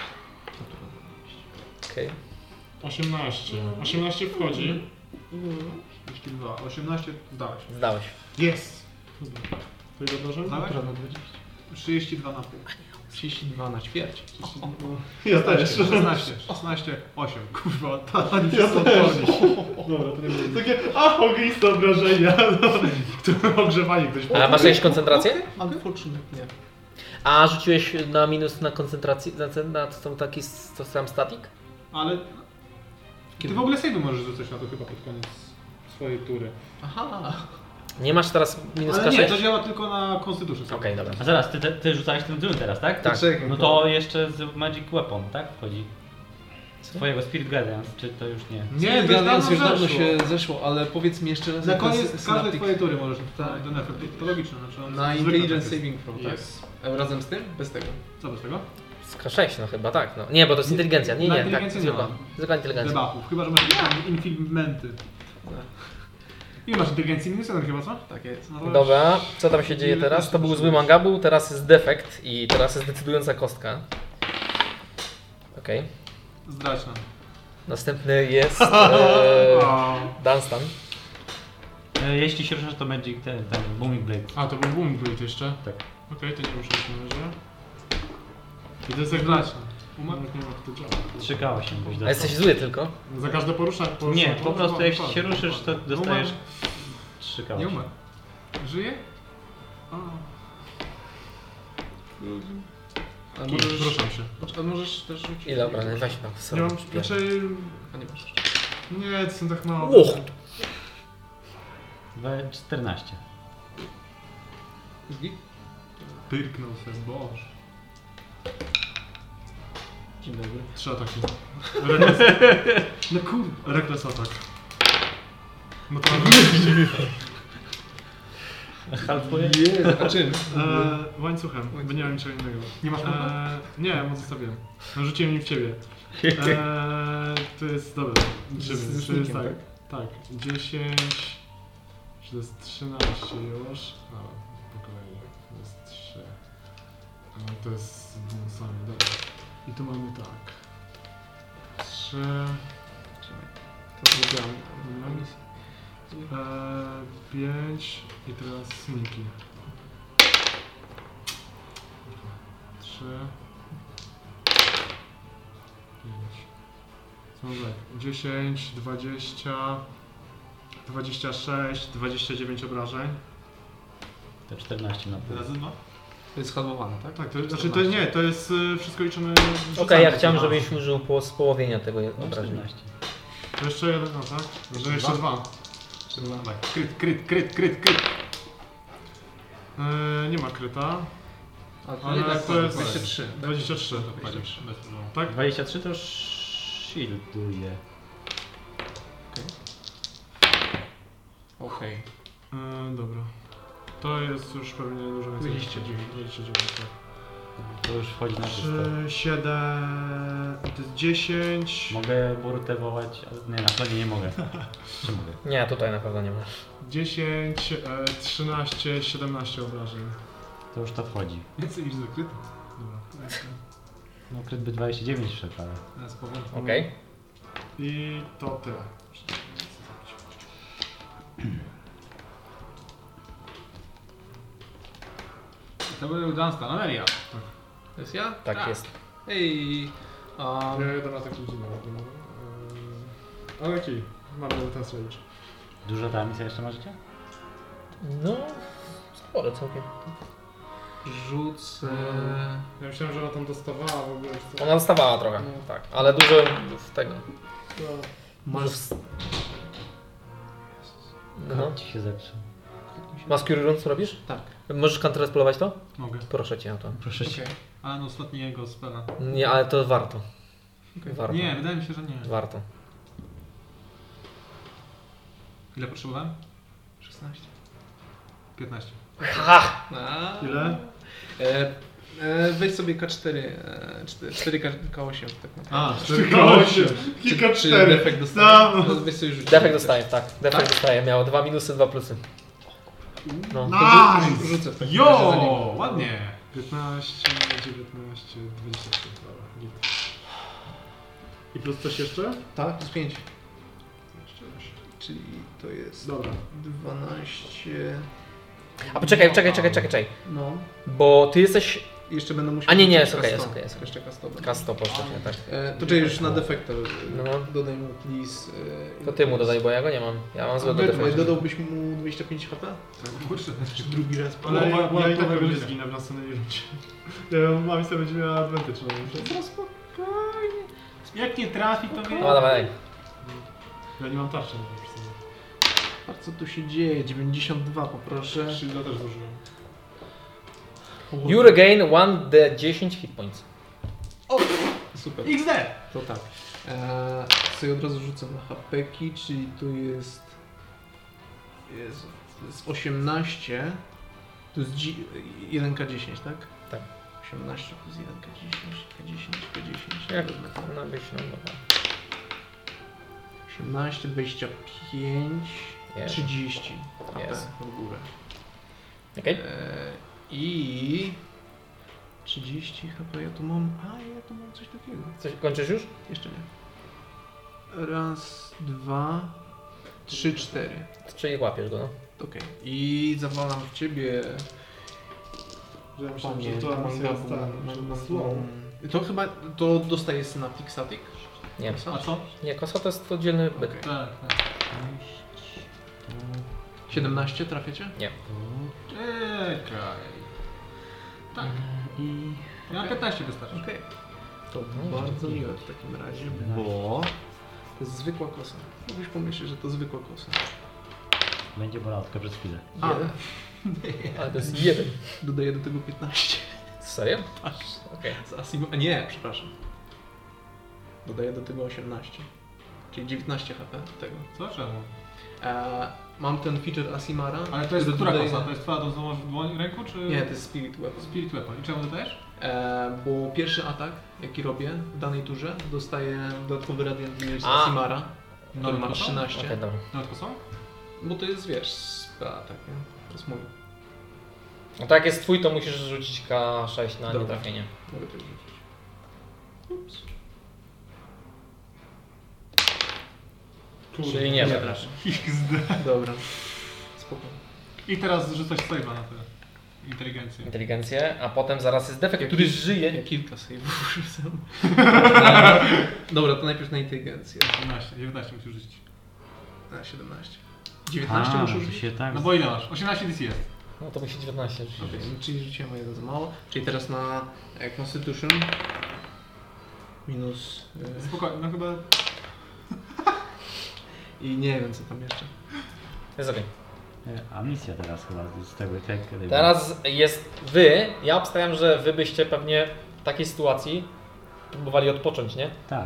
Okej. osiemnaście. osiemnaście wchodzi. trzydzieści dwa. osiemnaście zdałeś. Zdałeś. Jest! To ile obrażeń? Zdałeś? Dobra, na dwadzieścia. trzydzieści dwa na pół. trzydzieści dwa na ćwierć. Ja też. szesnaście. szesnaście. osiem. Kurwa, ta ta nie Ja się też. odchodzi. Dobra, to nie będzie. Takie, a, ogniste obrażenia, no. Które ogrzewanie ktoś A masz jakieś koncentrację? Unfortunate, nie. A rzuciłeś na minus na koncentrację, na, ten- na to taki to sam static? Ale Ty w ogóle save'y możesz rzucać na to chyba pod koniec swojej tury. Aha. Nie masz teraz minus Ale K nie, sześć? to działa tylko na Constitution. Okej, dobra. A zaraz, ty, ty, ty rzucałeś ten drun teraz, tak? Tak. Czekaj, No to jeszcze z Magic Weapon, tak? Wchodzi. Z twojego Spirit Guidance, czy to już nie? Nie, to już dawno już dawno zeszło. się zeszło, ale powiedz mi jeszcze raz. Na jak to koniec jest każdej synaptic- twojej tury możesz Tak. ten efekt. To logiczne. Znaczy on Na zwykle Intelligence tak jest. Saving Throw, tak? Yes. A razem z tym? Bez tego. Co bez tego? Z K sześć, no chyba tak. No. Nie, bo to jest inteligencja. Nie, Na nie, tak. inteligencję nie Zwykła, ma. zwykła inteligencja. Debuffów. Chyba, że masz infilmenty. Ile masz inteligencji? Minus jeden chyba, co? Tak jest. No to Dobra, co tam się dzieje teraz? To był zły mangabu, teraz jest defekt i teraz jest decydująca kostka. Okej. Zdradź nam. Następny jest e, O. Dunstan. E, jeśli się ruszasz, to Magic, ten, ten Booming Blade. A, to był Boom Blade jeszcze? Tak. Okej, to nie ruszę się na razie. I to jest jak Zdradź grać. nam. Umarł, nie wiem jak to działa. Trzy K osiem byś A dostał. jesteś zły tylko. Za każde poruszanie... Nie, poruszanie po prostu jak się umarł. ruszysz, to dostajesz Umarł. trzy K Nie osiem. umarł. Żyje? O. A I możesz, ruszam się. a możesz też rzucić. Ile obrażeń? Weź tam Nie sobie. mam, znaczy... A nie masz. Nie, to są tak mało. Łoch! We czternaście. Zgit? Pyrknął se, boż. Dzień dobry. Trzy ataki. Rekles, No kurde. rekles atak. No to Halfuje? Jezu, a czym? e, łańcuchem, bo nie mam niczego innego. Nie masz pompa? E, nie, mu zostawiłem. No, rzuciłem nim w ciebie. E, to jest, dobra, liczymy. Z To jest licznikiem, tak, tak, dziesięć, czy to jest trzynaście już? No, po kolei, to jest trzy. A to jest z bonusami, dobra. I tu mamy tak. trzy, To zrobiłam. e, pięć i teraz sniki. trzy, pięć. Co mam tak? dziesięć, dwadzieścia, dwadzieścia sześć, dwadzieścia dziewięć obrażeń. To czternaście na pół. Razy dwa? To jest halbowane, tak? Tak, to, znaczy to nie, to jest y, wszystko liczone. Okej, ja rzucane. chciałem, żebyś użył po społowienia tego No, obrażenia. czternaście. To jeszcze jeden, no tak? Jeszcze, jeszcze dwa. Dawaj. Kryt, kryt, kryt, kryt, kryt. E, nie ma kryta. A to, Ale tak, to jest dwadzieścia trzy. dwadzieścia trzy. Bez problemu. Tak? dwadzieścia trzy to już shielduje. Okej. E, dobra. To jest już pewnie dużo więcej. dwadzieścia dziewięć. dwadzieścia dziewięć, tak. To już wchodzi na czysto. trzy, siedem, to jest dziesięć, Mogę burtewować, ale nie, na planie nie mogę. Czy mogę? Nie, tutaj na pewno nie ma. dziesięć, e, trzynaście, siedemnaście obrażeń. To już to wchodzi. Więcej niż zakryt. Dobra. No kryt by dwadzieścia dziewięć wszedł, ale... Teraz powiem. Okej. I to tyle. To był Dunstan, Amelia. To jest ja? Tak jest. Ej. Um, Ja jeden atak ludzi nie robię. Ale okej, mamy ten strzelić. Dużo ta misja jeszcze ma życia? No, sporo całkiem. rzucę... Ja myślałem, że ona tam dostawała w ogóle. co- Ona dostawała trochę, tak. Ale dużo w tego. Masz... No. Ci się zepsuł. Masz Cure Rune, co robisz? Tak. Możesz counter spolować to? Mogę. Proszę cię o to. Proszę cię. Okej. Ale no ostatniego spela. Nie, ale to warto. Warto. Nie, wydaje mi się, że nie. Warto. Ile potrzebowałem? szesnaście. piętnaście. Ha! A, Ile? E, e, weź sobie K cztery, e, cztery K osiem tak naprawdę. A, cztery K osiem. Kilka Czy cztery. defekt dostaje? Sam. Weź sobie rzuć. Defekt dostaje, tak. Defekt Tak? dostaje. Miało dwa minusy, dwa plusy. No. Nice! Rzucę w takim razie za Jo, niego. ładnie. piętnaście, dziewiętnaście, dwadzieścia trzy. Dobra, git. I plus coś jeszcze? Tak, to jest pięć. Czyli to jest Dobra. dwanaście... A poczekaj, czekaj, czekaj, czekaj, czekaj. No. Bo ty jesteś Jeszcze będę musiał... A nie, nie, rzucić jest okej, K jest sto. okej, jest okej. Jeszcze K sto będę. K sto poszczególnie, tak. E, to czekaj, już na defektor. No. No. Dodaj mu please. E, To ty mu dodaj, bo ja go nie mam. Ja mam złego E, defektu. Dodałbyś mu dwadzieścia pięć H P? Kurczę, Drugi raz. Ale ja, Połowa- ja i tak połowa pewnie życia. zginę w następnej rundzie. Ja mam sobie będzie miała advantage na mnie. Jak nie trafi, to wie. No dawaj. Ja nie mam tarczy na to przy sobie. A co tu się dzieje? dziewięćdziesiąt dwa poproszę. Shielda też zużyłem. You regain one d dziesięć hit points. Super. X D! To tak. Eee, sobie od razu rzucę na hapeki, czyli tu jest... Jezu, to jest osiemnaście. To jest jeden K dziesięć, tak? Tak. osiemnaście plus jeden K dziesięć, K dziesięć, K dziesięć. Jak Wezmę to. na byś nam dawała. osiemnaście, dwadzieścia pięć, Jest. trzydzieści. Jest. W górę. Okej. Eee, I... trzydzieści H P, ja tu mam... A, ja tu mam coś takiego. Coś kończysz już? Jeszcze nie. Raz, dwa, trzy, cztery. Czyli łapiesz go, no. Okej. I zawalam w ciebie... Że ja myślałem, Panie, że to misja manga jest ta, boom, na boom, slow. boom. To chyba... To dostaje Synaptic Static? Nie. A co? Nie, kosa to jest oddzielny byt. Okej. Tak, tak. siedemnaście trafiacie? Czekaj. Tak. I... Ja mam piętnaście wystarczy. Okej. To No, bardzo miłe w takim razie, bo... To jest zwykła kosa. Mógłbyś pomyśleć, że to zwykła kosa. Będzie bolałka przez chwilę. Ale Ale to jest jeden. dodaję do tego piętnaście. Serio? Okej. Z Asim... Nie, przepraszam. Dodaję do tego osiemnaście. Czyli dziewiętnaście H P tego. Co? Czemu? Eee, mam ten feature Asimara. Ale to jest który która dodaje- kosa? To jest twoja do złomu w dłoń- ręku, czy... Nie, to jest Spirit Weapon. Spirit Weapon. I czemu dodajesz? Eee, bo pierwszy atak, jaki robię w danej turze, dostaję dodatkowy Radiant Damage z A. Asimara, który Nawet ma kosą? trzynaście. Okej, dobra. Nawet kosą? Bo to jest, wiesz, spell atak, nie? To jest mój. No tak jak jest twój, to musisz rzucić K sześć na Dobra. nietrafienie. Mogę to rzucić. Ups. Czyli nie Nie wiem. trafię. X D. Dobra. Spoko. I teraz rzucać save'a na tyle. Inteligencję. Inteligencję, a potem zaraz jest defekt, Jaki- który żyje. Ja kilka save'ów rzucam. Dobra, to najpierw na inteligencję. osiemnaście, dziewiętnaście musisz rzucić. Na siedemnaście. dziewiętnaście A, muszę to rzucić? się tak... No bo ile masz? osiemnaście D C jest. No to musi dziewiętnaście rzucić. Okej, czyli rzuciłem o jeden za mało. Czyli teraz na e, Constitution. Minus... E, Spokojnie, no chyba... I nie wiem co tam jeszcze. Jest okej. E, A misja teraz chyba z tego... Tak, Teraz jest wy. Ja obstawiam, że wy byście pewnie w takiej sytuacji próbowali odpocząć, nie? Tak.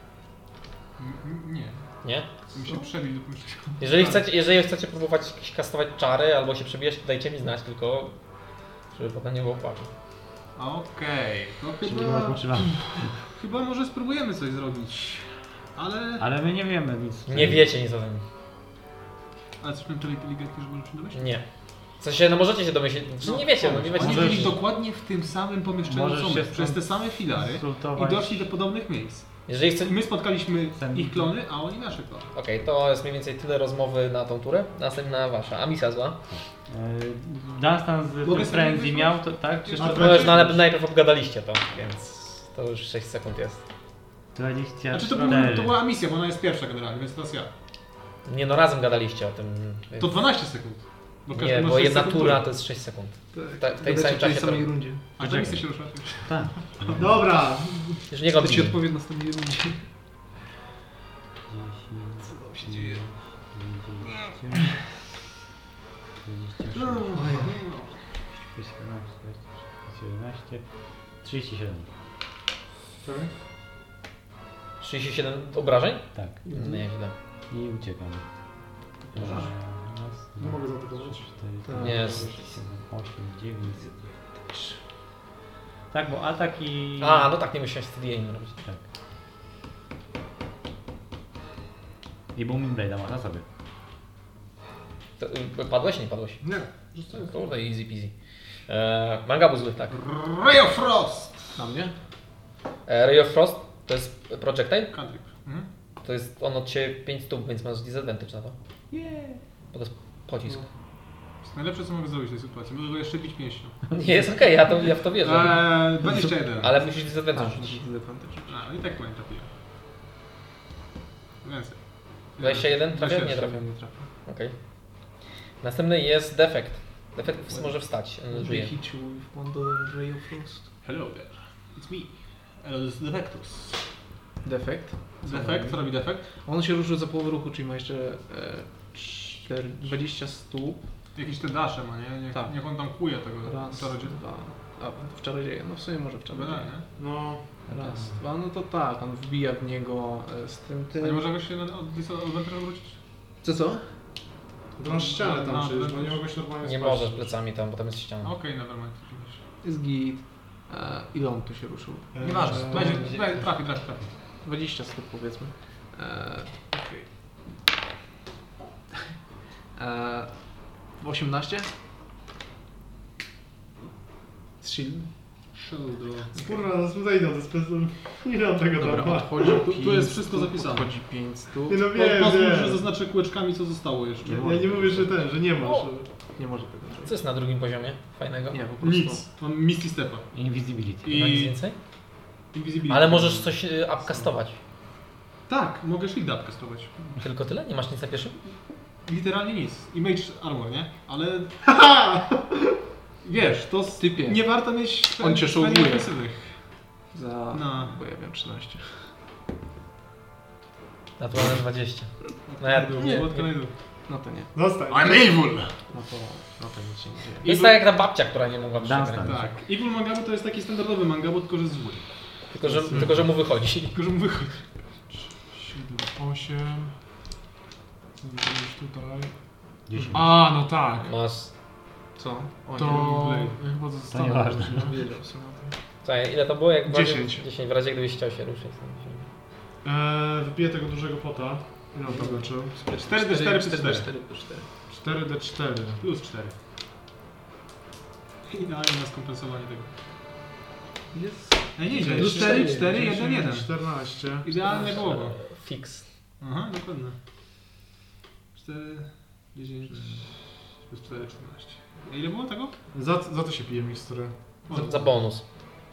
M- Nie. Nie? Mi się przebił do pomieszczenia. Jeżeli chcecie, jeżeli chcecie próbować jakieś kastować czary albo się przebijać, to dajcie mi znać, tylko żeby potem nie było płaczu. Okej, to Czyli chyba... odpoczywamy. Chyba może spróbujemy coś zrobić. Ale... Ale my nie wiemy nic. Nie wiecie nic o tym. Ale coś mam tyle inteligentnie, że możesz się domyślić? Nie. W sensie, no możecie się domyślić, że nie wiecie, no nie wiecie. Oni Możesz- byli dokładnie w tym samym pomieszczeniu Możesz co się my, przez te same filary i konsultować. doszli do podobnych miejsc. Jeżeli I chcecie... my spotkaliśmy Ten- ich klony, a oni nasze klony. Okej, to jest mniej więcej tyle rozmowy na tą turę. Następna wasza. A misja zła? E, Dunstan z Mogę tym sobie Frenzy wysłać? miał, to tak? Czy Jeszcze to No, już na, najpierw obgadaliście to, więc to już sześć sekund jest. dwadzieścia Znaczy to, był, cztery. to była misja, bo ona jest pierwsza generalnie, więc teraz ja. Nie no, razem gadaliście o tym. Więc... To dwanaście sekund. Bo każdy Nie, ma bo sześć jedna sekund tura tury. to jest sześć sekund. Tak, Tak, w tej Dodajcie samym w tej czasie samej to- rundzie. A ta misja się rusza. Tak. Dobra. Już nie go To ci bije. odpowie w następnej rundzie. Co tam się dzieje? siedemnaście, trzydzieści siedem. trzydzieści siedem obrażeń? Tak. No nieźle. I uciekam. Raz, Nie mogę zaatakować. cztery, Tak. Nie. pięć, siedem, osiem, dziewięć. Tak, bo atak i... A, no tak, nie musiałeś wtedy aim robić. Tak. I Booming Blade'a ma na sobie. To, y, padłeś? Nie padłeś. Nie. Kurde, easy peasy. E, Mangabu zły, tak. Ray of Frost! Na mnie? E, Ray of Frost to jest projectile. Cantrip. Mhm. To jest on od Ciebie pięć stóp, więc masz disadvantage na to. Bo to jest pocisk. To jest najlepsze co mogę zrobić w tej sytuacji. Mogę go jeszcze bić pięścią. Nie, jest okej, ja, to, ja w to wierzę. Eee, dwadzieścia jeden. Ale musisz disadvantage rzucić. A, no i tak powiem trafiłem. Więcej. dwadzieścia jeden trafia? Nie trafia. Nie trafię. Okej. Następny jest defekt. Defekt może wstać, on żyje. Hit you with one Ray of Frost. Hello there. It's me. Elos Defectus. Defekt. Defekt, co robi defekt? On się ruszy za połowę ruchu, czyli ma jeszcze e, cztery, dwadzieścia stóp. Jakieś te dasze ma, nie? Niech, Tak. niech on tam kuje tego Raz, czarodzieja. dwa. A, w czarodzieje. No w sumie może w Chyba czarodzieje. tak, nie? No, Raz, dwa, no to tak, on wbija w niego e, z tym A nie tym. może jakoś się od Adventure wrócić? Co co? to masz ścianę tam No, przecież, to- bo nie mogłeś normalnie Nie spać. możesz plecami tam, bo tam jest ściana. Okej, nevermind. Jest git. E, ile on tu się ruszył? E, Nieważne, Eee, będzie, będzie, trafi, trafi, trafi. dwadzieścia stóp powiedzmy. E, Okej. E, osiemnaście? Shield. Shield. Kurwa, no tutaj idą, to jest bez... Nie mam tego Dobra, dobra. odchodzi Tu- tu pięć jest wszystko stóp, zapisane. Odchodzi pięć stóp. Nie no wiem, Pozwól, wiem. że zaznaczę kółeczkami, co zostało jeszcze. Ja nie mówię, że ten, że nie masz. Nie może tego zrobić. Co jest na drugim poziomie fajnego? Nie, po prostu. Nic. Mam Misty Stepa. Invisibility. Nie ma nic I więcej? Invisibility. Ale możesz coś y, upcastować. Tak, mogę shield upcastować. Tylko tyle? Nie masz nic na pierwszym? Literalnie nic. I Mage Armor, nie? Ale... Wiesz, to s- Typie. nie warto mieć On cię spell szowuje. agresywnych. Za... No. Bo ja wiem trzynaście. Naturalne dwadzieścia. No ja Nie, nie. what can I do? No to nie. Zostań. evil! No to, no to nic się nie dzieje. Jest tak jak ta babcia, która nie mogła Dunstan. przegrać. Tak. Evil Mangabo to jest taki standardowy mangabo, tylko że zły. Tylko że, tylko, że mu wychodzi. Tylko, że mu wychodzi. siedem, osiem. Co widziałeś tutaj? dziesięć. A, no tak. Masz... Co? O, To Blade. chyba To zostało. nieważne. nie wiedział w sumie. Czekaj, ile to było? Jak w razie- dziesięć. dziesięć, w razie gdybyś chciał się ruszyć. Eee, wypiję tego dużego pota. Ile on tam leczył? cztery D cztery plus cztery. cztery plus cztery. cztery D cztery. Plus cztery. Idealnie na skompensowanie tego. Jest. Ej, nie idzie. Plus cztery, cztery, cztery, jeden, jeden. czternaście. Idealnie było. Fix. Aha, dokładnie. cztery, dziesięć, plus cztery, czternaście. A ile było tego? Za, za to się pije miksturę. Za, za bonus.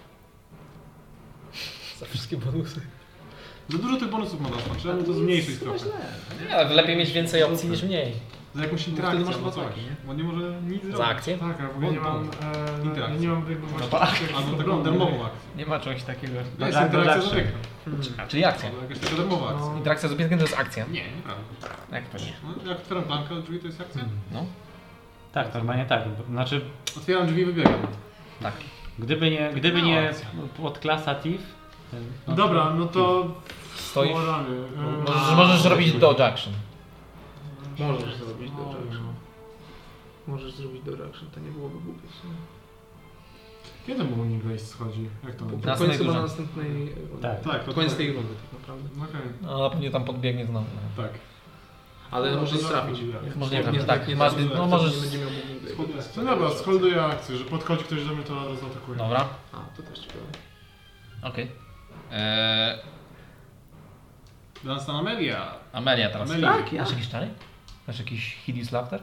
Za wszystkie bonusy. Za dużo tych bonusów ma nas, trzeba mu to zmniejszyć trochę. Nie, ale lepiej mieć więcej opcji niż mniej. Za jakąś wtedy interakcję masz albo dwa coś. ataki, nie? Bo nie może nic zrobić. Za akcję? Tak, a w ogóle nie mam... E, ja Interakcja. nie mam jakby właśnie... Albo taką darmową akcję. Nie ma czegoś takiego. To jest tak, interakcja z dodawcze. obiektem. Czyli akcja. Albo jakaś taka darmowa akcja. Interakcja z obiektem to jest akcja. Nie, nieprawda. Jak to nie? No, jak otwieram klamkę od drzwi, to jest akcja? No, Tak, normalnie tak. Znaczy, Otwieram drzwi i wybiegam. tak. gdyby nie, gdyby No, nie akcja. podklasa Thief, ten- Dobra, no to... Stoisz. O, rany. E, Możesz, możesz robić dodge action. Możesz zrobić dodge action. Możesz zrobić dodge action, to nie byłoby głupie w sumie. Kiedy Mooning Blaze schodzi? Jak to będzie? Na Koniec chyba turze. na następnej rundzie. Tak. Tak, to Koniec tak. tej rundy tak naprawdę. Okej. No, a pewnie tam podbiegnie znowu. Tak. Ale No, może to trafić. zachodzi, Jak Może nie, nie nie, wiem, tak, nie, masz- trafi, no to możesz- nie będzie miał moving blade. Schoduje. No dobra, skolduję akcję, że podchodzi ktoś do mnie, to od razu atakuje. Dobra, A, to też ciekawe. Okej. Eee, Dunstan Amelia. Amelia teraz. Amelia. Tak, ja. masz jakieś czary? Masz jakiś hideous laughter?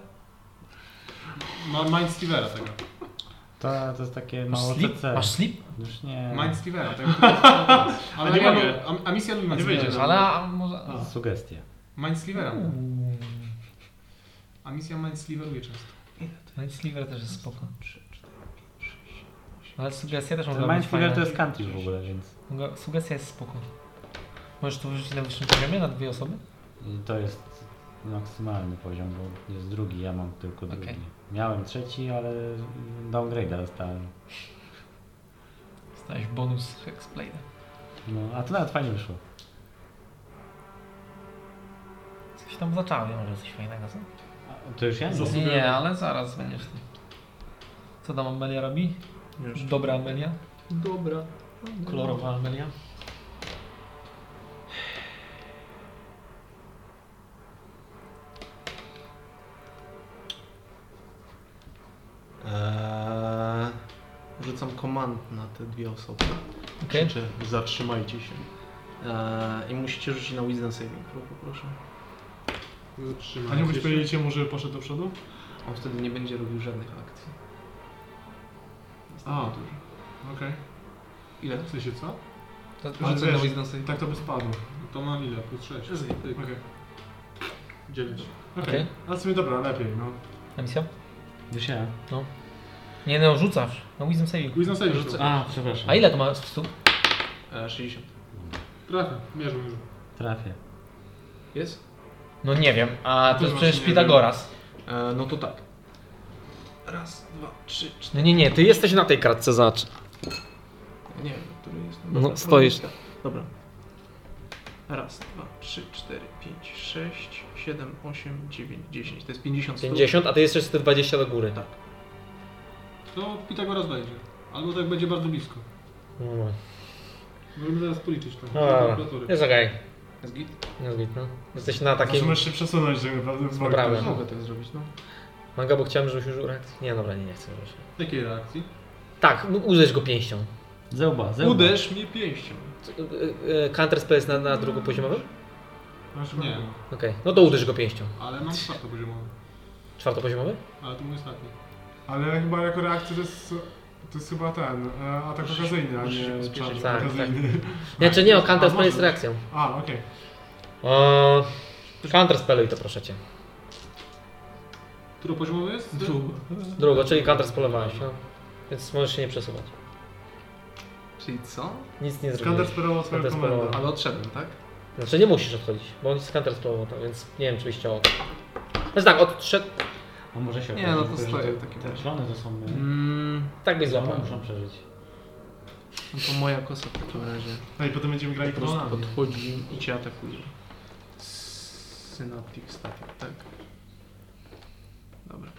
Ma Mind Stevera tego. to, to jest takie Masz mało sleep? C C. Masz sleep? Już nie. Mind Stevera, tego. który jest- Ale A nie nie mogę. mogę. A, a misja lubi Mind Nie wyjdzie. Stevera. Ale a, może... A. Sugestia. Mind Stevera. Uuu. A misja Mind Steveruje często. Mind Sliver też jest spoko. Ale sugestia też Ten mogła być Mindfeeder to fajna. jest country w ogóle, więc Mogła- Sugestia jest spoko. Możesz to wyrzucić na wyższym poziomie, na dwie osoby? i to jest maksymalny poziom, bo jest drugi, ja mam tylko drugi. Okej. Miałem trzeci, ale downgrade'a dostałem. Dostałeś bonus Hexblade. No, a to nawet fajnie wyszło. Coś tam zaczęło, może coś fajnego, co? A, to już ja nie. Nie, nie, ale zaraz będziesz ty. Co tam Amelia robi? Już. Dobra Amelia? Dobra. Kolorowa Amelia? Eee, rzucam komand na te dwie osoby. Okej. Krzyczę, zatrzymajcie się. Eee, I musicie rzucić na Wisdom Saving Throw, poproszę. A nie mówisz powiedzieć mu, że poszedł do przodu? On wtedy nie będzie robił żadnych akcji. Jest A. tak dużo. Okej. Ile? W sensie co? To, Ale Rzucę na wiesz, Wisdom Saving Tak to by spadł. To mam ile? Plus sześć. Jest Okej. Okej. dziewięć. Okej. Okej. A w sumie dobra, lepiej, no. na misja? Już ja. Nie no, rzucasz. Na Wisdom Saving. Wisdom Saving. Rzucę. A, przepraszam. A ile to ma stóp? Eee, sześćdziesiąt. Trafię, mierzę już. Trafię. Jest? No nie wiem, a to To jest właśnie przecież nie Pitagoras. E, no to tak. Raz, dwa, trzy, cztery. No nie, nie, ty jesteś na tej kartce, zobacz. Nie wiem, który jest. No, Dobra, stoisz. Dobra. Raz, dwa, trzy, cztery, pięć, sześć, siedem, osiem, dziewięć, dziesięć. To jest pięćdziesiąt stóp. pięćdziesiąt, a ty jeszcze te dwadzieścia do góry. Tak. To Pitagoras wejdzie. Albo tak będzie bardzo blisko. No, Możemy zaraz policzyć to. no dobra, Kalkulatory. jest okej. Jest git? Jest git, no. Jesteś na takim... Możesz się przesunąć tak naprawdę w bok. Prawda. Mogę tak zrobić, no. Manga, bo chciałem, żebyś użył reakcji. Nie, dobra, nie, nie chcę już. Jakiej reakcji? Tak, no, uderz go pięścią. Zełba, zełba. Uderz mnie pięścią. Counter spell jest na, na drugopoziomowym? Nie, Okej, no to uderz go pięścią. ale mam czwartopoziomowy. Czwartopoziomowy? Ale to mój ostatni. Ale chyba jako reakcja to jest, to jest chyba ten, e, atak okazyjny, a musisz się nie pospieszyć. czar Tak, okazyjny. Nie, czy nie, o Counter A, spell jest może. reakcją. A, okej. O, Counter spelluj to, proszę cię. Któropoziomowy jest? Drugo. Drugo, czyli counter spellowałeś, no. Więc możesz się nie przesuwać. Czyli co? Nic nie Skander zrobiłeś. sperował swoją Skander komendę. sperował. Ale odszedłem, tak? Znaczy nie musisz odchodzić, bo on jest counter spellował to, więc nie wiem, czy byś chciał. Znaczy tak, odszedł, A może się Nie, no to okaże, że stoję te- w takim Te razie. żony to są... Mm, tak byś One złapał. muszą przeżyć. no to moja kosa w takim razie. No i potem będziemy grali Po prostu klonami. podchodzi i cię atakuje. Synaptic static, tak. Dobra.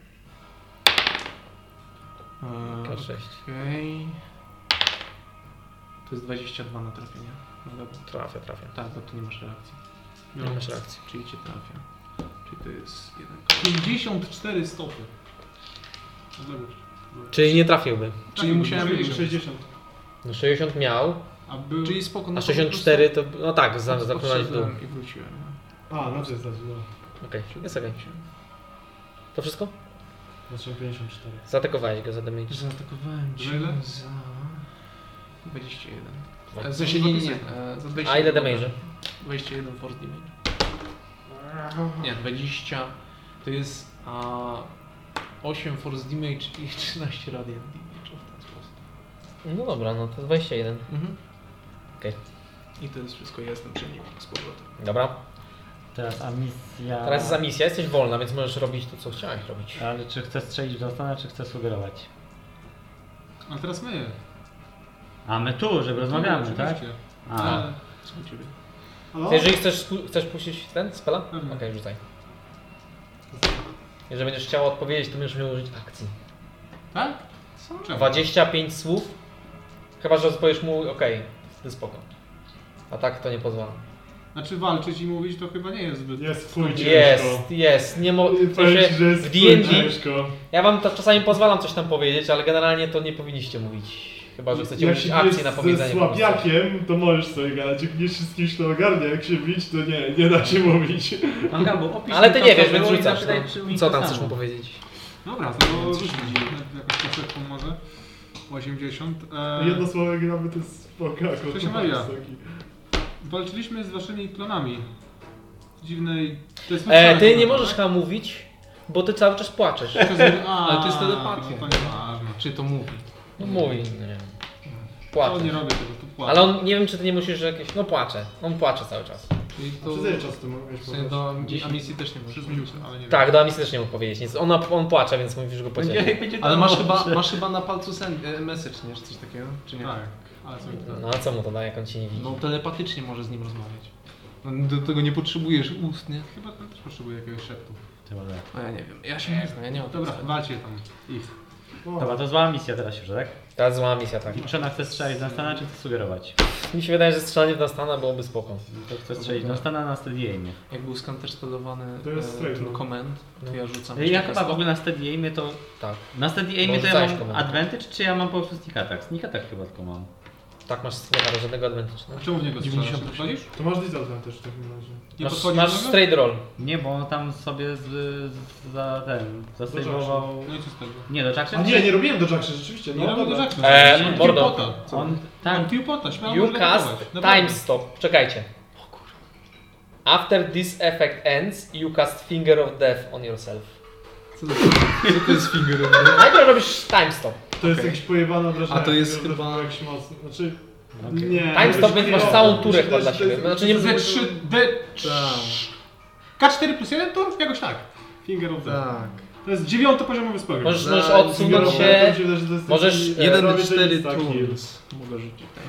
Eee, K sześć. Okej. To jest dwadzieścia dwa na trafienie. No dobra. Trafia, trafia. Tak, bo tu nie masz reakcji. Nie masz reakcji. Czyli cię trafia. Czyli to jest jeden. pięćdziesiąt cztery stopy. Odległość. Czyli nie trafiłby. Czyli musiałem sześćdziesiąt. sześćdziesiąt. No sześćdziesiąt miał, A był... Czyli spoko. no a to sześćdziesiąt cztery to, no tak, za- po prostu zapchnąłeś w dół. odszedłem i wróciłem. A, no to jest tak, no. Okej, jest okej. To wszystko? Znaczy pięćdziesiąt cztery. Zaatakowałeś go za damage. Zaatakowałem Za cię ile? za dwadzieścia jeden. Dwa- E, W sensie nie, nie, nie. e, Za dwadzieścia A ile jeden. damage'u? dwadzieścia jeden force damage. Nie, dwadzieścia to jest a, osiem force damage i trzynaście radiant damage w ten sposób. No dobra, no to dwadzieścia jeden. Mhm. Okej. I to jest wszystko, ja jestem przy nim z powrotem. Dobra. Teraz a misja... Teraz jest za misja, jesteś wolna, więc możesz robić to, co chciałeś robić. Ale czy chcę strzelić w Dostana, czy chcę sugerować? A teraz my. A my tu, żeby rozmawiamy, tak? Oczywiście. A, Ale- Co u ciebie? Halo? To jeżeli chcesz, chcesz puścić ten spela? Okej, Mhm. rzucaj. Jeżeli będziesz chciał odpowiedzieć, to będziesz miał użyć akcji. Tak? Co? Czemu? dwadzieścia pięć słów. Chyba, że powiesz mu okej, wtedy spoko. A tak to nie pozwala. Znaczy walczyć i mówić to chyba nie jest zbyt... Jest chuj ciężko. Jest, jest. Nie mo- w Powiem sensie ci, że jest w D chuj and D ciężko. ja wam to czasami pozwalam coś tam powiedzieć, ale generalnie to nie powinniście mówić. Chyba, że chcecie Jak użyć się akcji bijesz na ze powiedzenie. po prostu. słabiakiem, to możesz sobie gadać. Jak nie się z kimś to ogarnia, jak się bić, to nie, nie da się mówić. Manga, bo opisz Ale mi ty to, nie co wiesz, więc było i rzucasz. zapytaj, No. czy mi Co to tam samo. chcesz mu powiedzieć? Dobra, to jakoś kasetką może. osiemdziesiąt. E, Jedno słowo gramy to jest spoko. To się Maria. Walczyliśmy z waszymi klonami. Dziwnej... To jest E, ty wcale nie klon, możesz chyba mówić, bo ty cały czas płaczesz. tak? A, Ale to jest telepatia. No, to nieważne. Czy to mówi? No mówi, nie wiem. To Płacze. nie robię tego, tu płacę. Ale on, nie wiem czy ty nie musisz, że jakieś, no płacze. On płacze cały czas. Czyli To... to... Przez ile czasu to mogłeś W sensie do powiedzieć? misji też nie możesz. Przez minutę, ale nie Tak, wiem. do Amisy też nie mógł powiedzieć nic. On, on płacze, więc mówisz, że go Będzie, pocieszy. jak będzie Ale to masz dobrze. chyba, masz chyba na palcu sen, e, message, nie? Czy coś takiego? Czy nie? Tak, ale co mi to... No a co mu to daje, jak on cię nie widzi? No telepatycznie może z nim rozmawiać. No, do tego nie potrzebujesz ust, nie? Chyba ten też potrzebuje jakiegoś szeptu. Chyba tak. No ja nie wiem, ja się nie znam, ja nie mam Dobra, walcie tam. Ich. Dobra, to zła misja teraz już, tak? Ta zła misja, tak. Czy ona chce strzelić w Dostana, czy chce sugerować? Mi się wydaje, że strzelanie w Dostana byłoby spoko. To chce strzelić w Dostana na steady aimie. Jak był skanter spelowany To jest e, straight ten roll. command, to No. ja rzucam Ja jeszcze chyba w kostką. ogóle na steady aimie to... Tak. Na steady aimie Bo to ja rzucałeś mam komendę. advantage, czy ja mam po prostu sneak attack? Sneak attack chyba tylko mam. Tak, masz nie ma żadnego advantage. No. A czemu w niego strzelasz? dziewięćdziesiąt Podchodzisz? To masz disadvantage w takim razie. Nie Masz, podchodzisz masz do niego? straight roll. Nie, bo on sobie z, z, za ten... zasejwował... No i co z tego? Nie, do Jackson? A nie, nie robiłem do Jackson, rzeczywiście. Nie No, robię do dobra. Jacksona. Eee, Mam mordo. Piłpota. Co? On... Mam Tak, Piłpota, śmiało You możesz cast atakować. Naprawdę. time stop. Czekajcie. After this effect ends, you cast Finger of Death on yourself. Co to, co to jest finger? Najpierw robisz time stop. To jest Okej. jakieś pojebane obrażenie. A to jest które chyba- jakiś mocny. Znaczy, Okej. Nie. Time stop, więc masz całą turę chyba dla siebie. Znaczy nie D trzy, D Tak. K cztery plus jeden to jakoś tak. Finger of Death. Tak. To jest dziewiątopoziomowy spell. Możesz, Za- możesz odsunąć Fingerowe, się. to mi wydaje, że to jest możesz, taki- e, jeden robię d cztery taki tools. Mogę rzucić tak.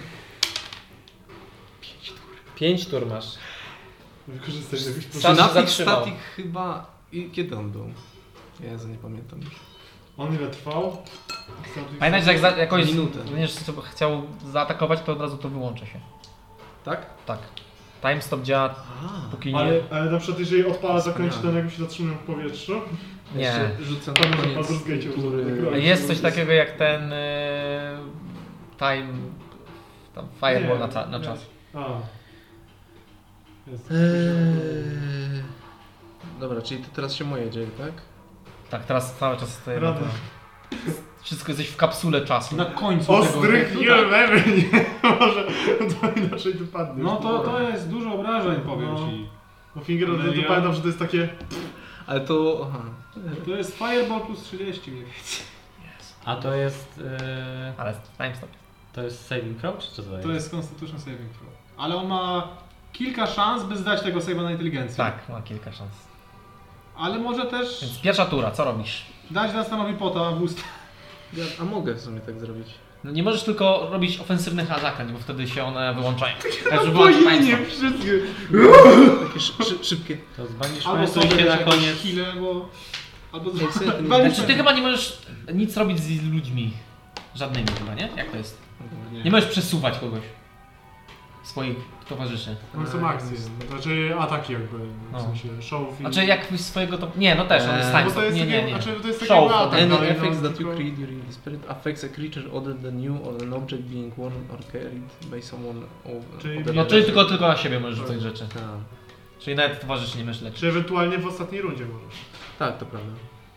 Pięć tur masz. Wykorzystać jakiś Czas się Synaptic zatrzymał. Static chyba... I kiedy on był? Jezu, nie pamiętam już. On ile trwał? Pamiętaj, że jak za, jakoś Minutę. będziesz sobie chciał zaatakować, to od razu to wyłączę się. Tak? Tak. Time stop działa A, póki nie. Ale, ale na przykład jeżeli odpala, zakończy, to Wspaniale. jakby się zatrzymują w powietrzu. Nie. Jeszcze rzucę To na może koniec Baldur's Gate'cie tury. używać. Jest coś takiego jak ten e, time. Tam fireball na, cza- na Nie. czas. A. Jest. Eee... Dobra, czyli to teraz się moje dzieje, tak? Tak, teraz cały czas stoję na Rady. to. Wszystko jesteś w kapsule czasu. Na końcu Ostrych tego nie efektu, tak? lewy, nie. Może to inaczej wypadnie. No to, to jest dużo obrażeń, powiem No. ci. No Finger of Death, to Ja- pamiętam, że to jest takie... Ale to... Aha. To jest Fireball plus trzydzieści mniej więcej. A to jest... Yy, Ale time stop. to jest saving throw, czy co to jest? To jest Constitution Saving Throw. Ale on ma kilka szans, by zdać tego save'a na inteligencję. Tak, ma kilka szans. Ale może też Więc pierwsza tura, co robisz? dać Dunstanowi pota w usta. Ja, a mogę w sumie tak zrobić. No nie możesz tylko robić ofensywnych zakręć, bo wtedy się one wyłączają. Także wyłącz time stop. wszystkie. Takie szy, szy, szybkie. To z banishmentu Albo i sobie się na jakieś koniec... chwilę, bo... Albo z... Niestety, Znaczy ty chyba nie możesz nic robić z ludźmi. Żadnymi chyba, nie? Jak to jest? Nie możesz przesuwać kogoś. Swoich towarzyszy. Tam są akcje, znaczy ataki jakby, No. w sensie show i... Znaczy jakbyś swojego to... Nie, no też, on jest Eee, time Bo to stop. jest Nie, takie, nie, nie. Znaczy, to jest takie Show, atak, Any ale effects no, that you tylko- create during the spirit affects a creature other than you or an object being worn or carried by someone over. Czyli- other No than czyli you. tylko, tylko na siebie możesz rzucać rzeczy. Tak. Czyli nawet towarzyszy nie myśleć. Czy ewentualnie w ostatniej rundzie możesz. Tak, to prawda.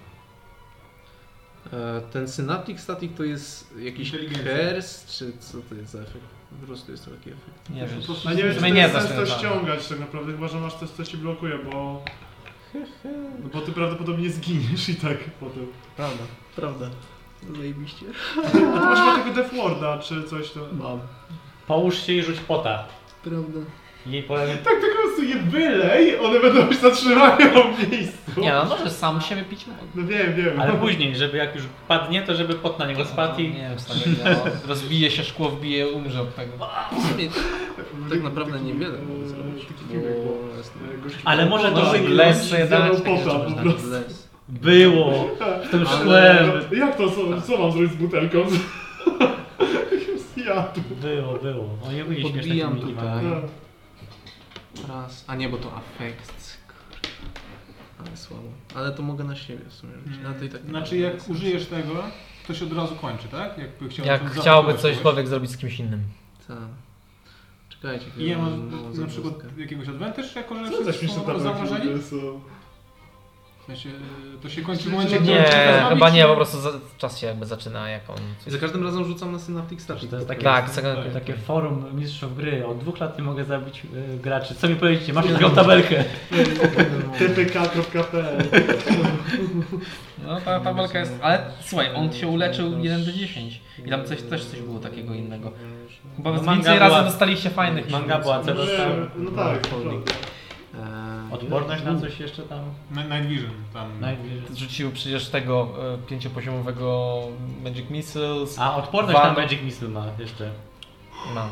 E, ten Synaptic Static to jest jakiś Inteligencja. curse, czy co to jest za efekt? Po prostu jest to taki efekt. Nie wiesz. A nie wiem, czy My to nie jest znasz sens tego, to tak. ściągać tak naprawdę, chyba że masz coś, co ci blokuje, bo... No bo ty prawdopodobnie zginiesz i tak potem. Prawda, prawda. Zajebiście. A ty masz chyba tego Death Warda, czy coś to... Mam. Połóż się i rzuć pota. Prawda. I powiem... Tak tylko po prostu je wylej, one będą się zatrzymają w miejscu. Nie no, możesz sam siebie pić. No wiem, wiem. Ale później, żeby jak już padnie, to żeby pot na niego spadł i... Nie wiem, co tam będzie. Rozbije się szkło, wbije, umrze od tego. W sumie tak naprawdę niewiele mogę zrobić. Taki Bo filmek jest Gościu- Ale może No, duży les sobie zjadał dać, takie pota, rzeczy po można prostu. les. Było! W tym szkłem! No, jak to, co, co mam zrobić z butelką? Zjadł. Było, było. O, nie byli śmieszne Podbijam filmiki, tutaj. mamy. Raz. A nie, bo to affect. Kurde. Ale słabo. Ale to mogę na siebie w sumie rzucić. Na tej tak nie Znaczy ma jak sensu. użyjesz tego, to się od razu kończy, tak? Jakby chciał Jak zaatakować chciałby kogoś. cośkolwiek zrobić z kimś innym. Tak. Czekajcie. I nie ma chwilę, mam na przykład zagwozdkę. jakiegoś advantage, jako że Co za wszyscy śmieszne są zamrożeni? tabelki są. W sensie, to się kończy w momencie, Nie, ucieka z wami, chyba czy- nie, po prostu za, czas się jakby zaczyna, jak on... I za każdym razem rzucam na Synaptic Static. To jest takie, Tak, takie, tak. takie forum mistrzów gry. Od dwóch lat nie mogę zabić y, graczy. Co mi powiedzicie? Masz taką tabelkę. t p k kropka p l No ta, ta walka jest... Ale słuchaj, on się uleczył jeden do dziesięciu. I tam coś, też coś było takiego innego. Chyba No, więcej manga razy była- dostaliście fajnych. Manga była, co No, dostał? no tak, Folding. prawda. Eee, Odporność na coś jeszcze tam? Night Vision tam. Najwyżej. Rzucił przecież tego e, pięciopoziomowego Magic Missiles. A, odporność Wam- na Magic Missile ma jeszcze. No.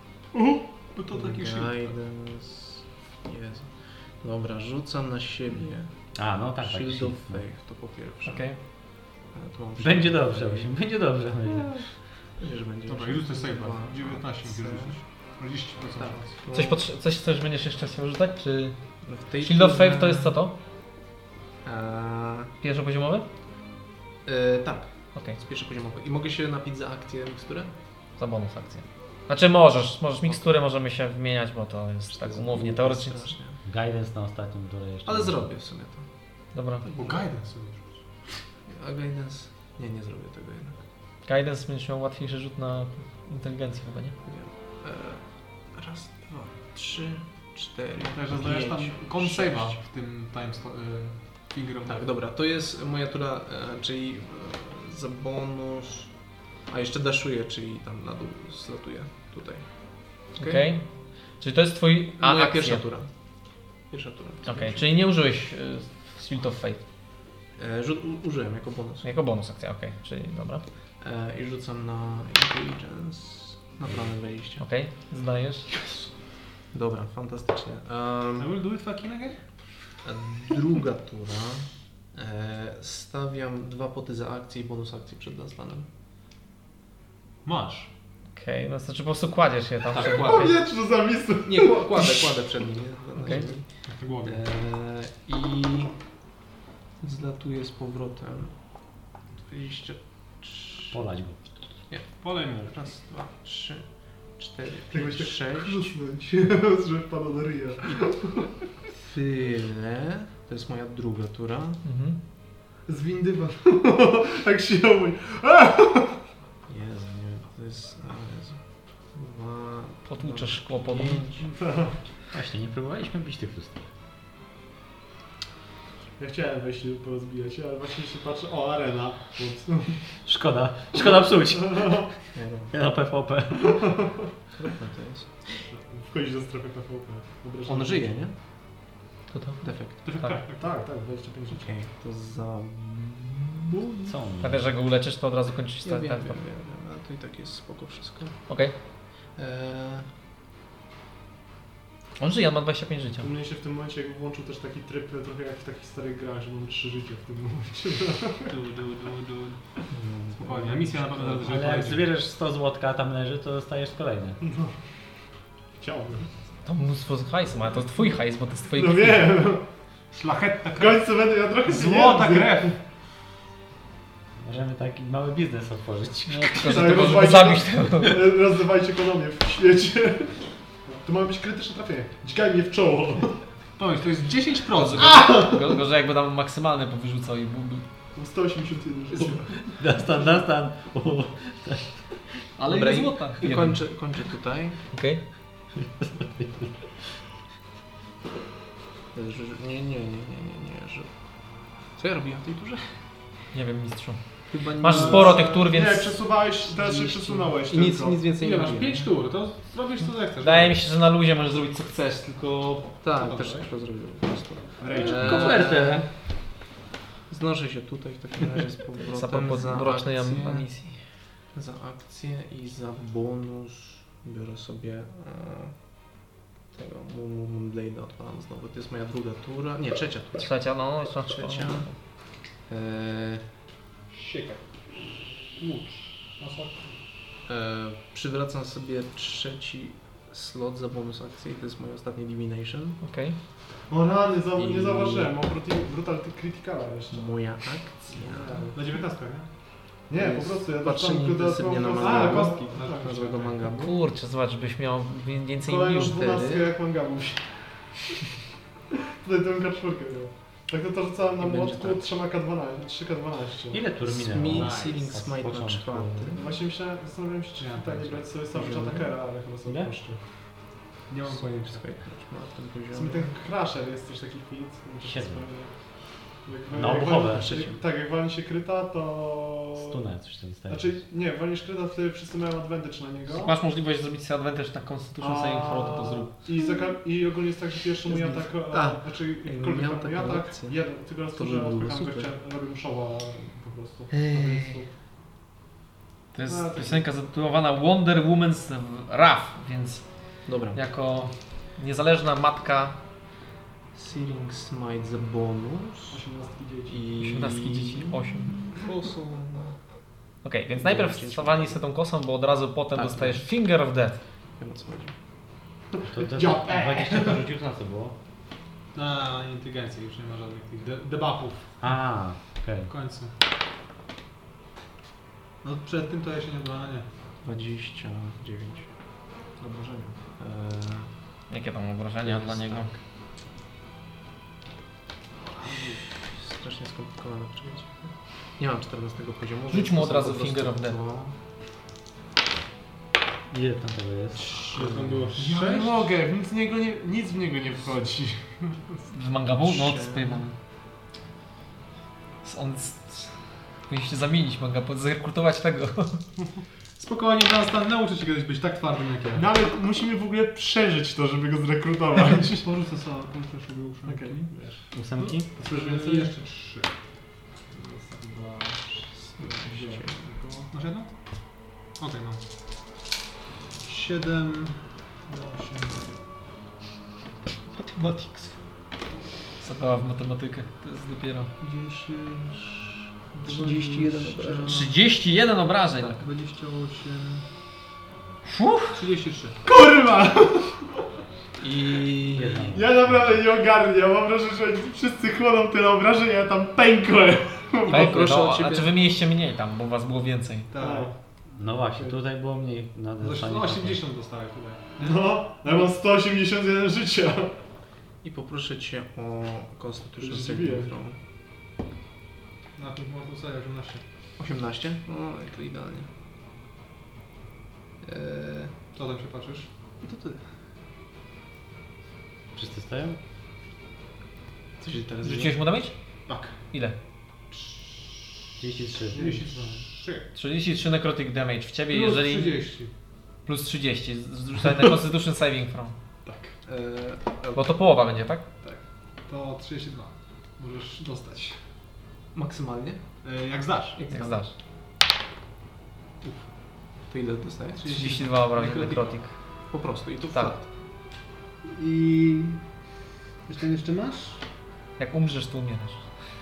No to taki shit. Guidance. Jezu. Dobra, rzucam na siebie. A, no tak, tak. Shield of Faith, to po pierwsze. Okej. Ale tu mam Będzie Shield of dobrze, Faith. będzie dobrze. Będzie, że będzie. Dobra, i rzucę save'a. Dwa, dziewiętnaście trzy. musisz rzucić. czterdzieści procent Tak. szans. Coś, potrze- coś też będziesz jeszcze chciał rzucać, czy... No w tej Shield of turze- Faith to jest co to? Eee, Pierwszopoziomowy? e, tak, Okej, z pierwszopoziomowej. I mogę się napić za akcję miksturę? za bonus akcję. Znaczy możesz, możesz miksturę możemy się wymieniać, bo to jest tak umownie, teoretycznie. Strasznie. Guidance na ostatnim turze jeszcze. Ale zrobię w sumie to. Dobra. Bo guidance sobie rzuć. A guidance? Nie, nie zrobię tego jednak. Guidance będziesz miał łatwiejszy rzut na inteligencję chyba, nie? Nie. Eee, raz, dwa, trzy, cztery, Także zdajesz tam pięć, con sześć. save'a w tym time sto- y, finger of Tak, death. dobra, to jest moja tura, e, czyli e, za bonus... A jeszcze daszuję, czyli tam na dół zlatuję. tutaj. Okej. Czyli to jest twój a, Moja akcja. pierwsza tura. Pierwsza tura. Okej, czyli nie użyłeś y, Shield of Fate. E, rzut, u, użyłem jako bonus. Jako bonus akcja, okej, czyli dobra. E, I rzucam na Intelligence. Na plany wejścia. Okej, zdajesz. Dobra, fantastycznie. Um, I will do it fucking again? druga tura. E, stawiam dwa poty za akcję i bonus akcji przed Dunspanem. Masz. Okej, no to znaczy po prostu kładziesz je tam. Tak, żeby- kładę. Powietrzu zamisł. Nie, kła- kładę, kładę przed nim. Nie? Okej. Tak to głowie. E, I zlatuję z powrotem. dwadzieścia trzy. Polać go. Polej mu. Raz, dwa, trzy, cztery, Tak pięć, się sześć. krusnąć, że wpada do ryja. Tyle. To jest moja druga tura. Mhm. Z windy pan. Jak się mój. Jezu, nie, to jest... o Jezu. Dwa... Potłuczesz szkło pod nim. pięć. Właśnie, nie próbowaliśmy bić tych luster. Ja chciałem wejść i porozbijać, ale właśnie się patrzę. O, arena. Ups. Szkoda, szkoda psuć. Nie wiem, Na P V P. trudne to jest. Wchodzić do strefy P V P. Wyobrażam On sobie. żyje, nie? To to. Defekt. To Tak. tak. Tak, tak, dwadzieścia pięć życia. Okej, to za... Co on? Pamiętaj, że go uleczysz, to od razu kończysz Ja start. wiem, Tak, wiem, tak. wiem, wiem, ale to i tak jest spoko wszystko. Okej. Eee, On żyje, on ma dwadzieścia pięć życia. U mnie się w tym momencie jakby włączył też taki tryb, trochę jak w takich starych grach, że mam trzy życia w tym momencie. Du, du, du, du. Spokojnie, misja na pewno zaraz Ale jak będzie. zbierzesz sto złotka, tam leży, to dostajesz kolejne. No. Chciałbym. To mnóstwo hajsu ma, to twój hajs, bo to jest twoje No wiem. Szlachetna W krew. końcu będę ja trochę Złota pieniędzy. krew. Możemy taki mały biznes otworzyć. No, tylko, że Tak, tylko, żeby rozwalić- zabić tego. Rozdawajcie ekonomię w świecie. To ma być krytyczne trafienie. Dźgaj mnie w czoło. Pomyśl, to jest dziesięć procent. Go, go, że jakby tam maksymalne powyrzucał i byłby... sto osiemdziesiąt jeden życia. Dastan, dastan. O, Ale Dobra, ile i- złota? I kończę, kończę tutaj. Okej. Że- że- Nie, nie, nie, nie, nie, nie, że... Co ja robiłem w tej turze? Nie wiem, mistrzu. Chyba nie... Masz sporo tych tur, więc... Nie, przesuwałeś, teraz się przesunąłeś I nic, tylko. nic więcej Nie, nie masz robiłem. pięć tur, to zrobisz co zechcesz. Wydaje mi się, że na luzie możesz zrobić co chcesz, tylko... Tak, Co też dobrze? to zrobiłem po prostu. Rage. Eee, Kopertę. Znoszę się tutaj w takim razie z Za powrotem po za rocznej akcję, misji. za akcję i za bonus biorę sobie e, tego Moonblade'a odpalam znowu. To jest moja druga tura, nie, trzecia tura. Trzecia, no, jeszcze Trzecia. E, Siekaj. Łódź. e, przywracam sobie trzeci slot za bonus akcję i to jest moje ostatnie Divination. Okej. O rany, za, nie I- zauważyłem, mam brutal- brutal criticala jeszcze. Moja akcja. Na dziewiętnastkę, nie? Nie, po prostu ja Patrzenie dostałem tylko intensywnie na dodatkową mangabu. A, kostki. Na złego mangabu. Kurczę, zobacz, żebyś miał wie- więcej Kolejną niż... dwunastkę cztery. jak mangabu. Tutaj tę K cztery miał. Tak to to rzucałem na I będzie młotku tak. trzy K dwanaście, trzy K dwanaście. ile tur minęło? Smith, Nice. Sealing Od Smite na początku. czwarty. Właśnie myślałem, zastanawiałem się, czy Nie, tutaj nie tak. brać sobie Savage Attackera, ale chyba sobie Ile? puszczę. Nie mam pojęcia. Wszystko jak na tym W sumie poziomie. ten Crusher jest też taki fit. Siedem. Jak, No, jak obuchowe. walni- jak- Tak, jak walni się kryta, to... Stuna, coś tam staje. Znaczy, nie, walnisz kryta, wtedy wszyscy mają advantage na niego. Jak masz możliwość zrobić sobie advantage na Constitution Saving Throw, to to zrób. I, za, ka- I ogólnie jest tak, że pierwszy mój Jest atak, A, a, znaczy jakbym jakkolwiek miał tam mój taką atak, opcję, jeden, tylko raz to to, by że było odpycham super. gościa, robię mu showa po prostu. Ej. Po prostu. To jest No, tak. piosenka zatytułowana Wonder Woman's Wrath, więc Dobra. jako niezależna matka Sealing Smite za bonus. osiemnastki dzieci. I... osiemnastki dzieci, osiem. Kosą. Okej, więc najpierw stawani sobie tą kosą, bo od razu potem Tak. dostajesz Finger of Death. Wiem o co chodzi. To, to, Ja- to dwadzieścia to rzucił na co było? Na inteligencję już nie ma żadnych tych de- debuffów A, okej. w końcu. No przed tym to ja się nie była, nie. dwadzieścia dziewięć. Obrażenia. Eee, Jakie tam obrażenia Jest dla niego? tak. Strasznie skomplikowane, czekajcie. Nie mam czternastego poziomu. Rzuć więc mu to od są razu po prostu Finger of Death. to- Ile tam tego jest? Tam było Ja nie sześć? mogę, nic w niego nie, nic w niego nie wchodzi. W mangabu? No, Trzy. to sobie mam. On... Powinniście zamienić manga, zrekrutować tego. Spokojnie, Dunstan, nauczy się kiedyś być tak twardym jak ja. No ale musimy w ogóle przeżyć to, żeby go zrekrutować. Porzucę sobie, porzucę sobie ósemki. Okej. Ósemki? Coś więcej? Jeszcze trzy. Raz, dwa, trzy, masz jedno? Okej, no. Siedem, osiem. Mathematics. Zabawa w matematykę. To jest dopiero... dziesięć, trzydzieści jeden obrażeń. trzydzieści jeden obrażeń. Tak, dwadzieścia osiem. Fuh. trzydzieści trzy. Kurwa! I... Ja naprawdę nie ogarniam, mam wrażenie, że oni wszyscy chłoną tyle obrażeń, a ja tam pękłem. Poproszę No, o ciebie. znaczy wy mieliście mniej tam, bo was było więcej. Tak. No właśnie, tutaj było mniej na No, dostanie. no osiemdziesiąt dostałeś tutaj. No, ja mam sto osiemdziesiąt jeden życia. I poproszę cię o Constitution Już Saving zbiję. Throw. Na tym można sobie osiemnaście. osiemnaście? No to idealnie. Eee, Co tam się patrzysz? to ty. Wszyscy stoją? Co się teraz Rzuciłeś mu damage? Tak. Ile? trzydzieści trzy. trzydzieści trzy. Czekaj. trzydzieści trzy necrotic damage w ciebie, Plus jeżeli... trzydzieści. Plus trzydzieści. Rzucaj na Constitution Saving Throw. Tak. Eee, Bo to połowa będzie, tak? Tak. To trzydzieści dwa. Możesz dostać. maksymalnie? E, jak zdasz. Jak zdasz. To ile dostajesz? trzydzieści dwa obrażeń necrotic. Po prostu i to Tak. flat. I... Jeszcze jeszcze masz? Jak umrzesz, to umierasz.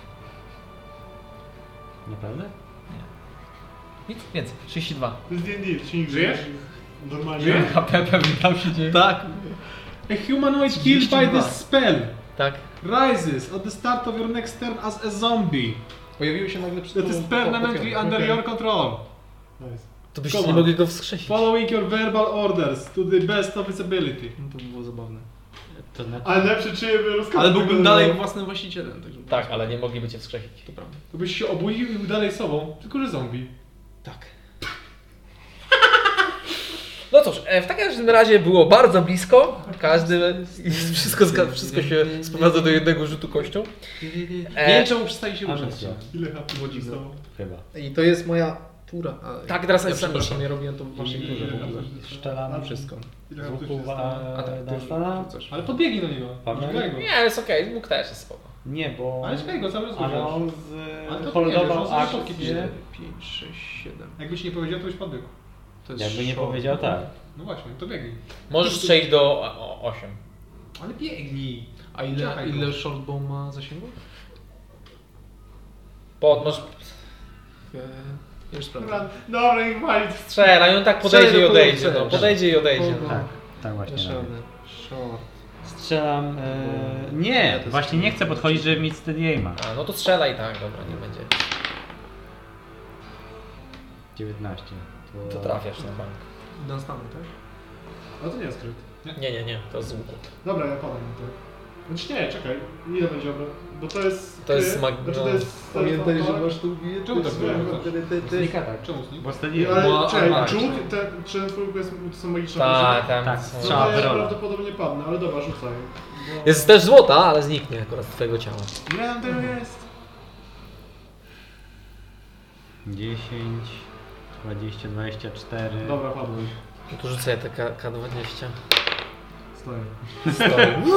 Naprawdę? Nic więcej. trzydzieści dwa. To jest D and D, czy nikt Żyjesz? Normalnie. H P pewnie tam się dzieje. Tak. A humanoid killed by this spell Tak. rises at the start of your next turn as a zombie. Pojawiły się nagle przed That is tobą permanently po- under Okej. your control. Nice. To byście Come nie on. mogli go wskrzesić. Following your verbal orders to the best of its ability. No to było zabawne. To na... Ale najlepsze czyje by rozkazy. Ale byłbym wyglądały. dalej własnym właścicielem. Także Tak, ale nie mogliby cię wskrzesić. to prawda. To byś się obudził i był dalej sobą, tylko że zombie. Tak. No cóż, e, w takim razie było bardzo blisko. Każdy, wszystko, zga- wszystko się sprowadza do jednego rzutu kością. Nie wiem czemu przestali się ruszać. Amnestia. Ile H P Młodzi zostało? Chyba. I to jest moja tura. A, Tak, teraz ja jest przepraszam, submission. ja robiłem to w waszej turze w ogóle. Szczelam Na wszystko. Ile z razy łuku się stało? A tak, ty Dunstana? rzucasz. Ale podbiegnij do niego. Paweł? Dźgaj go. Nie, jest okej, mógł też jest spoko. Nie, bo... Ale dźgaj go, cały czas Ale używasz. on Ale to z... nie wiesz, holdował on sobie akcję. szybki cztery, pięć, sześć, siedem. Jakbyś nie powiedział, to byś podbiegł. To jest Jakby nie show. powiedział tak. No właśnie, to biegnij. Możesz przejść do o, osiem. Ale biegnij. A ile, Czekaj go. ile shortbow ma zasięgu? Pod, możesz Eee, już sprawdzę. Dobra, dobra, niech wali. strzelaj, on tak podejdzie i Strzelaj do odejdzie. kogo No, chcesz. podejdzie i odejdzie. No. Tak, tak właśnie robię. Zaszalony. Short. Strzelam... E... to Nie, jest- właśnie nie chcę podchodzić, żeby mieć steady aima. A, no to strzelaj, tak, dobra, nie będzie. dziewiętnaście. To trafiasz na bank. Dunstany, tak? A to nie jest kryt. Nie, nie, nie, to z łuku. Dobra, ja padam na to. Znaczy nie, czekaj. Ile będzie obra... Bo to jest... To jest kryt, mag- Znaczy no. to jest... Pamiętaj, że tak? masz tu ubije Czemu tak Znika tak. Czemu z nim? Bo steady Nie, aim. ale Bo- czekaj, a, czut, tak. te, czy twój jest, to są magiczne Tak, tam Tak, są- No strzała to ja wyrola. prawdopodobnie padnę, ale dobra, rzucaj. Bo... Jest też złota, ale zniknie akurat z twojego ciała. Ile nam tego jest? dziesięć, dwadzieścia, dwadzieścia cztery. Dobra, padłem. No to rzucę te K- K20. Stoję. Stoi.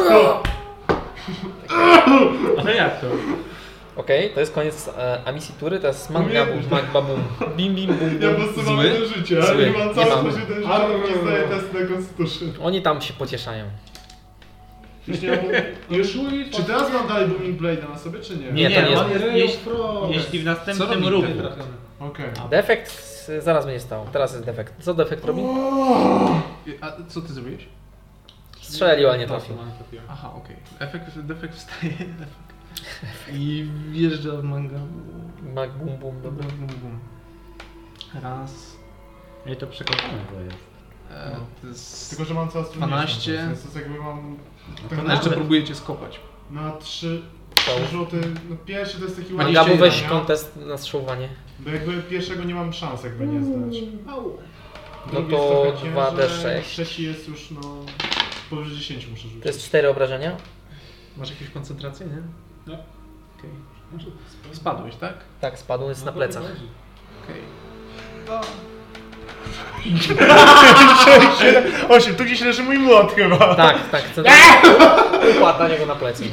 Ale jak to? Okej, to jest koniec e, emisji tury, to jest Mangabum, Magbabum. Bim, bim, bum, Ja po bum. prostu mam Zły? jeden życie, ale Zły. nie mam Nie cały mam. czas jeden życie, bo zdaję test na Constitution. Oni tam się pocieszają. Już nie mam... Już... Czy teraz mam dalej Booming Blade'a na sobie, czy nie? Nie, to nie jest- on jest, Ray of jeśli, Frost. jeśli w Co następnym robi ruchu. ten Trafiony. Okej. Defekt e, zaraz będzie stał. Teraz jest defekt. Co defekt robi? A co ty zrobiłeś? Strzelił, ale nie trafił. Aha, okej. Efekt, defekt wstaje. I wjeżdża w manga. Magbum, bum, bum. Bum, bum, bum. Raz. Ej, to przekopane to jest. E, to jest... Tylko, że mam coraz trudniejszą, dwanaście. Więc to jest jakby mam... Tak Ona jeszcze próbuje cię skopać. Na trzy To- rzuty... No pierwszy to jest taki dwadzieścia Mangabu, ładniejszy, weź nie? kontest na strzelanie. Bo jakby pierwszego nie mam szans jakby nie zdać. No Drugi to jest trochę dwa D ciężej, sześć. Trzeci jest już no... Powyżej dziesięć muszę rzucić. To jest cztery obrażenia. Masz jakieś koncentrację, nie? No. Okej. Spadłeś, tak? Tak, spadł, jest na plecach. Okej. osiem, tu gdzieś leży mój młot chyba. Tak, tak, chcę układ na niego na plecy.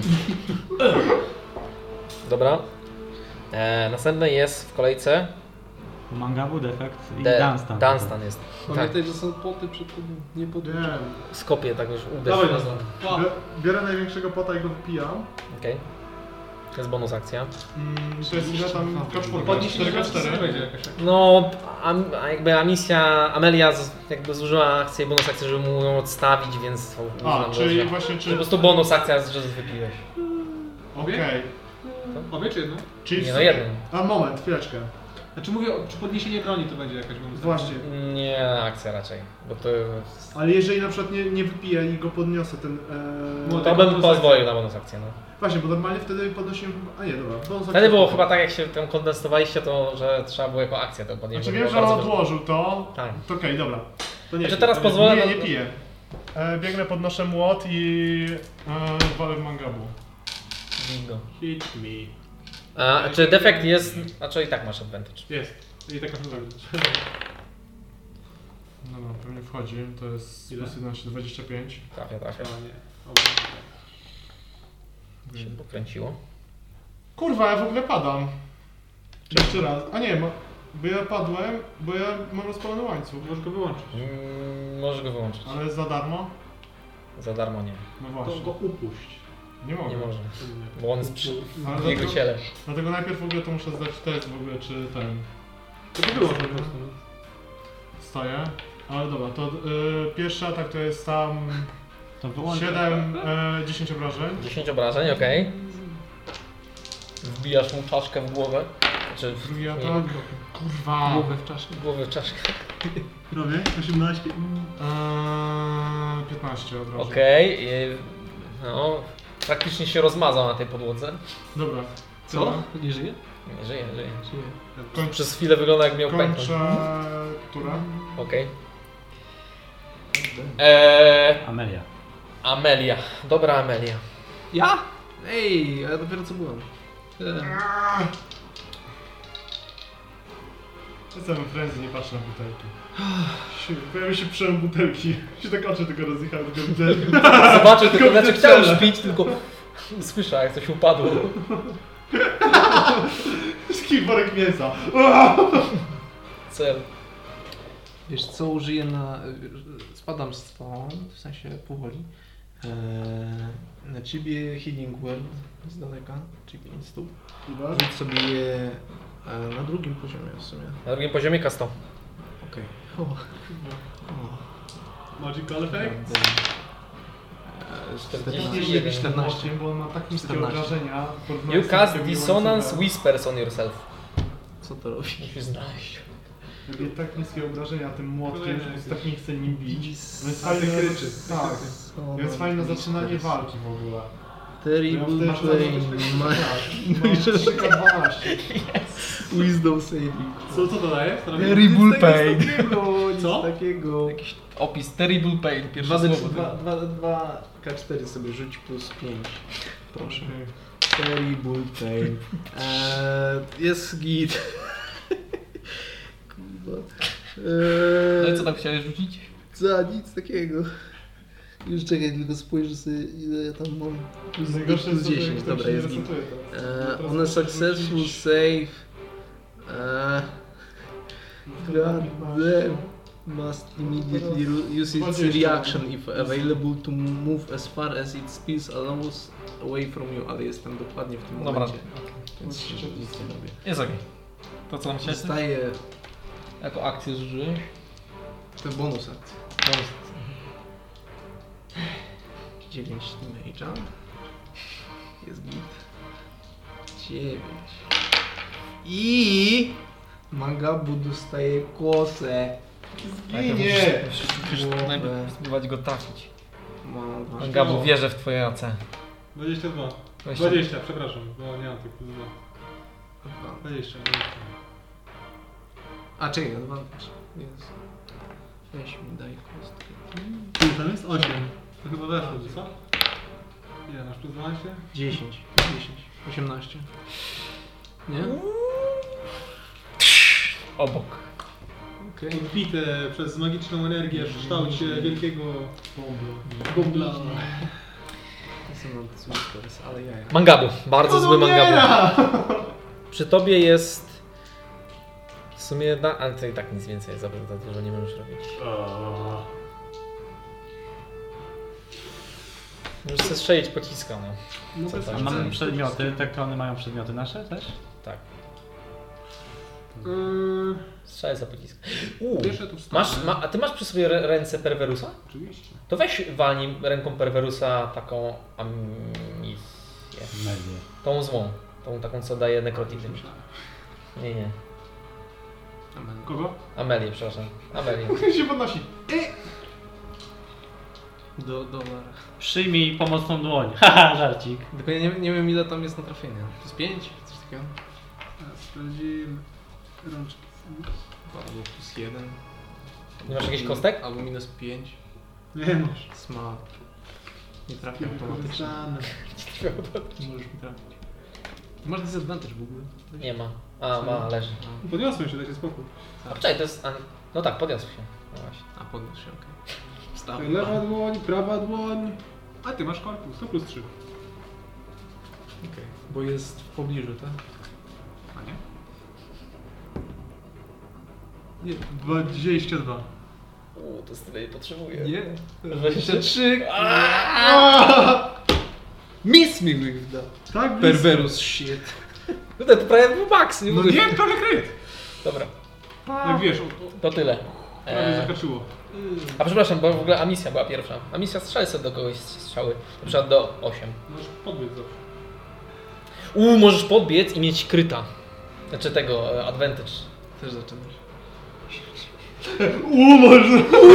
Dobra. E, następny jest w kolejce Mangabu, defekt i De- Dunstan. Dunstan jest. Tak, Pamiętaj, że są poty przed tobą, nie pod... Wiem. skopie tak już uderz. Dawaj, Okej. no. Biorę- Biorę największego pota i go wypijam. To jest bonus akcja. Mm, to jest ile tam? K cztery, Podnieś cztery K cztery. będzie jakaś akcja. No, a, a jakby Amisja, Amelia z, jakby zużyła akcję, bonus akcję, żeby mu ją odstawić, więc to A, uznam, czyli że, właśnie że czy... po prostu bonus akcja, że wypiłeś. Okej. Obie czy jedno? Czyli... Nie no, jeden. A moment, chwileczkę. Znaczy mówię, czy podniesienie broni to będzie jakaś bonus. Właśnie. Nie, akcja raczej, bo to... Ale jeżeli na przykład nie, nie wypiję i go podniosę, ten... No E... To bym pozwolił na bonus akcję, no. Właśnie, bo normalnie wtedy podnosiłem... A nie, dobra. bonus Wtedy akcja- było chyba tak, jak się tam kontestowaliście, to że trzeba było jako akcję to podnieść. Znaczy bo wiem, było że on bardzo- odłożył to. Tak. To okej, dobra. To nie Znaczy piję. teraz To pozwolę Nie, na- nie piję. E, biegnę, podnoszę młot i... E, walę w mangabu. Bingo. Hit me. A, czy defekt jest... Znaczy i tak masz advantage. Jest. I tak naprawdę. Dobra, pewnie wchodzi. To jest Ile? plus jedenaście, dwadzieścia pięć. Trafia, trafia. A nie. Oby. Się pokręciło. Kurwa, ja w ogóle padam. Jeszcze raz. A nie, ma... bo ja padłem, bo ja mam rozpalony łańcuch. Możesz go wyłączyć. Mm, możesz go wyłączyć. Ale za darmo? Za darmo nie. No To właśnie. go upuść. Nie mogę. Nie może. Bo on jest przy Ale w jego dlatego, ciele. dlatego najpierw w ogóle to muszę zdać test w ogóle, czy ten To go wyłącz po prostu. staje. Ale dobra, to y, pierwszy atak to jest tam To wyłączę. siedem, y, dziesięć obrażeń. dziesięć obrażeń, okej. Wbijasz mu czaszkę w głowę. Znaczy w Drugi nie, atak. Kurwa. Głowę w czaszkę. głowę w czaszkę. Robię? osiemnaście. Yy, piętnaście obrażeń. Okej. i- No, praktycznie się rozmazał na tej podłodze. Dobra. Co? Nie żyje? Nie żyje, żyje. Żyje. Kończę. Przez chwilę wygląda jak miał pęknąć. Kończę turę. Okej. Eee, Amelia. Amelia. Dobra Amelia. Ja? Ej, ja dopiero co byłem. E, Ja samym frenzy nie patrzę na butelki. Się- Pojawiły się przełom butelki. Się tak oczy tylko rozjechały, tylko butelki. Zobaczył tylko, znaczy chciał cele. już pić, tylko słyszał jak coś upadło. Taki worek mięsa. Cel. Wiesz co, użyję na... Spadam stąd, w sensie powoli. Eee, na ciebie Healing Word z daleka, czyli pięć stóp. Rzuć sobie je e, na drugim poziomie w sumie. Na drugim poziomie kasto. Okej. Okay. Magical effect? czterdzieści, czternaście. Bo on ma tak niskie czternaście. obrażenia. w porównaniu You z cast tymi dissonance łańcuchem. whispers on yourself. Co to robi? Musisz znaleźć. Robię tak niskie obrażenia tym młotkiem, że Kolejny tak nie chcę nim bić. Więc A, fajne ty na, kryczy. tak. Co Więc to fajne robi? zaczynanie walki w ogóle. Terrible Ja wtedy- Pain. Ma- Tak, mam trzy K dwanaście. Wisdom saving. Co, co to daje? Co robi? Terrible Pain. Nic Co? takiego. Jakiś opis Terrible Pain, pierwsze dwa słowo. K cztery sobie rzuć plus pięć. Proszę. Okej. Terrible Pain. Eee, jest git. Kurwa. No i Eee, co tam chciałeś rzucić? za nic takiego. Już czekaj, tylko spojrzę sobie ile ja tam mam. Plus, Najgorsze plus jest to, że dziesięć, jak ktoś dobra się jest nie git. resetuje teraz. Uh, Teraz on a muszę successful rzucić- save, uh, god damn, must immediately ru- use its dwadzieścia. reaction if available to move as far as its speed allows away from you, ale jestem dokładnie w tym Dobra. momencie, więc się nic nie robię. Jest okej. To co tam chciałeś? Dostaję Jako akcję zużyłeś? te bonus akcje. Bonus. dziewięć damage'a. Jest git. dziewięć. I Mangabu dostaje kosę. Nie! Musisz Głowę. najpierw spróbować go trafić. Mam dwa. Gabu, wierzę w twoje A C. dwadzieścia dwa. Dwadzieścia. dwadzieścia, przepraszam, bo nie mam tych plus dwa. dwadzieścia, dwadzieścia. A czekaj, advantage. Jest. Weź mi daj kostkę. Ile tam jest? osiem. To chyba weszło, co? Ile masz plus dwanaście? dziesięć. dziesięć. osiemnaście. Nie? Obok. Okej. Odbite przez magiczną energię w kształcie wielkiego bobla. To są zły skores, ale jaja. Mangabu, bardzo No zły mangabu. umiera! Przy tobie jest w sumie, na, ale to i tak nic więcej za, za dużo nie możesz robić. Możesz sobie strzelić pociska, no. No Co bez tam? A sensu. mamy przedmioty, te klony mają przedmioty nasze też? Tak, Yy, strzelaj za pocisk. Uuu, Pierwsze tu wstanę. masz, ma, a ty masz przy sobie rę- ręce Perverusa? Oczywiście. To weź walnij ręką Perverusa taką amisję. Medię. Tą złą. Tą taką, co daje nekrotidy. Nie, nie. Kogo? Amelię, przepraszam. Amelię. się podnosi. Do dolara. Przyjmij pomocną dłoń. Haha, żarcik. Tylko ja nie, nie wiem ile tam jest na trafienie. Plus pięć? Coś takiego? Teraz sprawdzimy rączki. Albo plus jeden. Nie masz jakichś kostek? Albo minus pięć. Nie masz. Sma. Nie trafię automatycznie. Możesz mi trafić. Masz disadvantage w ogóle? Nie ma. A, ma, leży. Podniosłem się, dajcie spokój. A poczekaj, to jest... A, no tak, podniosł się. No właśnie. A podniósł się, okej. Wstał. Lewa dłoń, prawa dłoń. A ty masz korpus, to plus trzy. Okej. Bo jest w pobliżu, tak? A nie? Nie, dwadzieścia dwa. Uuu, to tyle nie potrzebuję. Nie. dwadzieścia trzy. Miss mi wyda. Tak, blisko. Perverus shit. No to prawie był max, nie No mówię. nie, prawie kryt. Dobra, Jak wiesz, o- to tyle. prawie E, zakaczyło. a przepraszam, bo w ogóle Amisja była pierwsza. Amisja strzelaj sobie do kogoś strzały. Na przykład do osiem. Możesz podbiec zawsze. Uuu, możesz podbiec i mieć kryta. Znaczy tego, e, advantage. Też zaczynasz. Uuu, można.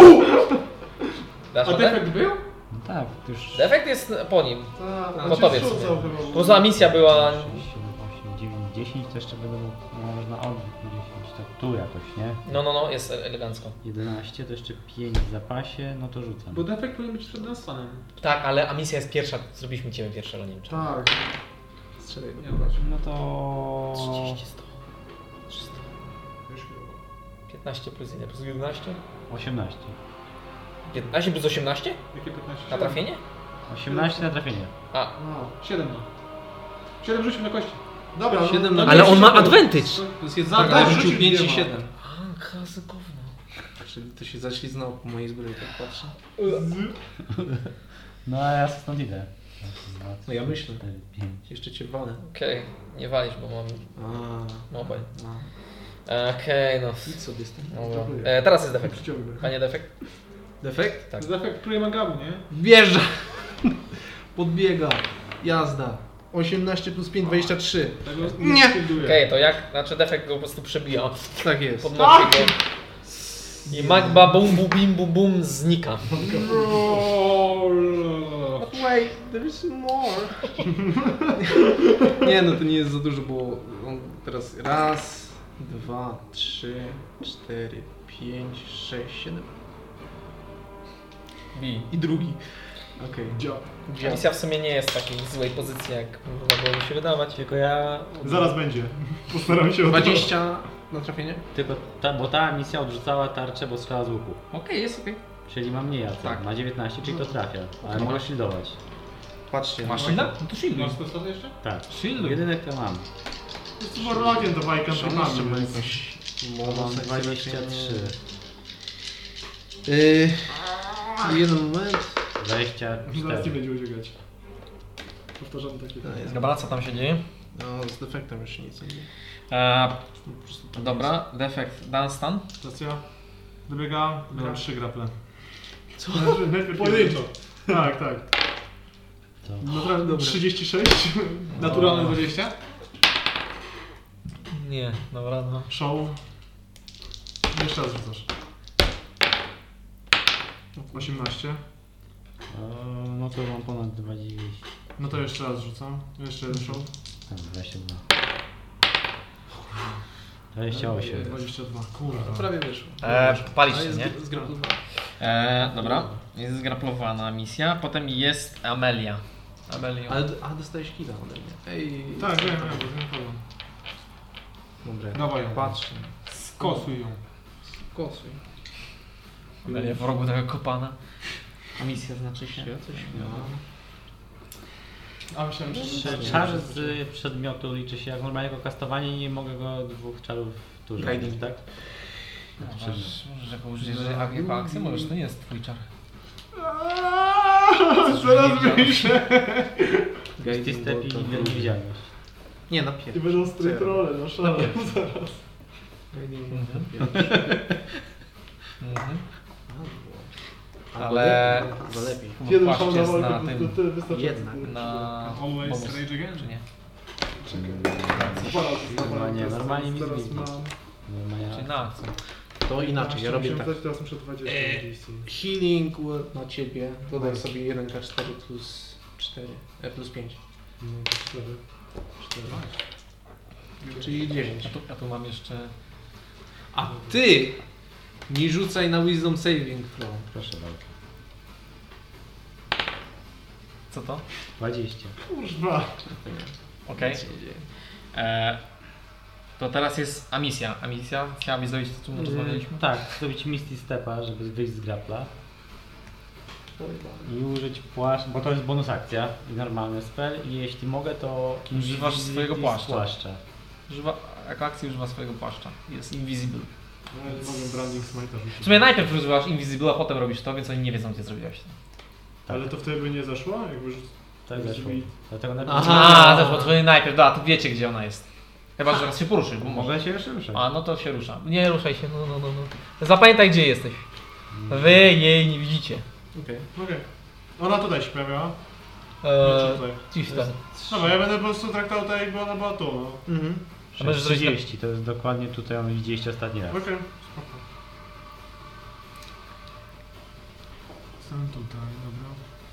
Dasz A radę? defekt był? No tak, już... Defekt jest po nim. Tak, Po tobie w sumie. Po prostu Amisja była... sześć, siedem, osiem, dziewięć, dziesięć to jeszcze będę mógł, no, można odbić dziesięć, tak tu jakoś, nie? No, no, no, jest elegancko. jedenaście to jeszcze pięć w zapasie, no to rzucam. Bo defekt powinien być przed nas fanem. Tak, ale Amisja jest pierwsza. Zrobiliśmy ciebie pierwsze, ale nie wiem czy. Tak. Strzelaj do Nie góry. masz. No to... trzydzieści, sto. trzysta. piętnaście plus ile? Plus jedenaście? osiemnaście. piętnaście plus osiemnaście? Jakie piętnaście? Na trafienie? osiemnaście na trafienie. A, No, siedem ma. siedem rzucił na kości. Dobra, no, siedem no, na- ale nie, on ma siedem. advantage! To jest Za- tak, tak, ale rzucił rzucił pięć i dwiema. siedem. Anka z gówno. Czyli to się zaśliznął po mojej zbroi, tak patrzę. No a ja stąd idę. Raz, dwa, No ja trzy, myślę. cztery, pięć. Jeszcze cię walę. Okej, nie walisz, bo mam A, mobile. a. Okej, no. Idź sobie z tym. Dobra. E, teraz jest defekt. Panie defekt? Defekt? Tak. Defekt próbuje mangabu, nie? Wjeżdża! Podbiega. Jazda. osiemnaście plus pięć, dwadzieścia trzy. Tego Nie. skilduje. Okej, to jak? Znaczy defekt go po prostu przebija. Tak jest. Podnosi go. I magma bum bum bim bum bum znika. But wait, there is more. Nie no, to nie jest za dużo, bo on teraz raz, dwa, trzy, cztery, pięć, sześć, siedem. Bi. I drugi. Okej. Dział. Misja w sumie nie jest w takiej złej pozycji, jak mogłoby się wydawać. Tylko ja... Zaraz będzie. Postaram się o to. dwadzieścia na trafienie? Tylko ta, bo ta misja odrzucała tarczę, bo strzała z łuku. Okej, jest okej. Czyli mam mniej jak Tak. ma dziewiętnaście, czyli to trafia. Ale mogę shieldować. Patrzcie. Masz no. shielda? No to shielduj. Masz to jeszcze? Tak. Shielduj. Jedynek to mam. Jest warlockiem do bajka Czy on jeszcze ma więc... jakąś Mam moc? dwadzieścia trzy. Yy, jeden moment. dwadzieścia Zaraz nie cztery. będzie uciekać. Powtarzam takie. To jest- Dobra, co tam się dzieje? No, z defektem jeszcze nic nie dzieje. E, Po prostu tam dobra, defekt Dunstan. Stacja. Dobiega. Gra trzy graple. Co? Znaczy, najpierw Pojedynczo. Tak, tak. To... Naprawdę dobre. trzydzieści sześć. Naturalne dwadzieścia? Nie, dobra, no. Show. Jeszcze raz rzucasz. osiemnaście. O, no to mam ponad dwadzieścia. No to jeszcze raz rzucam. Jeszcze jeden show. Tak, dwadzieścia dwa. dwadzieścia osiem. dwadzieścia dwa. Kurwa. Prawie wyszło. E, palisz A się, jest nie? z- zgraplowane. E, dobra, jest zgraplowana misja. Potem jest Amelia. Amelia. Ale a dostajesz killa ode mnie. Ej. Tak, wiem, wiem, bo to nie powiem. Dobra. Dawaj ją. Patrzcie. Skosuj ją. Kosuj. Ale w rogu taka kopana. Misja znaczy się. Ja coś A myślałem, że... Czy czar z przedmiotu liczy się jak normalnie jako kastowanie, nie mogę go dwóch czarów tu rzucić, Guiding. tak? Możesz, możesz jako użyć, że ak- jako akcję możesz, to nie jest twój czar. Zaraz wyjdę. Misty Step i niewidzialność. Nie, na I pierwszy. będą strój trolle, no szalę. Zaraz. Guiding Mhm. na pierwszy. Mhm. Albo Ale... lepiej, albo lepiej. Jeden Płaszcz szał na jest walkę, na to- tym, to tyle wystarczy. Jednak. na... Always bonus, rage again? czy nie? Zaraz, Normalnie, teraz- normalnie mi teraz zbili. mam... Normalnie. Czyli na akcję. To inaczej, ja robię tak. Teraz muszę dwadzieścia Eee, dwadzieścia. Healing na ciebie. Dodaj sobie jeden K cztery plus cztery. E plus pięć. No to cztery. cztery. Czyli dziewięć. A tu, a tu mam jeszcze... A ty! Nie rzucaj na Wisdom Saving Throw. Proszę bardzo. Co to? dwadzieścia. Kurwa. Okej. Nic się nie dzieje. E, To teraz jest Amisja. Amisja, chciałabyś zrobić to, o czym rozmawialiśmy? Tak, zrobić Misty Stepa, żeby wyjść z grapla. I użyć płaszcz, bo to jest bonus akcja i normalny spell i jeśli mogę to Używasz Invisibility swojego z płaszcza. płaszcza. Używa, jako akcji używa swojego płaszcza. Jest invisible. No, ja nie mogę branding smite'a W rzucić. sumie najpierw używasz invisible, a potem robisz to, więc oni nie wiedzą, gdzie zrobiłeś to. Ale to wtedy by nie zeszło? Jakby rzuc... Tak zeszło. Dlatego na Aha, zeszło to najpierw, da, to wiecie, gdzie ona jest. Chyba, że raz się poruszy. Bo Mogę się już ruszać. A, no to się rusza. Nie ruszaj się, no, no, no, no. Zapamiętaj, gdzie jesteś. Wy jej nie widzicie. Okej. Okej. Ona tutaj się pojawiała. Eee, Eee, tutaj. gdzieś tam. Dobra, ja będę po prostu traktował tak, jakby ona była tu, no. Mhm. A możesz zrobić na- trzydzieści, to jest dokładnie tutaj, on widzieliście ostatni raz. Okej, spoko. Jestem tutaj, dobra.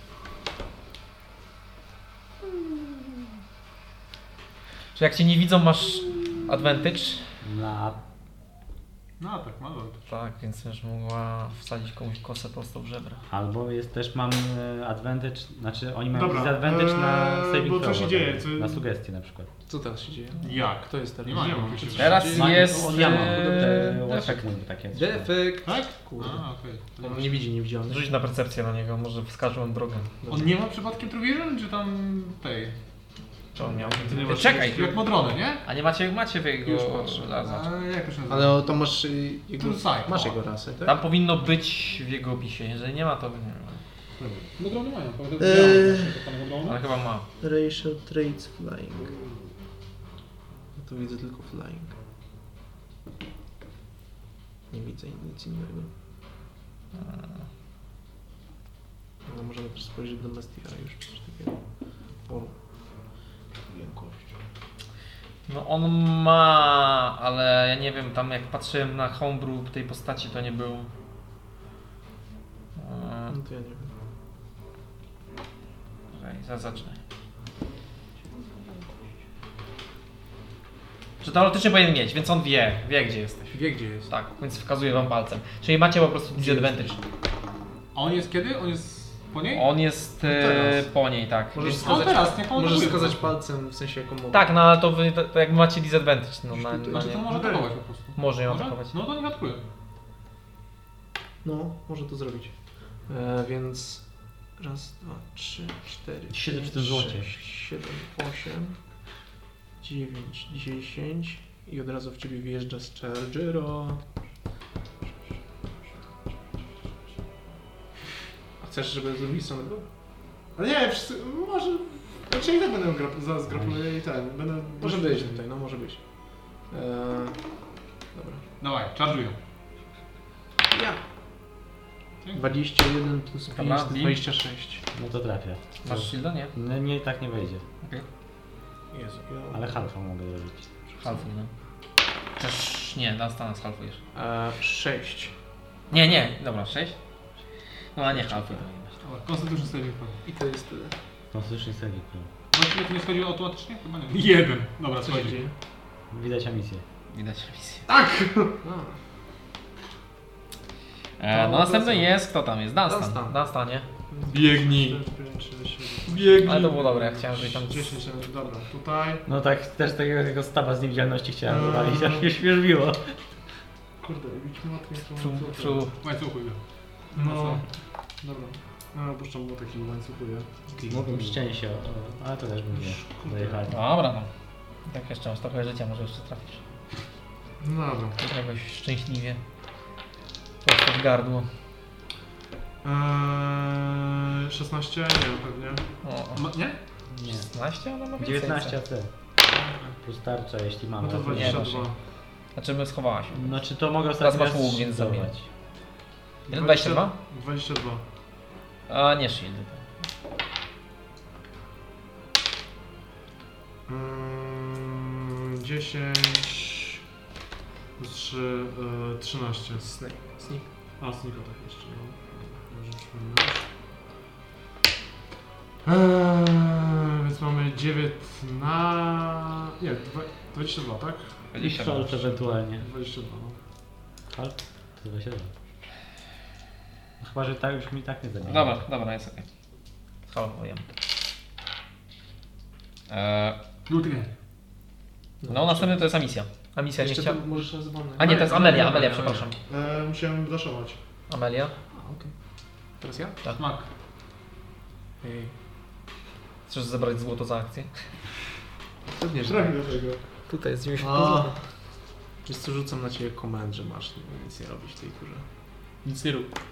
Czy jak cię nie widzą, masz advantage? Na... No tak, ma lot. Tak, więc też mogła wsadzić komuś kosę prosto w żebra. Albo jest też mam e, advantage, znaczy oni mają Dobra, disadvantage na eee, saving bo co throw, się tak, dzieje, co- na sugestie na przykład. Co teraz się dzieje? Jak? Kto jest teraz? Nie ma, nie ma. Czy- Teraz czy- jest... On, ja mam e, te defekt. łatwe takie. Defekt. Tak? Kurde. A, okej. On nie widzi niewidzialny. Rzuć na percepcję na niego, może wskażę wam drogę. On nie ma przypadkiem Truvision, czy tam tej? Co on miał? Ty nie masz- Czekaj! Jak ma dronę, nie? A nie macie, macie wy Już jego... patrzę. zaraz. A jak to się nazywa? Ale to masz y, jego, True sight, masz o. jego rasę, tak? Tam powinno być w jego opisie, jeżeli nie ma, to nie wiem. No drony mają, prawda? Eee. Ale chyba ma. Racial traits flying. Ja tu widzę tylko flying. Nie widzę nic innego. No możemy też spojrzeć do Mestia już coś takiego. O. Wielkość. No on ma, ale ja nie wiem, tam jak patrzyłem na homebrew tej postaci, to nie był... Eee, No to ja nie wiem. Czekaj, zaraz zacznę. Czy teoretycznie powinien mieć, więc on wie, wie gdzie jesteś. Wie gdzie jest. Tak, więc wskazuje wam palcem. Czyli macie po prostu disadvantage. A on jest kiedy? On jest po niej? On jest e, teraz. po niej, tak. Możesz Więc- On wskazać, teraz, niech on możesz atakuje. wskazać palcem w sensie jaką mogę. Tak, no ale to wy to, to jakby macie disadvantage no, na, na Znaczy to nie. może Okej. atakować po prostu. Może ją Może? atakować. No to niech atakuje. No, może to zrobić. E, więc raz, dwa, trzy, cztery, Siedzę pięć, przy tym złocie. sześć, siedem, osiem, dziewięć, dziesięć i od razu w ciebie wjeżdża z Chargero. A chcesz, żeby zrobić samego? Ale nie, wszyscy, może... Znaczy i tak będę gra, za zgrapluję i ten, będę... Może być tutaj, no może być. E, dobra. Dawaj, charge'ują. Ja. dwadzieścia jeden plus pięć Dobra, to Lee. dwadzieścia sześć. No to trafię. Masz shielda? Nie? No, nie, tak nie wejdzie, Jezu, ja... ale halfa mogę zrobić. Halfuj, no. Też nie, na stan halfujesz. E, sześć. Nie, nie, dobra, sześć? No a nie halfuj. Dobra, Constitution saving throw. I to jest tyle. Konstytucyjny saving throw. Właściwie to nie schodziło automatycznie? Chyba nie. Jeden. Dobra, Co się schodzi. dzieje? Widać emisję. Widać misję. A. E, no następny jest, kto tam jest? Dunstan. Dunstan. Dunstan, nie? Biegnij. Biegnij. Ale to było dobre, ja chciałem, żebyś tam... dziesięć, dobra, tutaj. No tak, też takiego, takiego staba z niewidzialności chciałem wywalić, aż mnie śmierzyło. Kurde, bić matkę, to Psu, psu. Łańcuchuj go. No, dobra. No, opuszczam młotek i łańcuchuję. Mógłbym ścięć się, o, ale to też bym nie dojechali. Dobra, no. Jak jeszcze masz trochę życia, może jeszcze trafisz. No dobra. Jakoś szczęśliwie. Prosto w gardło. Eee, szesnaście? Nie wiem, pewnie. O, Ma, nie? Nie. szesnaście? Ona ma więcej. dziewiętnaście A C. Plus tarcza, jeśli No mamy. to a to nie. dwadzieścia dwa. Znaczy by schowała się. Znaczy to mogę Teraz ostatnio masz łuk, więc zszyfrować. zamieniać. Ile? dwadzieścia dwa? dwadzieścia dwa. A nie shield. Eee, dziesięć plus trzy, e, trzynaście. Snake. Sneak. A, snika tak jeszcze, no. Może przypominać. Eee, więc mamy dziewiętnaście... Nie, dwa- dwadzieścia dwa, tak? dwadzieścia dwa. Szalt ewentualnie. dwadzieścia dwa, no. Halt? To dwadzieścia dwa. No chyba, że tak już mi tak nie zabije. Dobra, dobra, jest okej. Schowuję. Eee, Luty. no następny to jest Amisja. Amisja nie Jeszcze chciała. to możesz raz wolny. A nie, to jest Amelia, Amelia, Nie, przepraszam. Eee, musiałem daszować. Amelia. A, okej. Teraz ja? Smak. Ej. Chcesz zebrać złoto za akcję? Pewnie, że Trafię do tego. tutaj jest dziewięćdziesiąt A. złotych. Wiesz co, rzucam na ciebie komend, że masz nic nie robić w tej turze. Nic nie rób.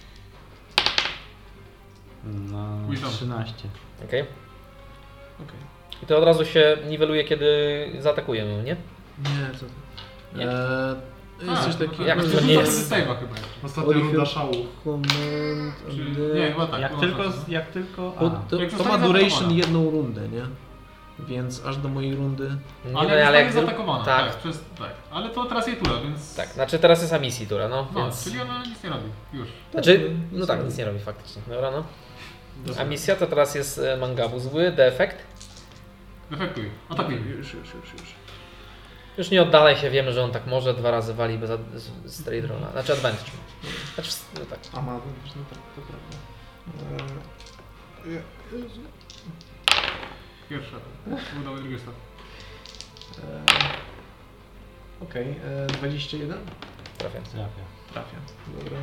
No, Wisdom. trzynaście. Okej. Okej. I to od razu się niweluje, kiedy zaatakujemy, nie? Nie, co ty? Nie? Eee, jest coś takiego. jak to to nie jest? Save'a chyba. Ostatnia runda szału. Komend... Czy, nie, chyba tak. Jak chyba tylko, tak. jak tylko... Bo A. to, Jak to zostanie ma duration zaatakowana. jedną rundę, nie? Więc aż do mojej rundy... Nie, Ale no, jak ale jest jak zaatakowana. tak. Tak. Przez, tak. Ale to teraz jej tura, więc... Tak, znaczy teraz jest Amisji tura, no, No, więc... czyli ona nic nie robi. Już. Znaczy, no tak, nic nie robi faktycznie. Dobra, no. A misja to teraz jest e, Mangabu zły, defekt. Efektuj. Atakuj. Już, już, już, już. Już nie oddalaj się, wiemy, że on tak może, dwa razy wali bez ad- z- z straight rolla. Znaczy advantage. Znaczy, no tak. A ma, no tak, to prawda. Eee, Jezu. Pierwsza. Udało drugie staw. Eee, Okej, eee, dwadzieścia jeden? Trafia. Trafia. Trafia. Dobra.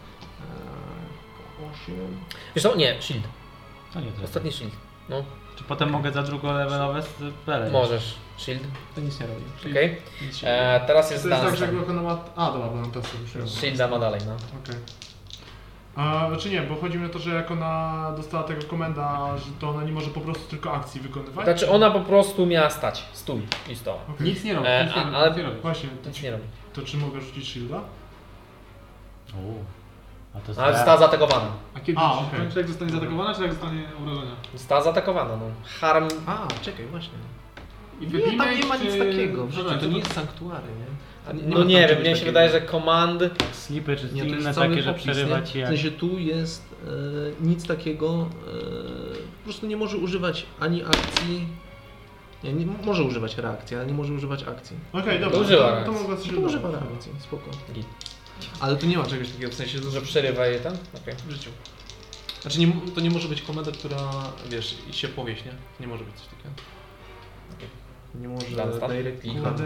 Eee, osiem. Wiesz co? Nie, shield. To nie trafia. Ostatni shield. No, Czy potem mogę za drugolevelowe spele? możesz. Shield. To nic nie robi. Okej. Nic się E, Teraz jest To jest tak, że Dunstan. jak ona ma... A, dobra, bo mam testy już. Okej. Shielda ma dalej, no. A, znaczy nie, bo chodzi mi o to, że jak ona dostała tego komenda, że to ona nie może po prostu tylko akcji wykonywać. Znaczy ona po prostu miała stać. Stój i stała. Okej. Nic nie robi. E, nic nie a- robi. ale- nic nie robi. Właśnie, to, Nic nie robi. to czy mogę rzucić shielda? Uuu. A to Ale stra- została zaatakowana. A kiedy? A, okej. Czy jak zostanie zaatakowana, czy jak zostanie obrażenia? Została zaatakowana, no. Harm... A, czekaj, właśnie. I Nie, tam nie ma wybijmy, nic czy- takiego. W No życiu tak, to to- nie jest sanktuary, nie? A No ma nie tam wiem, czegoś mnie się takiego. wydaje, że command... Slipy czy Nie, to inne jest cały takie, że opis, przerywa nie? ci W jak... sensie tu jest e, nic takiego, e, po prostu nie może używać ani akcji, nie, nie może używać reakcji, ale nie może używać akcji. Okej, dobra. To używa to, reakcji. to mogę To shielda. używa reakcji, spoko. Git. Ale tu nie ma czegoś takiego, w sensie, Że że przerywa jej tam? Okej. w życiu. Znaczy nie, to nie może być komenda, która, wiesz, i się powieść, nie? Nie może być coś takiego. Nie może Dunstan? directly Kładę...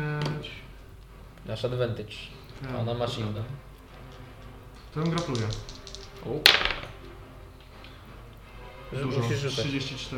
Nasz advantage. A ona ma shielda. To ją gratuluję. Że musisz rzucać. trzydzieści cztery.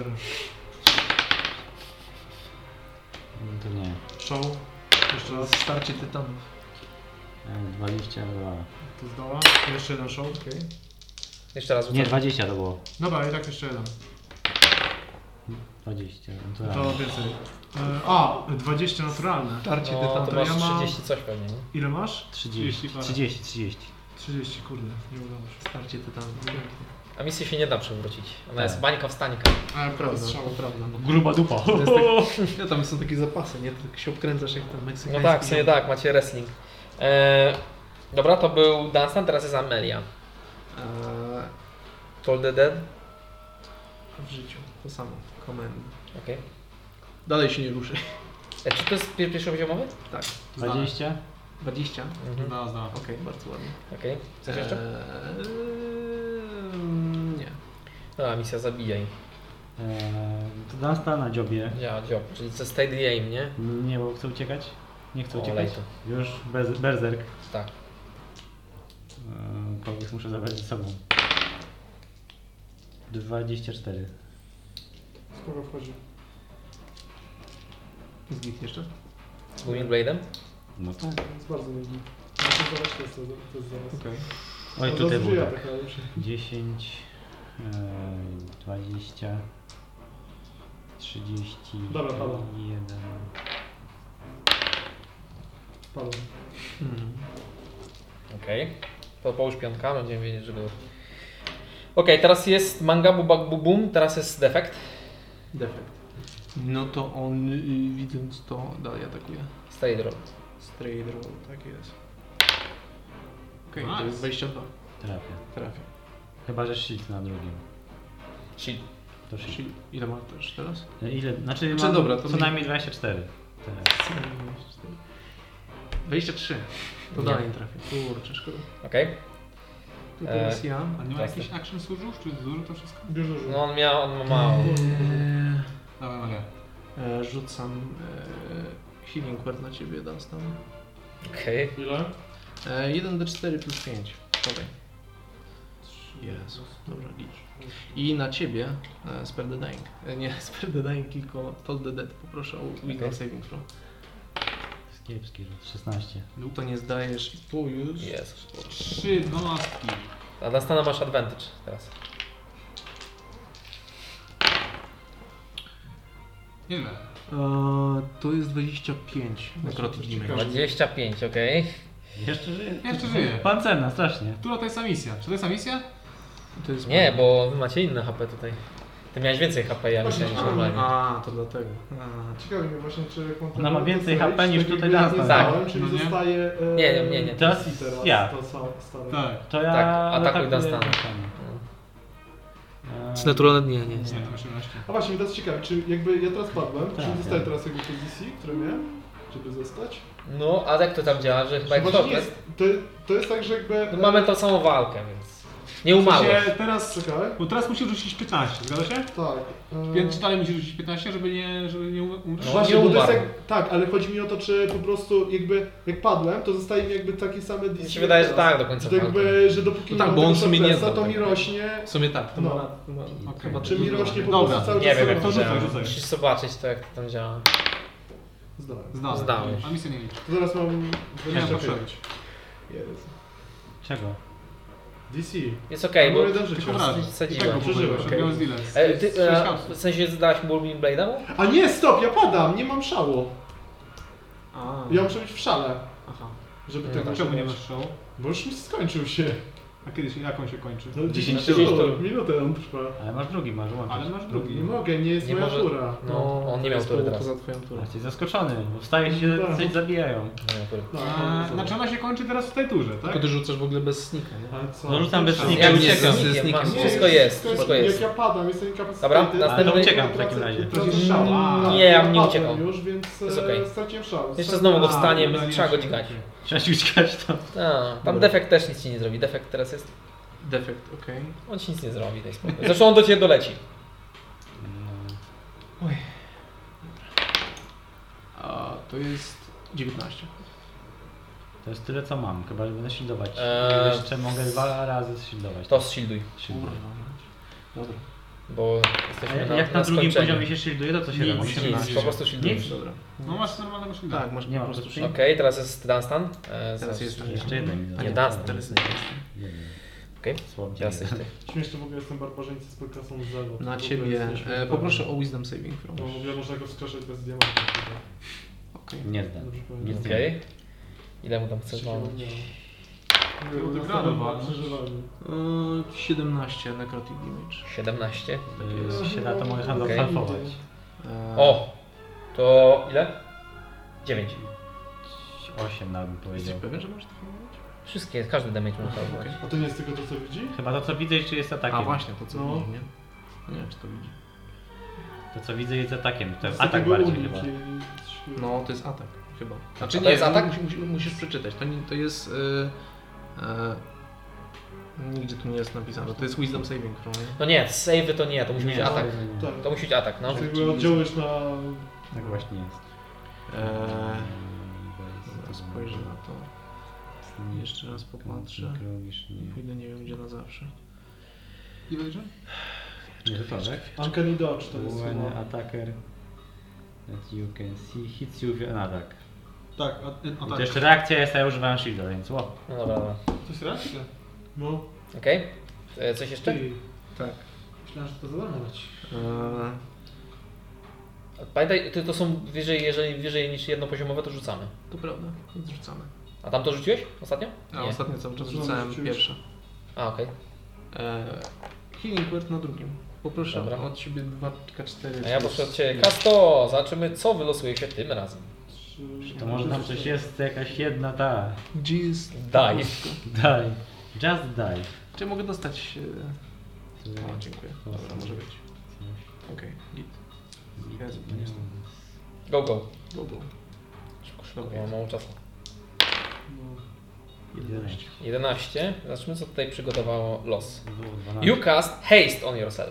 No to nie. Show. Jeszcze raz. Starcie tytanów. E, dwadzieścia dwa. To zdoła. Jeszcze jeden show. Okej. Jeszcze raz Nie, rzucam. dwadzieścia to było. Dobra, i tak jeszcze jeden. dwadzieścia. To naturalnie. więcej. E, a, dwadzieścia naturalne. Starcie No, tytanów. to to masz ja mam- trzydzieści coś pewnie, nie? Ile masz? trzydzieści. parę. trzydzieści, trzydzieści. trzydzieści, kurde, nie udało się. Starcie tytanów. A misji się nie da przewrócić. Ona Tak. jest bańka wstańka. A, Prawda, strzał. to prawda. Gruba dupa. To jest tak, no, tam są takie zapasy, nie? Tak się obkręcasz jak ten No meksykański. tak, sobie ziom. tak, macie wrestling. Eee, dobra, to był Dunstan, teraz jest Amelia. Eee, Told the Dead. w życiu, to samo. Komendy. Okej. Dalej się nie ruszy. E, czy to jest pier- pierwszopoziomowy? Tak. dwadzieścia. dwadzieścia? Mhm. Zda, zda. Okej, bardzo ładnie. Okej. Coś jeszcze? Eee, nie. Dobra, misja zabijaj. Eee, to Dunstan na dziobie. Działa, działa. Czyli to stay the aim, nie? Nie, bo chcę uciekać. Nie chcę O, uciekać. lejto. Już bez, berserk. Tak. Eee, Kogoś muszę zabrać ze sobą. dwadzieścia cztery. Spoko wchodzi. Zgit jeszcze? Z Booming Blade'em? No to. Jest bardzo nudny. No to zaraz to jest, to jest zaraz. Okej. Oj, No, tutaj było rozwija tak. taka już. dziesięć, eee, dwadzieścia, trzydzieści Dobra, pada. jeden. Padł. Mhm. Okej. To połóż piątka, będziemy wiedzieć, że było. Okej, teraz jest Mangabu Bagbu Boom, teraz jest Defekt. Defekt. No to on, y, widząc to, dalej atakuje. Stay Roll. Straight roll, tak jest. Okej, Nice. to jest dwadzieścia dwa. Trafia. Trafia. Chyba, że shield na drugim. Shield. To shield. Czyli ile masz też teraz? E, Ile? Znaczy, Znaczy, mam dobra, to co mi- najmniej dwadzieścia cztery. Teraz. dwadzieścia trzy. To Nie. dalej nie trafię. Kurczę, szkoda. Okej. To teraz E, ja. A nie ma Jasne. jakichś action surge'ów, czy dużo to wszystko? Dużo, dużo. No on miał, on ma mało. Eee, Dawaj, mogę. e, rzucam e, healing word na ciebie, Dunstan. Okej. Ile? E, jeden d cztery plus pięć. Dawaj. Jezu, dobra, licz. I na ciebie e, spare the dying. E, nie spare the dying, tylko toll the dead. Poproszę o wisdom Okej. saving throw. Kiepski rzut. szesnaście. No to nie zdajesz i tu już. Jest. Trzy dwunastki. A na Stana masz advantage teraz. Ile? E, to jest dwadzieścia pięć necrotic damage. dwadzieścia pięć, okej. Jeszcze żyje? Jeszcze żyje. Pancerna, strasznie. Która to jest ta misja? Czy to jest ta misja? To jest Nie, bo wy macie inne H P tutaj. Ty miałeś więcej H P, ja myślałem, że normalnie. A, to dlatego. A, Ciekawe mnie właśnie, czy jak mam Ona ma ten więcej stage, H P niż tak tutaj jakby Dunstan. nie Tak. zdałem, czyli No nie? zostaje... E, Nie, nie, nie, nie. Teraz teraz ja. To sa- stare. Tak. To ja Tak, atakuj atakuję Dunstana. Dunstana. Eee, Czy naturalne? Nie, nie. Nie, to osiemnaście. A właśnie, mnie teraz ciekawe, czy jakby ja teraz padłem, Tak, czy dostaję tak. teraz jakby pozycji, które miałem, żeby zostać? No, a jak to tam działa, że chyba jak Właśnie short nie jest? jest, to, to jest tak, że jakby... No mamy tą samą walkę, więc... Nie umarłeś. W sensie teraz, Czekaj. bo teraz musisz rzucić piętnaście, zgadza się? Tak. e, Więc dalej musisz rzucić piętnaście, żeby nie, żeby nie um- umrzeć. No, Właśnie, nie bo to jest umarł. jak, tak, ale chodzi mi o to, czy po prostu jakby jak padłem, to zostaje mi jakby takie same D C. Mi się wydaje, że teraz. tak do końca Że jakby, że dopóki No tak, mam bo tego on w sumie nie short resta, zdał to mi tego. rośnie... W sumie tak, to No. ma... To ma Okej. chyba Czy mi rośnie po Dobra. prostu cały Nie czas... wiem jak samo- to rzucaj, działa. rzucaj. Musisz zobaczyć to jak to tam działa. Zdałem. Zdałem. Zdałeś. A misja nie liczy. To zaraz mam Nie, dwadzieścia proszę. pięć. Jezu. Czego? D C. Jest okej, Mam bo... jeden życie. Tylko wrażę. Wsadziłem. Przeżyłem, Przeżyłeś, okej. okay. Zile. E, ty, Sześć e, hapsów. w sensie zadałeś Booming Blade'emu? A nie, stop, ja padam, nie mam szału. A, Ja muszę być w szale, aha. żeby No tego Czemu nie osiągnąć. masz show? Bo już mi skończył się. A kiedyś, jak on się kończy? No dziesięć dziesięć minut, tur. minutę on trwa. Ale masz drugi, masz łączyć. Ale masz Nie drugi. mogę, nie jest Nie moja może- tura. No, on nie miał jest tury poza- teraz. Poza twoją turą. Jesteś zaskoczony, bo wstajesz i się Tak. coś zabijają. Nie miał tury. No, A, znaczy ona się kończy teraz w tej turze, tak? Tylko ty rzucasz w ogóle bez snika, nie? Ale co? No rzucam bez Ja snika. Ja nie uciekam, z- z z nikiem. masz, Nie, wszystko jest, wszystko Jak jest. ja padam, jestem incapacitated. Dobra, to następny- uciekam w takim razie. tracę szał. A, Tak, nie, ja bym nie padłem uciekał. już, więc Jest e, okej. straciłem szał. Jeszcze znowu go A, wstanie, dobra, więc nie trzeba go wiem. dźgać. Trzeba ci uciekać to. A, tam defekt też nic ci nie zrobi. Defekt teraz jest. Defekt, okej. On ci nic nie zrobi, daj spokój. Zresztą on do ciebie doleci. A to jest dziewiętnaście. To jest tyle co mam, chyba że będę shieldować. Eee, Jeszcze mogę dwa razy shieldować. To zshilduj, Shielduję. Dobra. bo A jesteśmy jak na, jak na na drugim skończeniu. poziomie się shielduje, to co się robi? Nic, nic, po prostu shildujesz. Nic? Dobra. No masz normalnego shielda. Tak, masz Nie po mam prostu po Okej, teraz jest Dunstan. E, Teraz zaraz- jest Jeszcze jeden. Nie, Dunstan. Teraz nie jest. Jeden. Okej, Słabo. teraz jesteś ty. Śmieszne w ogóle jestem barbarzyńcy z podklasą z zero. Na To ciebie. w ogóle jest E, nieśmieszne. poproszę o wisdom saving throw. No w ogóle można go wskrzeszać bez diamentów. Okej. Nie zdam. Dobrze Nie powiedziałem. zdam. Okej. Ile mu tam chcesz Trzeciego walnąć? dnia. Kurde, Następne grano, dwa no. przeżywanie. E, siedemnaście necrotic damage. siedemnaście. To się da, to mogę handlować. Okej. halfować. E, O! To ile? dziewięć. osiem nawet bym Jesteś powiedział. pewien, że masz taką damage? Wszystkie, każdy damage można używać. A to nie jest tylko to, co widzi? Chyba to co widzę, czy jest atakiem. A właśnie, to co No. widzi, nie? Nie wiem, czy to widzi. To co widzę jest atakiem. To jest Z atak takiego bardziej unik chyba. i- No, to jest atak, chyba. Znaczy A to nie, jest atak? Musisz, musisz, musisz przeczytać. To, nie, to jest... E, e, nigdzie tu nie jest napisane. To jest wisdom saving throw, nie? No nie, save to nie, to musi być Nie, atak. to- Tak. To musi być atak, no. Jakby oddziałujesz na... Tak właśnie jest. E, to spojrzę na to. Jeszcze raz popatrzę. O ile nie wiem gdzie na zawsze. I wejdzie? Nie, to tak? Uncanny Dodge to jest When chyba. attacker that you can see hits you with an attack. Tak, a, a I to tak. jeszcze reakcja jest, a ja używałem shielda, więc wow. No dobra, dobra. To jest reakcja. No. Okej. E, Coś jeszcze? Ty. Tak. Myślałem, że to za darmo dać. Eee, Pamiętaj, ty to są wyżej, jeżeli wyżej niż jednopoziomowe, to rzucamy. to prawda, więc rzucamy. A tam to rzuciłeś ostatnio? A Nie. ostatnio cały czas No, rzucałem rzuciłeś. pierwsze. A, okej. Eee, healing word na drugim. Poproszę Dobra. od ciebie dwa K cztery. A ja proszę od Ciebie, Kasto, zobaczymy co wylosuje się tym razem. To może tam coś jest, jakaś jedna ta. Jeez. Daj. Die. Just die. Czy mogę dostać... e, O, dziękuję. Dobra, może być. Okej, git. Jezu, to nie jest- Go, go. Go, go. Szybko, szybko, bo mam mało czasu. jedenaście. jedenaście. Zobaczmy co tutaj przygotowało los. Było dwanaście. You cast haste on yourself.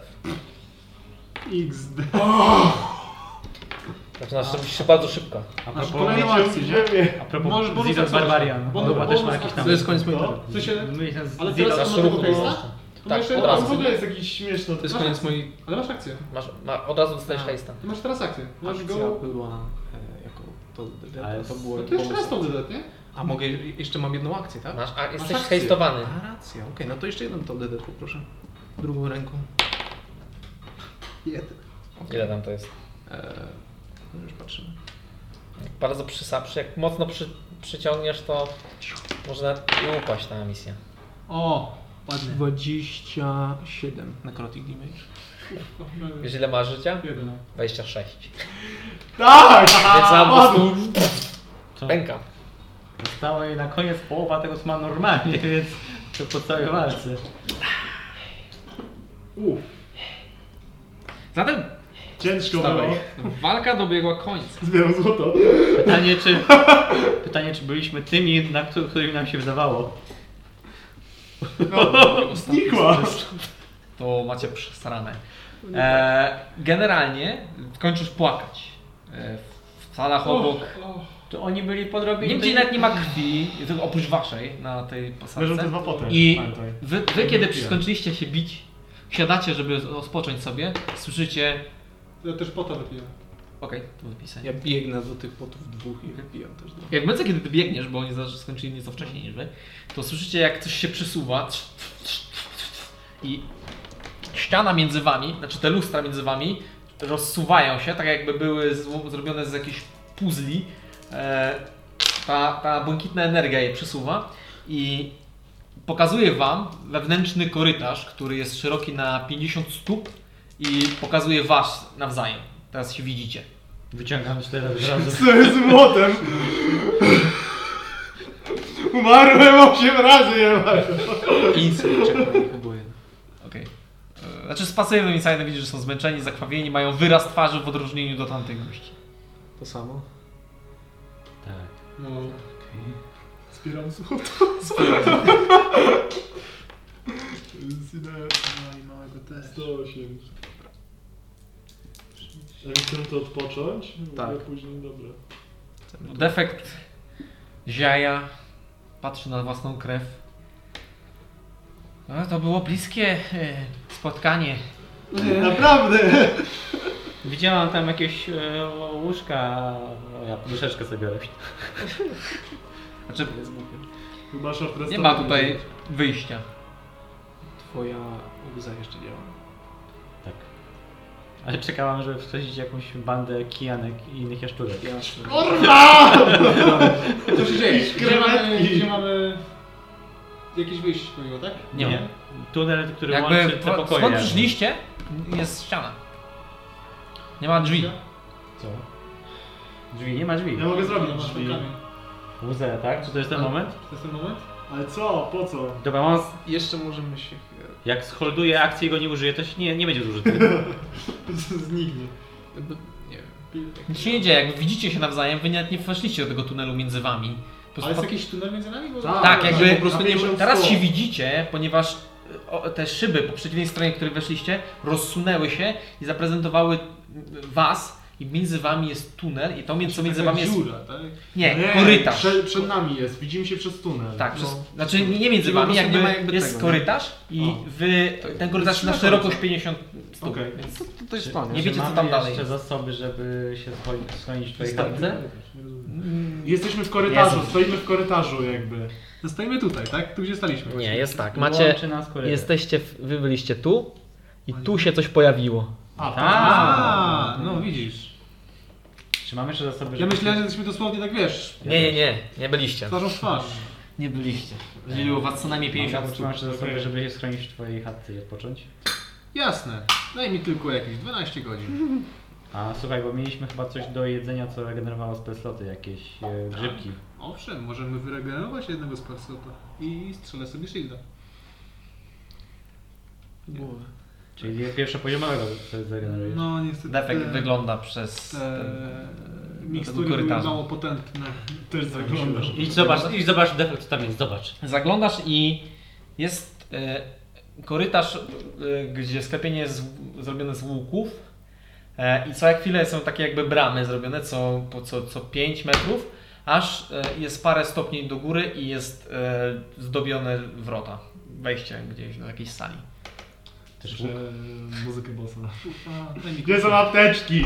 X D. Zaczynasz robić się bardzo szybko. A Masz propos, kolejną akcję, nie? a propos Możesz bonus Zidot akcji. Barbarian. Bonus- Chyba też ma bonus jakiś tam... To jest koniec mojej To? tury. W sensie, Myślę, z ale Zidot- teraz Masz masz tego ruchu. hejsta? Tak, jeszcze od To razu. w ogóle jest jakiś śmieszny. To jest Masz koniec akcję. mojej... Ale masz akcję. Masz, ma, od razu dostajesz A. haste'a. Ty masz teraz akcję. Masz Akcja go... była e, jako to, to, Ale- to było... No to jeszcze raz tą dedet, nie? A mogę, jeszcze mam jedną akcję, tak? Masz, a jesteś akcję. hastowany. A, racja, okej, no to jeszcze jedną to dedet poproszę. Drugą ręką. Jeden. Ile tam to jest? Eee, no już patrzymy. Jak bardzo przysapszy, jak mocno przy, przyciągniesz, to może nawet i upaść ta misja. O, ładnie. dwadzieścia siedem necrotic damage. Wiesz ile masz życia? Jeden. dwadzieścia sześć. Tak! Więc tam po prostu Co? pęka. Została jej na koniec połowa tego, co ma normalnie, więc to po całej walce. Uff, Zatem ciężko Wstawaj. było. walka dobiegła końca. Zbieram złoto. Pytanie, czy, pytanie, czy byliśmy tymi, na któ- którymi nam się wydawało. Znikła. To macie przesrane. E, generalnie kończysz płakać. E, w salach obok. To oni byli podrobieni. Nigdzie nawet nie ma krwi, tylko oprócz waszej na tej Wierzę, posadzce. to dwa potem. I Pamiętaj. wy, wy kiedy skończyliście się bić, siadacie, żeby rozpocząć sobie, słyszycie... Ja też pota wypiję. Okej, to wypisaj. Ja biegnę do tych potów dwóch i wypijam też dwa. Jak w momencie, kiedy ty biegniesz, bo oni za- skończyli nieco wcześniej niż wy, to słyszycie jak coś się przesuwa i ściana między wami, znaczy te lustra między wami rozsuwają się, tak jakby były zło- zrobione z jakichś puzli. E, ta, ta błękitna energia je przesuwa i pokazuje wam wewnętrzny korytarz, który jest szeroki na pięćdziesiąt stóp i pokazuje was nawzajem. Teraz się widzicie. Wyciągam cztery razy. Co jest z młotem? Umarłem osiem razy, nie ma. Insight check na nich oboje. Okej. E, Znaczy z pasywnym insightem widzisz, że są zmęczeni, zakrwawieni, mają wyraz twarzy w odróżnieniu do tamtych gości. To samo. Tak. No. Zbieram złoto. małego testu. sto osiem. Jak chcę to odpocząć? Tak. Mogę później, dobra. Defekt ziaja, patrzy na własną krew. No, to było bliskie e, spotkanie. Naprawdę! Widziałam tam jakieś e, łóżka, no ja poduszeczkę sobie biorę. Znaczy, Chyba short nie ma tutaj wyjścia. Twoja łza jeszcze działa. Tak. Ale czekałam, żeby wsadzić jakąś bandę kijanek i innych jaszczurek. Jasne. Co się dzieje? Gdzie mamy, Krewetki. gdzie mamy jakieś wyjście twojego, tak? Nie ma. Tunel, który Jakby łączy te po- pokoje. skąd przyszliście, jest ściana. Nie ma drzwi. Co? Drzwi, nie ma drzwi. Ja mogę zrobić Ja masz drzwi. kamień. Łzę, tak? Czy to jest ten moment? To jest ten moment? Ale co? Po co? Dobra, on Jeszcze możemy się... jak scholduje akcję i go nie użyje, to się nie, nie będzie zużyty. Zniknie. Nie wiem. Nic się nie dzieje, jakby widzicie się nawzajem, wy nawet nie weszliście do tego tunelu między wami. Po Ale prostu jest jakiś tunel między nami? Bo... Tak. Tak, jakby po prostu nie ma teraz sto. się widzicie, ponieważ o, te szyby po przeciwnej stronie, które weszliście, rozsunęły się i zaprezentowały was i między wami jest tunel i to między, co między Taka wami jest... dziura, tak? Nie, korytarz. Przed, przed nami jest, widzimy się przez tunel. Tak, No. przez, znaczy nie, nie między Czyli po wami, prostu jakby, nie ma jakby jest tego, korytarz i O. wy, ten korytarz na szerokość pięćdziesiąt stóp. Okej. Więc To, to jest to, nie nie? wiecie, co mamy tam dalej jeszcze jest. zasoby, żeby się schro- schronić w twojej chatce? Jesteśmy w korytarzu, Jezu. stoimy w korytarzu jakby. Zostajemy tutaj, tak? Tu gdzie staliśmy. Nie, jest tak. Macie... Macie, nas korytarz. jesteście, w- wy byliście tu i tu się coś pojawiło. A, to A, no widzisz. Czy mamy jeszcze zasoby, Ja żeby myślałem, się- że jesteśmy dosłownie tak, wiesz, Nie, nie, nie, nie byliście. twarzą w twarz. Nie byliście. Jeżeli u was co najmniej pięćdziesiąt Czy stóp. masz jeszcze zasoby, żeby się schronić w twojej chatce i odpocząć? Jasne. Daj mi tylko jakieś dwanaście godzin. A słuchaj, bo mieliśmy chyba coś do jedzenia, co regenerowało spellsloty, jakieś e, grzybki. Owszem, możemy wyregenerować jednego z persota i strzelę sobie shielda. Głowę. Czyli pierwsze poziomowego sobie zregenerujesz. No niestety Defekt te, wygląda przez te ten, mikstury były korytarza. mało potentne. też zaglądasz. Idź zobacz, idź zobacz defekt, co tam jest, zobacz. Zaglądasz i jest e, korytarz, e, gdzie sklepienie jest z- zrobione z łuków e, i co chwilę są takie jakby bramy zrobione co, po co, co pięć metrów, aż e, jest parę stopni do góry i jest e, zdobione wrota, wejście gdzieś do jakiejś sali. Też Słyszę muzykę bossa. A, daj mi Gdzie są apteczki?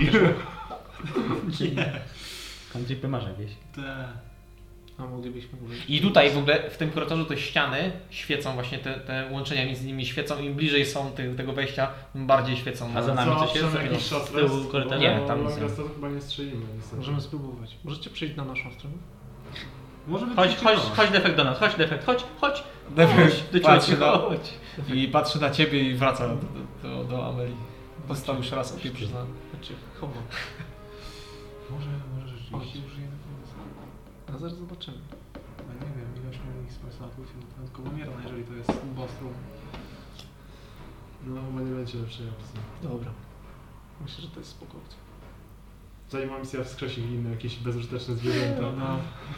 Country masz jakieś. te. A moglibyśmy użyć. I tutaj w ogóle w tym korytarzu te ściany świecą właśnie, te, te łączenia między nimi świecą, im bliżej są ty, tego wejścia, tym bardziej świecą. A za nami Co, coś jest? są jakiś Z shot tyłu rest? korytarza? Nie, Bo tam nic long nie. resta to chyba nie strzelimy. niestety. Możemy spróbować. Możecie przejść na naszą stronę? Może być Chodź, chodź, ciekawe. chodź defekt do nas, chodź defekt, chodź, chodź. Defekt Do patrzy cioci, na, chodź. i patrzy na ciebie i wraca do, do, do Amelii. Dostał już raz opieprzyć na... Znaczy, chowa. Może, może rzeczywiście użyjemy pomysłu. A zaraz zobaczymy. No nie wiem, ilość moich spellslotów jest wyjątkowo mierna, jeżeli to jest boss room. No chyba nie będzie lepszej opcji. Dobra. Myślę, że to jest spoko opcja. Zanim misja wskrzesi inne jakieś bezużyteczne zwierzęta. No.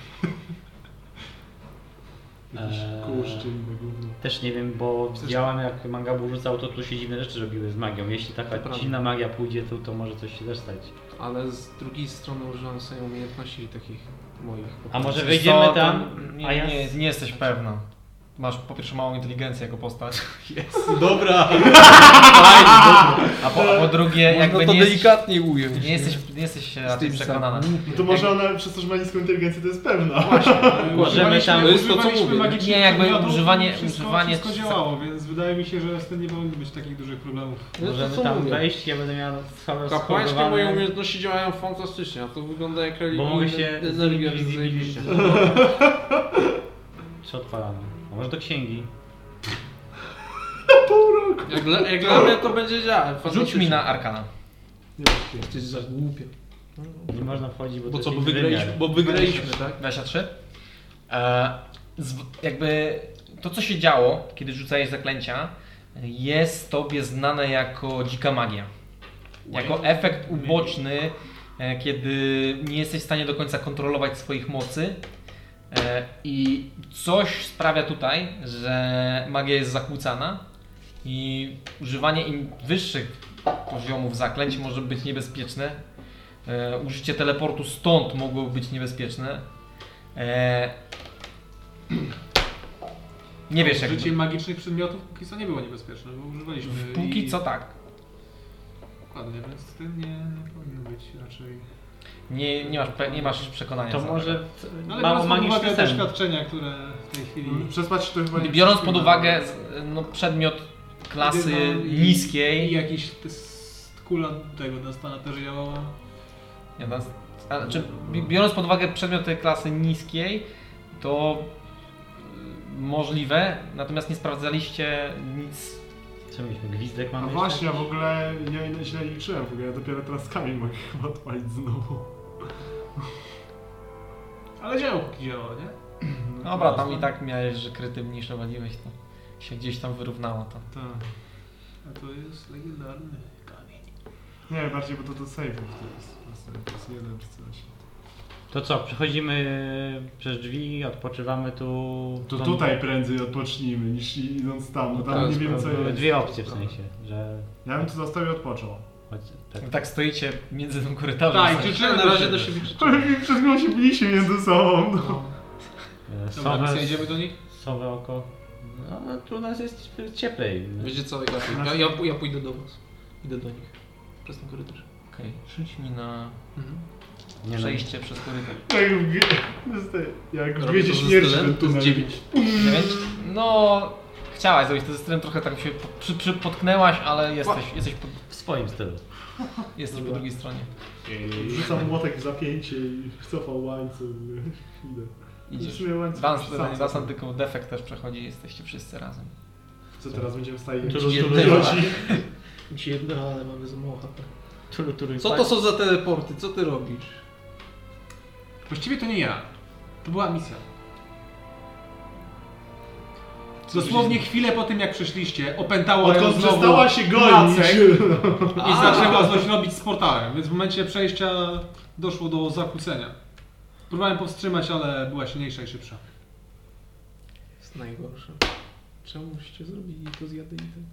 Jakiś Eee. kurz czy inne gówno. Też nie wiem, bo widziałem jak Mangabu rzucał, to tu się dziwne rzeczy robiły z magią. Jeśli taka prawda. dziwna magia pójdzie, to, to może coś się też stać. Ale z drugiej strony używam sobie umiejętności takich moich. A może Wiesz wejdziemy co, tam, Nie, a ja... nie, nie jesteś pewna. Masz po pierwsze małą inteligencję jako postać. Dobra! A po, a po drugie jakby nie, jesteś, delikatnie ująć. nie jesteś, nie jesteś raczej tym przekonana. No to może ona przez to, że ma niską inteligencję, to jest pewna. Możemy tam- To jest to, co używaliśmy mówię. magicznych Nie, jakby przedmiotów i używanie- wszystko, używanie- wszystko działało, więc wydaje mi się, że z tym nie powinno być takich dużych problemów. Możemy co tam mówię. wejść, ja będę miał całe Kapłańskie schowane- moje umiejętności działają fantastycznie, a to wygląda jak religijne Bo mogę się energia. zibiliście. Co odpalamy? A może do księgi? Jak dla, jak dla mnie to będzie działać. Rzuć mi na Arkana. Jesteś za głupie. Nie można wchodzić, bo, Bo to co, jest bo inny wygraliśmy, wymiar. bo wygraliśmy, tak? dwadzieścia trzy. E, z, jakby to, co się działo, kiedy rzucałeś zaklęcia, jest tobie znane jako dzika magia. Jako efekt uboczny, e, kiedy nie jesteś w stanie do końca kontrolować swoich mocy. E, I coś sprawia tutaj, że magia jest zakłócana i używanie im wyższych poziomów zaklęć może być niebezpieczne. E, użycie teleportu stąd mogło być niebezpieczne. E, nie wiesz jak... Użycie magicznych przedmiotów póki co nie było niebezpieczne, bo używaliśmy. Póki i... co tak. Dokładnie, więc z tym nie, nie powinno być raczej. Nie, nie, masz, pe- nie masz przekonania. To co może No, ale mało biorąc pod magiczny uwagę sen. doświadczenia, które w tej chwili. Przespać to chyba nie Biorąc pod przespimy. uwagę z- no, przedmiot klasy No, i- I niskiej. jakiś t- kula tego Dunstana też działała. Ja nas, a, znaczy, bi- biorąc pod uwagę przedmioty klasy niskiej, to y, możliwe, natomiast nie sprawdzaliście nic. Co mieliśmy? Gwizdek A mamy właśnie, jeszcze? ja w ogóle ja źle liczyłem, w ogóle ja dopiero teraz kamień mogę chyba odpalić znowu. Ale działa póki działa, nie? Dobra, tam i tak miałeś, że kryty mniejsze waliłeś, to się gdzieś tam wyrównało to. Tak. A to jest legendarny kamień. Nie, bardziej, bo to do save'ów to jest. Po prostu plus jeden czy coś. To co, przechodzimy przez drzwi, odpoczywamy tu... To Są- tutaj prędzej odpocznijmy niż idąc tam, bo tam Tak, nie wiem co Były jest. dwie opcje w sensie, że... Ja bym tu został i odpoczął. Chodź, tak. Tak stoicie między tym korytarzem. Tak, i Stoicie. krzyczymy Na do razie siebie. do siebie krzyczymy. Przed chwilą się biliśmy między sobą. No. E, Dobra, Sowę, misja, idziemy do nich? sowę oko. No, no tu u nas jest cieplej. Wiecie co, ja, ja, ja, ja pójdę do was. Idę do nich. Przez ten korytarz. Okej, rzuć mi na Mhm. Nie no, przejście przez korytarz. Jak w, gry- to jest te- jak w Robię Gwieździe to ze Śmierci stylem, ten to jest tunel. dziewięć. dziewięć? No, chciałaś zrobić to ze stylem, trochę tak się przy, przy, potknęłaś, ale jesteś, jesteś, po, w swoim stylu. jesteś po drugiej stronie. Rzucam młotek w zapięcie i cofał łańcuch. Idę. Idziesz. W sumie łańcuch Dans, sam Dasan sobie. tylko defekt też przechodzi, jesteście wszyscy razem. Co teraz będziemy stali? Tulu, tulu, Idioci. Ci jedno, ale mamy za mało H P. tulu, tulu, Co to są za teleporty? Co ty robisz? Właściwie to nie ja. To była misja. Dosłownie chwilę po tym jak przeszliście, opętało ją Odkąd znowu przestała się gonić. Jacek i A. zaczęła coś robić z portalem, więc w momencie przejścia doszło do zakłócenia. Próbowałem powstrzymać, ale była silniejsza i szybsza. Jest najgorsze. Czemuście zrobili to z jady i ten?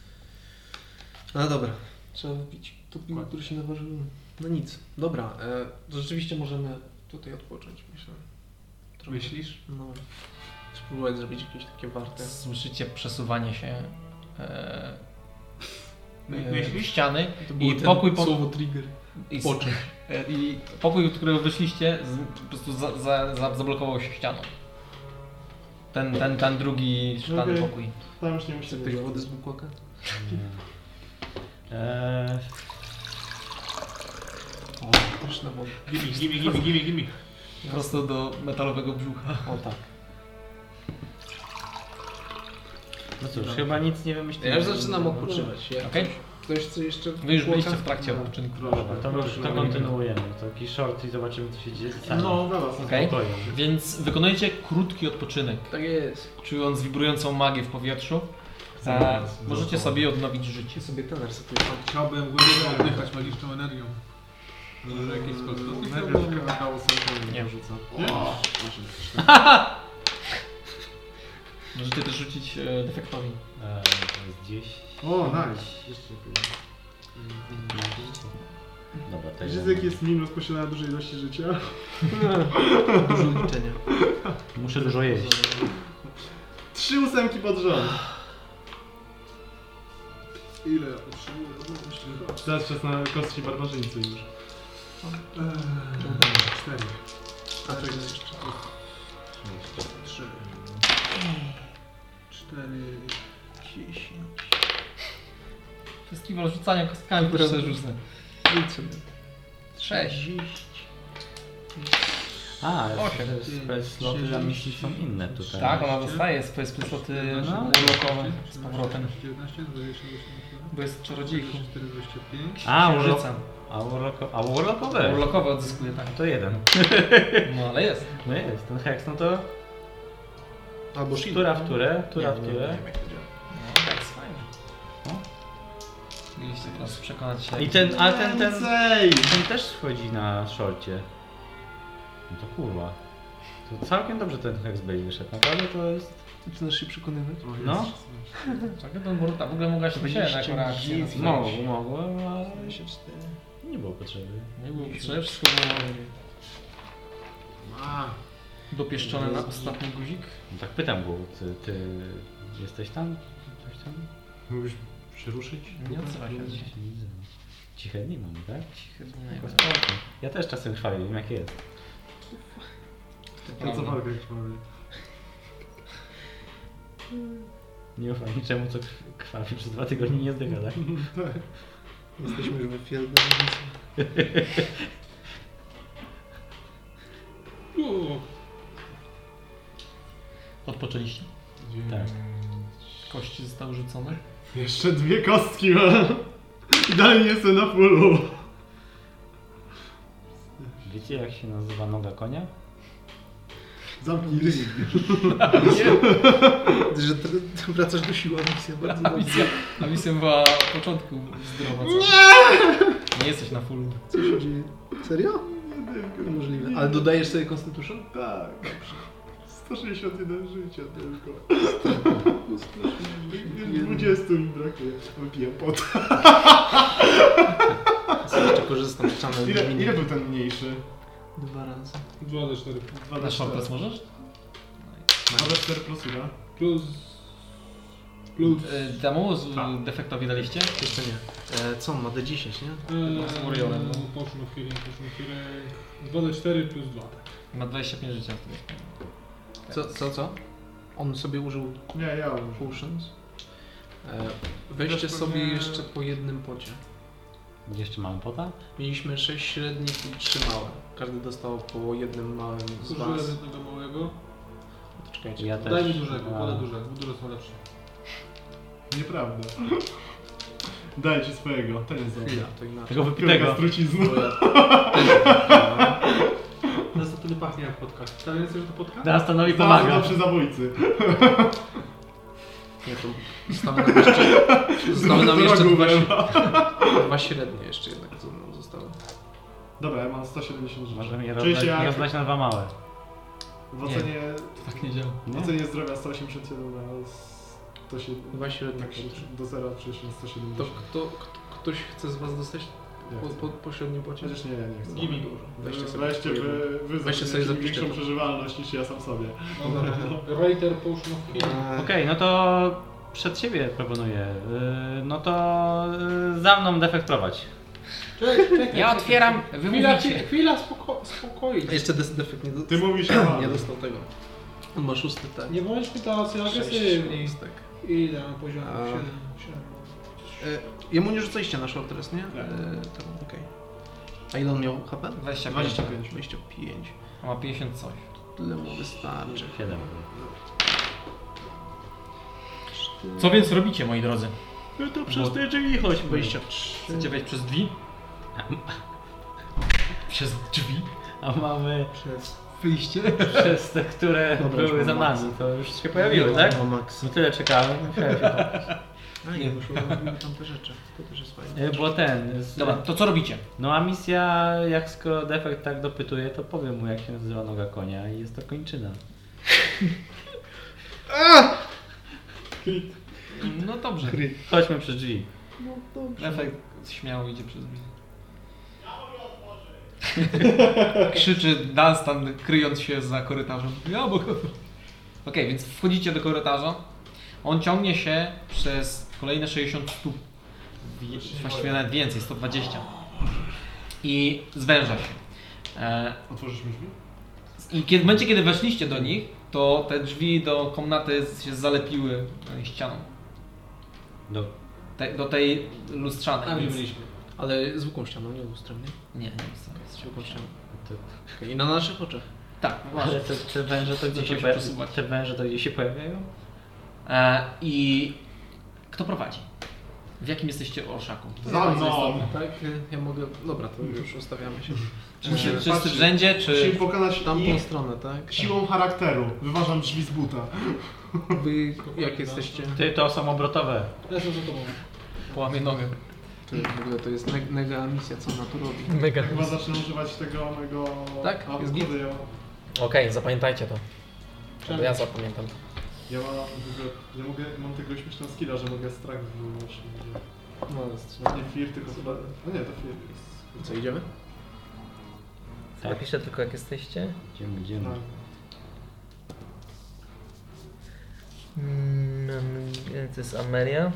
No dobra. Trzeba wbić to piwo, które się naważyło. No nic. Dobra. E, to rzeczywiście możemy tutaj odpocząć, myślę. Trochę. Myślisz? No. Spróbować zrobić jakieś takie warte. Słyszycie przesuwanie się e, My- e, myślisz? ściany To i było ten pokój po, słowo trigger. i, Poczek. e, i pokój, do którego wyszliście, z, po prostu za, za, za, zablokował się ścianą. Ten, ten, ten drugi szklany Okej. pokój. Tam już nie Chce musimy ktoś wracać. wody z bukłaka? Eee, O, też na wodę. Gimme, gimme, gimme, gimme, gimme. Prosto do metalowego brzucha. O tak. no cóż, chyba nic nie wymyśliłem. Ja już zaczynam odpoczywać. Ja, Okej? Ktoś chce jeszcze Wy już byliście bukłaka? w trakcie No. odpoczynku. Dobra, to, to kontynuujemy. Taki short i zobaczymy co się dzieje. Sami. No, zaraz. Okej. Spokojnie. Więc wykonujecie krótki odpoczynek, Tak jest. czując wibrującą magię w powietrzu. E, możecie sobie odnowić życie. Ja sobie ten resetuję. Chciałbym głębiej oddychać magiczną energią. Może jakieś sposób? Najpierw kakao sobie Nie. wrzucę. Możecie też rzucić e, defektowi. Eee, to jest gdzieś. O, nice. Jeszcze Dobra, to Wiecie, jaki jest minus posiadania dużej ilości życia? Dużo liczenia. Muszę dużo jeść. Trzy ósemki pod rząd. Ile ja potrzebuję? No, myślę, że Teraz czas na kostki barbarzyńcy już. cztery. A to jest jeszcze. Trzy. Cztery. Dziesięć. Festiwal rzucania kostkami też sobie rzucę. Sześć. A, Osiem. spell sloty dla misji są inne tutaj. Tak, ona dostaje swoje spysłoty No. urlokowe z powrotem. dziewiętnaście, dwadzieścia, Bo jest czarodziejką. cztery, dwadzieścia pięć. A, urlok, Księżyca. a, urloko, a urlokowe. Urlokowe odzyskuje, tak. To jeden. No ale jest. No jest, ten heks, no to Albo shield. tura w turę, tura w Nie, nie, nie turę. wiem jak to działa. No, tak jest fajnie. No. Mieliście teraz przekonać się. I ten, a ten, ten, Więcej! ten też wchodzi na szorcie. No to kurwa. To całkiem dobrze ten heks Bay wyszedł, naprawdę to jest... Zaczynasz się przekonywać? No. Czekaj, ten Boruta w ogóle mogła się dwadzieścia wysiadać jako reakcja. na coś. Mogło, mogło, ale dwadzieścia cztery. nie było potrzeby. Nie było potrzeby, wszystko było A, dopieszczone na ostatni guzik. No tak pytam go, ty, ty jesteś tam? Coś tam? Mógłbyś się ruszyć? Nie odzywa się dzisiaj. Ciche dni mamy, tak? Cichy dni. Jako spokój. Ja też czasem chwalię, wiem jak jest. To co walkę jak mamy. Nie ufam niczemu, co krw- krwawi przez dwa tygodnie nie zdycha, tak? Jesteśmy już we Fieldem. Odpoczęliście? Tak. Kości zostały rzucone? Jeszcze dwie kostki mam. I dalej nie jestem na fullu. Wiecie jak się nazywa noga konia? Zamknij ryj. Że ty, ty wracasz do siły, misja bardzo A dobrze. misja, a misja była od początku zdrowa. Nie! Nie jesteś na fullu. Co się dzieje? Serio? Niemożliwe. Ale dodajesz sobie Constitution? Tak. sto sześćdziesiąt jeden życia tylko. dwadzieścia mi brakuje. Wypiję pot. Co jeszcze korzystam z channel Ile, Gemini. ile był ten mniejszy? Dwa razy. dwa d cztery. dwa Na shortpress możesz? dwa d cztery plus ile? Plus... Plus... E, Temu z defektowi daliście? Jeszcze nie. E, co on ma? D dziesięć, nie? Eee, z Warriorem, no. Potion of Healing, Potion of Healing... dwa d cztery plus dwa, tak. Ma dwadzieścia pięć życia. Co, co, co? On sobie użył Nie, ja już. potions. E, weźcie sobie jeszcze po jednym pocie. Jeszcze mamy pota? Mieliśmy sześć średnich i trzy małe. Każdy dostał po jednym małym z Użyłem was. jednego małego. To czekajcie. Ja też. Daj mi dużego, A. wolę dużego, bo duże są lepsze. Nieprawda. Daj ci swojego, ten jest dobry. Chwila, to inaczej. Tego Piórka wypitego. z trucizną. Bo ja też- Teraz to wtedy pachnie jak podcast. Tak więc, że to podcast? Teraz stanowi Pomaga. pomaga. To przy zabójcy. Nie, to zostały nam jeszcze, zostały nam jeszcze dwa, Drogą dwa średnie jeszcze jednak co nam zostały. Dobra, ja mam sto siedemdziesiąt życia. Możemy je Czuję rozdać, się jak rozdać na dwa małe. w ocenie, Tak nie działa. w ocenie zdrowia sto osiemdziesiąt jeden na sto siedem. Dwa średnie. Tak się do zera przeszło sto To siedemdziesiąt. kto, kto, ktoś chce z was dostać Ja po, chcę. po, po średnim pocie? Chociaż nie, ja nie chcę. Give me. Weźcie sobie Weźcie po jednym. wy, wy Weźcie sobie zapewniacie zapiszcie większą to. przeżywalność niż ja sam sobie. No dobra. Rater Potion of Healing. Eee, Okej, no to przed siebie proponuję. Yy, no to yy, za mną defekt prowadź. Czekaj, czekaj, Ja czekaj. otwieram, wy Chwila, mówicie. chwila spoko spokojnie. A jeszcze des- defekt nie, do, Ty mówisz, ja nie dostał tego. On ma szósty tak. Nie bądźmy tacy Sześć agresywni. szóstek. Ile na poziomie? A. siedem, siedem. E, jemu nie rzucaliście na short rest, nie? Tak. E, to, okej. A ile on miał H P? dwadzieścia dwadzieścia pięć. pięć. dwadzieścia pięć. A ma pięćdziesiąt coś. Tyle mu wystarczy. siedem. Co więc robicie, moi drodzy? No to przez te drzwi chodźmy. dwadzieścia trzy. Chcecie wejść przez drzwi? Przez drzwi? A mamy Przez... Wyjście? przez te, które Dobra, już były za mam nami, max. to już się pojawiły, tak? No max. No tyle czekałem. A nie, już robimy tam te rzeczy. To też jest fajne. Yy, Było ten. z- Dobra, to co robicie? No a misja, jak skoro defekt tak dopytuje, to powiem mu jak się nazywa noga konia i jest to kończyna. No dobrze. Chodźmy przez drzwi. Efekt śmiało idzie przez drzwi. Krzyczy Dunstan, kryjąc się za korytarzem. Ja bo... Okej, więc wchodzicie do korytarza. On ciągnie się przez kolejne sześćdziesiąt stóp. Wie- Właściwie nawet więcej, sto dwadzieścia. I zwęża się. E, Otworzysz mi drzwi? I kiedy, w momencie, kiedy weszliście do nich, to te drzwi do komnaty się zalepiły e, ścianą. Do... Te, do tej lustrzanej. Tam nie więc- byliśmy. Ale zwykłą ścianą, nie lustrem, nie? Nie, nie lustrzanej. Zwykłą ścianą. To... Okay. I na naszych oczach. Tak, Ale właśnie. te, te węże to gdzie Zaczęły się, się poja- przesuwać. te węże to gdzie się pojawiają? E, I kto prowadzi? W jakim jesteście orszaku? Za mną! Tak? Ja mogę... Dobra, to już ustawiamy się. Czy wszyscy Patrzcie, wszyscy w rzędzie, Musimy czy... pokonać Tamtą ich stronę, tak? siłą charakteru. Wyważam drzwi z buta. Wy jak jesteście? Ty, to są obrotowe. Ja jestem za tobą. Połamie nogę. To w ogóle to jest neg- nega misja, co ona tu robi? Mega. Chyba zacznę używać tego mojego... Tak, A, jest git. kurde, ja, Okej, zapamiętajcie to. Albo ja zapamiętam to. ja mam w ogóle... Ja mogę... Mam tego śmiesznego skilla, że mogę strach wywołać. No, jest... Nie fear, tylko chyba... No nie, to fear jest... Co, idziemy? Tak. Napiszę tylko jak jesteście. Idziemy, idziemy. Tak. Mm, to jest Amelia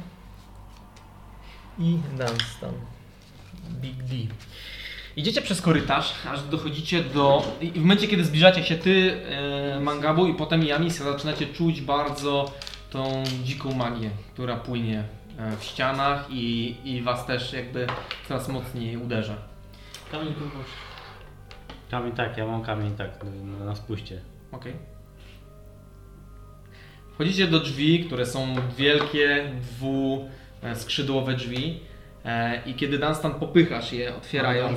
i Dunstan. Big D. Idziecie przez korytarz, aż dochodzicie do... I w momencie, kiedy zbliżacie się ty, e, Mangabu i potem Yamisa, zaczynacie czuć bardzo tą dziką magię, która płynie e, w ścianach i, i was też jakby coraz mocniej uderza. Kamień trudności. Kamień tak, ja mam kamień tak na, na spuście. Okej. Wchodzicie do drzwi, które są wielkie, dwuskrzydłowe drzwi e, i kiedy Dunstan popychasz je, otwierając,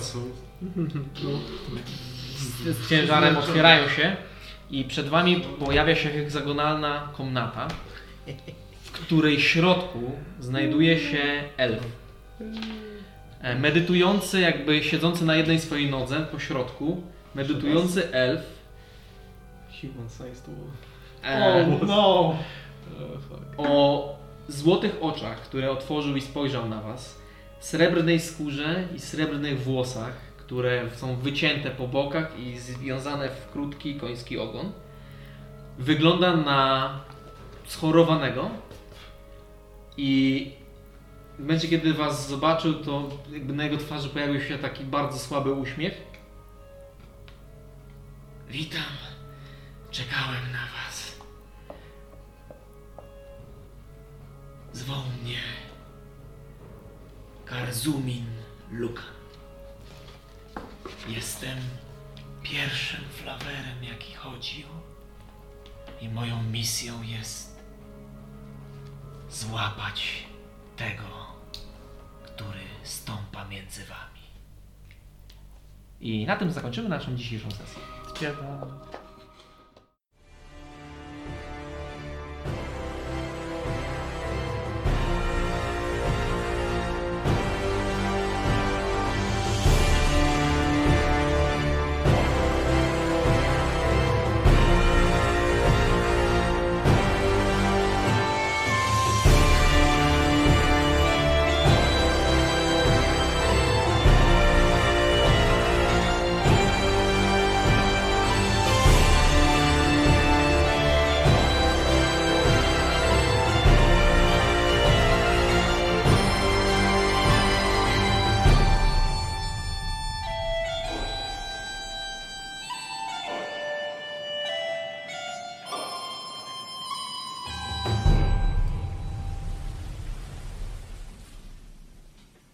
z, z ciężarem otwierają się i przed wami pojawia się heksagonalna komnata, w której środku znajduje się elf. E, Medytujący, jakby siedzący na jednej swojej nodze po środku, medytujący elf Human sized wolf. E, no! Oh, fuck. o złotych oczach, które otworzył i spojrzał na was, srebrnej skórze i srebrnych włosach, które są wycięte po bokach i związane w krótki koński ogon. Wygląda na schorowanego i w momencie, kiedy was zobaczył, to jakby na jego twarzy pojawił się taki bardzo słaby uśmiech. Witam. Czekałem na was. Zwą mnie Karzumin Luka. Jestem pierwszym flawerem, jaki chodził. I moją misją jest złapać tego, który stąpa między wami. I na tym zakończymy naszą dzisiejszą sesję. Śpiewa.